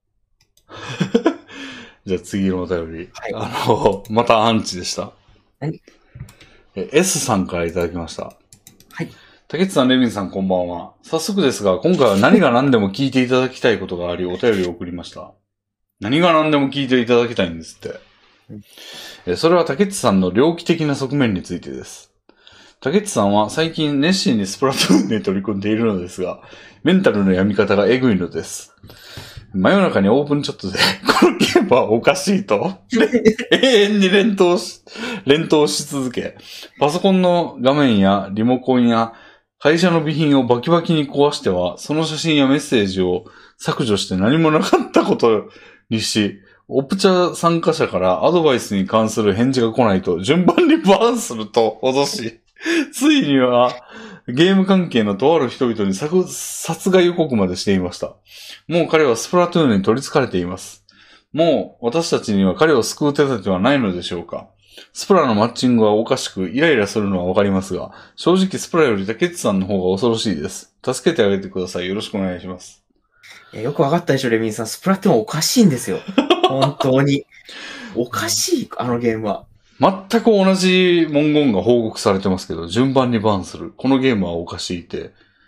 じゃあ次のお便り。はい。またアンチでした。 何 ？S さんからいただきました。 はい。 竹内さん、レミンさん、こんばんは。早速ですが、今回は何が何でも聞いていただきたいことがあり、お便りを送りました。何が何でも聞いていただきたいんですって。それは竹内さんの猟奇的な側面についてです。竹内さんは最近熱心にスプラトゥーンで取り組んでいるのですが、メンタルの病み方がエグいのです。真夜中にオープンチャットで、このゲームはおかしいと、永遠に連投し続け、パソコンの画面やリモコンや会社の備品をバキバキに壊しては、その写真やメッセージを削除して何もなかったことにし、オプチャ参加者からアドバイスに関する返事が来ないと順番にバーンすると脅し、ついにはゲーム関係のとある人々に殺害予告までしていました。もう彼はスプラトゥーンに取り憑かれています。もう私たちには彼を救う手立てはないのでしょうか。スプラのマッチングはおかしくイライラするのはわかりますが、正直スプラより竹内さんの方が恐ろしいです。助けてあげてください。よろしくお願いします。 いや、よくわかったでしょ、レミンさん。スプラトゥーンおかしいんですよ。本当に。おかしい、あのゲームは。 全く同じ文言が報告されてますけど、順番にバンする。このゲームはおかしいって、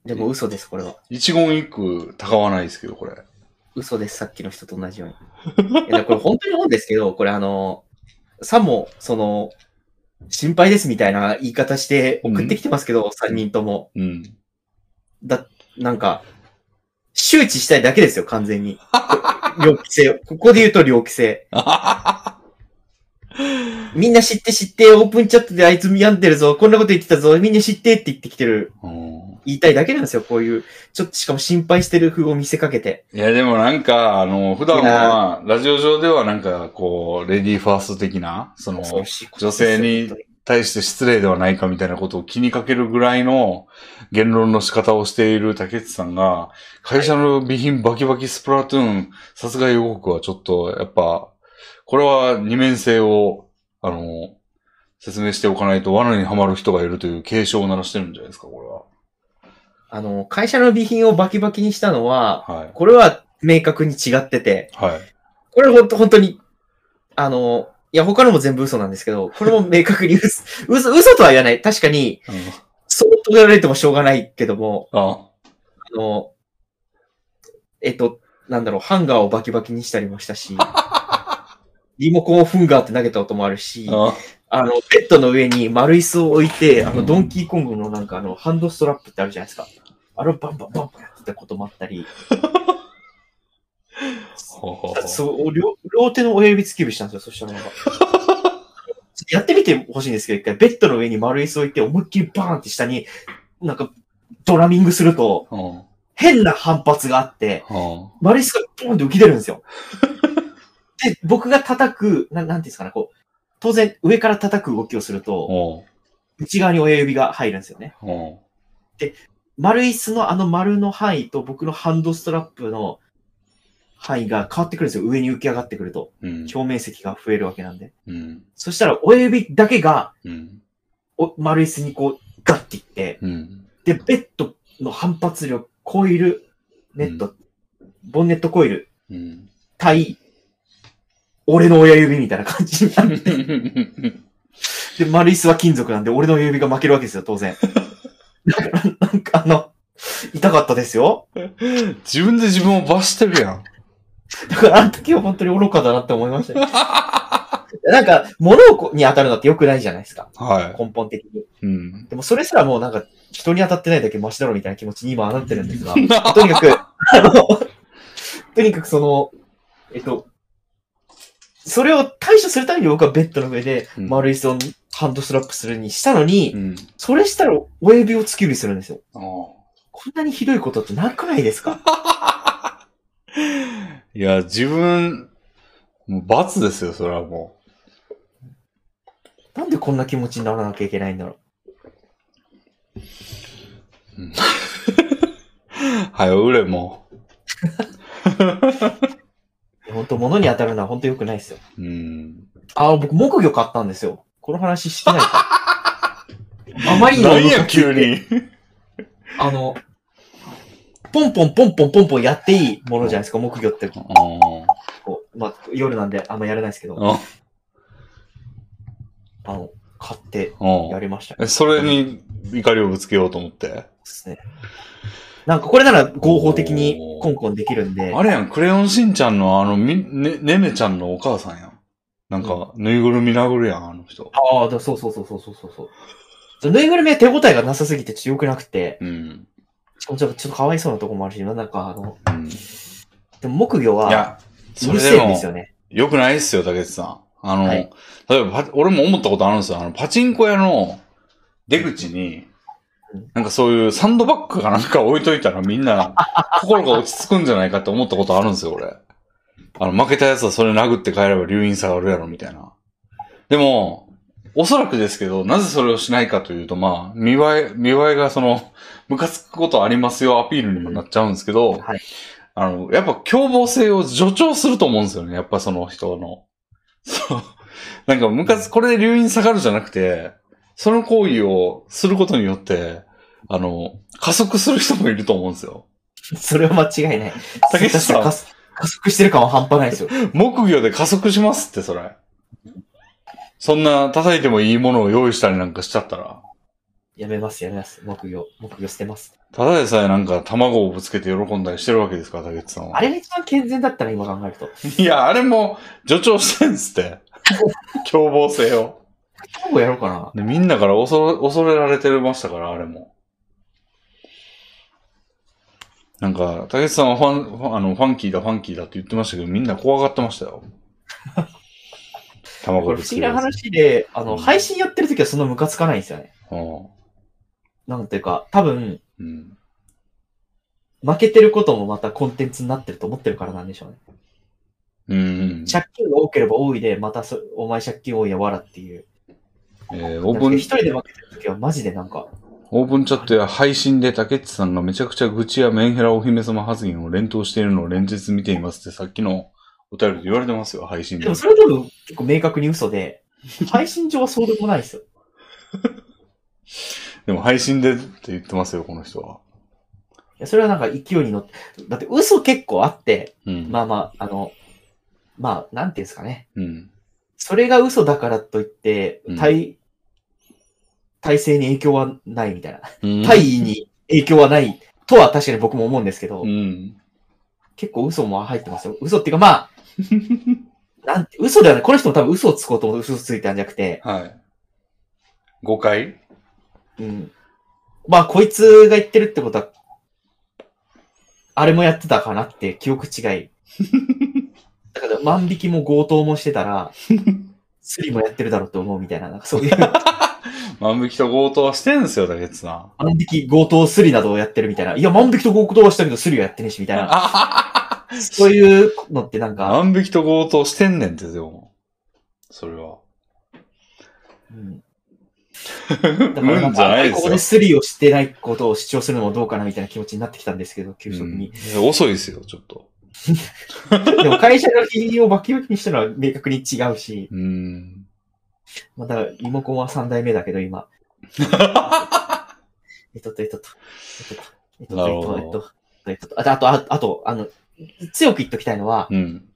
でも嘘です、これは。 一言一句、たかわないですけど、これ。 嘘です、さっきの人と同じように。いや、これ本当に思うんですけど、これさも、心配ですみたいな言い方して送ってきてますけど、3人とも。 うん。 なんか、周知したいだけですよ、完全に。猟奇性。ここで言うと猟奇性。みんな知って、オープンチャットであいつ病んでるぞ、こんなこと言ってたぞ、みんな知ってって言ってきてる。言いたいだけなんですよ、こういう。ちょっとしかも心配してる風を見せかけて。 いや、でもなんか、普段は、ラジオ上ではなんか、こう、レディーファースト的な、女性に対して失礼ではないかみたいなことを気にかけるぐらいの言論の仕方をしている竹内さんが、会社の備品バキバキスプラトゥーン、殺害予告はちょっと、やっぱ、これは二面性を、説明しておかないと罠にはまる人がいるという警鐘を鳴らしてるんじゃないですか、これは。 会社の備品をバキバキにしたのは、 はい、 これは明確に違ってて、 はい、 これ本当に、いや、他のも全部嘘なんですけど、これも明確に嘘とは言わない。確かに、そうと言われてもしょうがないけども、なんだろう、ハンガーをバキバキにしたりもしたし、リモコンをフンガーって投げたこともあるし、ベッドの上に丸椅子を置いて、ドンキーコングのなんかハンドストラップってあるじゃないですか。あれをバンバンバンバンやってたこともあったり。両手の親指突き指したんですよ、そしたらなんか。やってみてほしいんですけど、一回ベッドの上に丸椅子を置いて、思いっきりバーンって下に、なんか、ドラミングすると、変な反発があって、丸椅子がボーンって浮き出るんですよ。で、僕が叩く、なんていうんですかね、こう、当然上から叩く動きをすると、内側に親指が入るんですよね。で、丸椅子の丸の範囲と僕のハンドストラップの範囲が変わってくるんですよ。上に浮き上がってくると。表面積が増えるわけなんで。そしたら親指だけが、丸椅子にこう、ガッていって、で、ベッドの反発力、コイル、ネット、ボンネットコイル、対、俺の親指みたいな感じになって。で、丸椅子は金属なんで、俺の親指が負けるわけですよ、当然。だから、なんか痛かったですよ。 自分で自分を罰してるやん。 だから、あの時は本当に愚かだなって思いましたよ。なんか、物に当たるのって良くないじゃないですか。 はい。 根本的に。でも、それすらもうなんか、人に当たってないだけマシだろみたいな気持ちに今はなってるんですが、とにかく、とにかくそれを対処するために僕はベッドの上で丸椅子をハンドストラップするにしたのに、それしたら親指を突き指するんですよ。こんなにひどいことってなくないですか？ いや、自分、もう罰ですよ、それはもう。なんでこんな気持ちにならなきゃいけないんだろう。 はよ、売れもう。 本当物に当たるのは本当良くないですよ。僕、木魚買ったんですよ。この話してないか。あまりにも。 何や、急に。 ポンポンポンポンポンポンやっていいものじゃないですか、木魚って。夜なんであんまやらないですけど。買ってやりました、 それに怒りをぶつけようと思って。 ですね。なんかこれなら合法的にコンコンできるんで。 あれやん、クレヨンしんちゃんのねねちゃんのお母さんやん。なんか、ぬいぐるみ殴るやん、あの人。 そう。ぬいぐるみは手応えがなさすぎて良くなくて。しかもちょっとかわいそうなとこもあるし、なんかでも木魚は、 いや、 うるせえんですよね。 良くないっすよ、竹内さん。例えば、俺も思ったことあるんですよ。パチンコ屋の出口に、なんかそういうサンドバッグかなんか置いといたらみんな心が落ち着くんじゃないかって思ったことあるんですよ、俺。負けたやつはそれ殴って帰れば留飲下がるやろ、みたいな。でも、おそらくですけど、なぜそれをしないかというと、見栄えがムカつくことありますよアピールにもなっちゃうんですけど、やっぱ凶暴性を助長すると思うんですよね、やっぱその人の。なんかこれで留飲下がるじゃなくて、その行為をすることによって、加速する人もいると思うんですよ。 それは間違いない。 竹内さん。 加速してる感は半端ないですよ。 木魚で加速しますって、それ。そんな叩いてもいいものを用意したりなんかしちゃったら。 やめます。木魚捨てます。 ただでさえなんか卵をぶつけて喜んだりしてるわけですから、竹内さんは。 あれが一番健全だったら今考えると。 いや、あれも助長してんすって。凶暴性を。 卵やろうかな。 で、みんなから恐れられてましたから、あれも。なんか、竹内さんはファンキーだって言ってましたけど、みんな怖がってましたよ。卵これ不思議な話で、配信やってるときはそんなムカつかないんですよね。なんていうか、多分、負けてることもまたコンテンツになってると思ってるからなんでしょうね。借金が多ければ多いで、またお前借金多いやわらっていう。一人で負けてるときはマジでなんか。 オープンチャットや配信で竹内さんがめちゃくちゃ愚痴やメンヘラお姫様発言を連投しているのを連日見ていますってさっきのお便りで言われてますよ、配信で。 でもそれ多分結構明確に嘘で、配信上はそうでもないですよ。 でも配信でって言ってますよ、この人は。 いや、それはなんか勢いに乗って、だって嘘結構あって、なんていうんですかね。それが嘘だからといって、体制に影響はないみたいな。体位に影響はないとは確かに僕も思うんですけど、結構嘘も入ってますよ。嘘っていうか嘘ではない。この人も多分嘘をつこうと思って嘘ついたんじゃなくて。 はい。誤解？ こいつが言ってるってことは、あれもやってたかなって記憶違い。だから万引きも強盗もしてたら、スリもやってるだろうと思うみたいな、なんかそういう。 万引きと強盗はしてんすよ、だけどさ。 万引き、強盗、スリなどをやってるみたいな。いや、万引きと強盗はしたけど、スリはやってねえし、みたいな。そういうのってなんか。 万引きと強盗してんねんってよ。それは。 だからなんか、ここでスリをしてないことを主張するのもどうかなみたいな気持ちになってきたんですけど、急速に。 遅いですよ、ちょっと。 でも会社の金利をバキバキにしたのは明確に違うし。だから、リモコンは3代目だけど、今。あと、強く言っときたいのは、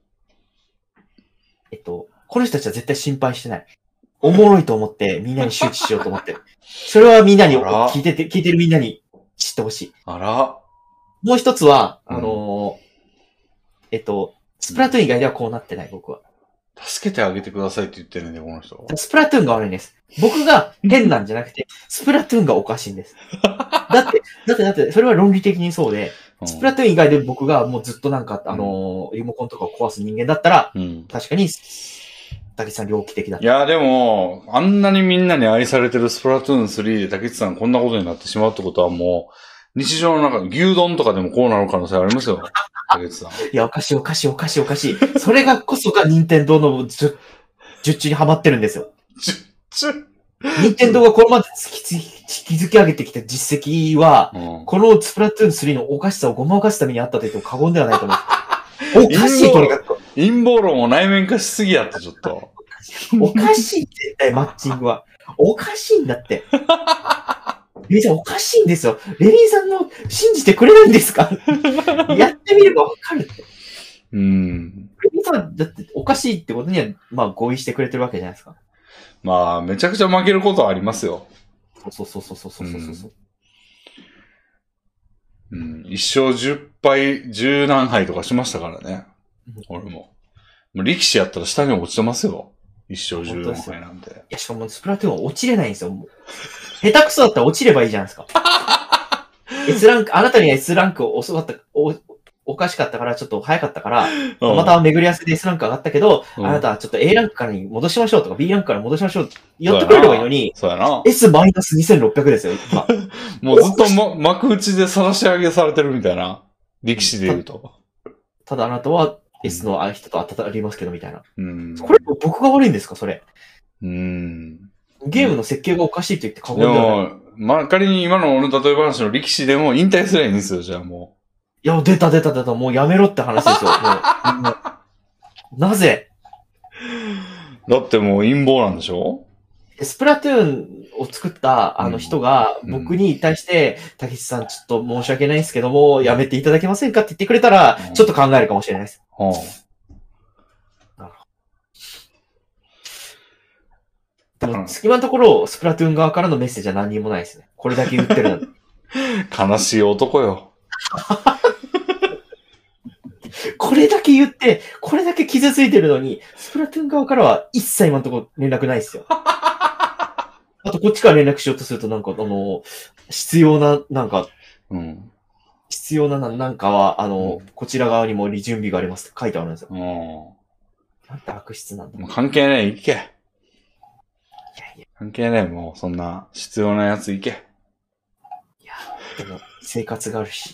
この人たちは絶対心配してない。おもろいと思ってみんなに周知しようと思ってる。それはみんなに聞いてるみんなに知ってほしい。もう一つは、スプラトゥーン以外ではこうなってない、僕は。 助けてあげてくださいって言ってるんで、この人。 スプラトゥーンが悪いんです。僕が変なんじゃなくて、スプラトゥーンがおかしいんです。だって、それは論理的にそうで、スプラトゥーン以外で僕がもうずっとなんか、リモコンとかを壊す人間だったら、確かに、竹内さん猟奇的だった。 いや、でも、あんなにみんなに愛されてるスプラトゥーン3で竹内さんこんなことになってしまうってことはもう、日常の中で牛丼とかでもこうなる可能性ありますよ。竹内さん。 いや、おかしい。それがこそが任天堂の術中にはまってるんですよ。任天堂がこれまで築き上げてきた実績は、このスプラトゥーン3のおかしさをごまかすためにあったと言っても過言ではないと思う。おかしい、とにかく。 陰謀論を内面化しすぎやった、ちょっと。 おかしいって、マッチングは。おかしいんだって。レリーさんおかしいんですよ。レリーさんの信じてくれないんですかやってみればわかるって。レリーさんだっておかしいってことには、合意してくれてるわけじゃないですか。 めちゃくちゃ負けることはありますよ。 そう。 一生10敗、10何敗とかしましたからね。俺も。力士やったら下に落ちてますよ。一生10何敗なんで。 いや、しかもスプラトゥーンは落ちれないんですよ。下手くそだったら落ちればいいじゃないですか。S ランク、あなたには S ランク遅かった、おかしかったから、ちょっと早かったから、また巡り合わせで S ランク上がったけど、あなたはちょっと A ランクからに戻しましょうとか B ランクから戻しましょうって言ってくれればいいのに、 そうやな。 S-2600 ですよ、今。 もうずっと幕内で晒し上げされてるみたいな。力士で言うと。 ただあなたは S の人と当たりますけど、みたいな。これ僕が悪いんですか、それ。ゲームの設計がおかしいと言って過言ではない。 仮に今の俺の例え話の力士でも引退すればいいんですよ、じゃあもう。 いや、出た。もうやめろって話ですよ。もうなぜだってもう陰謀なんでしょ？ スプラトゥーンを作った人が僕に対して、竹内さんちょっと申し訳ないんですけども、やめていただけませんかって言ってくれたら、ちょっと考えるかもしれないです。 も今のところ、スプラトゥーン側からのメッセージは何にもないですね。これだけ言ってるのに。 悲しい男よ。 これだけ言って、これだけ傷ついてるのに、スプラトゥーン側からは一切今のところ連絡ないですよ。あと、こっちから連絡しようとすると、なんか、必要な、なんか、必要な、なんかは、こちら側にも準備がありますって書いてあるんですよ。なんて悪質なんだ。 もう関係ない、行け。関係ない、もう、そんな、必要なやつ行け。 いや、でも、生活があるし。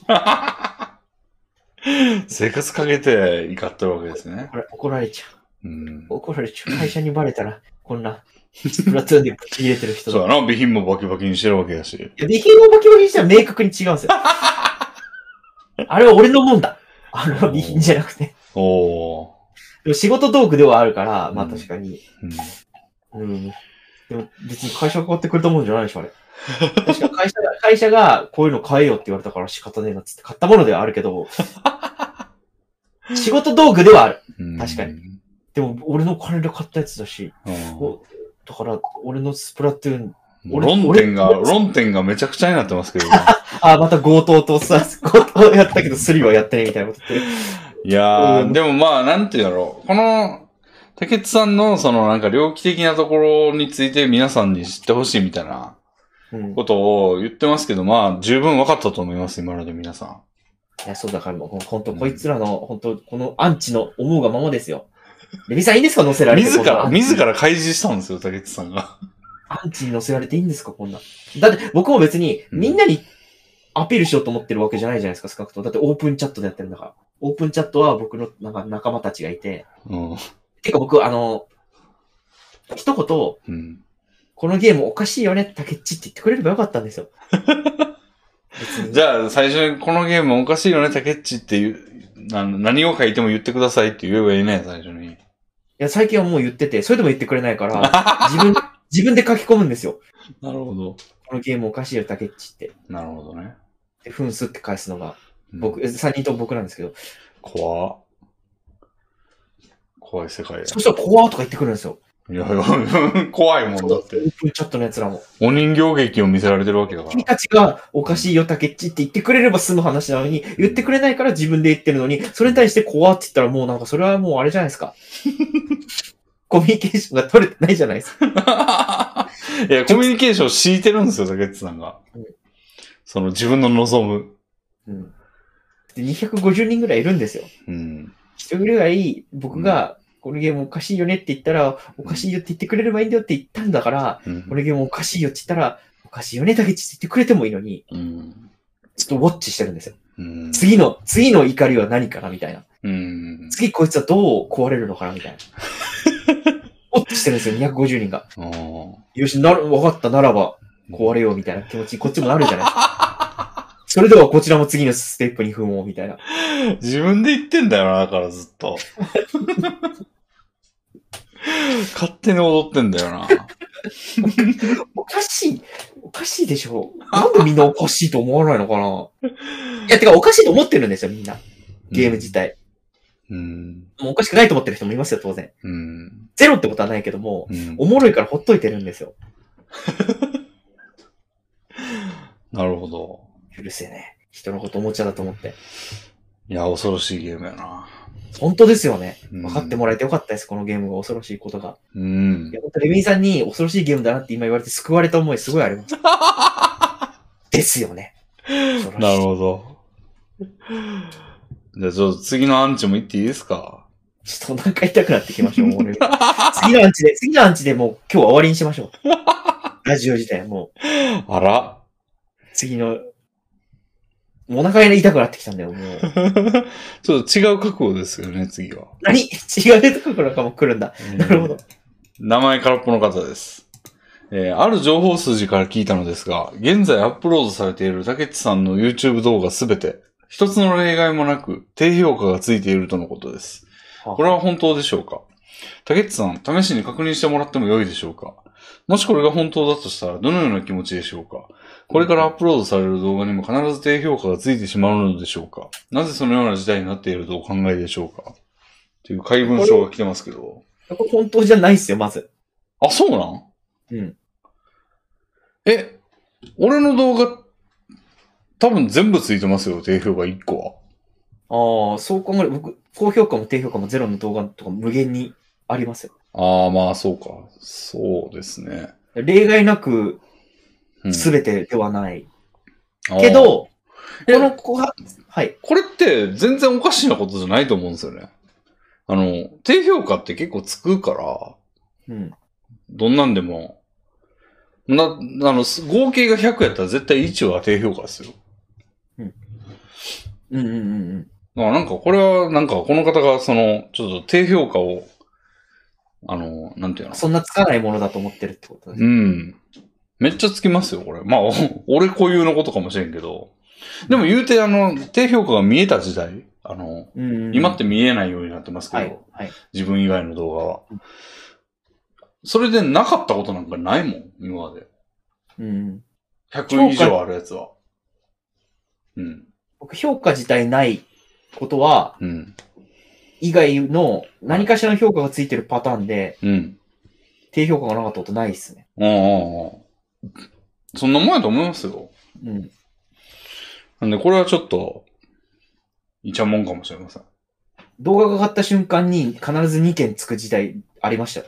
生活かけて怒ってるわけですね。 怒られちゃう。怒られちゃう。会社にバレたら、こんな、スプラトゥーンでぶち入れてる人そうだな、備品もバキバキにしてるわけだし。いや、備品をバキバキにしたら明確に違うんですよ。あれは俺のもんだ。備品じゃなくて。でも仕事道具ではあるから、まあ確かに。でも別に会社が買ってくれたもんじゃないでしょ、あれ。確か会社がこういうの買えよって言われたから仕方ねえなっつって買ったものではあるけど、仕事道具ではある。確かに。でも俺の金で買ったやつだし、だから俺のスプラトゥーン、 論点がめちゃくちゃになってますけどね。 また強盗やったけどスリはやってねみたいなことって。 いやー、でもまあ、なんて言うだろう。この、竹内さんのそのなんか猟奇的なところについて皆さんに知ってほしいみたいなことを言ってますけど、まあ、十分分かったと思います、今ので皆さん。 いや、そうだからもう、本当こいつらの、本当このアンチの思うがままですよ。レビさんいいんですか載せられて。 自ら開示したんですよ、竹内さんが。 アンチに載せられていいんですかこんな。だって僕も別にみんなにアピールしようと思ってるわけじゃないじゃないですか、少なくとも。だってオープンチャットでやってるんだから。オープンチャットは僕のなんか仲間たちがいて。てか僕、一言、このゲームおかしいよね、竹内って言ってくれればよかったんですよ。 じゃあ、最初にこのゲームおかしいよね、竹内っていう、何を書いても言ってくださいって言えばいいね、最初に。いや、最近はもう言ってて、それでも言ってくれないから、自分で書き込むんですよ。 なるほど。 このゲームおかしいよ、竹内って。 なるほどね。 で、フンスって返すのが、3人とも僕なんですけど。 怖い世界や。 そしたら怖とか言ってくるんですよ。 いや、怖いもんだって。 オープンチャットの奴らも。 お人形劇を見せられてるわけだから。 君たちがおかしいよ、竹内って言ってくれれば済む話なのに、言ってくれないから自分で言ってるのに、それに対して怖って言ったらもうなんかそれはもうあれじゃないですか。コミュニケーションが取れてないじゃないですか。 いや、コミュニケーションを敷いてるんですよ、竹内さんが。その自分の望む。 で250人ぐらいいるんですよ。一人ぐらい僕が、このゲームおかしいよねって言ったら、おかしいよって言ってくれればいいんだよって言ったんだから、このゲームおかしいよって言ったら、おかしいよね、竹内って言ってくれてもいいのに、ちょっとウォッチしてるんですよ。次の怒りは何かなみたいな。次こいつはどう壊れるのかなみたいな。ウォッチしてるんですよ、250人が。よし、わかったならば、壊れようみたいな気持ちにこっちもなるじゃないですか。それではこちらも次のステップに踏もうみたいな。 自分で言ってんだよな、だからずっと。勝手に踊ってんだよな。 おかしいでしょ。なんでみんなおかしいと思わないのかな。いや、てかおかしいと思ってるんですよ、みんな。ゲーム自体。もうおかしくないと思ってる人もいますよ、当然。ゼロってことはないけども、おもろいからほっといてるんですよ。 なるほど。 許せねえ。人のことおもちゃだと思って。 いや、恐ろしいゲームやな。 本当ですよね。分かってもらえてよかったです、このゲームが恐ろしいことが。いや、本当レミンさんに恐ろしいゲームだなって今言われて救われた思いすごいあります。ですよね。 なるほど。じゃあちょっと次のアンチも言っていいですか？ ちょっとお腹痛くなってきましょう、もうね。次のアンチでもう今日は終わりにしましょう。ラジオ自体もう。 あら？ 次の、お腹が痛くなってきたんだよ、もう。 ちょっと違う覚悟ですよね、次は。 違うところからも来るんだ。なるほど。 名前空っぽの方です。ある情報筋から聞いたのですが、現在アップロードされている竹内さんの YouTube 動画すべて、一つの例外もなく、低評価がついているとのことです。これは本当でしょうか？竹内さん、試しに確認してもらっても良いでしょうか？もしこれが本当だとしたら、どのような気持ちでしょうか？これからアップロードされる動画にも必ず低評価がついてしまうのでしょうか？なぜそのような事態になっているとお考えでしょうか？という怪文書が来てますけど。 これ本当じゃないっすよ、まず。 あ、そうなん？ うん。 俺の動画、多分全部ついてますよ、低評価1個は。ああ、そう考える僕、高評価も低評価もゼロの動画とか無限にありますよ。 ああ、まあそうか。そうですね。 例外なく、すべてではない。けど、この子は、はい。 これって全然おかしなことじゃないと思うんですよね。低評価って結構つくから、 うん。どんなんでも、合計が100やったら絶対1は低評価ですよ。 うん。うんうんうんうん。 なんかこれは、なんかこの方がちょっと低評価を、なんていうの？ そんなつかないものだと思ってるってことです。 うん。めっちゃつきますよ、これ。まあ、俺固有のことかもしれんけど。でも言うて、低評価が見えた時代、今って見えないようになってますけど、 はいはい、 自分以外の動画は。それでなかったことなんかないもん、今まで。 うん。 100以上あるやつは。うん。 僕、評価自体ないことは、 うん。 以外の何かしらの評価がついてるパターンで、 うん。 低評価がなかったことないっすね。 そんなもんやと思いますよ。 うん。 なんで、これはちょっと、いちゃもんかもしれません。 動画が上がった瞬間に必ず2件つく時代ありましたよ。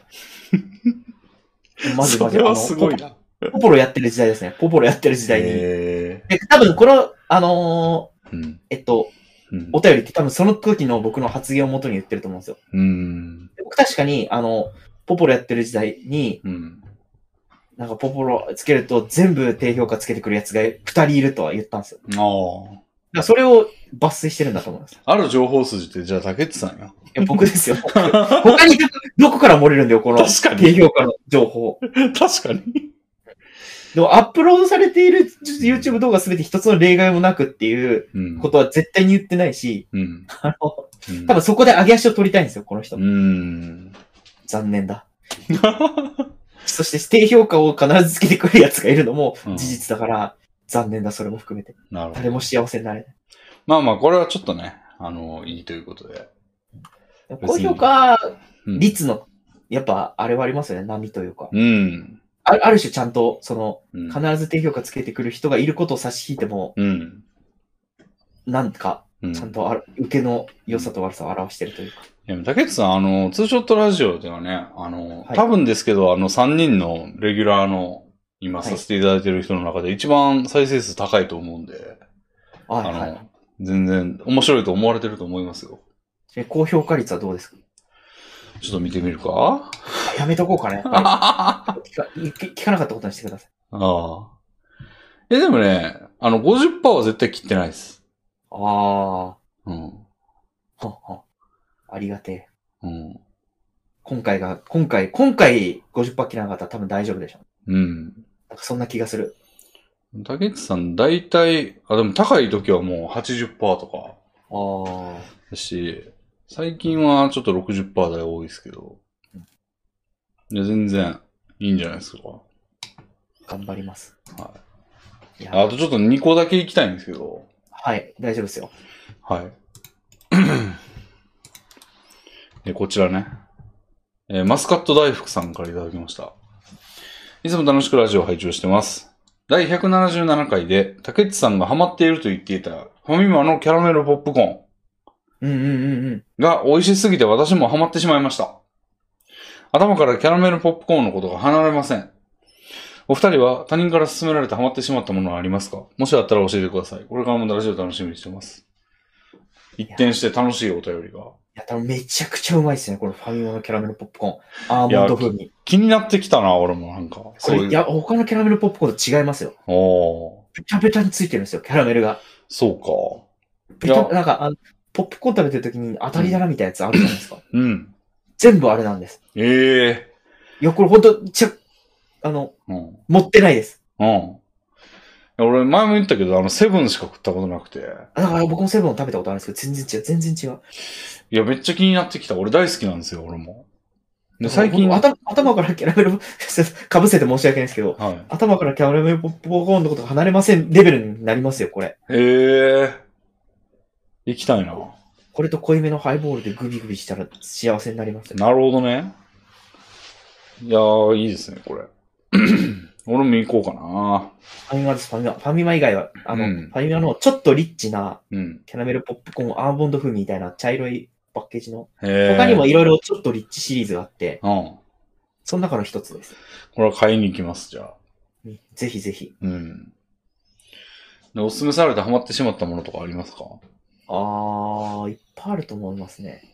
マジマジ。それはすごいな。 ポポロやってる時代ですね。ポポロやってる時代に。多分この、お便りって多分その時の僕の発言をもとに言ってると思うんですよ。僕確かに、ポポロやってる時代に、なんかポポロつけると全部低評価つけてくるやつが2人いるとは言ったんですよ。それを抜粋してるんだと思います。 ある情報筋ってじゃあ竹内さんや。 いや、僕ですよ。他にどこから漏れるんだよ、この低評価の情報。 確かに。 でもアップロードされている YouTube 動画すべて一つの例外もなくっていうことは絶対に言ってないし、多分そこで上げ足を取りたいんですよ、この人。残念だ。そして低評価を必ずつけてくるやつがいるのも事実だから、残念だ、それも含めて。誰も幸せになれない。 まあまあ、これはちょっとね、いいということで。 高評価率の、やっぱあれはありますよね、波というか。ある種ちゃんと、必ず低評価つけてくる人がいることを差し引いても、なんか、ちゃんと受けの良さと悪さを表してるというか。 いや、竹内さん、ツーショットラジオではね、多分ですけど、3人のレギュラーの、今させていただいてる人の中で一番再生数高いと思うんで、全然面白いと思われてると思いますよ。 高評価率はどうですか？ ちょっと見てみるか？ やめとこうかね。聞かなかったことにしてください。 ああ。でもね、50% は絶対切ってないです。 ああ。ありがてえ。今回50% 切らなかったら多分大丈夫でしょ。なんかそんな気がする。 竹内さん、大体、でも高い時はもう 80% とか。だし、最近はちょっと 60% 台多いですけど。全然いいんじゃないですか。 頑張ります。 はい。あとちょっと2個だけ行きたいんですけど。 はい、大丈夫ですよ。 はい。で、こちらね。マスカット大福さんからいただきました。いつも楽しくラジオを拝聴してます。第177回で、竹内さんがハマっていると言っていた、ファミマのキャラメルポップコーン。が美味しすぎて私もハマってしまいました。頭からキャラメルポップコーンのことが離れません。お二人は他人から勧められてハマってしまったものはありますか？もしあったら教えてください。これからもラジオ楽しみにしてます。一転して楽しいお便りが。 いや、多分めちゃくちゃうまいですね。このファミマのキャラメルポップコーン。アーモンド風味。 気になってきたな、俺もなんか。 いや、他のキャラメルポップコーンと違いますよ。ベタベタについてるんですよ、キャラメルが。 そうか。 なんか、ポップコーン食べてる時に当たりだなみたいなやつあるじゃないですか。全部あれなんです。いや、これほんと、持ってないです。 俺前も言ったけど、セブンしか食ったことなくて。 だから僕もセブン食べたことあるんですけど、全然違う。 いや、めっちゃ気になってきた。俺大好きなんですよ、俺も。で、最近。 頭からキャラメル、かぶせて申し訳ないですけど、頭からキャラメルポップコーンのことが離れませんレベルになりますよ、これ。 行きたいな。 これと濃いめのハイボールでグビグビしたら幸せになりますよ。 なるほどね。いやー、いいですね、これ。 俺も行こうかな。 ファミマです、ファミマ。ファミマ以外は、ファミマのちょっとリッチな、キャラメルポップコーン、アーモンド風味みたいな茶色いパッケージの。他にもいろいろちょっとリッチシリーズがあって、その中の一つです。 これは買いに行きます、じゃあ。 ぜひぜひ。 でおすすめされてハマってしまったものとかありますか？ いっぱいあると思いますね。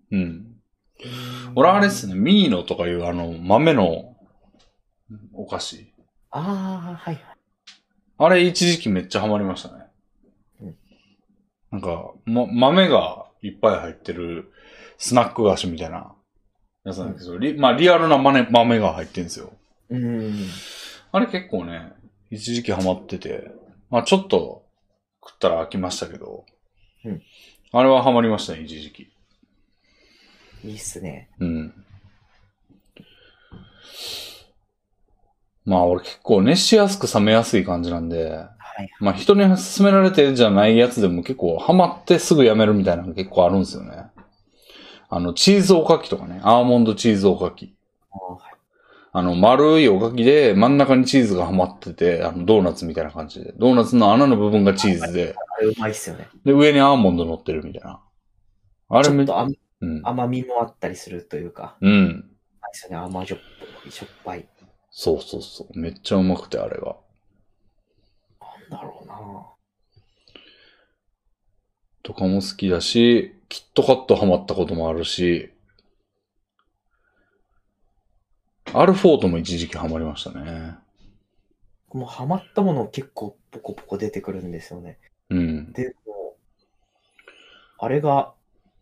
俺あれですね、ミーノとかいう豆のお菓子。 はいはい。 あれ一時期めっちゃハマりましたね。なんか、豆がいっぱい入ってるスナック菓子みたいなやつなんですけど、リアルな豆が入ってるんですよ。あれ結構ね、一時期ハマってて、ちょっと食ったら飽きましたけど、あれはハマりましたね、一時期。 いいっすね。 俺結構熱しやすく冷めやすい感じなんで、人に勧められてじゃないやつでも結構ハマってすぐやめるみたいなのが結構あるんですよね。チーズおかきとかね、アーモンドチーズおかき。丸いおかきで真ん中にチーズがはまってて、ドーナツみたいな感じで。ドーナツの穴の部分がチーズで。 うまいっすよね。 で、上にアーモンド乗ってるみたいな。 あれちょっと甘みもあったりするというか。ないですよね、甘じょっぱい。 そう。めっちゃうまくて、あれが。 なんだろうなとかも好きだし、キットカットハマったこともあるし、アルフォートも一時期ハマりましたね。 もうハマったもの結構ポコポコ出てくるんですよね。でも、あれが、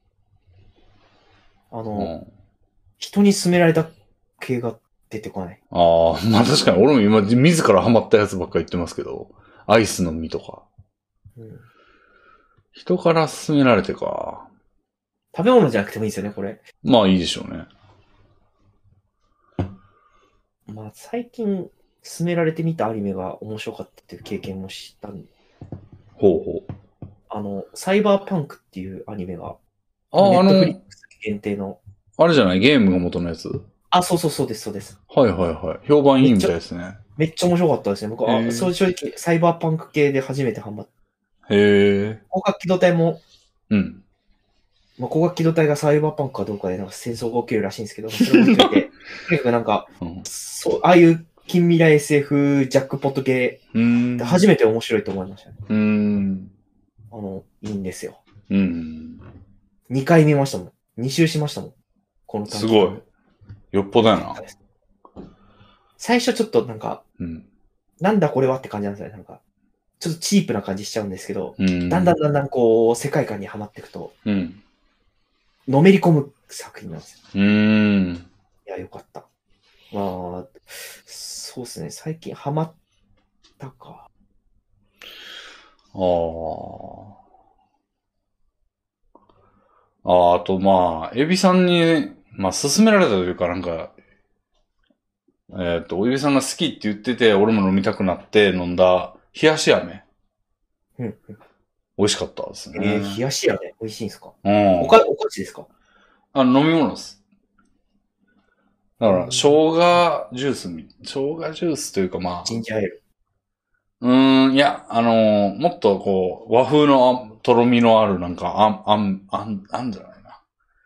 人に勧められた系が出てこない。 確かに俺も今自らハマったやつばっかり言ってますけど、アイスの実とか。人から勧められてか。 食べ物じゃなくてもいいですよね、これ。 いいでしょうね。 最近、勧められてみたアニメが面白かったっていう経験もしたんで。サイバーパンクっていうアニメが、ネットフリックス限定の。あれじゃないゲームが元のやつ？ そうです。 はい。評判いいみたいですね。 めっちゃ面白かったですね。僕は、正直、サイバーパンク系で初めてハマった。 広角機動隊も、広角機動隊がサイバーパンクかどうかで戦争が起きるらしいんですけど、それを見てて、とにかくああいう近未来 SF ジャックポット系、初めて面白いと思いましたね。いいんですよ。2回見ましたもん。2周しましたもん。このすごい。よっぽどやな。 最初ちょっとなんだこれはって感じなんですよね。ちょっとチープな感じしちゃうんですけど、だんだんこう、世界観にはまっていくと、のめり込む作品なんですよ。いや、よかった。そうですね。最近ハマったか。 あとエビさんに、勧められたというかエビさんが好きって言ってて、俺も飲みたくなって飲んだ冷やし飴。美味しかったですね。 冷やし飴美味しいんですか？お菓子ですか？ 飲み物です。だから、生姜ジュースというかジンジャーエール。 いや、もっとこう、和風のとろみのあるあんじゃないな。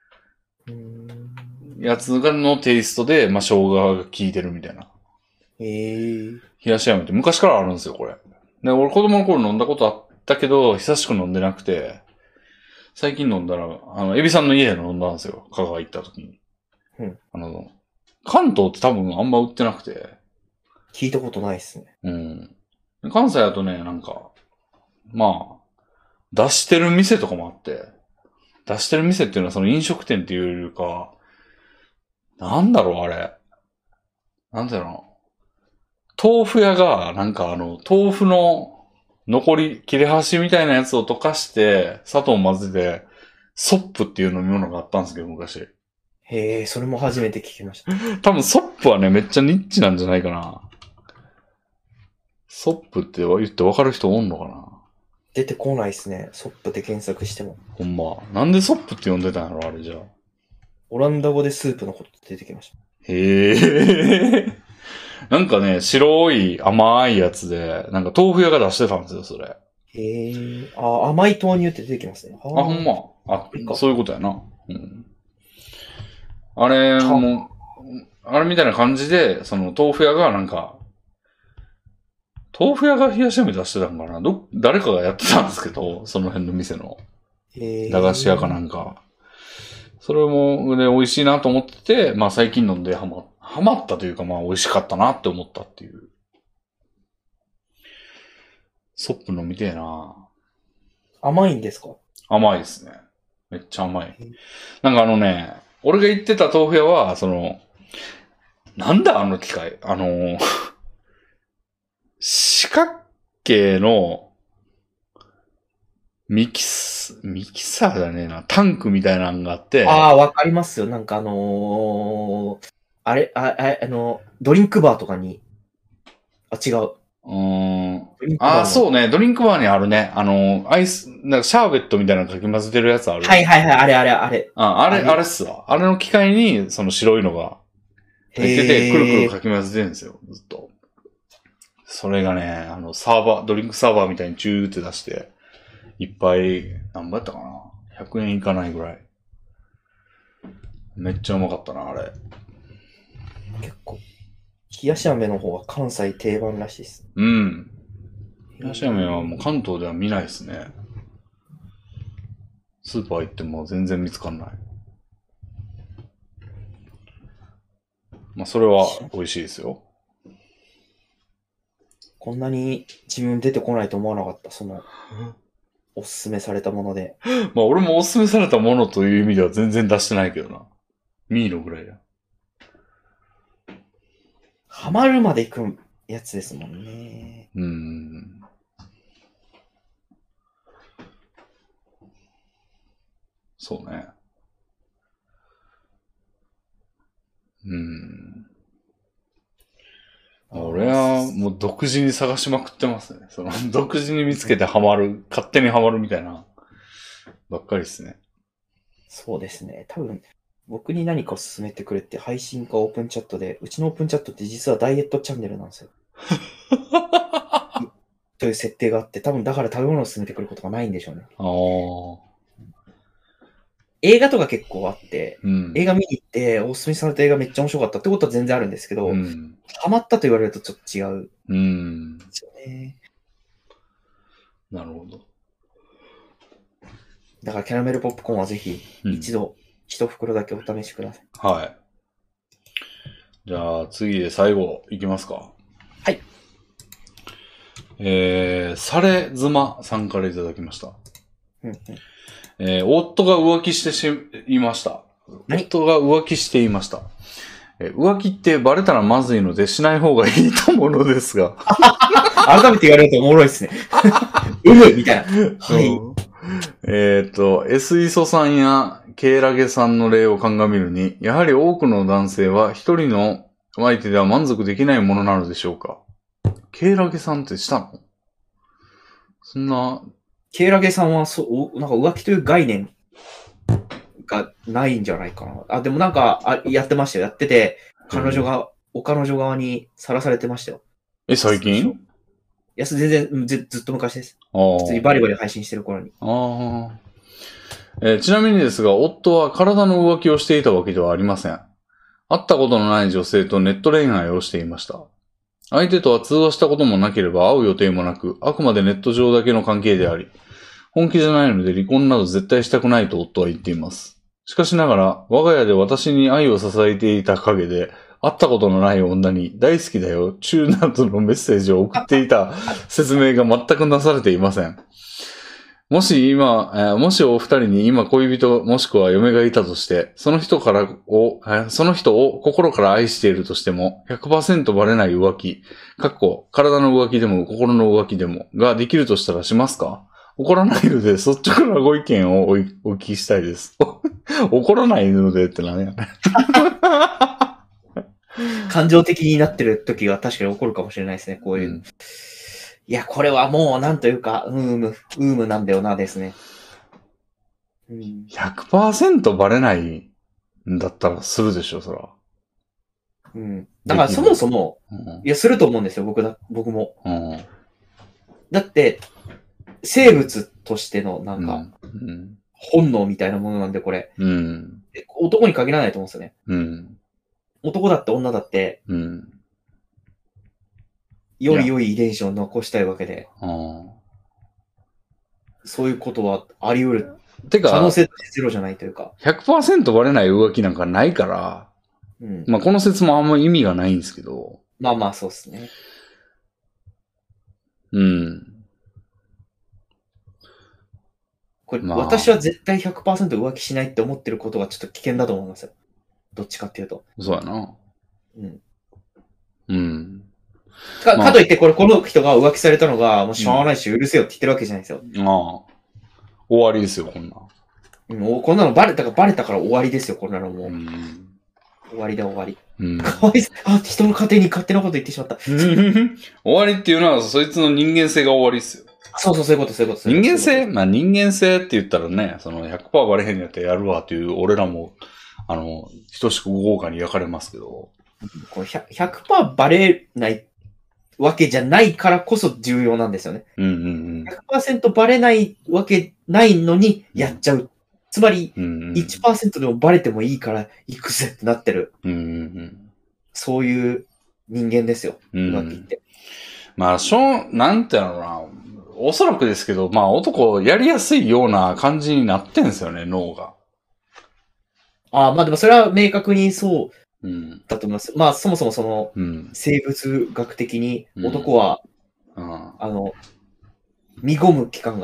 やつのテイストで、生姜が効いてるみたいな。冷やし飴って昔からあるんですよ、これ。で、俺子供の頃飲んだことあったけど、久しく飲んでなくて、最近飲んだら、エビさんの家で飲んだんですよ、香川行った時に。関東って多分あんま売ってなくて。 聞いたことないっすね。 関西だとね、出してる店とかもあって、出してる店っていうのはその飲食店っていうよりか、なんだろうあれ。なんだろう。豆腐屋が、豆腐の残り、切れ端みたいなやつを溶かして、砂糖を混ぜて、ソップっていう飲み物があったんですけど、昔。 それも初めて聞きました。 多分ソップはね、めっちゃニッチなんじゃないかな。ソップって言って分かる人おんのかな？ 出てこないっすね。ソップで検索しても。 ほんま。なんでソップって呼んでたんやろ、あれじゃあ。 オランダ語でスープのこと出てきました。 なんかね、白い甘いやつで、なんか豆腐屋が出してたんですよ、それ。 へえ。あ、甘い豆乳って出てきますね。 あ、ほんま。あ、 かそういうことやな。うん。あれはも、あれみたいな感じで、その豆腐屋がなんか、豆腐屋が冷やし飴出してたんかな誰かがやってたんですけど、その辺の店の。駄菓子屋かなんか。それも、ね、美味しいなと思ってて、まあ最近飲んでハマったというか、まあ美味しかったなって思ったっていう。ソップ飲みてえな。 甘いんですか？ 甘いですね。めっちゃ甘い。なんか俺が行ってた豆腐屋は、なんだあの機械四角形のミキサーだねな、タンクみたいなのがあって。 ああ、わかりますよ。なんかドリンクバーとかに、あ、違う。 そうね、ドリンクバーにあるね。アイス、なんかシャーベットみたいなのかき混ぜてるやつある。 はいはいはい、あれ。 あれっすわ。あれの機械に、その白いのが入ってて、くるくるかき混ぜてるんですよ、ずっと。それがね、ドリンクサーバーみたいにチューって出して、いっぱい、何倍やったかな ?100 円いかないぐらい。めっちゃうまかったな、あれ。 結構。冷やし飴の方は関西定番らしいです。 うん。冷やし飴はもう関東では見ないですね。スーパー行っても全然見つかんない。まあ、それは美味しいですよ。 こんなに自分出てこないと思わなかった、おすすめされたもので。 まあ、俺もおすすめされたものという意味では全然出してないけどな。ミーのぐらいだ。 ハマるまで行くやつですもんね。 そうね。俺はもう独自に探しまくってますね。独自に見つけてハマる、勝手にハマるみたいな、ばっかりですね。 そうですね。多分、僕に何かを勧めてくれって配信かオープンチャットで、うちのオープンチャットって実はダイエットチャンネルなんですよ。という設定があって、多分だから食べ物を勧めてくることがないんでしょうね。映画とか結構あって、映画見に行っておすすめされた映画めっちゃ面白かったってことは全然あるんですけど、ハマったと言われるとちょっと違う。ですよね。 なるほど。 だからキャラメルポップコーンはぜひ一度一袋だけお試しください。 はい。じゃあ次で最後いきますか。 はい。 サレズマさんからいただきました。夫が浮気していました。夫が浮気していました。浮気ってバレたらまずいのでしない方がいいと思うのですが。 改めて言われるとおもろいですね。みたいな。はい。 S 磯さんやケイラゲさんの例を鑑みるに、やはり多くの男性は一人の相手では満足できないものなのでしょうか。ケイラゲさんってしたの？そんな。 ケイラゲさんはなんか浮気という概念がないんじゃないかな。でもなんか、やってましたよ。やってて、彼女側にさらされてましたよ。 最近？いや、全然、ずっと昔です。普通にバリバリ配信してる頃に。 ちなみにですが、夫は体の浮気をしていたわけではありません。会ったことのない女性とネット恋愛をしていました。相手とは通話したこともなければ会う予定もなく、あくまでネット上だけの関係であり、本気じゃないので離婚など絶対したくないと夫は言っています。しかしながら、我が家で私に愛を支えていた陰で、会ったことのない女に大好きだよ、チューなどのメッセージを送っていた説明が全くなされていません。もしお二人に今恋人もしくは嫁がいたとして、その人を心から愛しているとしても、100% バレない浮気、体の浮気でも心の浮気でも、ができるとしたらしますか？怒らないので率直なご意見をお聞きしたいです。怒らないのでって何やね。 感情的になってる時が確かに起こるかもしれないですね、こういう。いや、これはもう、なんというか、ウームなんだよなですね。 100% バレないんだったらするでしょ、そら。 うん。だからそもそも、いや、すると思うんですよ、僕も。だって、生物としてのなんか、本能みたいなものなんで、これ。男に限らないと思うんですよね。男だって女だって、より良い遺伝子を残したいわけで、そういうことはあり得る。可能性ってゼロじゃないというか。 100% 割れない浮気なんかないから、まあこの説もあんま意味がないんですけど。 まあまあそうですね。これ、私は絶対 100% 浮気しないって思ってることがちょっと危険だと思いますよ。どっちかっていうと。 そうやな。 かといって、この人が浮気されたのが、もうしょうがないし、許せよって言ってるわけじゃないですよ。 終わりですよ、こんな。 もうこんなのバレたから終わりですよ、こんなのもう。終わりだ、終わり。かわいそう。人の家庭に勝手なこと言ってしまった。 終わりっていうのは、そいつの人間性が終わりですよ。 そういうこと。 人間性まあ人間性って言ったらね、その 100% バレへんやったらやるわっていう、俺らも、等しく豪華に焼かれますけど。 この 100% バレないわけじゃないからこそ重要なんですよね。100% バレないわけないのにやっちゃう。つまり、1% でもバレてもいいから行くぜってなってる。そういう人間ですよ。浮気って。 まあ、なんていうのな。おそらくですけど、まあ男やりやすいような感じになってんですよね、脳が。 まあでもそれは明確にそうだと思います。まあそもそもその、生物学的に男は、身ごもる期間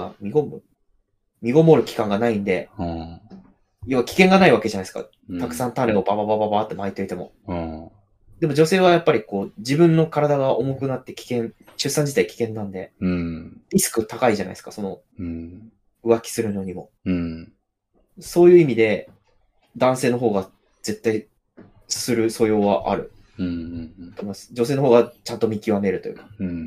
がないんで、要は危険がないわけじゃないですか。たくさん種をバババババって巻いていても。でも女性はやっぱりこう、自分の体が重くなって出産自体危険なんで、リスク高いじゃないですか、その、浮気するのにも。そういう意味で、男性の方が絶対する素養はある。女性の方がちゃんと見極めるというか。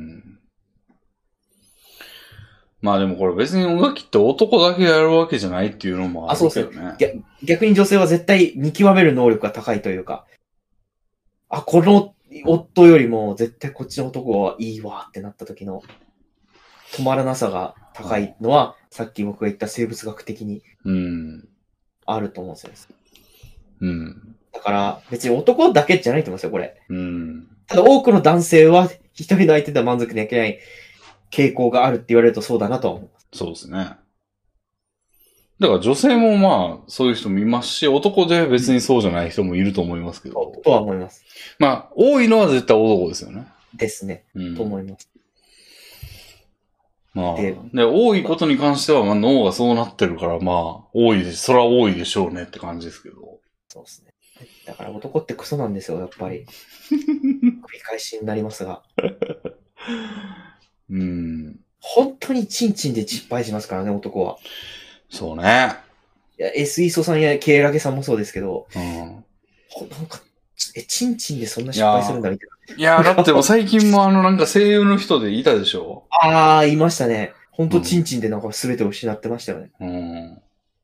まあでもこれ別に浮気って男だけやるわけじゃないっていうのもあるけどね。 そうですね。逆に女性は絶対見極める能力が高いというか、この夫よりも絶対こっちの男はいいわってなった時の止まらなさが高いのは、さっき僕が言った生物学的にあると思うんですよ。だから別に男だけじゃないと思うんですよ、これ。ただ多くの男性は一人の相手では満足できない傾向があるって言われるとそうだなとは思います。 そうですね。だから女性もまあ、そういう人もいますし、男で別にそうじゃない人もいると思いますけど。 とは思います。 まあ、多いのは絶対男ですよね。 ですね。と思います。 まあ、で、多いことに関しては、まあ、脳がそうなってるから、まあ、それは多いでしょうねって感じですけど。 そうですね。だから男ってクソなんですよ、やっぱり。繰り返しになりますが。本当にチンチンで失敗しますからね、男は。 そうね。 いや、S イソさんやケイラゲさんもそうですけど、なんか、チンチンでそんな失敗するんだみたいな。いや、だって最近もなんか声優の人でいたでしょ。 いましたね。本当チンチンでなんか全てを失ってましたよね。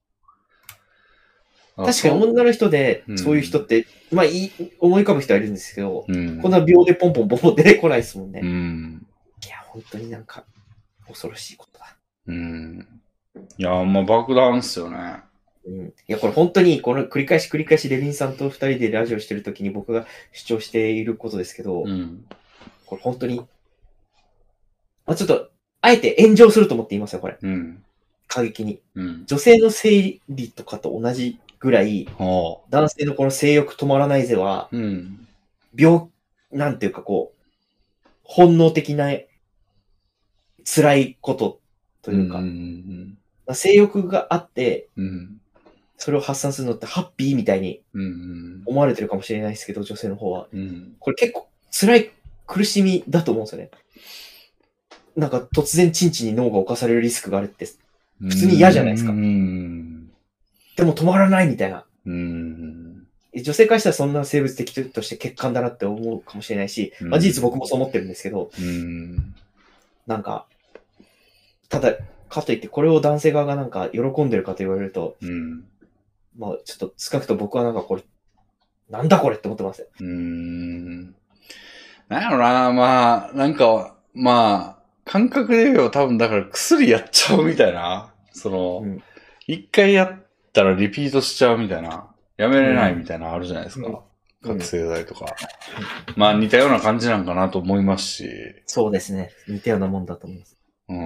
確かに女の人で、そういう人って、まあ思い浮かぶ人はいるんですけど、こんな秒でポンポンポンポン出てこないですもんね。いや、本当になんか、恐ろしいことだ。 いや、まあ爆弾っすよね。 いや、これ本当に、この繰り返しレビンさんと二人でラジオしてるときに僕が主張していることですけど、これ本当に、ちょっと、あえて炎上すると思って言いますよ、これ。過激に。女性の生理とかと同じぐらい、男性のこの性欲止まらないぜは、なんていうかこう、本能的な辛いことというか、性欲があって、それを発散するのってハッピーみたいに思われてるかもしれないですけど、女性の方は。これ結構辛い苦しみだと思うんですよね。なんか突然チンチンに脳が侵されるリスクがあるって、普通に嫌じゃないですか。でも止まらないみたいな。女性からしたらそんな生物的として欠陥だなって思うかもしれないし、まあ事実僕もそう思ってるんですけど、なんか、ただ、かといってこれを男性側がなんか喜んでるかと言われると、まあちょっと少なくとも僕はなんかこれ、 なんだこれって思ってますよ。 なんやろな、まあ、なんか、まあ、感覚で言えば多分だから薬やっちゃうみたいな。一回やったらリピートしちゃうみたいな。やめれないみたいなのあるじゃないですか。覚醒剤とか。まあ似たような感じなんかなと思いますし。 そうですね。似たようなもんだと思います。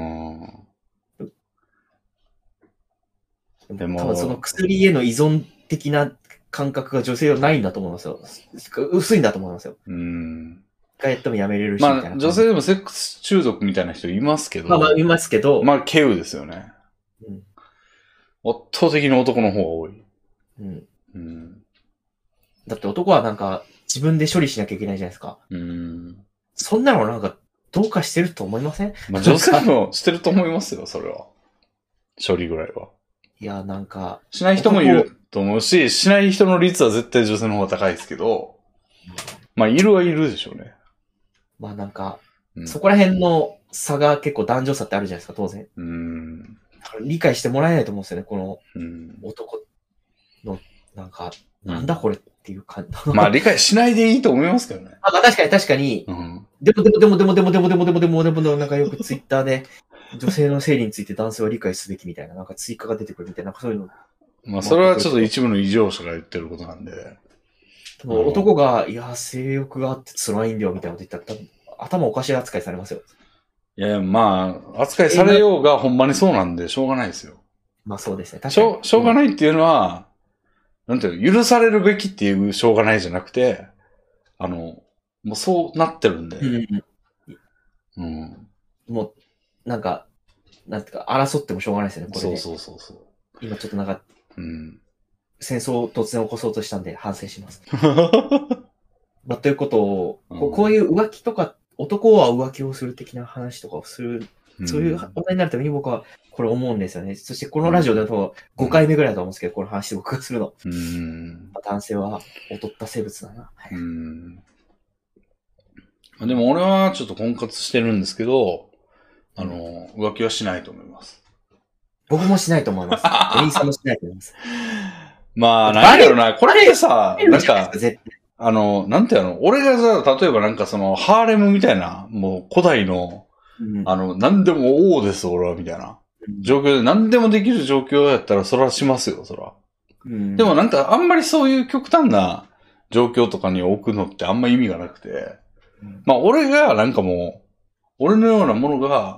でも、多分その薬への依存的な感覚が女性はないんだと思いますよ。薄いんだと思いますよ。一回やってもやめれるしみたいな。 まあ女性でもセックス中毒みたいな人いますけど。 まあいますけど。 まあ稀有ですよね。圧倒的に男の方が多い。 だって男はなんか自分で処理しなきゃいけないじゃないですか。そんなのなんかどうかしてると思いません？ まあ女性もしてると思いますよ、それは。処理ぐらいは。 いや、なんか。 しない人もいると思うし、しない人の率は絶対女性の方が高いですけど、まあいるはいるでしょうね。 まあなんか、そこら辺の差が結構男女差ってあるじゃないですか、当然。理解してもらえないと思うんですよね、この男の、なんか、なんだこれっていう感じ。 まあ理解しないでいいと思いますけどね。 まあ確かに、でも、なんかよくツイッターで、女性の生理について男性は理解すべきみたいな、なんか追加が出てくるみたいな、そういうの。 まあそれはちょっと一部の異常者が言ってることなんで。 男が、いや、性欲があって辛いんだよみたいなこと言ったら、多分、頭おかしい扱いされますよ。 いや、まあ、扱いされようがほんまにそうなんで、しょうがないですよ。 まあそうですね。 確かに。しょうがないっていうのは、なんていうの、許されるべきっていうしょうがないじゃなくて、もうそうなってるんで。 もう、なんか、なんていうか、争ってもしょうがないですよね、これで。 そう。 今ちょっとなんか、戦争を突然起こそうとしたんで反省します。まあ、ということを、こういう浮気とか、男は浮気をする的な話とかをする、そういう話題になるために僕はこれ思うんですよね。そしてこのラジオでも5回目ぐらいだと思うんですけど、この話僕がするの。男性は劣った生物だな。 でも俺はちょっと婚活してるんですけど、浮気はしないと思います。 僕もしないと思います。お兄さんもしないと思います。 まあ、なんだろうな、これってさ、なんか、なんていうの、俺がさ、例えばなんかその、ハーレムみたいな、もう古代の、何でも王です、俺は、みたいな。状況で、何でもできる状況やったら、そらしますよ、そら。でもなんか、あんまりそういう極端な状況とかに置くのってあんま意味がなくて、まあ、俺がなんかもう、俺のようなものが、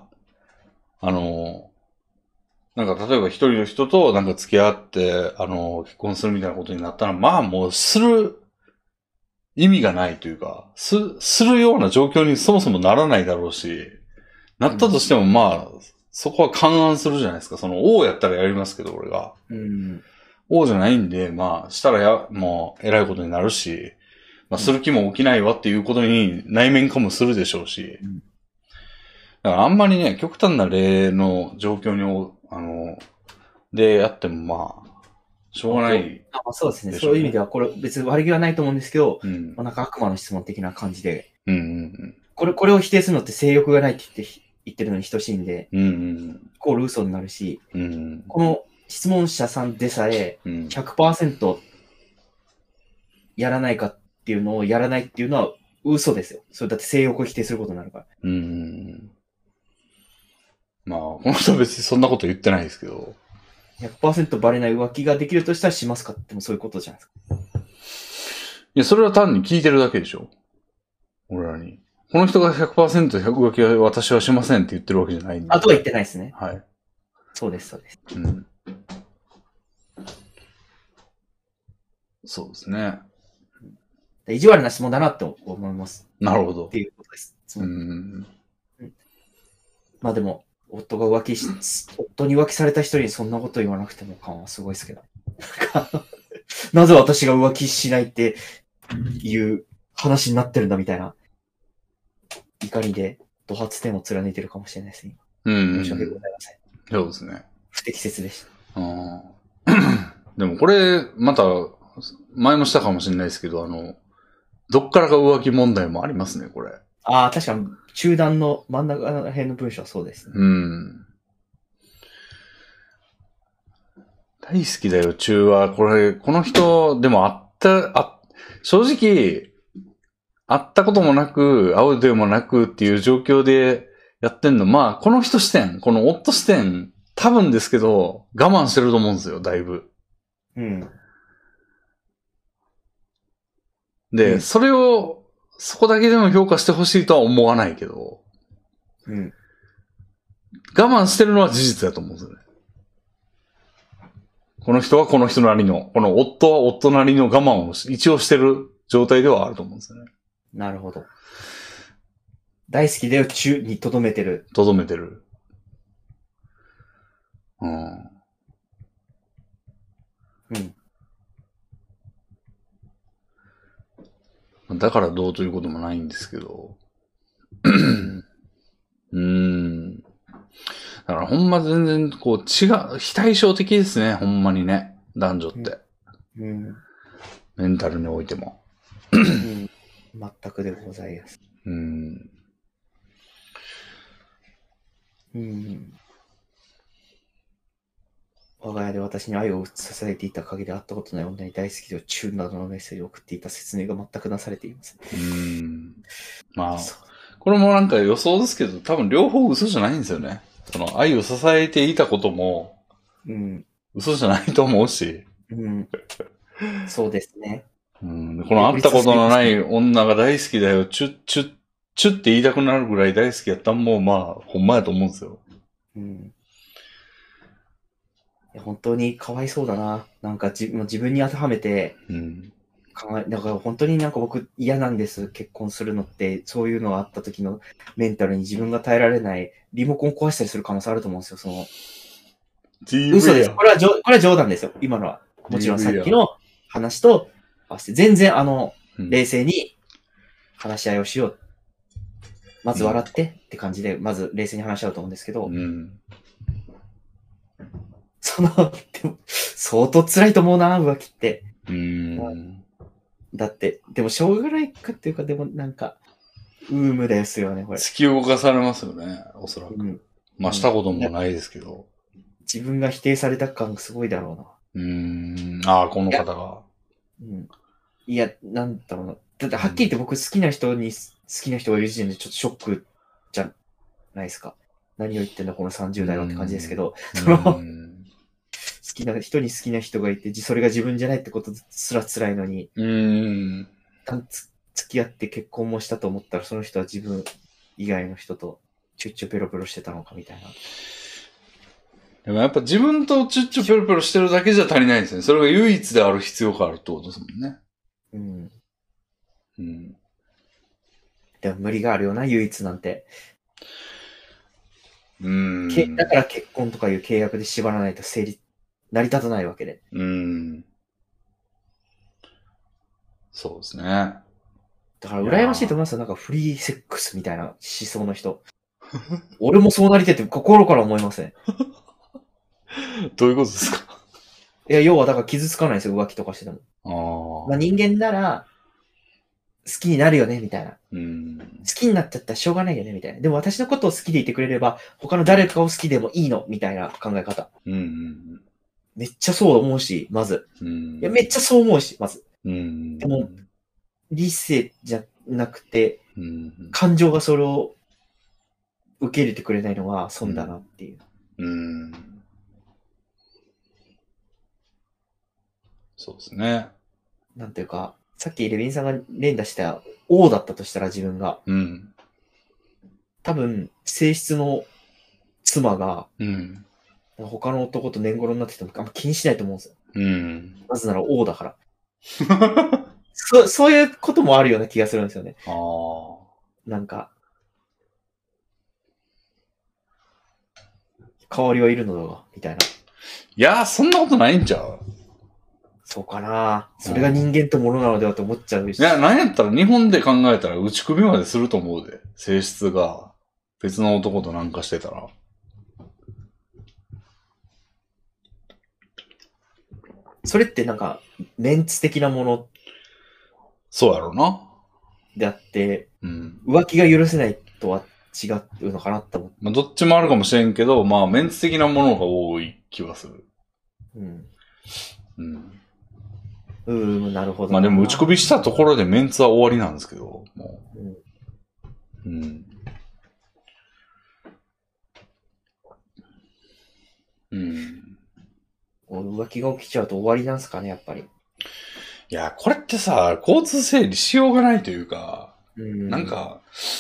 なんか例えば一人の人となんか付き合って、結婚するみたいなことになったら、まあもうする意味がないというか、するような状況にそもそもならないだろうし、なったとしてもまあ、そこは勘案するじゃないですか。その王やったらやりますけど、俺が。王じゃないんで、まあ、したらもう偉いことになるし、まあ、する気も起きないわっていうことに内面化もするでしょうし。だからあんまりね、極端な例の状況に、でやってもまあ、しょうがない。 そうですね。そういう意味では、これ別に悪気はないと思うんですけど、まあ、なんか悪魔の質問的な感じで、これを否定するのって性欲がないって言ってるのに等しいんで、イコール嘘になるし、この質問者さんでさえ 100% やらないかっていうのをやらないっていうのは嘘ですよ。それだって性欲を否定することになるから。 まあ、この人は別にそんなこと言ってないですけど。 100% バレない浮気ができるとしたらしますかってもそういうことじゃないですか。 いや、それは単に聞いてるだけでしょ。俺らに。この人が 100% 浮気は私はしませんって言ってるわけじゃないんで。 あとは言ってないですね。 はい。 そうです。 そうですね。 意地悪な質問だなって思います。 なるほど。 っていうことです。まあでも、夫に浮気された人にそんなこと言わなくても感はすごいですけど。なぜ私が浮気しないっていう話になってるんだみたいな怒りで怒発点を貫いてるかもしれないですね。申し訳ございません。 そうですね。 不適切でした。 でもこれ、また、前もしたかもしれないですけど、どっからが浮気問題もありますね、これ。 ああ、確かに、中段の真ん中ら辺の文章はそうですね。大好きだよ、中は。この人、でも正直、会ったこともなく、会うでもなくっていう状況でやってんの、まあ、この人視点、この夫視点、多分ですけど、我慢してると思うんですよ、だいぶ。 うん。 で、 うんそれを、そこだけでも評価してほしいとは思わないけど、 うん。 我慢してるのは事実だと思うんですよね。この人はこの人なりの、この夫は夫なりの我慢を一応してる状態ではあると思うんですよね。 なるほど。大好きだよ、中に留めてる。 とどめてる。うん。 うん。 だからどうということもないんですけど。だからほんま全然こう違う、非対称的ですね、ほんまにね。男女って。 うん。 メンタルにおいても。 うん。全くでございます。うん。我が家で私に愛を支えていた陰で会ったことない女に大好きでチューなどのメッセージを送っていた説明が全くなされています。 まあ、これもなんか予想ですけど、多分両方嘘じゃないんですよね。その愛を支えていたことも、嘘じゃないと思うし。 そうですね。 この会ったことのない女が大好きだよ、チュって言いたくなるぐらい大好きやったんも、まあ、ほんまやと思うんですよ。 本当にかわいそうだな。なんか自分に当てはめて、だから本当になんか僕嫌なんです。結婚するのって、そういうのがあった時のメンタルに自分が耐えられない、リモコン壊したりする可能性あると思うんですよ。その嘘です。これは冗談ですよ。今のは。もちろんさっきの話と合わせて、全然冷静に話し合いをしよう。まず笑ってって感じで、まず冷静に話し合うと思うんですけど、でも、相当辛いと思うな、浮気って。だって、でもしょうがないかっていうか、でもなんか、無ですよね、これ。 突き動かされますよね、おそらく。まあ、したこともないですけど。 自分が否定された感すごいだろうな。ああ、この方が。 いや、なんだろうな。だってはっきり言って僕好きな人がいる時点でちょっとショックじゃないですか。何を言ってんだこの30代はって感じですけど、好きな人がいて、それが自分じゃないってことすら辛いのに、付き合って結婚もしたと思ったら、その人は自分以外の人とチュッチュペロペロしてたのかみたいな。 でもやっぱ自分とチュッチュペロペロしてるだけじゃ足りないんですね。それが唯一である必要があるってことですもんね。でも無理があるよな、唯一なんて。だから結婚とかいう契約で縛らないと成り立たないわけで。 そうですね。 だから羨ましいと思いますよ。なんかフリーセックスみたいな思想の人。俺もそうなりたいって心から思いません。 どういうことですか？ いや、要はだから傷つかないですよ、浮気とかしてても。まあ人間なら、好きになるよね、みたいな。好きになっちゃったらしょうがないよね、みたいな。でも私のことを好きでいてくれれば、他の誰かを好きでもいいの、みたいな考え方。めっちゃそう思うし、まず。いや、めっちゃそう思うし、まず。でも、理性じゃなくて、感情がそれを受け入れてくれないのは損だなっていう。 そうですね。 なんていうか、さっきレビンさんが連打した王だったとしたら自分が、多分、性質の妻が、他の男と年頃になっててもあんま気にしないと思うんですよ。なぜなら王だから。そういうこともあるような気がするんですよね。なんか、代わりはいるのだが、みたいな。 いやー、そんなことないんちゃう？ そうかな。それが人間とものなのではと思っちゃうし。 いや、なんやったら日本で考えたら打ち首まですると思うで。性質が別の男となんかしてたら。 それってなんか、メンツ的なもの。 そうやろうな。 であって、浮気が許せないとは違うのかなって思って。 まあ、どっちもあるかもしれんけど、まあ、メンツ的なものが多い気はする。 なるほど。 まあでも打ち込みしたところでメンツは終わりなんですけど、もう。 浮気が起きちゃうと終わりなんすかね、やっぱり。 いや、これってさ、交通整理しようがないというか、なんか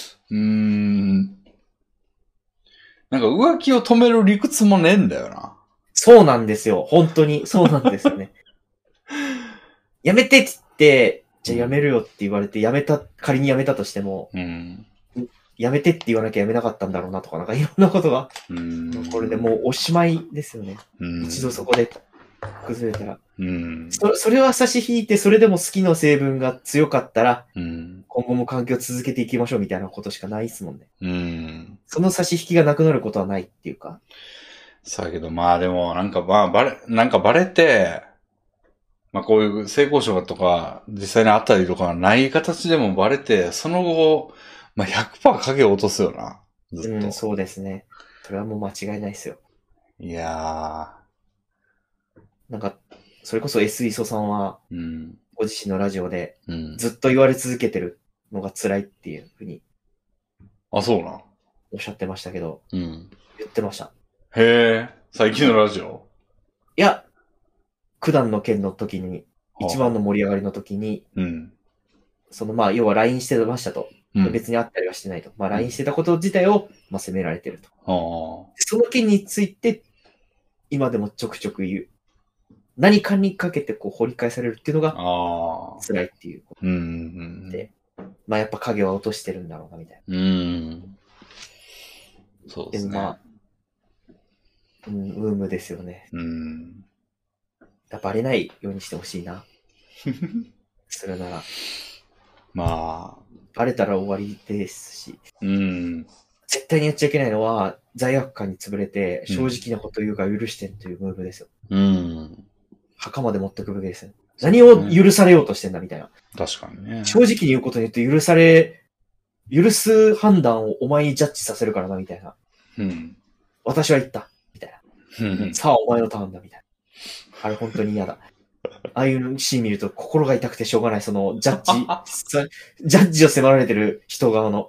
浮気を止める理屈もねえんだよな。 そうなんですよ。本当に。そうなんですよね。やめてって言って、じゃあやめるよって言われて、仮にやめたとしても、やめてって言わなきゃやめなかったんだろうなとか、なんかいろんなことが、これでもうおしまいですよね。一度そこで崩れたら。それは差し引いて、それでも好きの成分が強かったら、今後も関係を続けていきましょうみたいなことしかないですもんね。その差し引きがなくなることはないっていうか。 そうだけど、まあでも、なんかバレて、まあこういう性交渉とか、実際にあったりとかない形でもバレて、その後、まあ 100% 影を落とすよな。ずっと。 そうですね。それはもう間違いないですよ。 いやー。なんか、それこそ S 磯さんは、ご自身のラジオで、ずっと言われ続けてるのが辛いっていうふうに。 あ、そうな。 おっしゃってましたけど、言ってました。 へえ、最近のラジオ？ いや、九段の件の時に、一番の盛り上がりの時に、まあ、要は LINE してましたと。別に会ったりはしてないと。まあ、LINE してたこと自体を、まあ、責められてると。その件について、今でもちょくちょく言う。何かにかけてこう掘り返されるっていうのが、辛いっていうことで。まあ、やっぱ影は落としてるんだろうな、みたいな。 そうですね。 でもまあ、ウームですよね。バレないようにしてほしいな。するなら。 まあ。 バレたら終わりですし。絶対にやっちゃいけないのは、罪悪感に潰れて、正直なこと言うが許してんというムーブですよ。墓まで持ってくべきですよ。何を許されようとしてんだみたいな。 確かにね。 正直に言うことによって許す判断をお前にジャッジさせるからな、みたいな。私は言った。みたいな。さあ、お前のターンだ、みたいな。あれ本当に嫌だ。ああいうシーン見ると心が痛くてしょうがない、ジャッジを迫られてる人側の。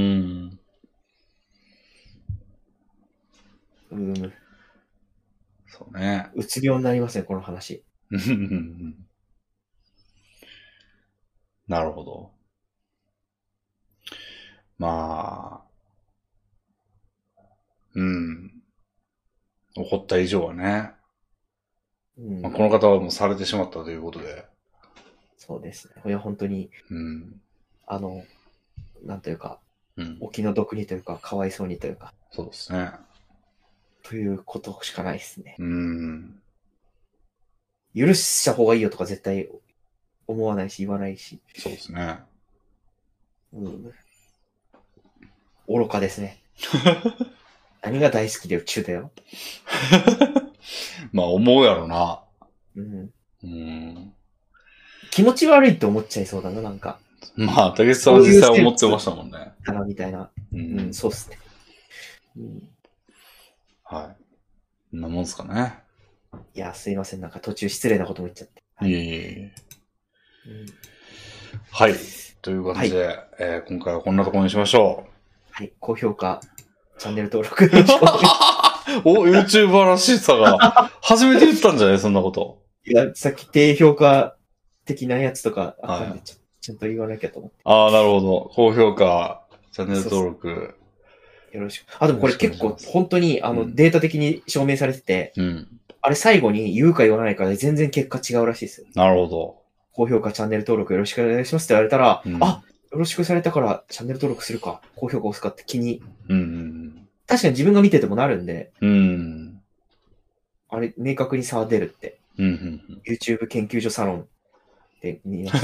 そうね。 うつ病になりますね、この話。 なるほど。まあ、怒った以上はね。まあ、この方はもうされてしまったということで。 そうですね。いや、本当に、なんというか、お気の毒にというか、かわいそうにというか。 そうですね。 ということしかないですね。許した方がいいよとか絶対思わないし、言わないし。 そうですね。 愚かですね。何が大好きで宇宙だよ。 まあ思うやろな。 気持ち悪いって思っちゃいそうだな、なんか。 まあ、竹内さんは実際思ってましたもんね。 みたいな。そうっすね。 はい。んなもんすかね。 いや、すいません。なんか途中失礼なことも言っちゃって。 いえいえ。はい。という感じで、今回はこんなところにしましょう。 はい。高評価、チャンネル登録。 お、YouTuber らしさが、初めて言ったんじゃないそんなこと。 いや、さっき低評価的なやつとかあったんで、ちゃんと言わなきゃと思って。 ああ、なるほど。高評価、チャンネル登録。 よろしく。でもこれ結構、本当に、データ的に証明されてて、あれ最後に言うか言わないかで全然結果違うらしいですよ。 なるほど。 高評価、チャンネル登録よろしくお願いしますって言われたら、よろしくされたからチャンネル登録するか、高評価押すかって気に。確かに自分が見ててもなるんで、あれ、明確に差は出るって。YouTube 研究所サロンって見ました。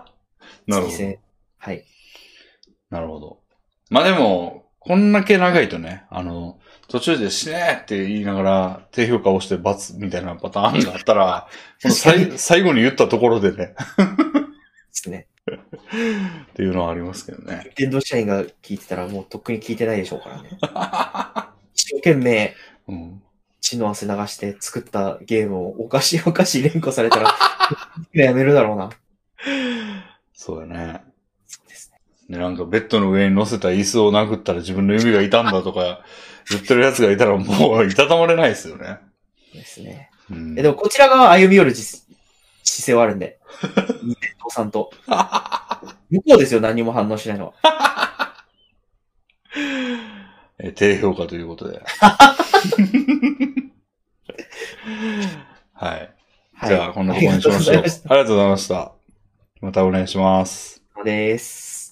なるほど。 はい。 なるほど。まあでも、こんだけ長いとね、途中で死ねって言いながら低評価を押して罰みたいなパターンがあったら、最後に言ったところでね。 ですね。 っていうのはありますけどね。 電動社員が聞いてたらもうとっくに聞いてないでしょうからね。一生懸命、血の汗流して作ったゲームをおかしい連呼されたら、 やめるだろうな。 そうだね。 そうですね。 で、なんかベッドの上に乗せた椅子を殴ったら自分の指が痛んだとか言ってる奴がいたらもういたたまれないですよね。 そうですね。 うん、 でもこちら側歩み寄る姿勢はあるんで。伊藤さんと。向こうですよ、何も反応しないのは。 低評価ということで。はい。じゃあ、こんなところにしましょう。ありがとうございました。またお願いします。 そうです。